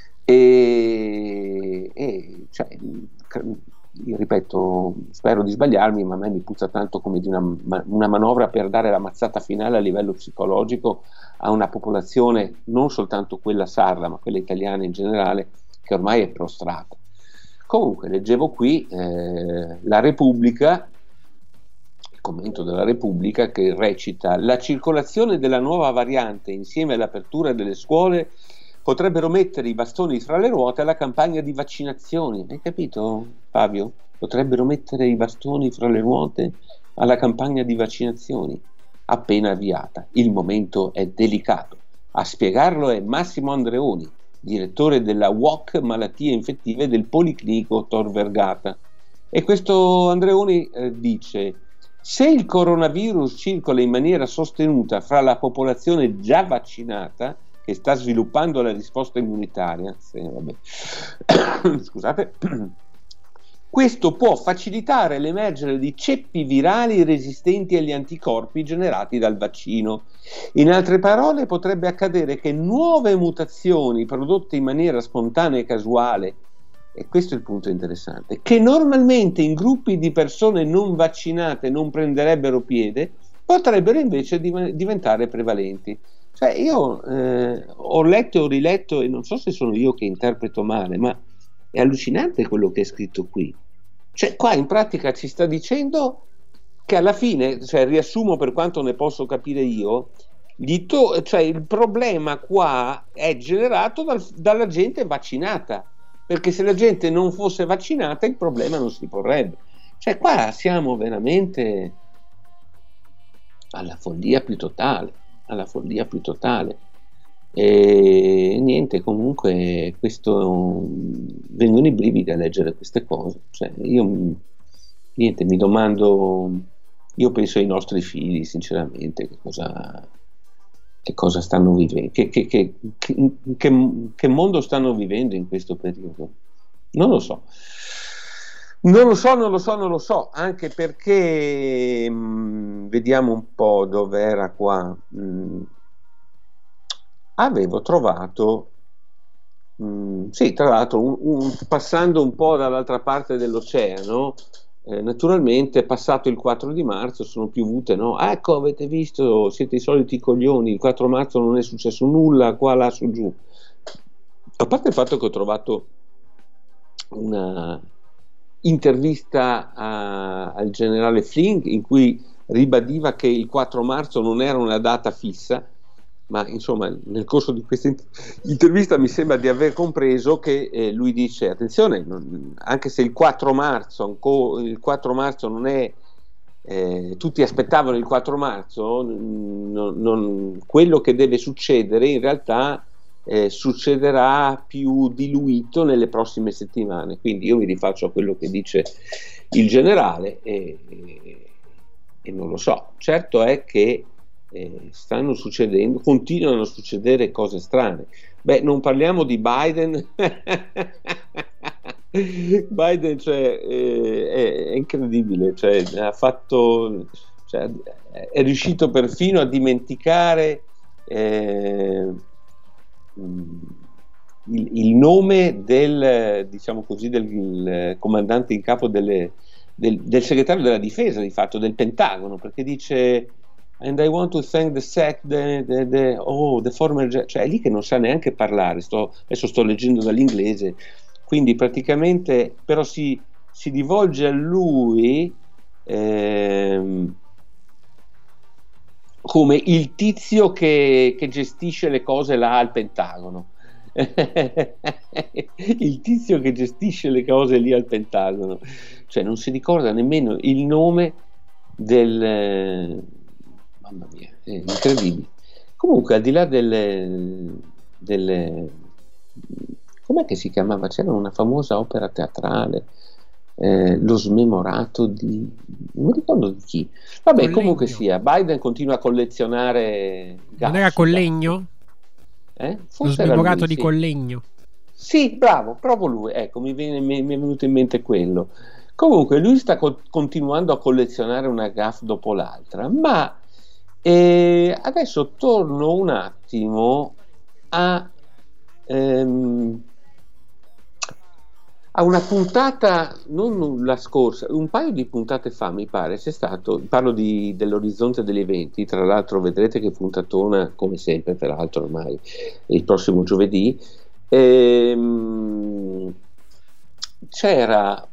e cioè, io ripeto, spero di sbagliarmi, ma a me mi puzza tanto come di una manovra per dare la mazzata finale a livello psicologico a una popolazione, non soltanto quella sarda, ma quella italiana in generale, che ormai è prostrata. Comunque leggevo qui la Repubblica, il commento della Repubblica, che recita: la circolazione della nuova variante insieme all'apertura delle scuole potrebbero mettere i bastoni fra le ruote alla campagna di vaccinazioni. Hai capito, Fabio? Potrebbero mettere i bastoni fra le ruote alla campagna di vaccinazioni appena avviata. Il momento è delicato. A spiegarlo è Massimo Andreoni, direttore della UOC malattie infettive del Policlinico Tor Vergata. E questo Andreoni dice: se il coronavirus circola in maniera sostenuta fra la popolazione già vaccinata, che sta sviluppando la risposta immunitaria, scusate, questo può facilitare l'emergere di ceppi virali resistenti agli anticorpi generati dal vaccino. In altre parole, potrebbe accadere che nuove mutazioni prodotte in maniera spontanea e casuale, e questo è il punto interessante, che normalmente in gruppi di persone non vaccinate non prenderebbero piede, potrebbero invece diventare prevalenti. Cioè io ho letto e ho riletto, e non so se sono io che interpreto male, ma è allucinante quello che è scritto qui. Cioè qua in pratica ci sta dicendo che alla fine, cioè riassumo per quanto ne posso capire io, cioè il problema qua è generato dalla gente vaccinata, perché se la gente non fosse vaccinata il problema non si porrebbe. Cioè qua siamo veramente alla follia più totale. E niente, comunque questo vengono i brividi a leggere queste cose. Cioè io niente, mi domando, io penso ai nostri figli sinceramente che cosa stanno vivendo, che mondo stanno vivendo in questo periodo. Non lo so, anche perché vediamo un po' dove era qua. Avevo trovato, sì, tra l'altro, passando un po' dall'altra parte dell'oceano, naturalmente passato il 4 di marzo sono piovute, no? Ecco, avete visto, siete i soliti coglioni, il 4 marzo non è successo nulla, qua, là, su, giù. A parte il fatto che ho trovato una intervista al generale Flynn in cui ribadiva che il 4 marzo non era una data fissa, ma insomma nel corso di questa intervista mi sembra di aver compreso che lui dice: attenzione, anche se il 4 marzo non è tutti aspettavano il 4 marzo, quello che deve succedere in realtà succederà più diluito nelle prossime settimane. Quindi io mi rifaccio a quello che dice il generale e non lo so. Certo è che continuano a succedere cose strane. Non parliamo di Biden. Biden, è incredibile, è riuscito perfino a dimenticare il nome del, diciamo così, del comandante in capo del segretario della difesa, di fatto del Pentagono, perché dice "and I want to thank the former", è lì che non sa neanche parlare. Adesso sto leggendo dall'inglese, quindi praticamente però si rivolge a lui come il tizio che gestisce le cose là al Pentagono. Il tizio che gestisce le cose lì al Pentagono, non si ricorda nemmeno il nome del... Mamma mia, è incredibile. Comunque, al di là delle com'è che si chiamava? C'era una famosa opera teatrale, Lo smemorato di... non mi ricordo di chi. Vabbè, Collegno. comunque sia, Biden continua a collezionare gas. Non era Collegno? Forse Lo era smemorato lui, di sì. Collegno. Sì, bravo, proprio lui. Ecco, mi è venuto in mente quello. Comunque, lui sta continuando a collezionare una gaffe dopo l'altra, ma adesso torno un attimo a una puntata, non la scorsa, un paio di puntate fa mi pare, c'è stato, parlo dell'orizzonte degli eventi, tra l'altro vedrete che puntatona, come sempre peraltro ormai, il prossimo giovedì, c'era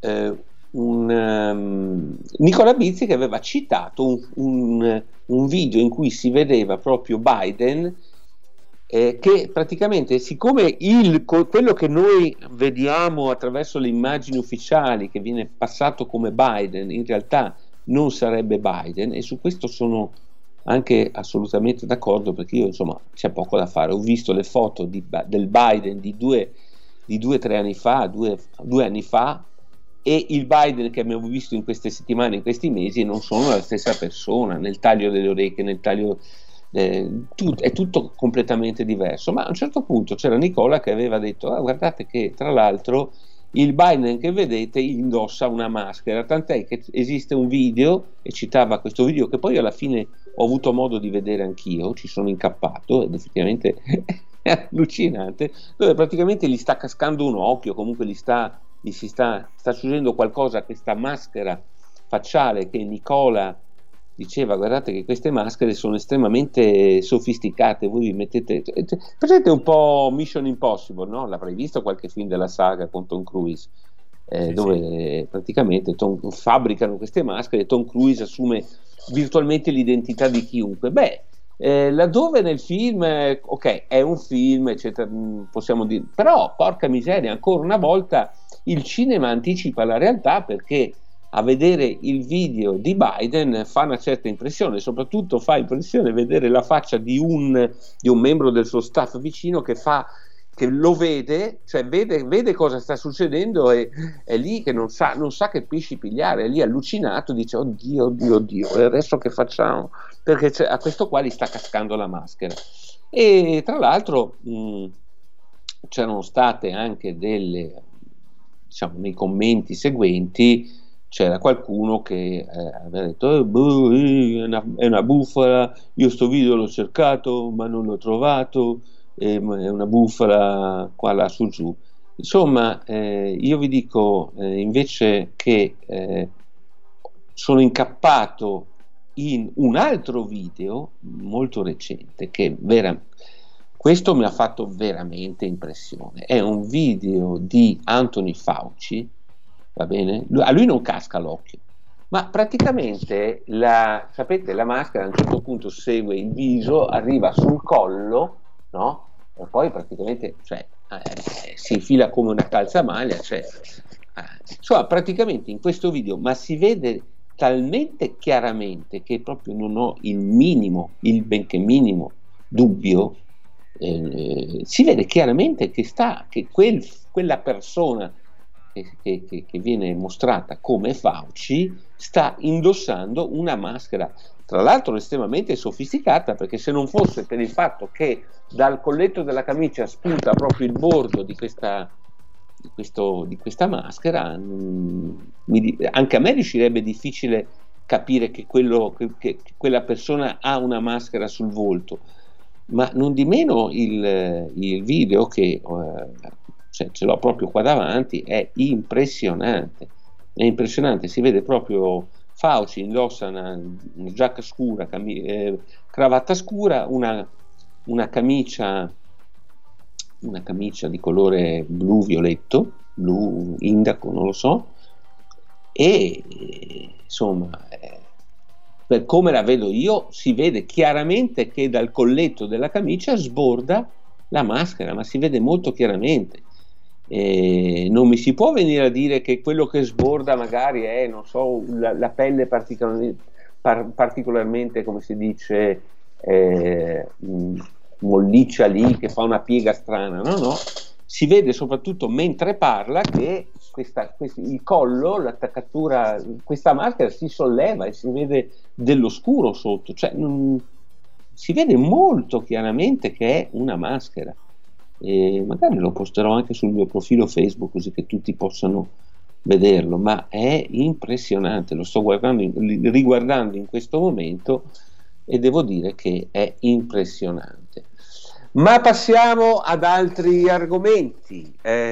Nicola Bizzi che aveva citato un video in cui si vedeva proprio Biden, che praticamente, siccome quello che noi vediamo attraverso le immagini ufficiali che viene passato come Biden in realtà non sarebbe Biden, e su questo sono anche assolutamente d'accordo, perché io insomma c'è poco da fare, ho visto le foto del Biden di 2-3 anni fa, 2 anni fa, e il Biden che abbiamo visto in queste settimane, in questi mesi, non sono la stessa persona, nel taglio delle orecchie, nel taglio è tutto completamente diverso. Ma a un certo punto c'era Nicola che aveva detto guardate che tra l'altro il Biden che vedete indossa una maschera, tant'è che esiste un video, e citava questo video che poi alla fine ho avuto modo di vedere anch'io, ci sono incappato ed effettivamente è allucinante, dove praticamente gli sta cascando un occhio, comunque gli sta succedendo qualcosa a questa maschera facciale che Nicola diceva guardate che queste maschere sono estremamente sofisticate, voi vi mettete, prendete un po' Mission Impossible, no? L'avrei visto qualche film della saga con Tom Cruise, dove praticamente fabbricano queste maschere e Tom Cruise assume virtualmente l'identità di chiunque. Laddove nel film, ok, è un film, eccetera, possiamo dire, però porca miseria, ancora una volta il cinema anticipa la realtà, perché a vedere il video di Biden fa una certa impressione, soprattutto fa impressione vedere la faccia di un membro del suo staff vicino che lo vede, cioè vede cosa sta succedendo e è lì che non sa che pesci pigliare, è lì allucinato, dice oddio, e adesso che facciamo? Perché a questo qua gli sta cascando la maschera. E tra l'altro c'erano state anche delle, diciamo, nei commenti seguenti c'era qualcuno che aveva detto è una bufala, io sto video l'ho cercato ma non l'ho trovato, è una bufala qua là su giù. Insomma, io vi dico invece che sono incappato in un altro video molto recente che questo mi ha fatto veramente impressione. È un video di Anthony Fauci, va bene? A lui non casca l'occhio, ma praticamente sapete, la maschera a un certo punto segue il viso, arriva sul collo, no? E poi praticamente si infila come una calzamaglia, insomma praticamente in questo video, ma si vede talmente chiaramente che proprio non ho il benché minimo dubbio si vede chiaramente che quella persona che viene mostrata come Fauci sta indossando una maschera, tra l'altro estremamente sofisticata, perché se non fosse per il fatto che dal colletto della camicia spunta proprio il bordo di questa maschera, anche a me riuscirebbe difficile capire che quella persona ha una maschera sul volto. Ma non di meno il video che ce l'ho proprio qua davanti è impressionante, si vede proprio Fauci indossa una giacca scura, cravatta scura, una camicia di colore blu violetto, blu indaco, non lo so, e insomma per come la vedo io si vede chiaramente che dal colletto della camicia sborda la maschera, ma si vede molto chiaramente. Non mi si può venire a dire che quello che sborda magari è, non so, la pelle particolarmente, come si dice, molliccia lì, che fa una piega strana. No, si vede soprattutto mentre parla che il collo, l'attaccatura, questa maschera si solleva e si vede dello scuro sotto, cioè si vede molto chiaramente che è una maschera. E magari lo posterò anche sul mio profilo Facebook così che tutti possano vederlo, ma è impressionante, lo sto riguardando in questo momento e devo dire che è impressionante. Ma passiamo ad altri argomenti.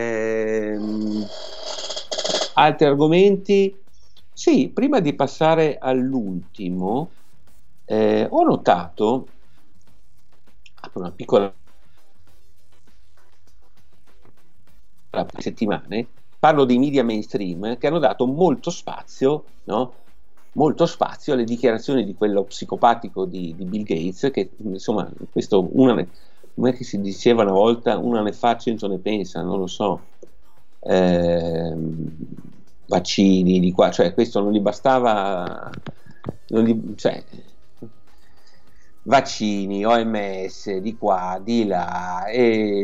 Altri argomenti? Sì, prima di passare all'ultimo, ho notato, apro una piccola settimane, parlo dei media mainstream che hanno dato molto spazio, no? Molto spazio alle dichiarazioni di quello psicopatico di Bill Gates, che insomma, questo come che si diceva una volta, una ne fa 100 ne pensa, non lo so, vaccini di qua, cioè questo non gli bastava, vaccini, OMS di qua, di là, e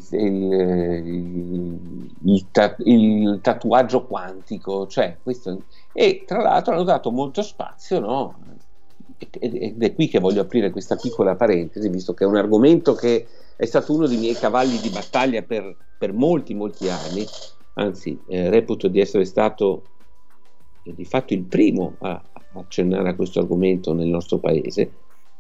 il tatuaggio quantico, cioè questo, e tra l'altro hanno dato molto spazio, no? Ed è qui che voglio aprire questa piccola parentesi, visto che è un argomento che è stato uno dei miei cavalli di battaglia per molti anni, anzi reputo di essere stato di fatto il primo a accennare a questo argomento nel nostro paese.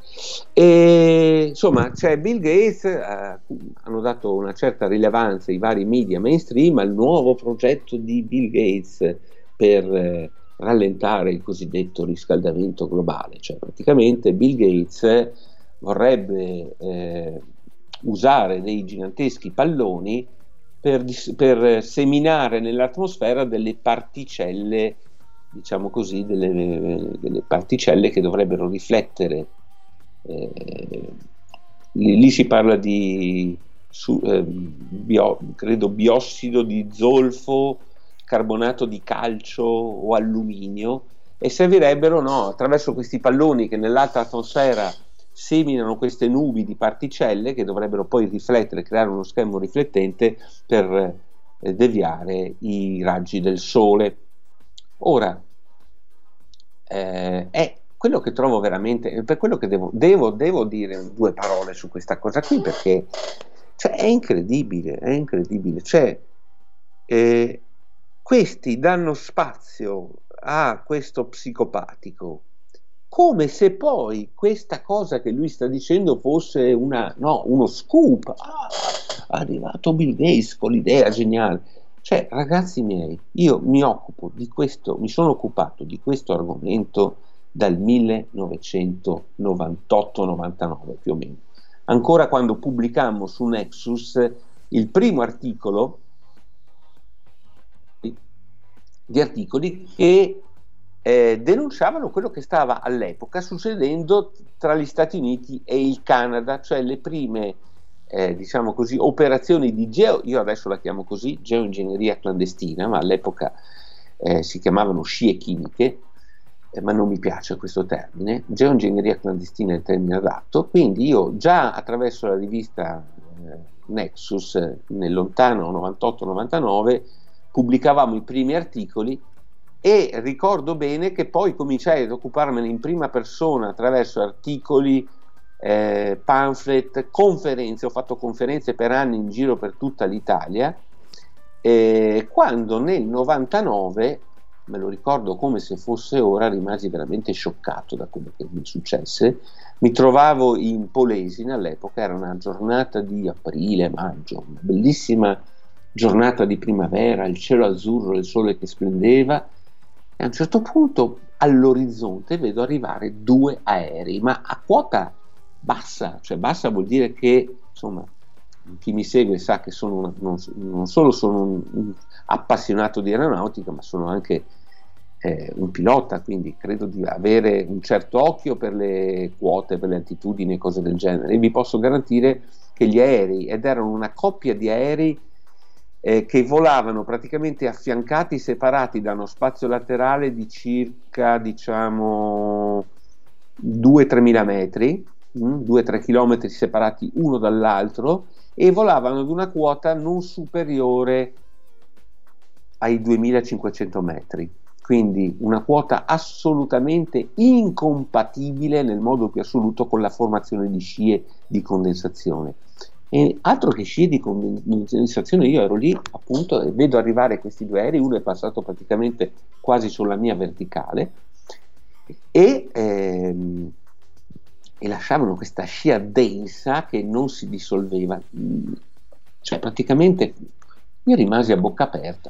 E insomma, Bill Gates, hanno dato una certa rilevanza i vari media mainstream al nuovo progetto di Bill Gates per rallentare il cosiddetto riscaldamento globale, cioè praticamente Bill Gates vorrebbe usare dei giganteschi palloni per seminare nell'atmosfera delle particelle, diciamo così, delle particelle che dovrebbero riflettere. Lì si parla di credo biossido di zolfo, carbonato di calcio o alluminio, e servirebbero, no, attraverso questi palloni che nell'alta atmosfera seminano queste nubi di particelle che dovrebbero poi riflettere, creare uno schermo riflettente per deviare i raggi del sole. Ora è quello che trovo veramente, per quello che devo dire due parole su questa cosa qui, perché è incredibile, questi danno spazio a questo psicopatico come se poi questa cosa che lui sta dicendo fosse uno scoop. È arrivato Bill Gates con l'idea geniale. Cioè, ragazzi miei, io mi sono occupato di questo argomento dal 1998-99 più o meno, ancora quando pubblicammo su Nexus il primo articolo di articoli che denunciavano quello che stava all'epoca succedendo tra gli Stati Uniti e il Canada, cioè le prime diciamo così operazioni di io adesso la chiamo così, geoingegneria clandestina, ma all'epoca si chiamavano scie chimiche, ma non mi piace questo termine. Geoingegneria clandestina è il termine adatto, quindi io già attraverso la rivista Nexus nel lontano 98-99 pubblicavamo i primi articoli, e ricordo bene che poi cominciai ad occuparmene in prima persona attraverso articoli, pamphlet, conferenze. Ho fatto conferenze per anni in giro per tutta l'Italia, quando nel 99, me lo ricordo come se fosse ora, rimasi veramente scioccato da quello che mi successe. Mi trovavo in Polesine all'epoca, era una giornata di aprile, maggio, una bellissima giornata di primavera, il cielo azzurro, il sole che splendeva, e a un certo punto all'orizzonte vedo arrivare 2 aerei, ma a quota bassa, cioè bassa vuol dire che, insomma, chi mi segue sa che sono non solo sono un appassionato di aeronautica, ma sono anche un pilota, quindi credo di avere un certo occhio per le quote, per le altitudini e cose del genere, e vi posso garantire che gli aerei, ed erano una coppia di aerei che volavano praticamente affiancati, separati da uno spazio laterale di circa, diciamo, 2-3 mila metri, 2-3 chilometri separati uno dall'altro, e volavano ad una quota non superiore ai 2500 metri, quindi una quota assolutamente incompatibile nel modo più assoluto con la formazione di scie di condensazione. E altro che scie di condensazione, io ero lì appunto e vedo arrivare questi 2 aerei, uno è passato praticamente quasi sulla mia verticale, e lasciavano questa scia densa che non si dissolveva, cioè praticamente io rimasi a bocca aperta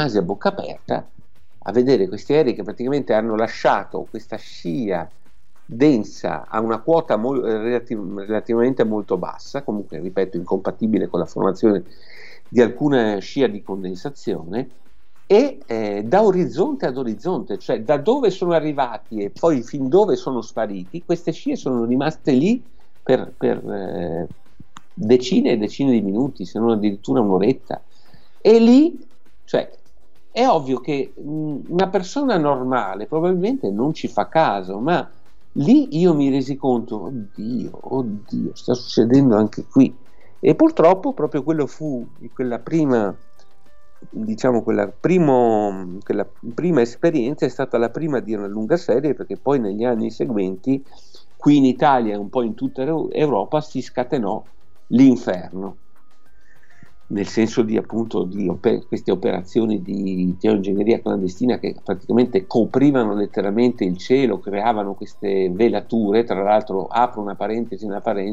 a vedere questi aerei che praticamente hanno lasciato questa scia densa a una quota relativamente molto bassa, comunque ripeto incompatibile con la formazione di alcuna scia di condensazione, e da orizzonte ad orizzonte, cioè da dove sono arrivati e poi fin dove sono spariti, queste scie sono rimaste lì per decine e decine di minuti, se non addirittura un'oretta, e lì, cioè, è ovvio che una persona normale probabilmente non ci fa caso, ma lì io mi resi conto, oddio, sta succedendo anche qui. E purtroppo proprio quello fu quella prima, diciamo, quella prima esperienza è stata la prima di una lunga serie, perché poi negli anni seguenti qui in Italia e un po' in tutta Europa si scatenò l'inferno, nel senso di appunto di queste operazioni di geoingegneria clandestina che praticamente coprivano letteralmente il cielo, creavano queste velature. Tra l'altro apro una parentesi,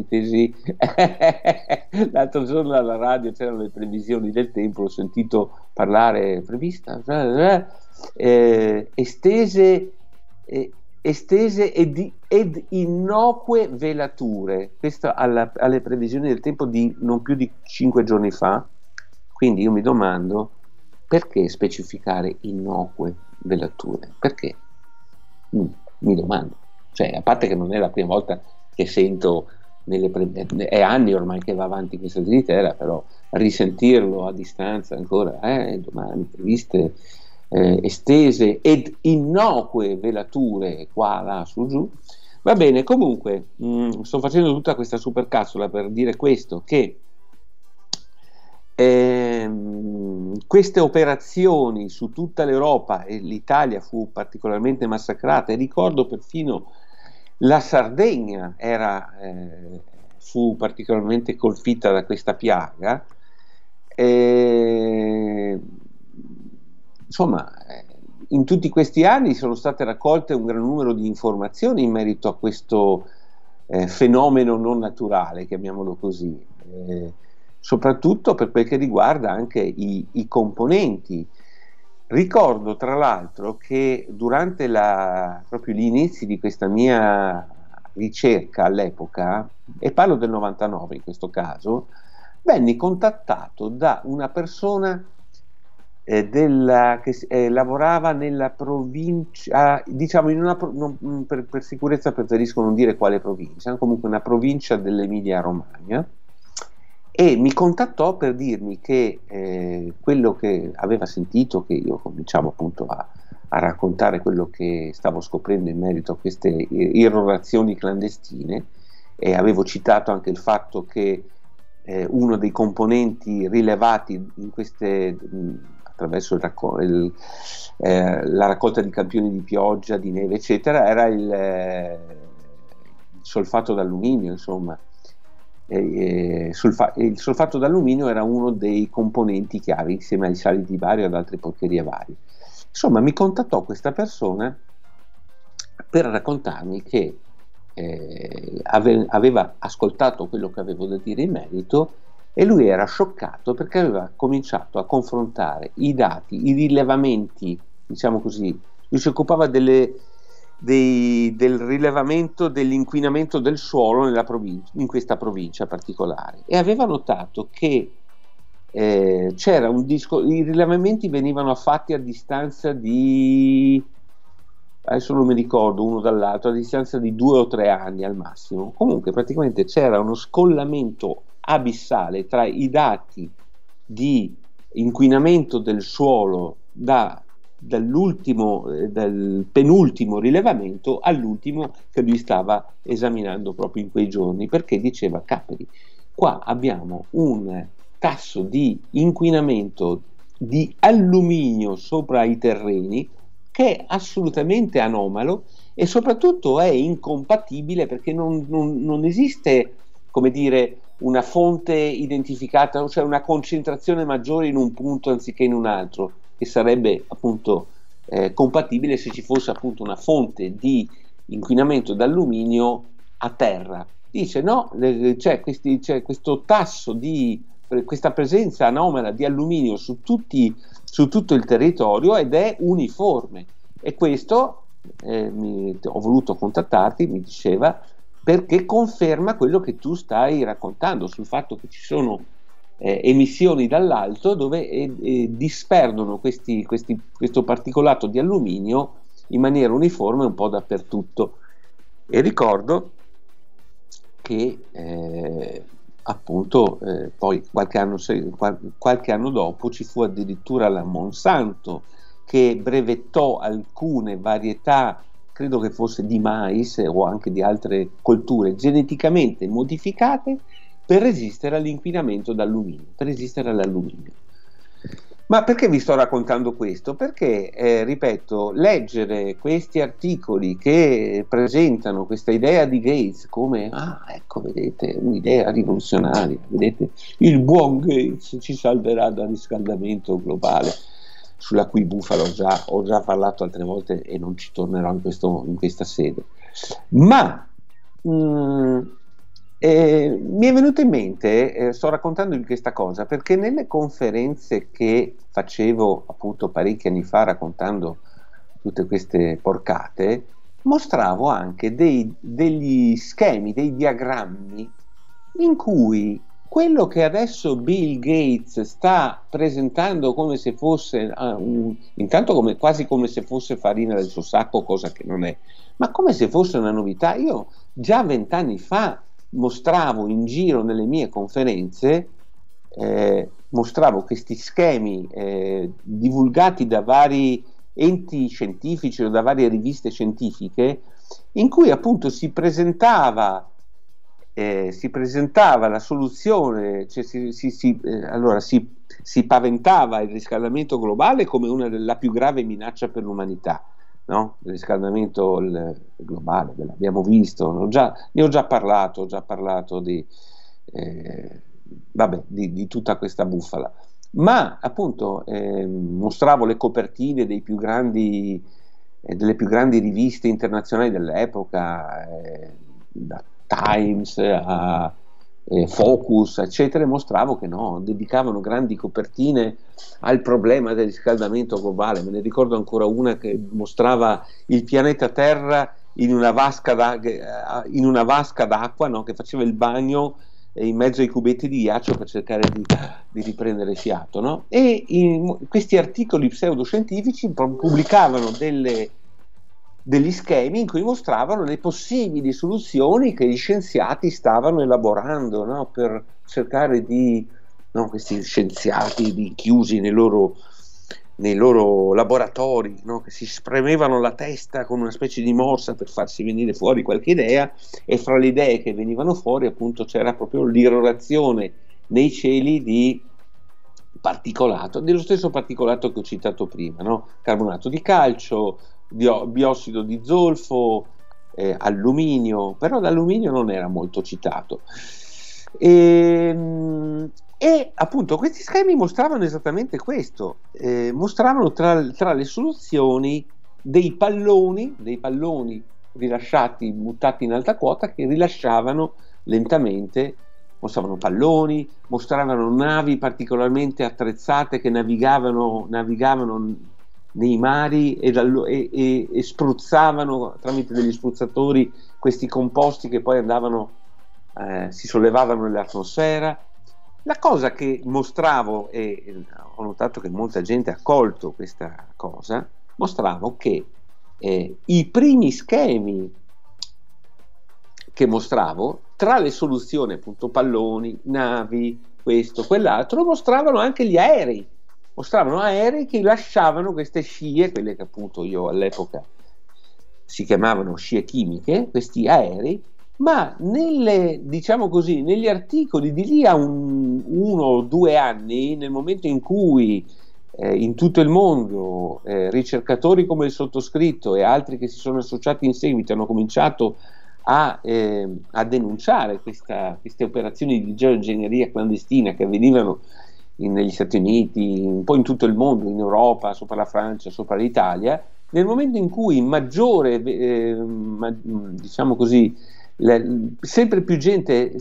l'altro giorno alla radio c'erano le previsioni del tempo, ho sentito parlare prevista estese ed innocue velature, questo alle previsioni del tempo di non più di 5 giorni fa. Quindi io mi domando perché specificare innocue velature, perché? Mi domando, cioè, a parte che non è la prima volta che sento è anni ormai che va avanti questa tiritera, però risentirlo a distanza ancora, domani previste estese ed innocue velature qua, là, su, giù. Va bene, comunque sto facendo tutta questa supercazzola per dire questo, che queste operazioni su tutta l'Europa, e l'Italia fu particolarmente massacrata, e ricordo perfino la Sardegna fu particolarmente colpita da questa piaga. Insomma, in tutti questi anni sono state raccolte un gran numero di informazioni in merito a questo fenomeno non naturale, chiamiamolo così, soprattutto per quel che riguarda anche i componenti. Ricordo tra l'altro che durante proprio gli inizi di questa mia ricerca all'epoca, e parlo del 99 in questo caso, venni contattato da una persona che lavorava nella provincia, diciamo per sicurezza preferisco non dire quale provincia, comunque una provincia dell'Emilia Romagna, e mi contattò per dirmi che quello che aveva sentito, che io cominciavo appunto a raccontare quello che stavo scoprendo in merito a queste irrorazioni clandestine, e avevo citato anche il fatto che uno dei componenti rilevati in queste attraverso la raccolta di campioni di pioggia, di neve eccetera, era il solfato d'alluminio, insomma. Il solfato d'alluminio era uno dei componenti chiavi insieme ai sali di bario e ad altre porcherie varie. Insomma, mi contattò questa persona per raccontarmi che aveva ascoltato quello che avevo da dire in merito, e lui era scioccato perché aveva cominciato a confrontare i dati, i rilevamenti, diciamo così. Lui si occupava del rilevamento dell'inquinamento del suolo in questa provincia particolare, e aveva notato che c'era i rilevamenti venivano fatti a distanza di, adesso non mi ricordo uno dall'altro, a distanza di 2 o 3 anni al massimo. Comunque praticamente c'era uno scollamento abissale tra i dati di inquinamento del suolo dal penultimo rilevamento all'ultimo che lui stava esaminando proprio in quei giorni, perché diceva: capri, qua abbiamo un tasso di inquinamento di alluminio sopra i terreni che è assolutamente anomalo, e soprattutto è incompatibile perché non esiste, come dire, una fonte identificata, cioè una concentrazione maggiore in un punto anziché in un altro, che sarebbe appunto compatibile se ci fosse appunto una fonte di inquinamento d'alluminio a terra. Dice no, c'è questo tasso di questa presenza anomala di alluminio su tutto il territorio, ed è uniforme, e questo ho voluto contattarti, mi diceva, perché conferma quello che tu stai raccontando sul fatto che ci sono emissioni dall'alto dove disperdono questo particolato di alluminio in maniera uniforme un po' dappertutto. E ricordo che appunto poi qualche anno dopo ci fu addirittura la Monsanto che brevettò alcune varietà, credo che fosse di mais o anche di altre colture geneticamente modificate per resistere all'inquinamento d'alluminio, per resistere all'alluminio. Ma perché vi sto raccontando questo? Perché, ripeto, leggere questi articoli che presentano questa idea di Gates come, ecco, vedete, un'idea rivoluzionaria, vedete, il buon Gates ci salverà dal riscaldamento globale, sulla cui bufala ho già parlato altre volte e non ci tornerò in questa sede. Ma mi è venuto in mente, sto raccontandovi questa cosa perché nelle conferenze che facevo appunto parecchi anni fa raccontando tutte queste porcate, mostravo anche degli schemi, dei diagrammi in cui quello che adesso Bill Gates sta presentando come se fosse intanto quasi come se fosse farina del suo sacco, cosa che non è, ma come se fosse una novità. Io già 20 anni fa mostravo in giro nelle mie conferenze, mostravo questi schemi divulgati da vari enti scientifici o da varie riviste scientifiche, in cui appunto si presentava la soluzione, cioè allora si paventava il riscaldamento globale come la più grave minaccia per l'umanità, no? Il riscaldamento globale, l'abbiamo visto, ne ho già parlato di tutta questa bufala, ma appunto mostravo le copertine delle più grandi riviste internazionali dell'epoca, da Times a Focus eccetera, e mostravo che dedicavano grandi copertine al problema del riscaldamento globale. Me ne ricordo ancora una che mostrava il pianeta Terra in una vasca d'acqua, no? Che faceva il bagno in mezzo ai cubetti di ghiaccio per cercare di riprendere fiato, no? E questi articoli pseudoscientifici pubblicavano degli schemi in cui mostravano le possibili soluzioni che gli scienziati stavano elaborando, no? Per cercare questi scienziati chiusi nei loro nei loro laboratori, no? Che si spremevano la testa con una specie di morsa per farsi venire fuori qualche idea, e fra le idee che venivano fuori appunto c'era proprio l'irrorazione nei cieli di particolato, dello stesso particolato che ho citato prima, no? Carbonato di calcio, biossido di zolfo, alluminio, però l'alluminio non era molto citato. E appunto questi schemi mostravano esattamente questo, mostravano tra le soluzioni dei palloni rilasciati, buttati in alta quota, che rilasciavano lentamente, mostravano palloni, mostravano navi particolarmente attrezzate che navigavano nei mari e spruzzavano tramite degli spruzzatori questi composti che poi si sollevavano nell'atmosfera. La cosa che mostravo, e ho notato che molta gente ha colto questa cosa, mostravo che i primi schemi che mostravo, tra le soluzioni appunto palloni, navi, questo, quell'altro, mostravano anche gli aerei. Mostravano aerei che lasciavano queste scie, quelle che appunto io all'epoca si chiamavano scie chimiche, questi aerei, ma diciamo così, negli articoli di lì a 1 o 2 anni, nel momento in cui in tutto il mondo ricercatori come il sottoscritto e altri che si sono associati in seguito hanno cominciato a denunciare queste operazioni di geoingegneria clandestina che avvenivano negli Stati Uniti, un po' in tutto il mondo, in Europa, sopra la Francia, sopra l'Italia, nel momento in cui maggiore, diciamo così, sempre più gente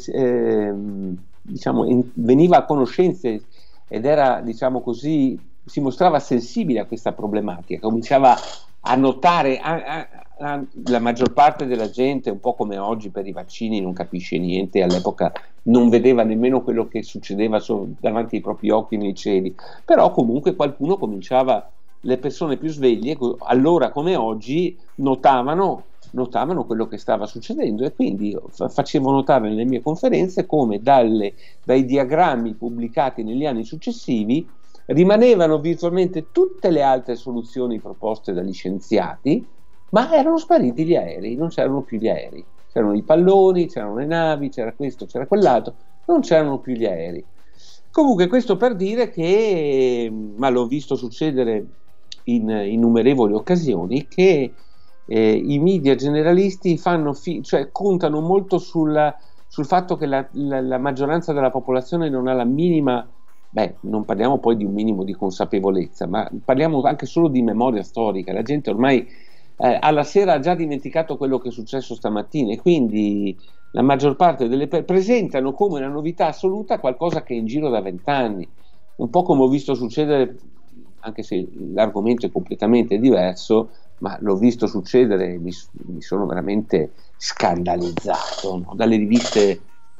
veniva a conoscenza ed era, diciamo così, si mostrava sensibile a questa problematica, cominciava a notare, la maggior parte della gente, un po' come oggi per i vaccini, non capisce niente, all'epoca non vedeva nemmeno quello che succedeva davanti ai propri occhi nei cieli, però comunque qualcuno cominciava, le persone più sveglie, allora come oggi, notavano quello che stava succedendo, e quindi facevo notare nelle mie conferenze come dai diagrammi pubblicati negli anni successivi rimanevano virtualmente tutte le altre soluzioni proposte dagli scienziati, ma erano spariti gli aerei, non c'erano più gli aerei, c'erano i palloni, c'erano le navi, c'era questo, c'era quell'altro, non c'erano più gli aerei. Comunque questo per dire che, ma l'ho visto succedere in innumerevoli occasioni, che i media generalisti contano molto sul fatto che la maggioranza della popolazione non ha la minima, non parliamo poi di un minimo di consapevolezza, ma parliamo anche solo di memoria storica. La gente ormai alla sera ha già dimenticato quello che è successo stamattina, e quindi la maggior parte presentano come una novità assoluta qualcosa che è in giro da 20 anni, un po' come ho visto succedere, anche se l'argomento è completamente diverso, ma l'ho visto succedere, mi sono veramente scandalizzato, no? dalle riviste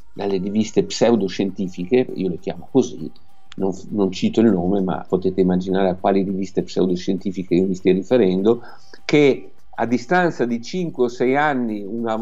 pseudoscientifiche, io le chiamo così, non cito il nome, ma potete immaginare a quali riviste pseudoscientifiche io mi stia riferendo, che a distanza di 5 o 6 anni, una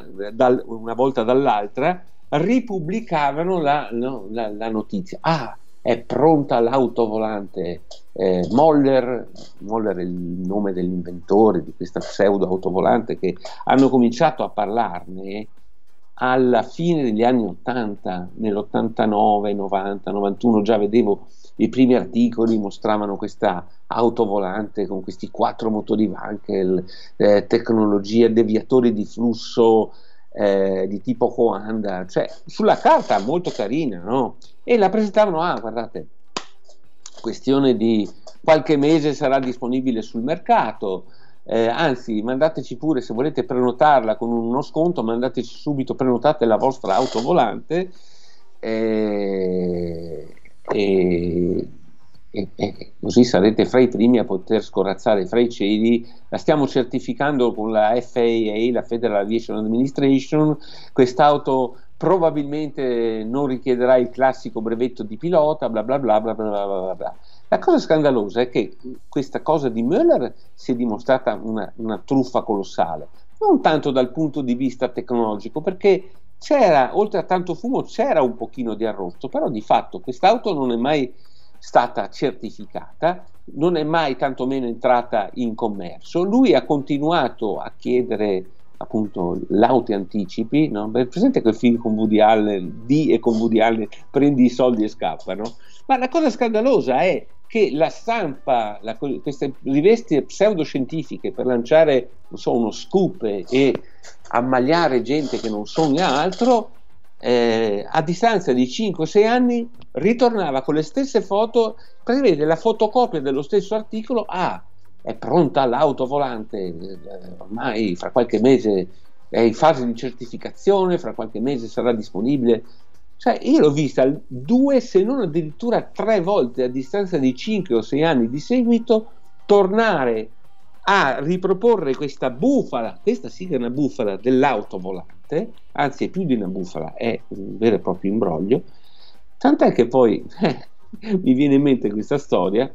volta dall'altra, ripubblicavano la notizia. È pronta l'autovolante. Moller è il nome dell'inventore di questa pseudo autovolante, che hanno cominciato a parlarne alla fine degli anni 80, nell'89, 90, 91 già vedevo i primi articoli, mostravano questa autovolante con questi 4 motori Wankel, tecnologia, deviatori di flusso di tipo Coanda, cioè sulla carta molto carina, no? E la presentavano, guardate, questione di qualche mese sarà disponibile sul mercato, anzi mandateci pure, se volete prenotarla con uno sconto, mandateci subito, prenotate la vostra autovolante, e così sarete fra i primi a poter scorazzare fra i cieli. La stiamo certificando con la FAA, la Federal Aviation Administration. Quest'auto probabilmente non richiederà il classico brevetto di pilota, bla bla bla bla bla bla bla. La cosa scandalosa è che questa cosa di Mueller si è dimostrata una truffa colossale, non tanto dal punto di vista tecnologico, perché c'era, oltre a tanto fumo, c'era un pochino di arrosto, però di fatto quest'auto non è mai stata certificata, non è mai tantomeno entrata in commercio. Lui ha continuato a chiedere appunto l'auto anticipi, no? Presente quel film con Woody Allen, prendi i soldi e scappano, ma la cosa scandalosa è che la stampa, queste riviste pseudoscientifiche per lanciare, non so, uno scoop e ammagliare gente che non sogna altro, a distanza di 5-6 anni ritornava con le stesse foto, prevede la fotocopia dello stesso articolo, è pronta l'auto volante, ormai fra qualche mese è in fase di certificazione, fra qualche mese sarà disponibile. Cioè, io l'ho vista 2, se non addirittura 3 volte a distanza di 5 o 6 anni di seguito tornare a riproporre questa bufala, questa sì che è una bufala dell'auto volante, anzi è più di una bufala, è un vero e proprio imbroglio, tant'è che poi mi viene in mente questa storia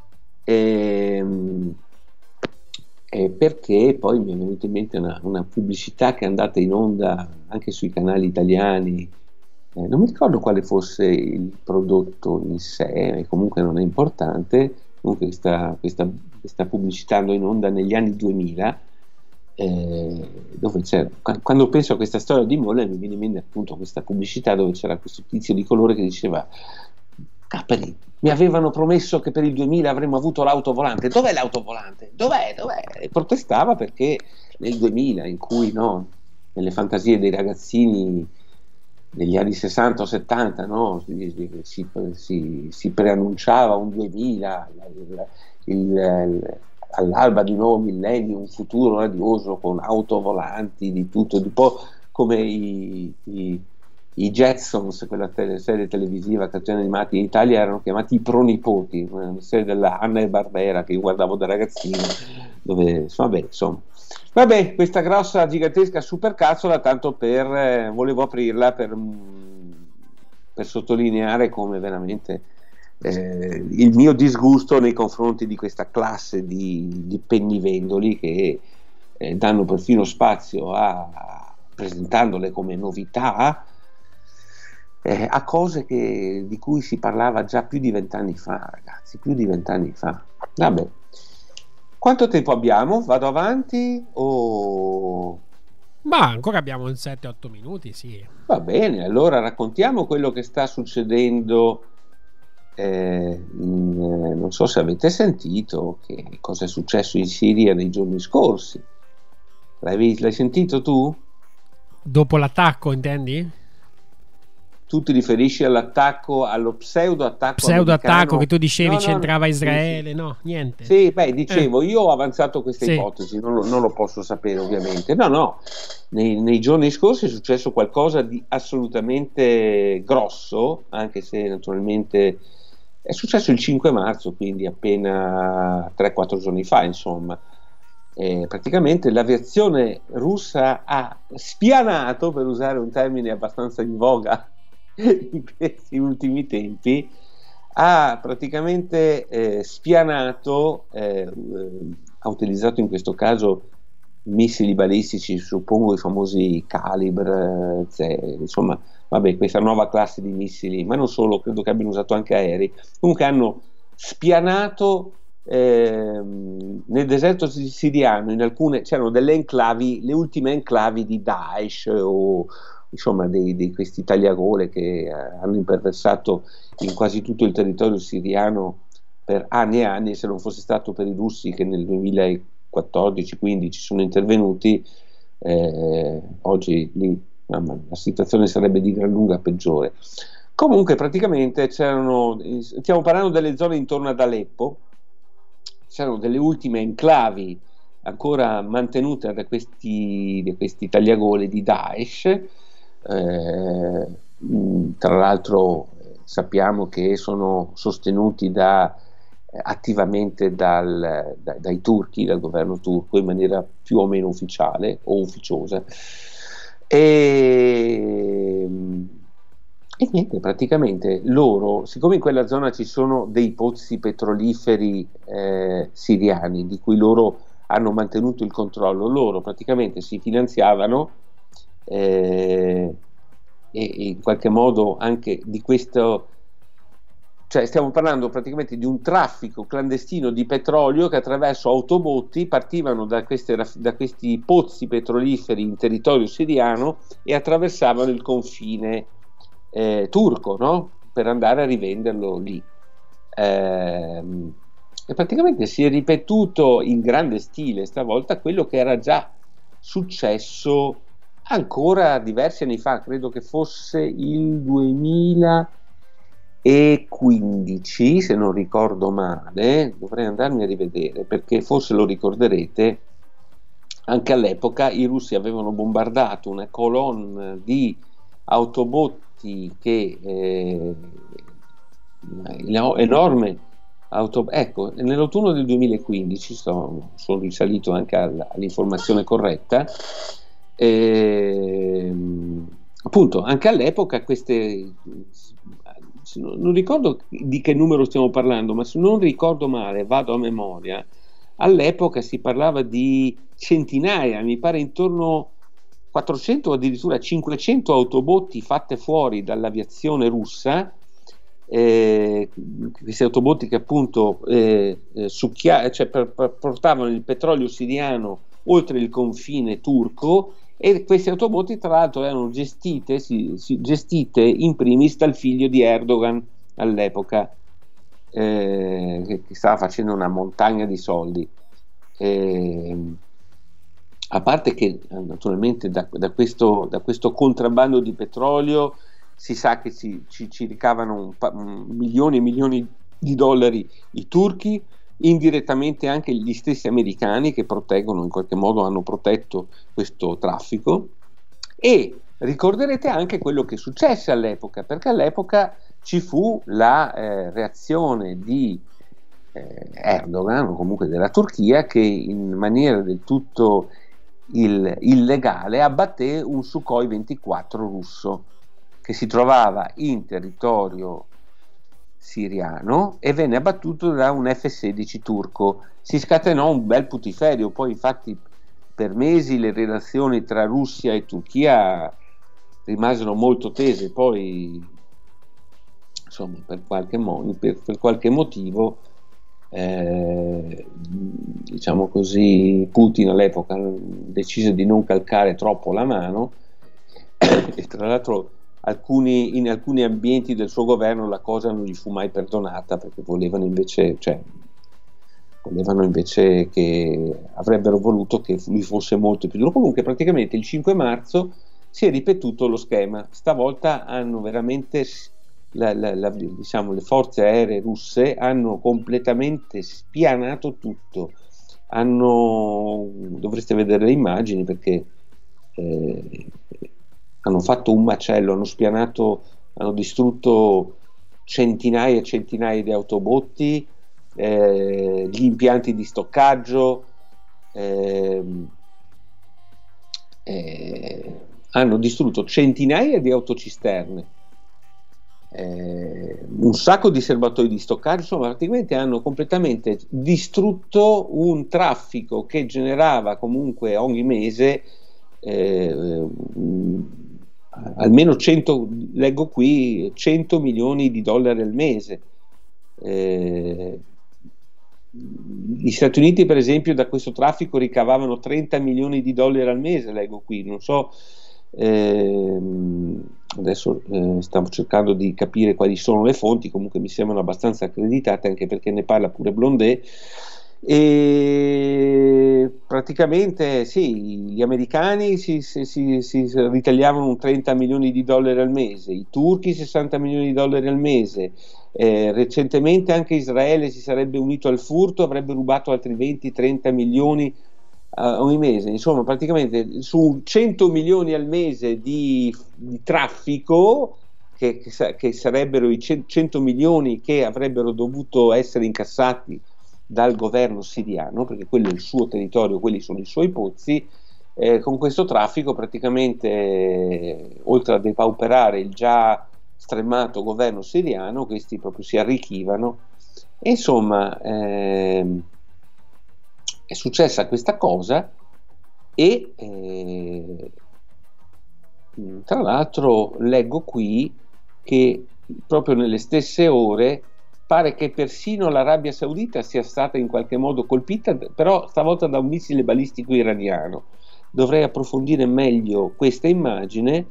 perché poi mi è venuta in mente una pubblicità che è andata in onda anche sui canali italiani, non mi ricordo quale fosse il prodotto in sé, comunque non è importante. Comunque questa pubblicità andò in onda negli anni 2000, dove c'era, quando penso a questa storia di Molle mi viene in mente appunto questa pubblicità dove c'era questo tizio di colore che diceva: Capri, mi avevano promesso che per il 2000 avremmo avuto l'auto volante, dov'è l'auto volante? Dov'è? E protestava perché nel 2000, in cui nelle fantasie dei ragazzini negli anni 60 o 70, no? si preannunciava un 2000, all'alba di un nuovo millennio, un futuro radioso con auto volanti di tutto, un po' come i Jetsons, quella serie televisiva, cartoni animati in Italia erano chiamati i pronipoti, una serie della Hanna e Barbera che io guardavo da ragazzino, dove vabbè, questa grossa gigantesca supercazzola, tanto volevo aprirla per sottolineare come veramente il mio disgusto nei confronti di questa classe di pennivendoli che danno perfino spazio presentandole come novità a cose di cui si parlava già più di 20 anni fa, ragazzi, più di 20 anni fa. Vabbè, quanto tempo abbiamo? Vado avanti o... Ma ancora abbiamo un 7-8 minuti, sì. Va bene, allora raccontiamo quello che sta succedendo. Non so se avete sentito che cosa è successo in Siria nei giorni scorsi. L'hai sentito tu? Dopo l'attacco, intendi? Tu ti riferisci all'attacco, allo pseudo-attacco che tu dicevi no, c'entrava Israele? Sì. No, niente. Sì, dicevo, io ho avanzato questa ipotesi, non lo posso sapere ovviamente. No, nei giorni scorsi è successo qualcosa di assolutamente grosso, anche se naturalmente è successo il 5 marzo, quindi appena 3-4 giorni fa, insomma. Praticamente l'aviazione russa ha spianato, per usare un termine abbastanza in voga in questi ultimi tempi, ha praticamente spianato, ha utilizzato in questo caso missili balistici, suppongo i famosi Kalibr, insomma, vabbè, questa nuova classe di missili, ma non solo, credo che abbiano usato anche aerei. Comunque hanno spianato nel deserto siriano, c'erano delle enclavi, le ultime enclavi di Daesh o insomma di questi tagliagole che hanno imperversato in quasi tutto il territorio siriano per anni e anni. Se non fosse stato per i russi che nel 2014-15 sono intervenuti, oggi lì la situazione sarebbe di gran lunga peggiore. Comunque praticamente stiamo parlando delle zone intorno ad Aleppo, c'erano delle ultime enclavi ancora mantenute da questi tagliagole di Daesh. Tra l'altro sappiamo che sono sostenuti attivamente dai turchi, dal governo turco, in maniera più o meno ufficiale o ufficiosa, e niente, praticamente loro, siccome in quella zona ci sono dei pozzi petroliferi siriani di cui loro hanno mantenuto il controllo, loro praticamente si finanziavano e in qualche modo anche di questo Cioè stiamo parlando praticamente di un traffico clandestino di petrolio che attraverso autobotti partivano da questi pozzi petroliferi in territorio siriano e attraversavano il confine turco, no? Per andare a rivenderlo lì. E praticamente si è ripetuto in grande stile stavolta quello che era già successo ancora diversi anni fa, credo che fosse il 2015, se non ricordo male, dovrei andarmi a rivedere perché forse lo ricorderete. Anche all'epoca i russi avevano bombardato una colonna di autobotti enorme. Ecco, nell'autunno del 2015 sono risalito anche all'informazione corretta. Appunto, anche all'epoca non ricordo di che numero stiamo parlando, ma se non ricordo male, vado a memoria, all'epoca si parlava di centinaia, mi pare intorno a 400 o addirittura 500 autobotti fatte fuori dall'aviazione russa. Questi autobotti che appunto portavano il petrolio siriano oltre il confine turco, e questi autobotti tra l'altro erano gestite in primis dal figlio di Erdogan all'epoca, che stava facendo una montagna di soldi. A parte che naturalmente da questo contrabbando di petrolio si sa che ci ricavano milioni e milioni di dollari i turchi, indirettamente anche gli stessi americani che proteggono, in qualche modo hanno protetto questo traffico. E ricorderete anche quello che successe all'epoca, perché all'epoca ci fu la reazione di Erdogan, o comunque della Turchia, che in maniera del tutto illegale abbatté un Sukhoi 24 russo che si trovava in territorio siriano e venne abbattuto da un F-16 turco. Si scatenò un bel putiferio, poi infatti per mesi le relazioni tra Russia e Turchia rimasero molto tese, poi insomma per qualche motivo diciamo così, Putin all'epoca decise di non calcare troppo la mano e tra l'altro in alcuni ambienti del suo governo la cosa non gli fu mai perdonata, perché volevano invece che avrebbero voluto che lui fosse molto più duro. Comunque praticamente il 5 marzo si è ripetuto lo schema. Stavolta hanno veramente diciamo, le forze aeree russe hanno completamente spianato tutto. Dovreste vedere le immagini, perché hanno fatto un macello, hanno distrutto centinaia e centinaia di autobotti, gli impianti di stoccaggio, hanno distrutto centinaia di autocisterne, un sacco di serbatoi di stoccaggio. Insomma, praticamente hanno completamente distrutto un traffico che generava comunque ogni mese almeno 100, leggo qui, 100 milioni di dollari al mese. Gli Stati Uniti, per esempio, da questo traffico ricavavano 30 milioni di dollari al mese, leggo qui, non so, adesso stavo cercando di capire quali sono le fonti, comunque mi sembrano abbastanza accreditate, anche perché ne parla pure Blondet. E praticamente sì, gli americani si ritagliavano un 30 milioni di dollari al mese, i turchi 60 milioni di dollari al mese, recentemente anche Israele si sarebbe unito al furto, avrebbe rubato altri 20-30 milioni ogni mese. Insomma, praticamente su 100 milioni al mese di traffico, che sarebbero i 100 milioni che avrebbero dovuto essere incassati dal governo siriano, perché quello è il suo territorio, quelli sono i suoi pozzi. Con questo traffico praticamente, oltre a depauperare il già stremato governo siriano, questi proprio si arricchivano. E insomma è successa questa cosa e tra l'altro leggo qui che proprio nelle stesse ore pare che persino l'Arabia Saudita sia stata in qualche modo colpita, però stavolta da un missile balistico iraniano. Dovrei approfondire meglio questa immagine,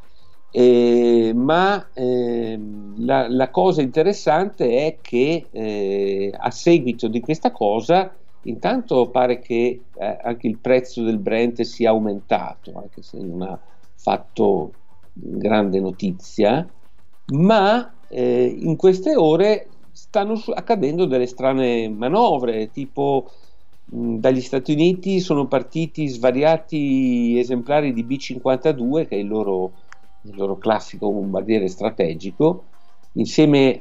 ma la cosa interessante è che a seguito di questa cosa, intanto pare che anche il prezzo del Brent sia aumentato, anche se non ha fatto grande notizia, ma in queste ore stanno accadendo delle strane manovre, tipo dagli Stati Uniti sono partiti svariati esemplari di B-52, che è il loro classico bombardiere strategico, insieme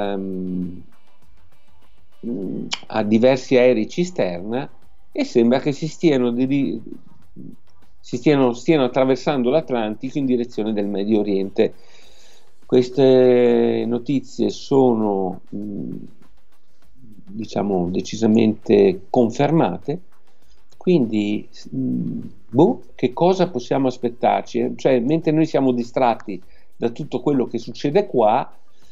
a diversi aerei cisterna, e sembra che stiano attraversando l'Atlantico in direzione del Medio Oriente. Queste notizie sono diciamo decisamente confermate, quindi che cosa possiamo aspettarci? Cioè, mentre noi siamo distratti da tutto quello che succede qua,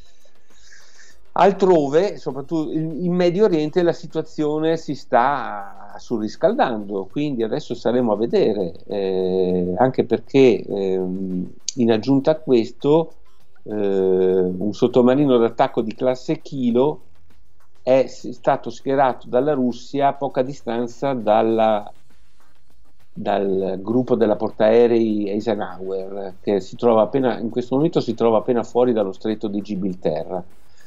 altrove, soprattutto in Medio Oriente, la situazione si sta surriscaldando, quindi adesso saremo a vedere, anche perché in aggiunta a questo un sottomarino d'attacco di classe Kilo è stato schierato dalla Russia a poca distanza dal gruppo della portaerei Eisenhower, che si trova appena, in questo momento si trova appena fuori dallo stretto di Gibilterra.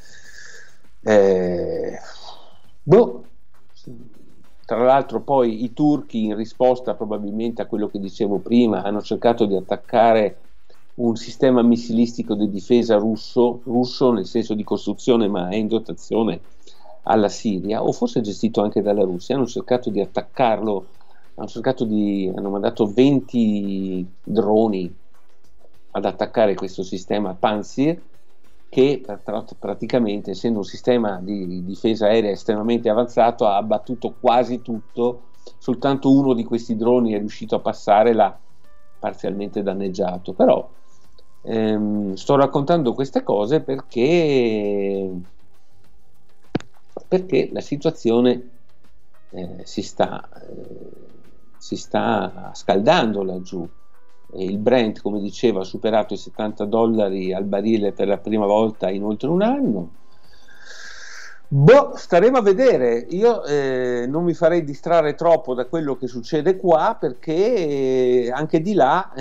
Tra l'altro poi i turchi, in risposta probabilmente a quello che dicevo prima, hanno cercato di attaccare un sistema missilistico di difesa russo nel senso di costruzione, ma è in dotazione alla Siria, o forse gestito anche dalla Russia. Hanno cercato di attaccarlo, hanno mandato 20 droni ad attaccare questo sistema Pantsir, che praticamente, essendo un sistema di difesa aerea estremamente avanzato, ha abbattuto quasi tutto. Soltanto uno di questi droni è riuscito a passare, l'ha parzialmente danneggiato. Però sto raccontando queste cose perché la situazione si sta scaldando laggiù. Il Brent, come dicevo, ha superato i $70 al barile per la prima volta in oltre un anno. Staremo a vedere. Io non mi farei distrarre troppo da quello che succede qua, perché anche di là,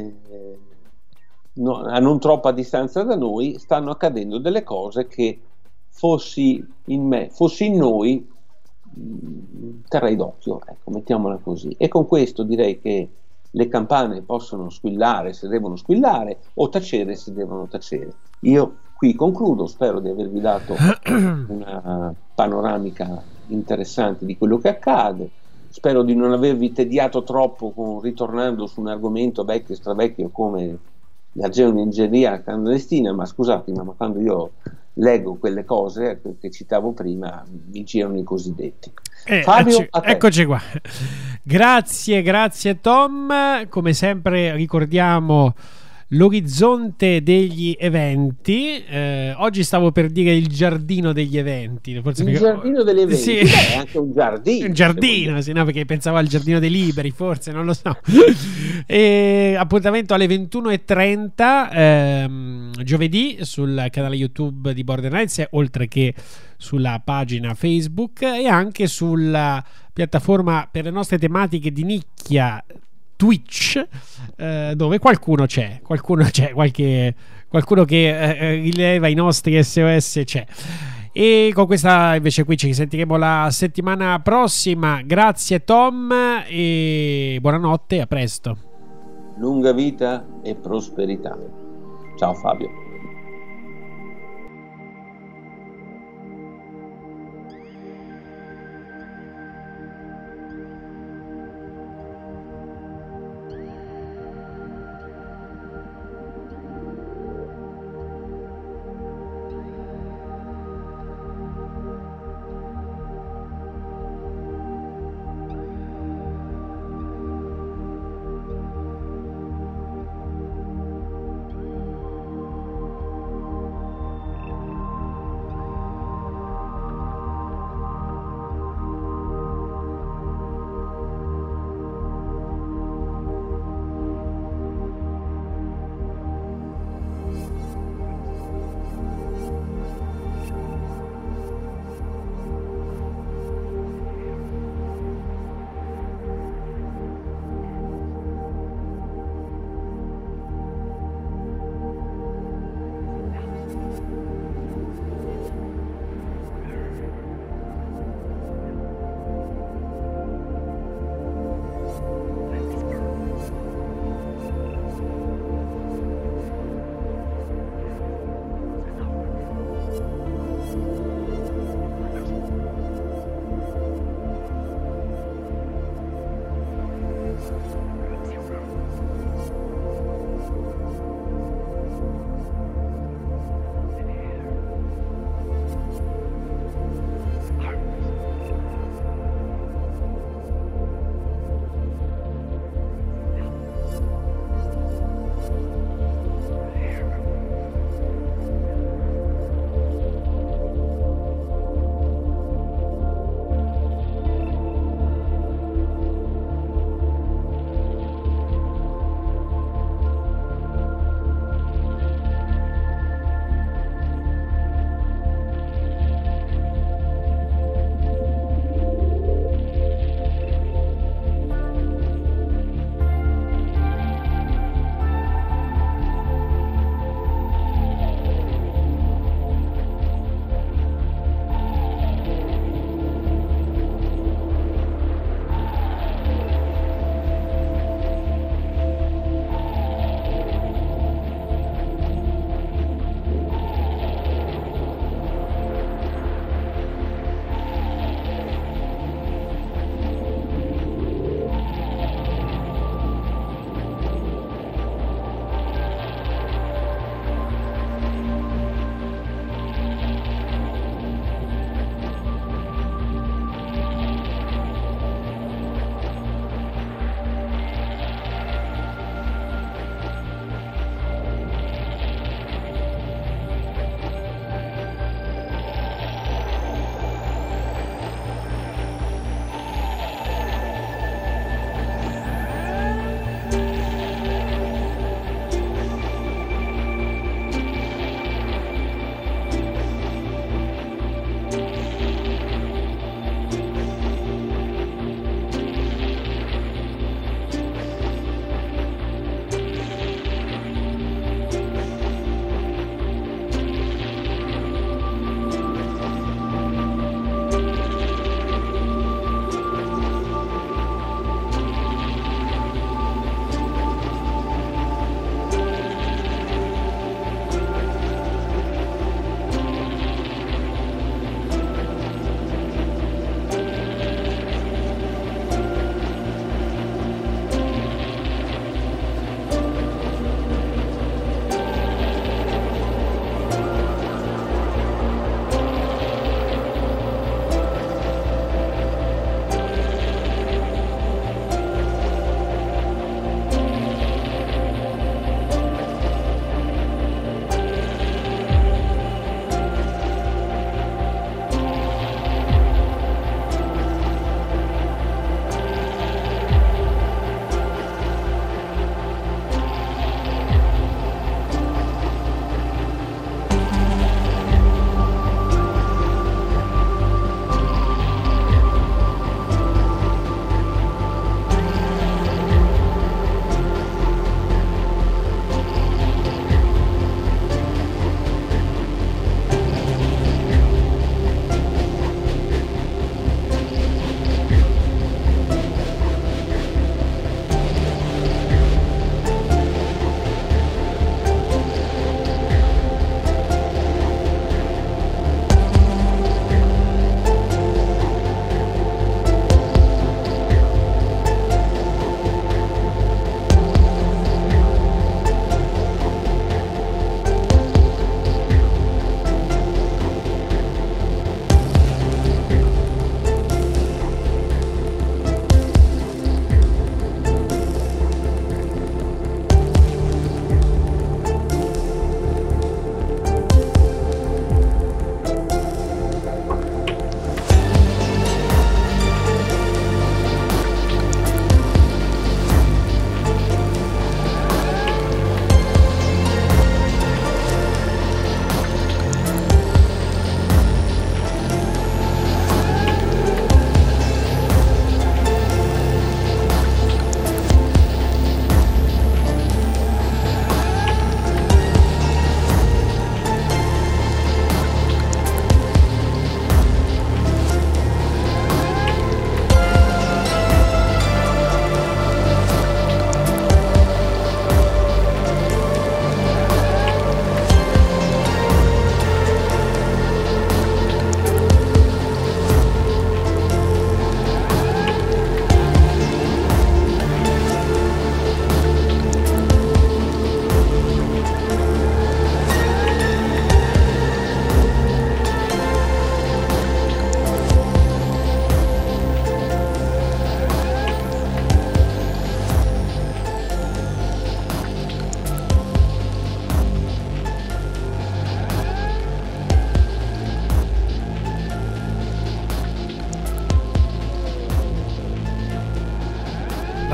a non troppa distanza da noi, stanno accadendo delle cose che fossi in noi terrei d'occhio, ecco, mettiamola così. E con questo direi che le campane possono squillare se devono squillare, o tacere se devono tacere. Io qui concludo, spero di avervi dato una panoramica interessante di quello che accade, spero di non avervi tediato troppo ritornando su un argomento vecchio e stravecchio come la geoingegneria clandestina, ma scusate, ma quando io leggo quelle cose che citavo prima mi girano i cosiddetti. Fabio, eccoci qua. Grazie Tom. Come sempre ricordiamo l'orizzonte degli eventi. Oggi stavo per dire il giardino degli eventi. Forse giardino degli eventi, sì. È anche un giardino. Un giardino, sì, no, perché pensavo al giardino dei liberi, forse, non lo so. E appuntamento alle 21:30 giovedì sul canale YouTube di Border Knights, oltre che sulla pagina Facebook e anche sulla piattaforma per le nostre tematiche di nicchia Twitch, dove qualcuno c'è, qualcuno che rileva i nostri SOS c'è. E con questa invece qui ci sentiremo la settimana prossima. Grazie Tom e buonanotte, a presto. Lunga vita e prosperità. Ciao Fabio.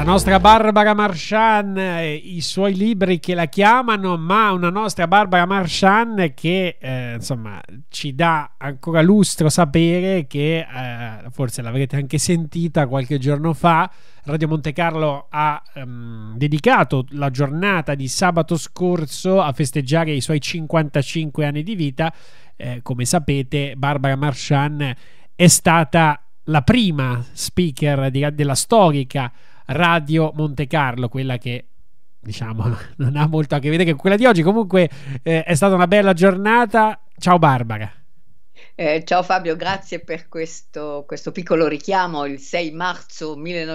nostra Barbara Marchand, i suoi libri che la chiamano, ma una nostra Barbara Marchand che insomma ci dà ancora lustro sapere che forse l'avrete anche sentita qualche giorno fa. Radio Monte Carlo ha dedicato la giornata di sabato scorso a festeggiare i suoi 55 anni di vita. Come sapete, Barbara Marchand è stata la prima speaker della storica Radio Monte Carlo, quella che diciamo non ha molto a che vedere con quella di oggi. Comunque è stata una bella giornata. Ciao Barbara. Ciao Fabio, grazie per questo piccolo richiamo. Il 6 marzo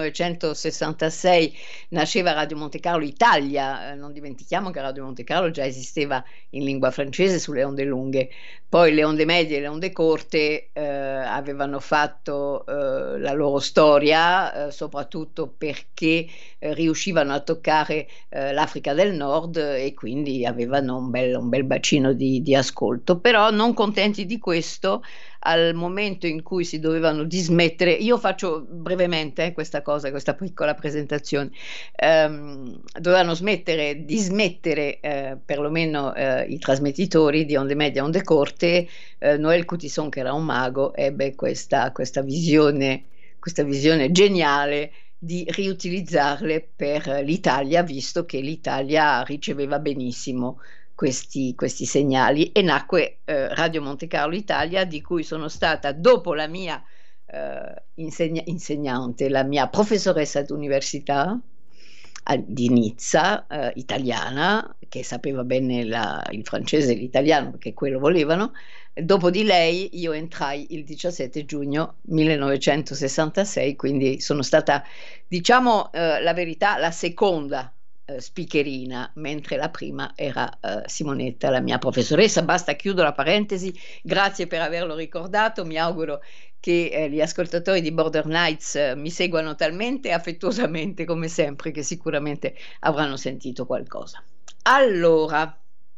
1966 nasceva Radio Monte Carlo Italia. Non dimentichiamo che Radio Monte Carlo già esisteva in lingua francese sulle onde lunghe, poi le onde medie e le onde corte avevano fatto la loro storia, soprattutto perché riuscivano a toccare l'Africa del Nord e quindi avevano un bel bacino di ascolto. Però non contenti di questo, al momento in cui si dovevano dismettere, io faccio brevemente questa piccola presentazione, dovevano dismettere perlomeno i trasmettitori di onde medie e onde corte. Noël Coutisson, che era un mago, ebbe questa visione geniale di riutilizzarle per l'Italia, visto che l'Italia riceveva benissimo questi segnali, e nacque Radio Monte Carlo Italia, di cui sono stata, dopo la mia insegnante, la mia professoressa d'università di Nizza, italiana, che sapeva bene il francese e l'italiano, perché quello volevano. Dopo di lei io entrai il 17 giugno 1966, quindi sono stata, diciamo la verità, la seconda speakerina, mentre la prima era Simonetta, la mia professoressa. Basta, chiudo la parentesi, grazie per averlo ricordato. Mi auguro che gli ascoltatori di Border Nights mi seguano talmente affettuosamente come sempre che sicuramente avranno sentito qualcosa. Allora,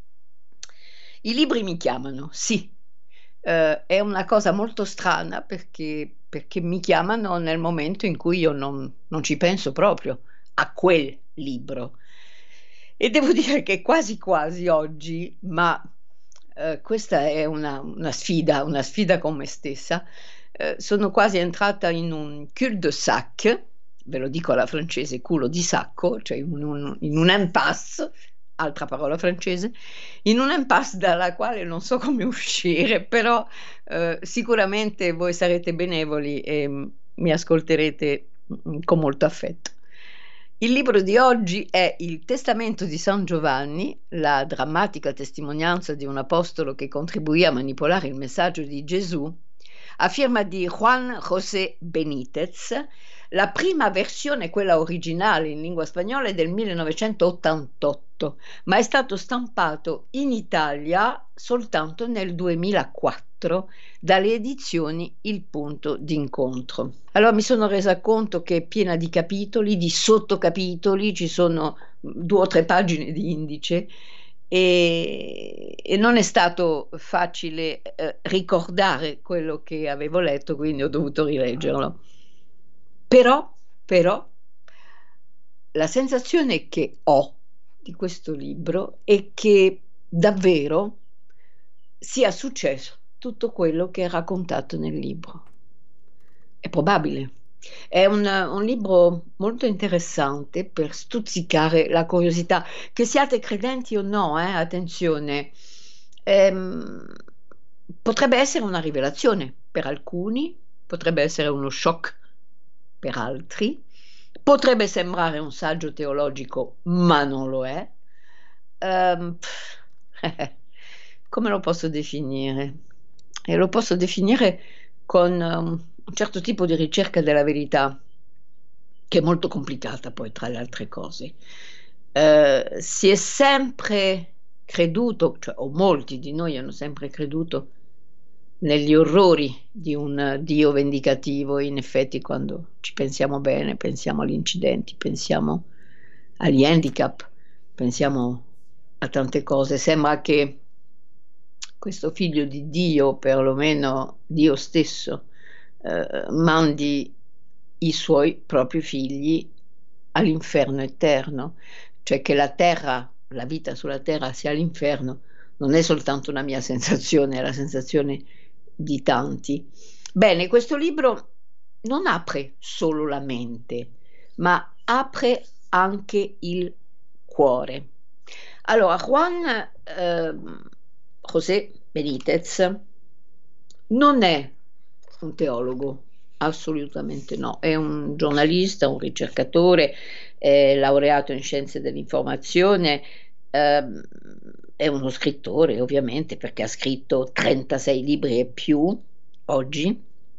i libri mi chiamano, sì. È una cosa molto strana perché mi chiamano nel momento in cui io non ci penso proprio a quel libro, e devo dire che quasi oggi, ma questa è una sfida con me stessa, sono quasi entrata in un cul-de-sac, ve lo dico alla francese, culo di sacco, cioè in un impasse, altra parola francese, in un impasse dalla quale non so come uscire, però sicuramente voi sarete benevoli e mi ascolterete con molto affetto. Il libro di oggi è Il Testamento di San Giovanni, la drammatica testimonianza di un apostolo che contribuì a manipolare il messaggio di Gesù, a firma di Juan José Benítez. La prima versione, quella originale in lingua spagnola, è del 1988, ma è stato stampato in Italia soltanto nel 2004 dalle edizioni Il Punto d'Incontro. Allora mi sono resa conto che è piena di capitoli, di sottocapitoli, ci sono 2 o 3 pagine di indice, e non è stato facile ricordare quello che avevo letto, quindi ho dovuto rileggerlo. Però la sensazione che ho di questo libro è che davvero sia successo tutto quello che è raccontato nel libro. È probabile. È un libro molto interessante per stuzzicare la curiosità, che siate credenti o no, attenzione, potrebbe essere una rivelazione per alcuni, potrebbe essere uno shock per altri, potrebbe sembrare un saggio teologico, ma non lo è. Come lo posso definire? Lo posso definire con un certo tipo di ricerca della verità, che è molto complicata poi, tra le altre cose. Si è sempre creduto, cioè, o molti di noi hanno sempre creduto negli orrori di un Dio vendicativo. In effetti, quando ci pensiamo bene, pensiamo agli incidenti, pensiamo agli handicap, pensiamo a tante cose. Sembra che questo figlio di Dio, perlomeno Dio stesso, mandi i suoi propri figli all'inferno eterno, cioè che la terra, la vita sulla terra sia l'inferno, non è soltanto una mia sensazione, è la sensazione di tanti. Bene, questo libro non apre solo la mente, ma apre anche il cuore. Allora, Juan José Benítez non è un teologo, assolutamente no, è un giornalista, un ricercatore, è laureato in scienze dell'informazione, è uno scrittore ovviamente perché ha scritto 36 libri e più oggi,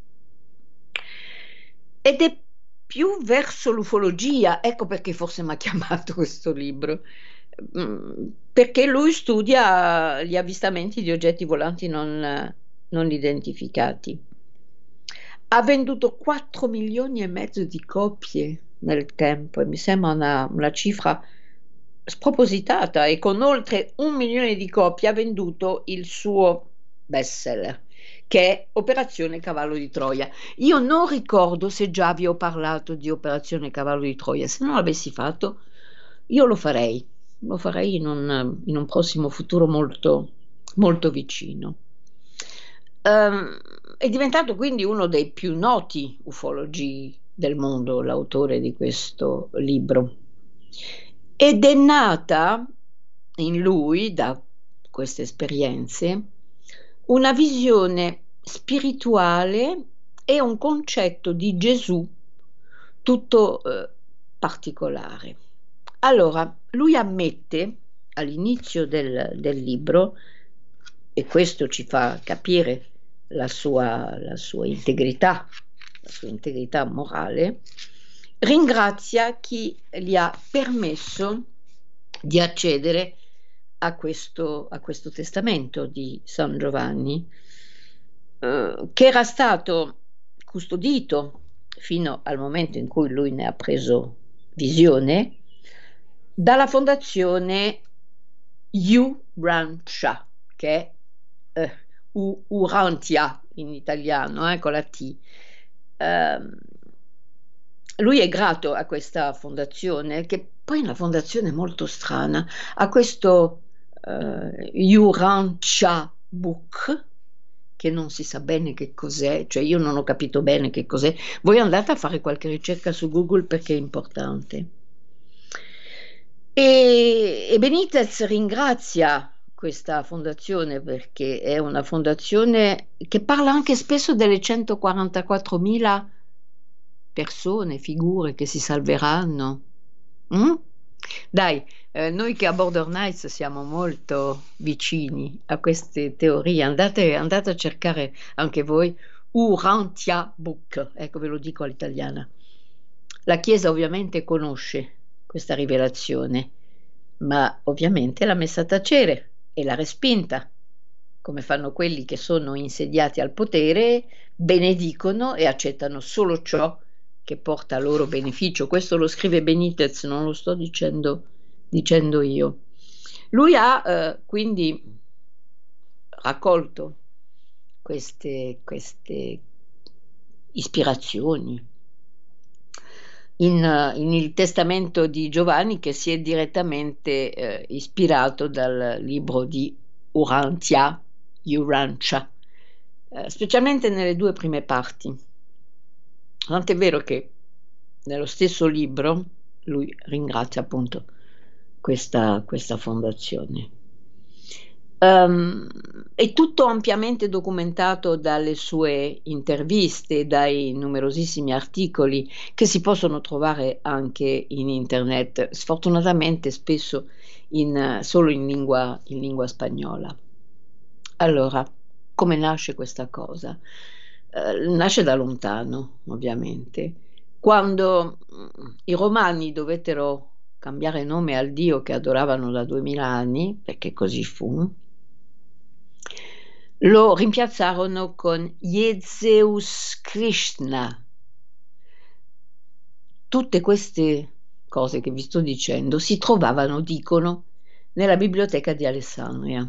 ed è più verso l'ufologia, ecco perché forse mi ha chiamato questo libro, perché lui studia gli avvistamenti di oggetti volanti non identificati. Ha venduto 4 milioni e mezzo di copie nel tempo e mi sembra una cifra spropositata, e con oltre 1 milione di copie ha venduto il suo bestseller, che è Operazione Cavallo di Troia. Io non ricordo se già vi ho parlato di Operazione Cavallo di Troia, se non l'avessi fatto io lo farei in un prossimo futuro molto, molto vicino. È diventato quindi uno dei più noti ufologi del mondo, l'autore di questo libro, ed è nata in lui, da queste esperienze, una visione spirituale e un concetto di Gesù tutto particolare. Allora, lui ammette all'inizio del libro, e questo ci fa capire la sua integrità, la sua integrità morale, ringrazia chi gli ha permesso di accedere a questo testamento di San Giovanni, che era stato custodito fino al momento in cui lui ne ha preso visione dalla fondazione Urantia, che è Urantia in italiano, con la T. Lui è grato a questa fondazione, che poi è una fondazione molto strana, a questo Urantia Book, che non si sa bene che cos'è, cioè io non ho capito bene che cos'è. Voi andate a fare qualche ricerca su Google perché è importante. E Benítez ringrazia questa fondazione perché è una fondazione che parla anche spesso delle 144.000 persone, figure che si salveranno. Dai, noi che a Border Nights siamo molto vicini a queste teorie, andate a cercare anche voi Urantia Book, ecco, ve lo dico all'italiana. La Chiesa ovviamente conosce questa rivelazione, ma ovviamente l'ha messa a tacere e l'ha respinta, come fanno quelli che sono insediati al potere, benedicono e accettano solo ciò che porta a loro beneficio. Questo lo scrive Benítez, non lo sto dicendo io. Lui ha quindi raccolto queste ispirazioni in il testamento di Giovanni, che si è direttamente ispirato dal libro di Urantia, specialmente nelle 2 prime parti. Tant'è vero che nello stesso libro lui ringrazia appunto questa fondazione. È tutto ampiamente documentato dalle sue interviste, dai numerosissimi articoli che si possono trovare anche in internet, sfortunatamente spesso solo in lingua spagnola. Allora, come nasce questa cosa? Nasce da lontano, ovviamente, quando i romani dovettero cambiare nome al dio che adoravano da 2000 anni, perché così fu. Lo rimpiazzarono con Jezeus Krishna. Tutte queste cose che vi sto dicendo si trovavano, dicono, nella biblioteca di Alessandria,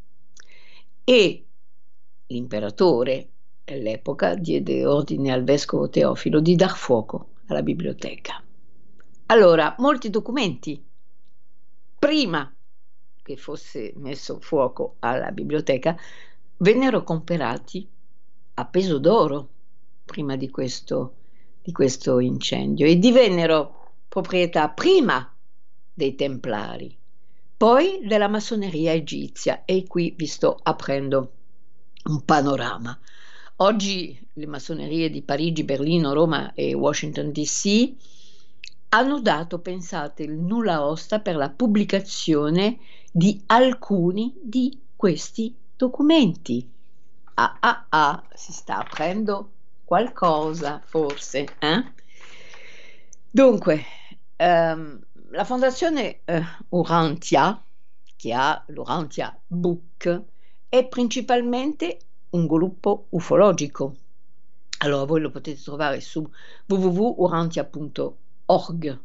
e l'imperatore all'epoca diede ordine al vescovo Teofilo di dar fuoco alla biblioteca. Allora, molti documenti, prima che fosse messo fuoco alla biblioteca, vennero comprati a peso d'oro prima di questo incendio e divennero proprietà prima dei Templari, poi della massoneria egizia, e qui vi sto aprendo un panorama. Oggi le massonerie di Parigi, Berlino, Roma e Washington DC hanno dato, pensate, il nulla osta per la pubblicazione di alcuni di questi documenti. Si sta aprendo qualcosa, forse. Dunque, la fondazione Urantia, che ha l'Urantia Book, è principalmente un gruppo ufologico. Allora voi lo potete trovare su www.urantia.org.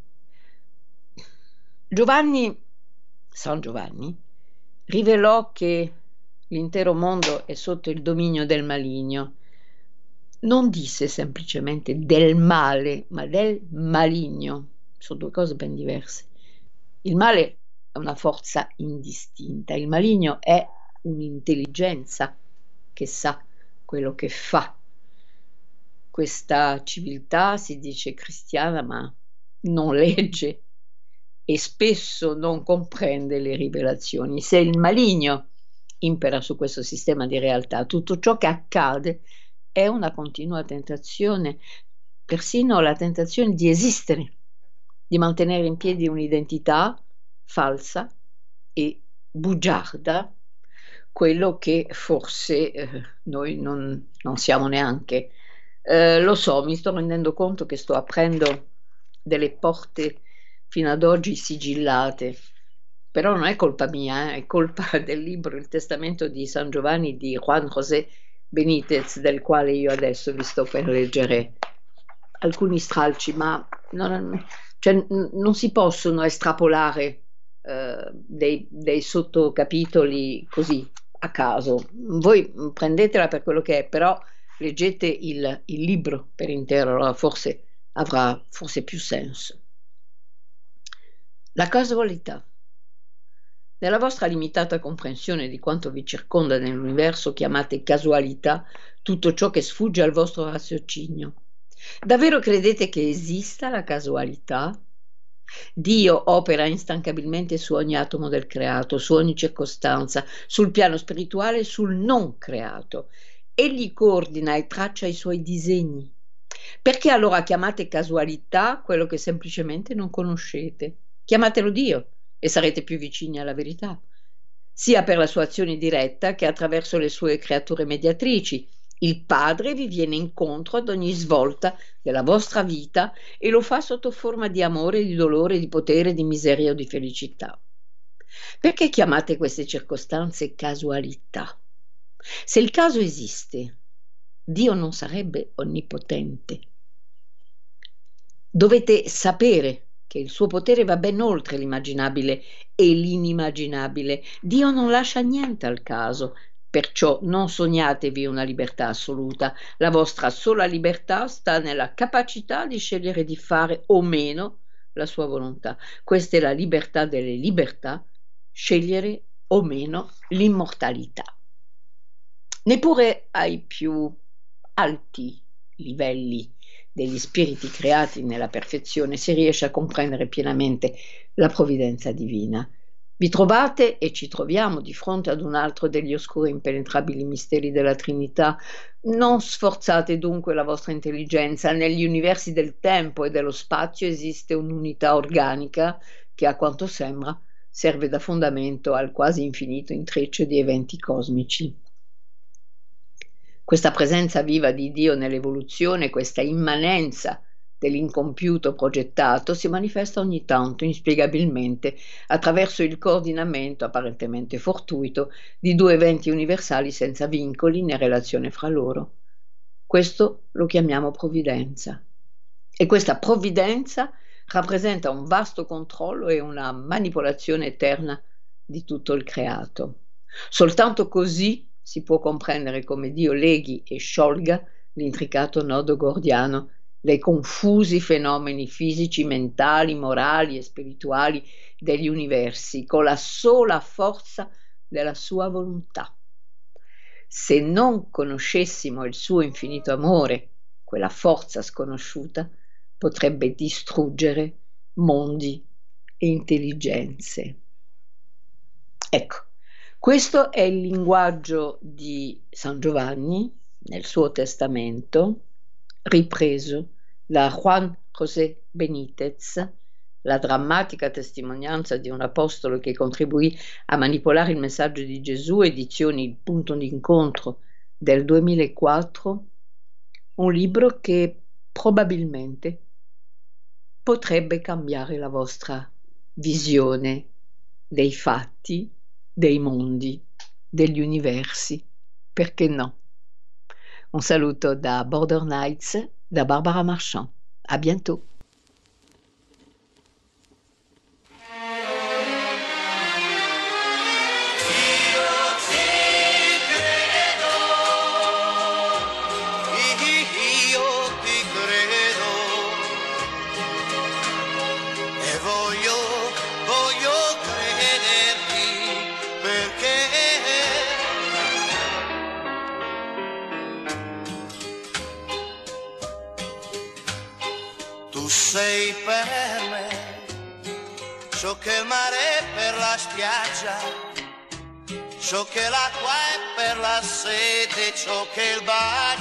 San Giovanni rivelò che l'intero mondo è sotto il dominio del maligno. Non disse semplicemente del male, ma del maligno. Sono due cose ben diverse. Il male è una forza indistinta, il maligno è un'intelligenza che sa quello che fa. Questa civiltà si dice cristiana, ma non legge e spesso non comprende le rivelazioni. Se il maligno impera su questo sistema di realtà, tutto ciò che accade è una continua tentazione, persino la tentazione di esistere, di mantenere in piedi un'identità falsa e bugiarda, quello che forse noi non siamo neanche. Lo so, mi sto rendendo conto che sto aprendo delle porte fino ad oggi sigillate, però non è colpa mia, è colpa del libro Il testamento di San Giovanni di Juan José Benítez, del quale io adesso vi sto per leggere alcuni stralci, ma non si possono estrapolare dei sottocapitoli così a caso. Voi prendetela per quello che è, però leggete il libro per intero, allora forse avrà più senso. La casualità. Nella vostra limitata comprensione di quanto vi circonda nell'universo chiamate casualità tutto ciò che sfugge al vostro raziocinio. Davvero credete che esista la casualità? Dio opera instancabilmente su ogni atomo del creato, su ogni circostanza, sul piano spirituale e sul non creato. Egli coordina e traccia i suoi disegni. Perché allora chiamate casualità quello che semplicemente non conoscete? Chiamatelo Dio e sarete più vicini alla verità, sia per la sua azione diretta che attraverso le sue creature mediatrici. Il Padre vi viene incontro ad ogni svolta della vostra vita e lo fa sotto forma di amore, di dolore, di potere, di miseria o di felicità. Perché chiamate queste circostanze casualità? Se il caso esiste, Dio non sarebbe onnipotente. Dovete sapere che il suo potere va ben oltre l'immaginabile e l'inimmaginabile. Dio non lascia niente al caso. Perciò non sognatevi una libertà assoluta. La vostra sola libertà sta nella capacità di scegliere di fare o meno la sua volontà. Questa è la libertà delle libertà, scegliere o meno l'immortalità. Neppure ai più alti livelli degli spiriti creati nella perfezione si riesce a comprendere pienamente la provvidenza divina. Vi trovate e ci troviamo di fronte ad un altro degli oscuri e impenetrabili misteri della Trinità. Non sforzate dunque la vostra intelligenza. Negli universi del tempo e dello spazio esiste un'unità organica che, a quanto sembra, serve da fondamento al quasi infinito intreccio di eventi cosmici. Questa presenza viva di Dio nell'evoluzione, questa immanenza dell'incompiuto progettato si manifesta ogni tanto inspiegabilmente attraverso il coordinamento apparentemente fortuito di due eventi universali senza vincoli né relazione fra loro. Questo lo chiamiamo provvidenza. E questa provvidenza rappresenta un vasto controllo e una manipolazione eterna di tutto il creato. Soltanto così si può comprendere come Dio leghi e sciolga l'intricato nodo gordiano dei confusi fenomeni fisici, mentali, morali e spirituali degli universi con la sola forza della sua volontà. Se non conoscessimo il suo infinito amore, quella forza sconosciuta potrebbe distruggere mondi e intelligenze. Ecco, questo è il linguaggio di San Giovanni nel suo testamento, ripreso da Juan José Benítez, la drammatica testimonianza di un apostolo che contribuì a manipolare il messaggio di Gesù, edizioni Il punto d'incontro del 2004, un libro che probabilmente potrebbe cambiare la vostra visione dei fatti, dei mondi, degli universi, perché no? Un saluto da Border Nights, da Barbara Marchand. À bientôt. Sei per me ciò che il mare è per la spiaggia, ciò che l'acqua è per la sete, ciò che il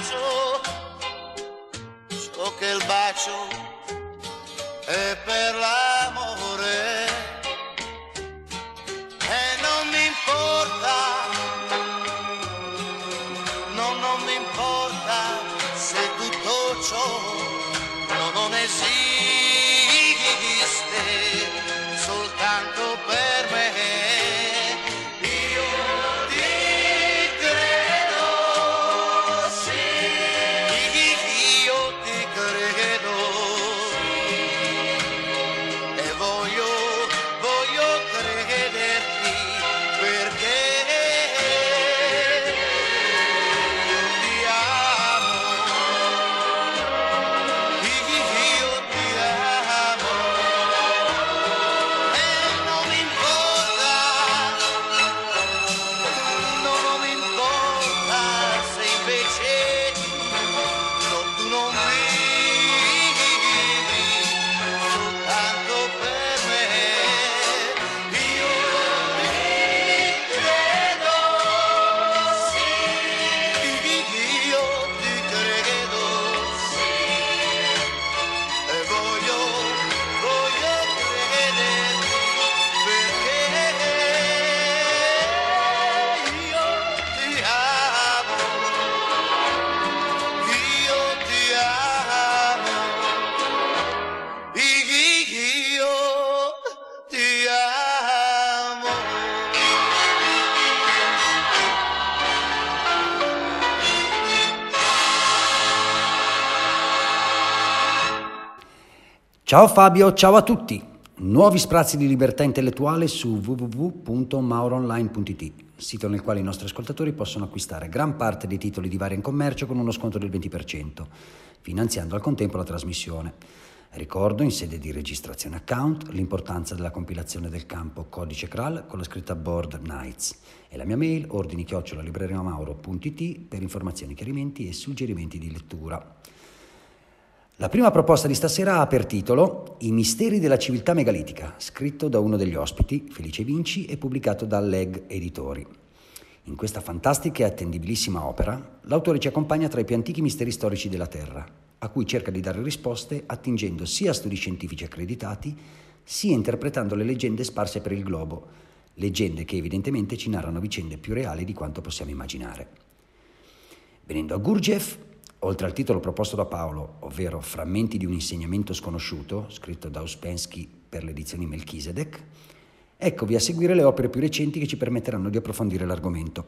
bacio è per l'amore. E non mi importa, non mi importa se tutto ciò non esiste, soltanto per me. Io ti credo, sì, io ti credo, e voglio crederti perché io ti amo. Ciao Fabio, ciao a tutti! Nuovi sprazzi di libertà intellettuale su www.mauronline.it, sito nel quale i nostri ascoltatori possono acquistare gran parte dei titoli di Varia in Commercio con uno sconto del 20%, finanziando al contempo la trasmissione. Ricordo, in sede di registrazione account, l'importanza della compilazione del campo codice CRAL con la scritta Board Nights e la mia mail ordini@libreriamauro.it per informazioni, chiarimenti e suggerimenti di lettura. La prima proposta di stasera ha per titolo I misteri della civiltà megalitica, scritto da uno degli ospiti, Felice Vinci, e pubblicato da Leg Editori. In questa fantastica e attendibilissima opera, l'autore ci accompagna tra i più antichi misteri storici della Terra, a cui cerca di dare risposte attingendo sia a studi scientifici accreditati, sia interpretando le leggende sparse per il globo, leggende che evidentemente ci narrano vicende più reali di quanto possiamo immaginare. Venendo a Gurdjieff, oltre al titolo proposto da Paolo, ovvero Frammenti di un insegnamento sconosciuto, scritto da Ouspensky per le edizioni Melchizedek, eccovi a seguire le opere più recenti che ci permetteranno di approfondire l'argomento.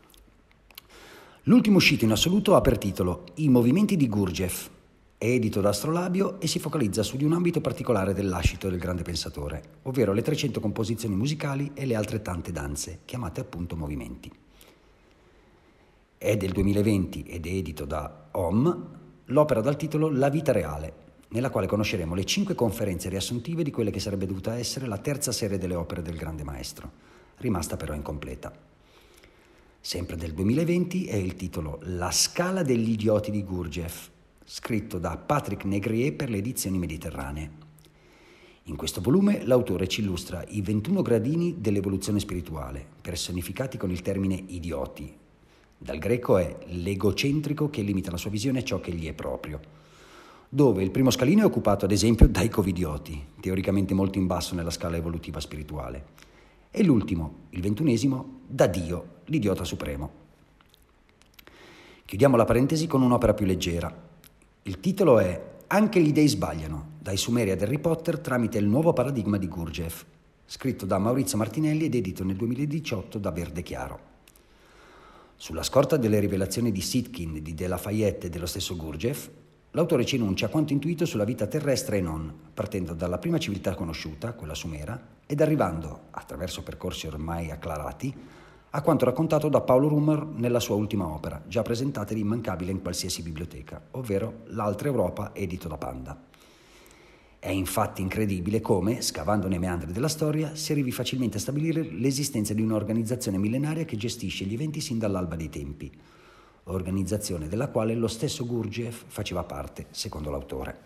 L'ultimo uscito in assoluto ha per titolo I movimenti di Gurdjieff, è edito da Astrolabio e si focalizza su di un ambito particolare del lascito del grande pensatore, ovvero le 300 composizioni musicali e le altrettante danze, chiamate appunto movimenti. È del 2020 ed è edito da OM, l'opera dal titolo La vita reale, nella quale conosceremo le 5 conferenze riassuntive di quelle che sarebbe dovuta essere la terza serie delle opere del grande maestro, rimasta però incompleta. Sempre del 2020 è il titolo La scala degli idioti di Gurdjieff, scritto da Patrick Négrier per le edizioni mediterranee. In questo volume l'autore ci illustra i 21 gradini dell'evoluzione spirituale, personificati con il termine idioti. Dal greco è l'egocentrico che limita la sua visione a ciò che gli è proprio, dove il primo scalino è occupato ad esempio dai covidioti, teoricamente molto in basso nella scala evolutiva spirituale, e l'ultimo, il 21esimo, da Dio, l'idiota supremo. Chiudiamo la parentesi con un'opera più leggera. Il titolo è Anche gli dei sbagliano, dai Sumeri ad Harry Potter tramite il nuovo paradigma di Gurdjieff, scritto da Maurizio Martinelli ed edito nel 2018 da Verde Chiaro. Sulla scorta delle rivelazioni di Sitkin, di De Lafayette e dello stesso Gurdjieff, l'autore ci enuncia quanto intuito sulla vita terrestre e non, partendo dalla prima civiltà conosciuta, quella sumera, ed arrivando, attraverso percorsi ormai acclarati, a quanto raccontato da Paolo Rummer nella sua ultima opera, già presentata ed immancabile in qualsiasi biblioteca, ovvero L'altra Europa, edito da Panda. È infatti incredibile come, scavando nei meandri della storia, si arrivi facilmente a stabilire l'esistenza di un'organizzazione millenaria che gestisce gli eventi sin dall'alba dei tempi, organizzazione della quale lo stesso Gurdjieff faceva parte, secondo l'autore.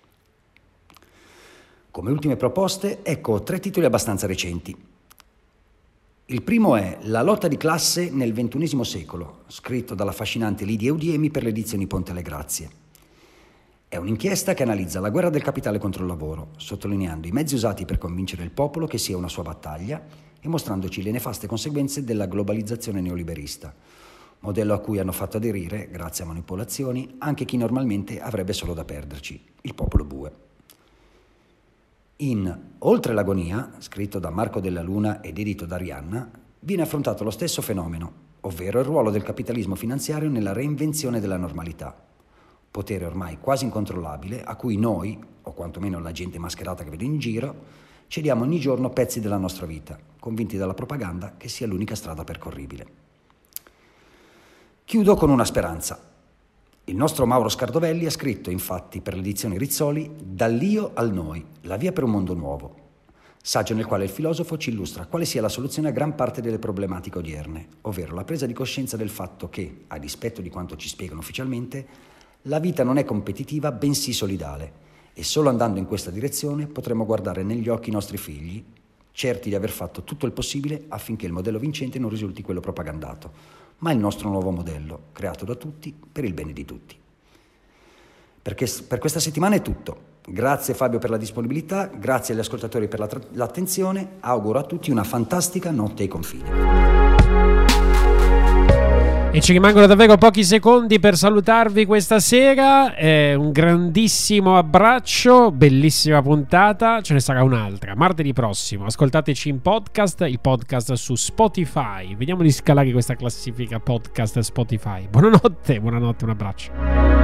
Come ultime proposte, ecco 3 titoli abbastanza recenti. Il primo è La lotta di classe nel XXI secolo, scritto dall'affascinante Lidia Eudiemi per le edizioni Ponte alle Grazie. È un'inchiesta che analizza la guerra del capitale contro il lavoro, sottolineando i mezzi usati per convincere il popolo che sia una sua battaglia e mostrandoci le nefaste conseguenze della globalizzazione neoliberista, modello a cui hanno fatto aderire, grazie a manipolazioni, anche chi normalmente avrebbe solo da perderci, il popolo bue. In Oltre l'agonia, scritto da Marco Della Luna ed edito da Arianna, viene affrontato lo stesso fenomeno, ovvero il ruolo del capitalismo finanziario nella reinvenzione della normalità, potere ormai quasi incontrollabile a cui noi, o quantomeno la gente mascherata che vedo in giro, cediamo ogni giorno pezzi della nostra vita, convinti dalla propaganda che sia l'unica strada percorribile. Chiudo con una speranza. Il nostro Mauro Scardovelli ha scritto, infatti, per l'edizione Rizzoli, Dall'io al noi, la via per un mondo nuovo, saggio nel quale il filosofo ci illustra quale sia la soluzione a gran parte delle problematiche odierne, ovvero la presa di coscienza del fatto che, a dispetto di quanto ci spiegano ufficialmente, la vita non è competitiva, bensì solidale, e solo andando in questa direzione potremo guardare negli occhi i nostri figli, certi di aver fatto tutto il possibile affinché il modello vincente non risulti quello propagandato, ma il nostro nuovo modello, creato da tutti per il bene di tutti. Per questa settimana è tutto. Grazie Fabio per la disponibilità, grazie agli ascoltatori per l'attenzione, auguro a tutti una fantastica notte ai confini. E ci rimangono davvero pochi secondi per salutarvi questa sera. Un grandissimo abbraccio, bellissima puntata. Ce ne sarà un'altra martedì prossimo. Ascoltateci in podcast, il podcast su Spotify. Vediamo di scalare questa classifica podcast Spotify. Buonanotte, un abbraccio.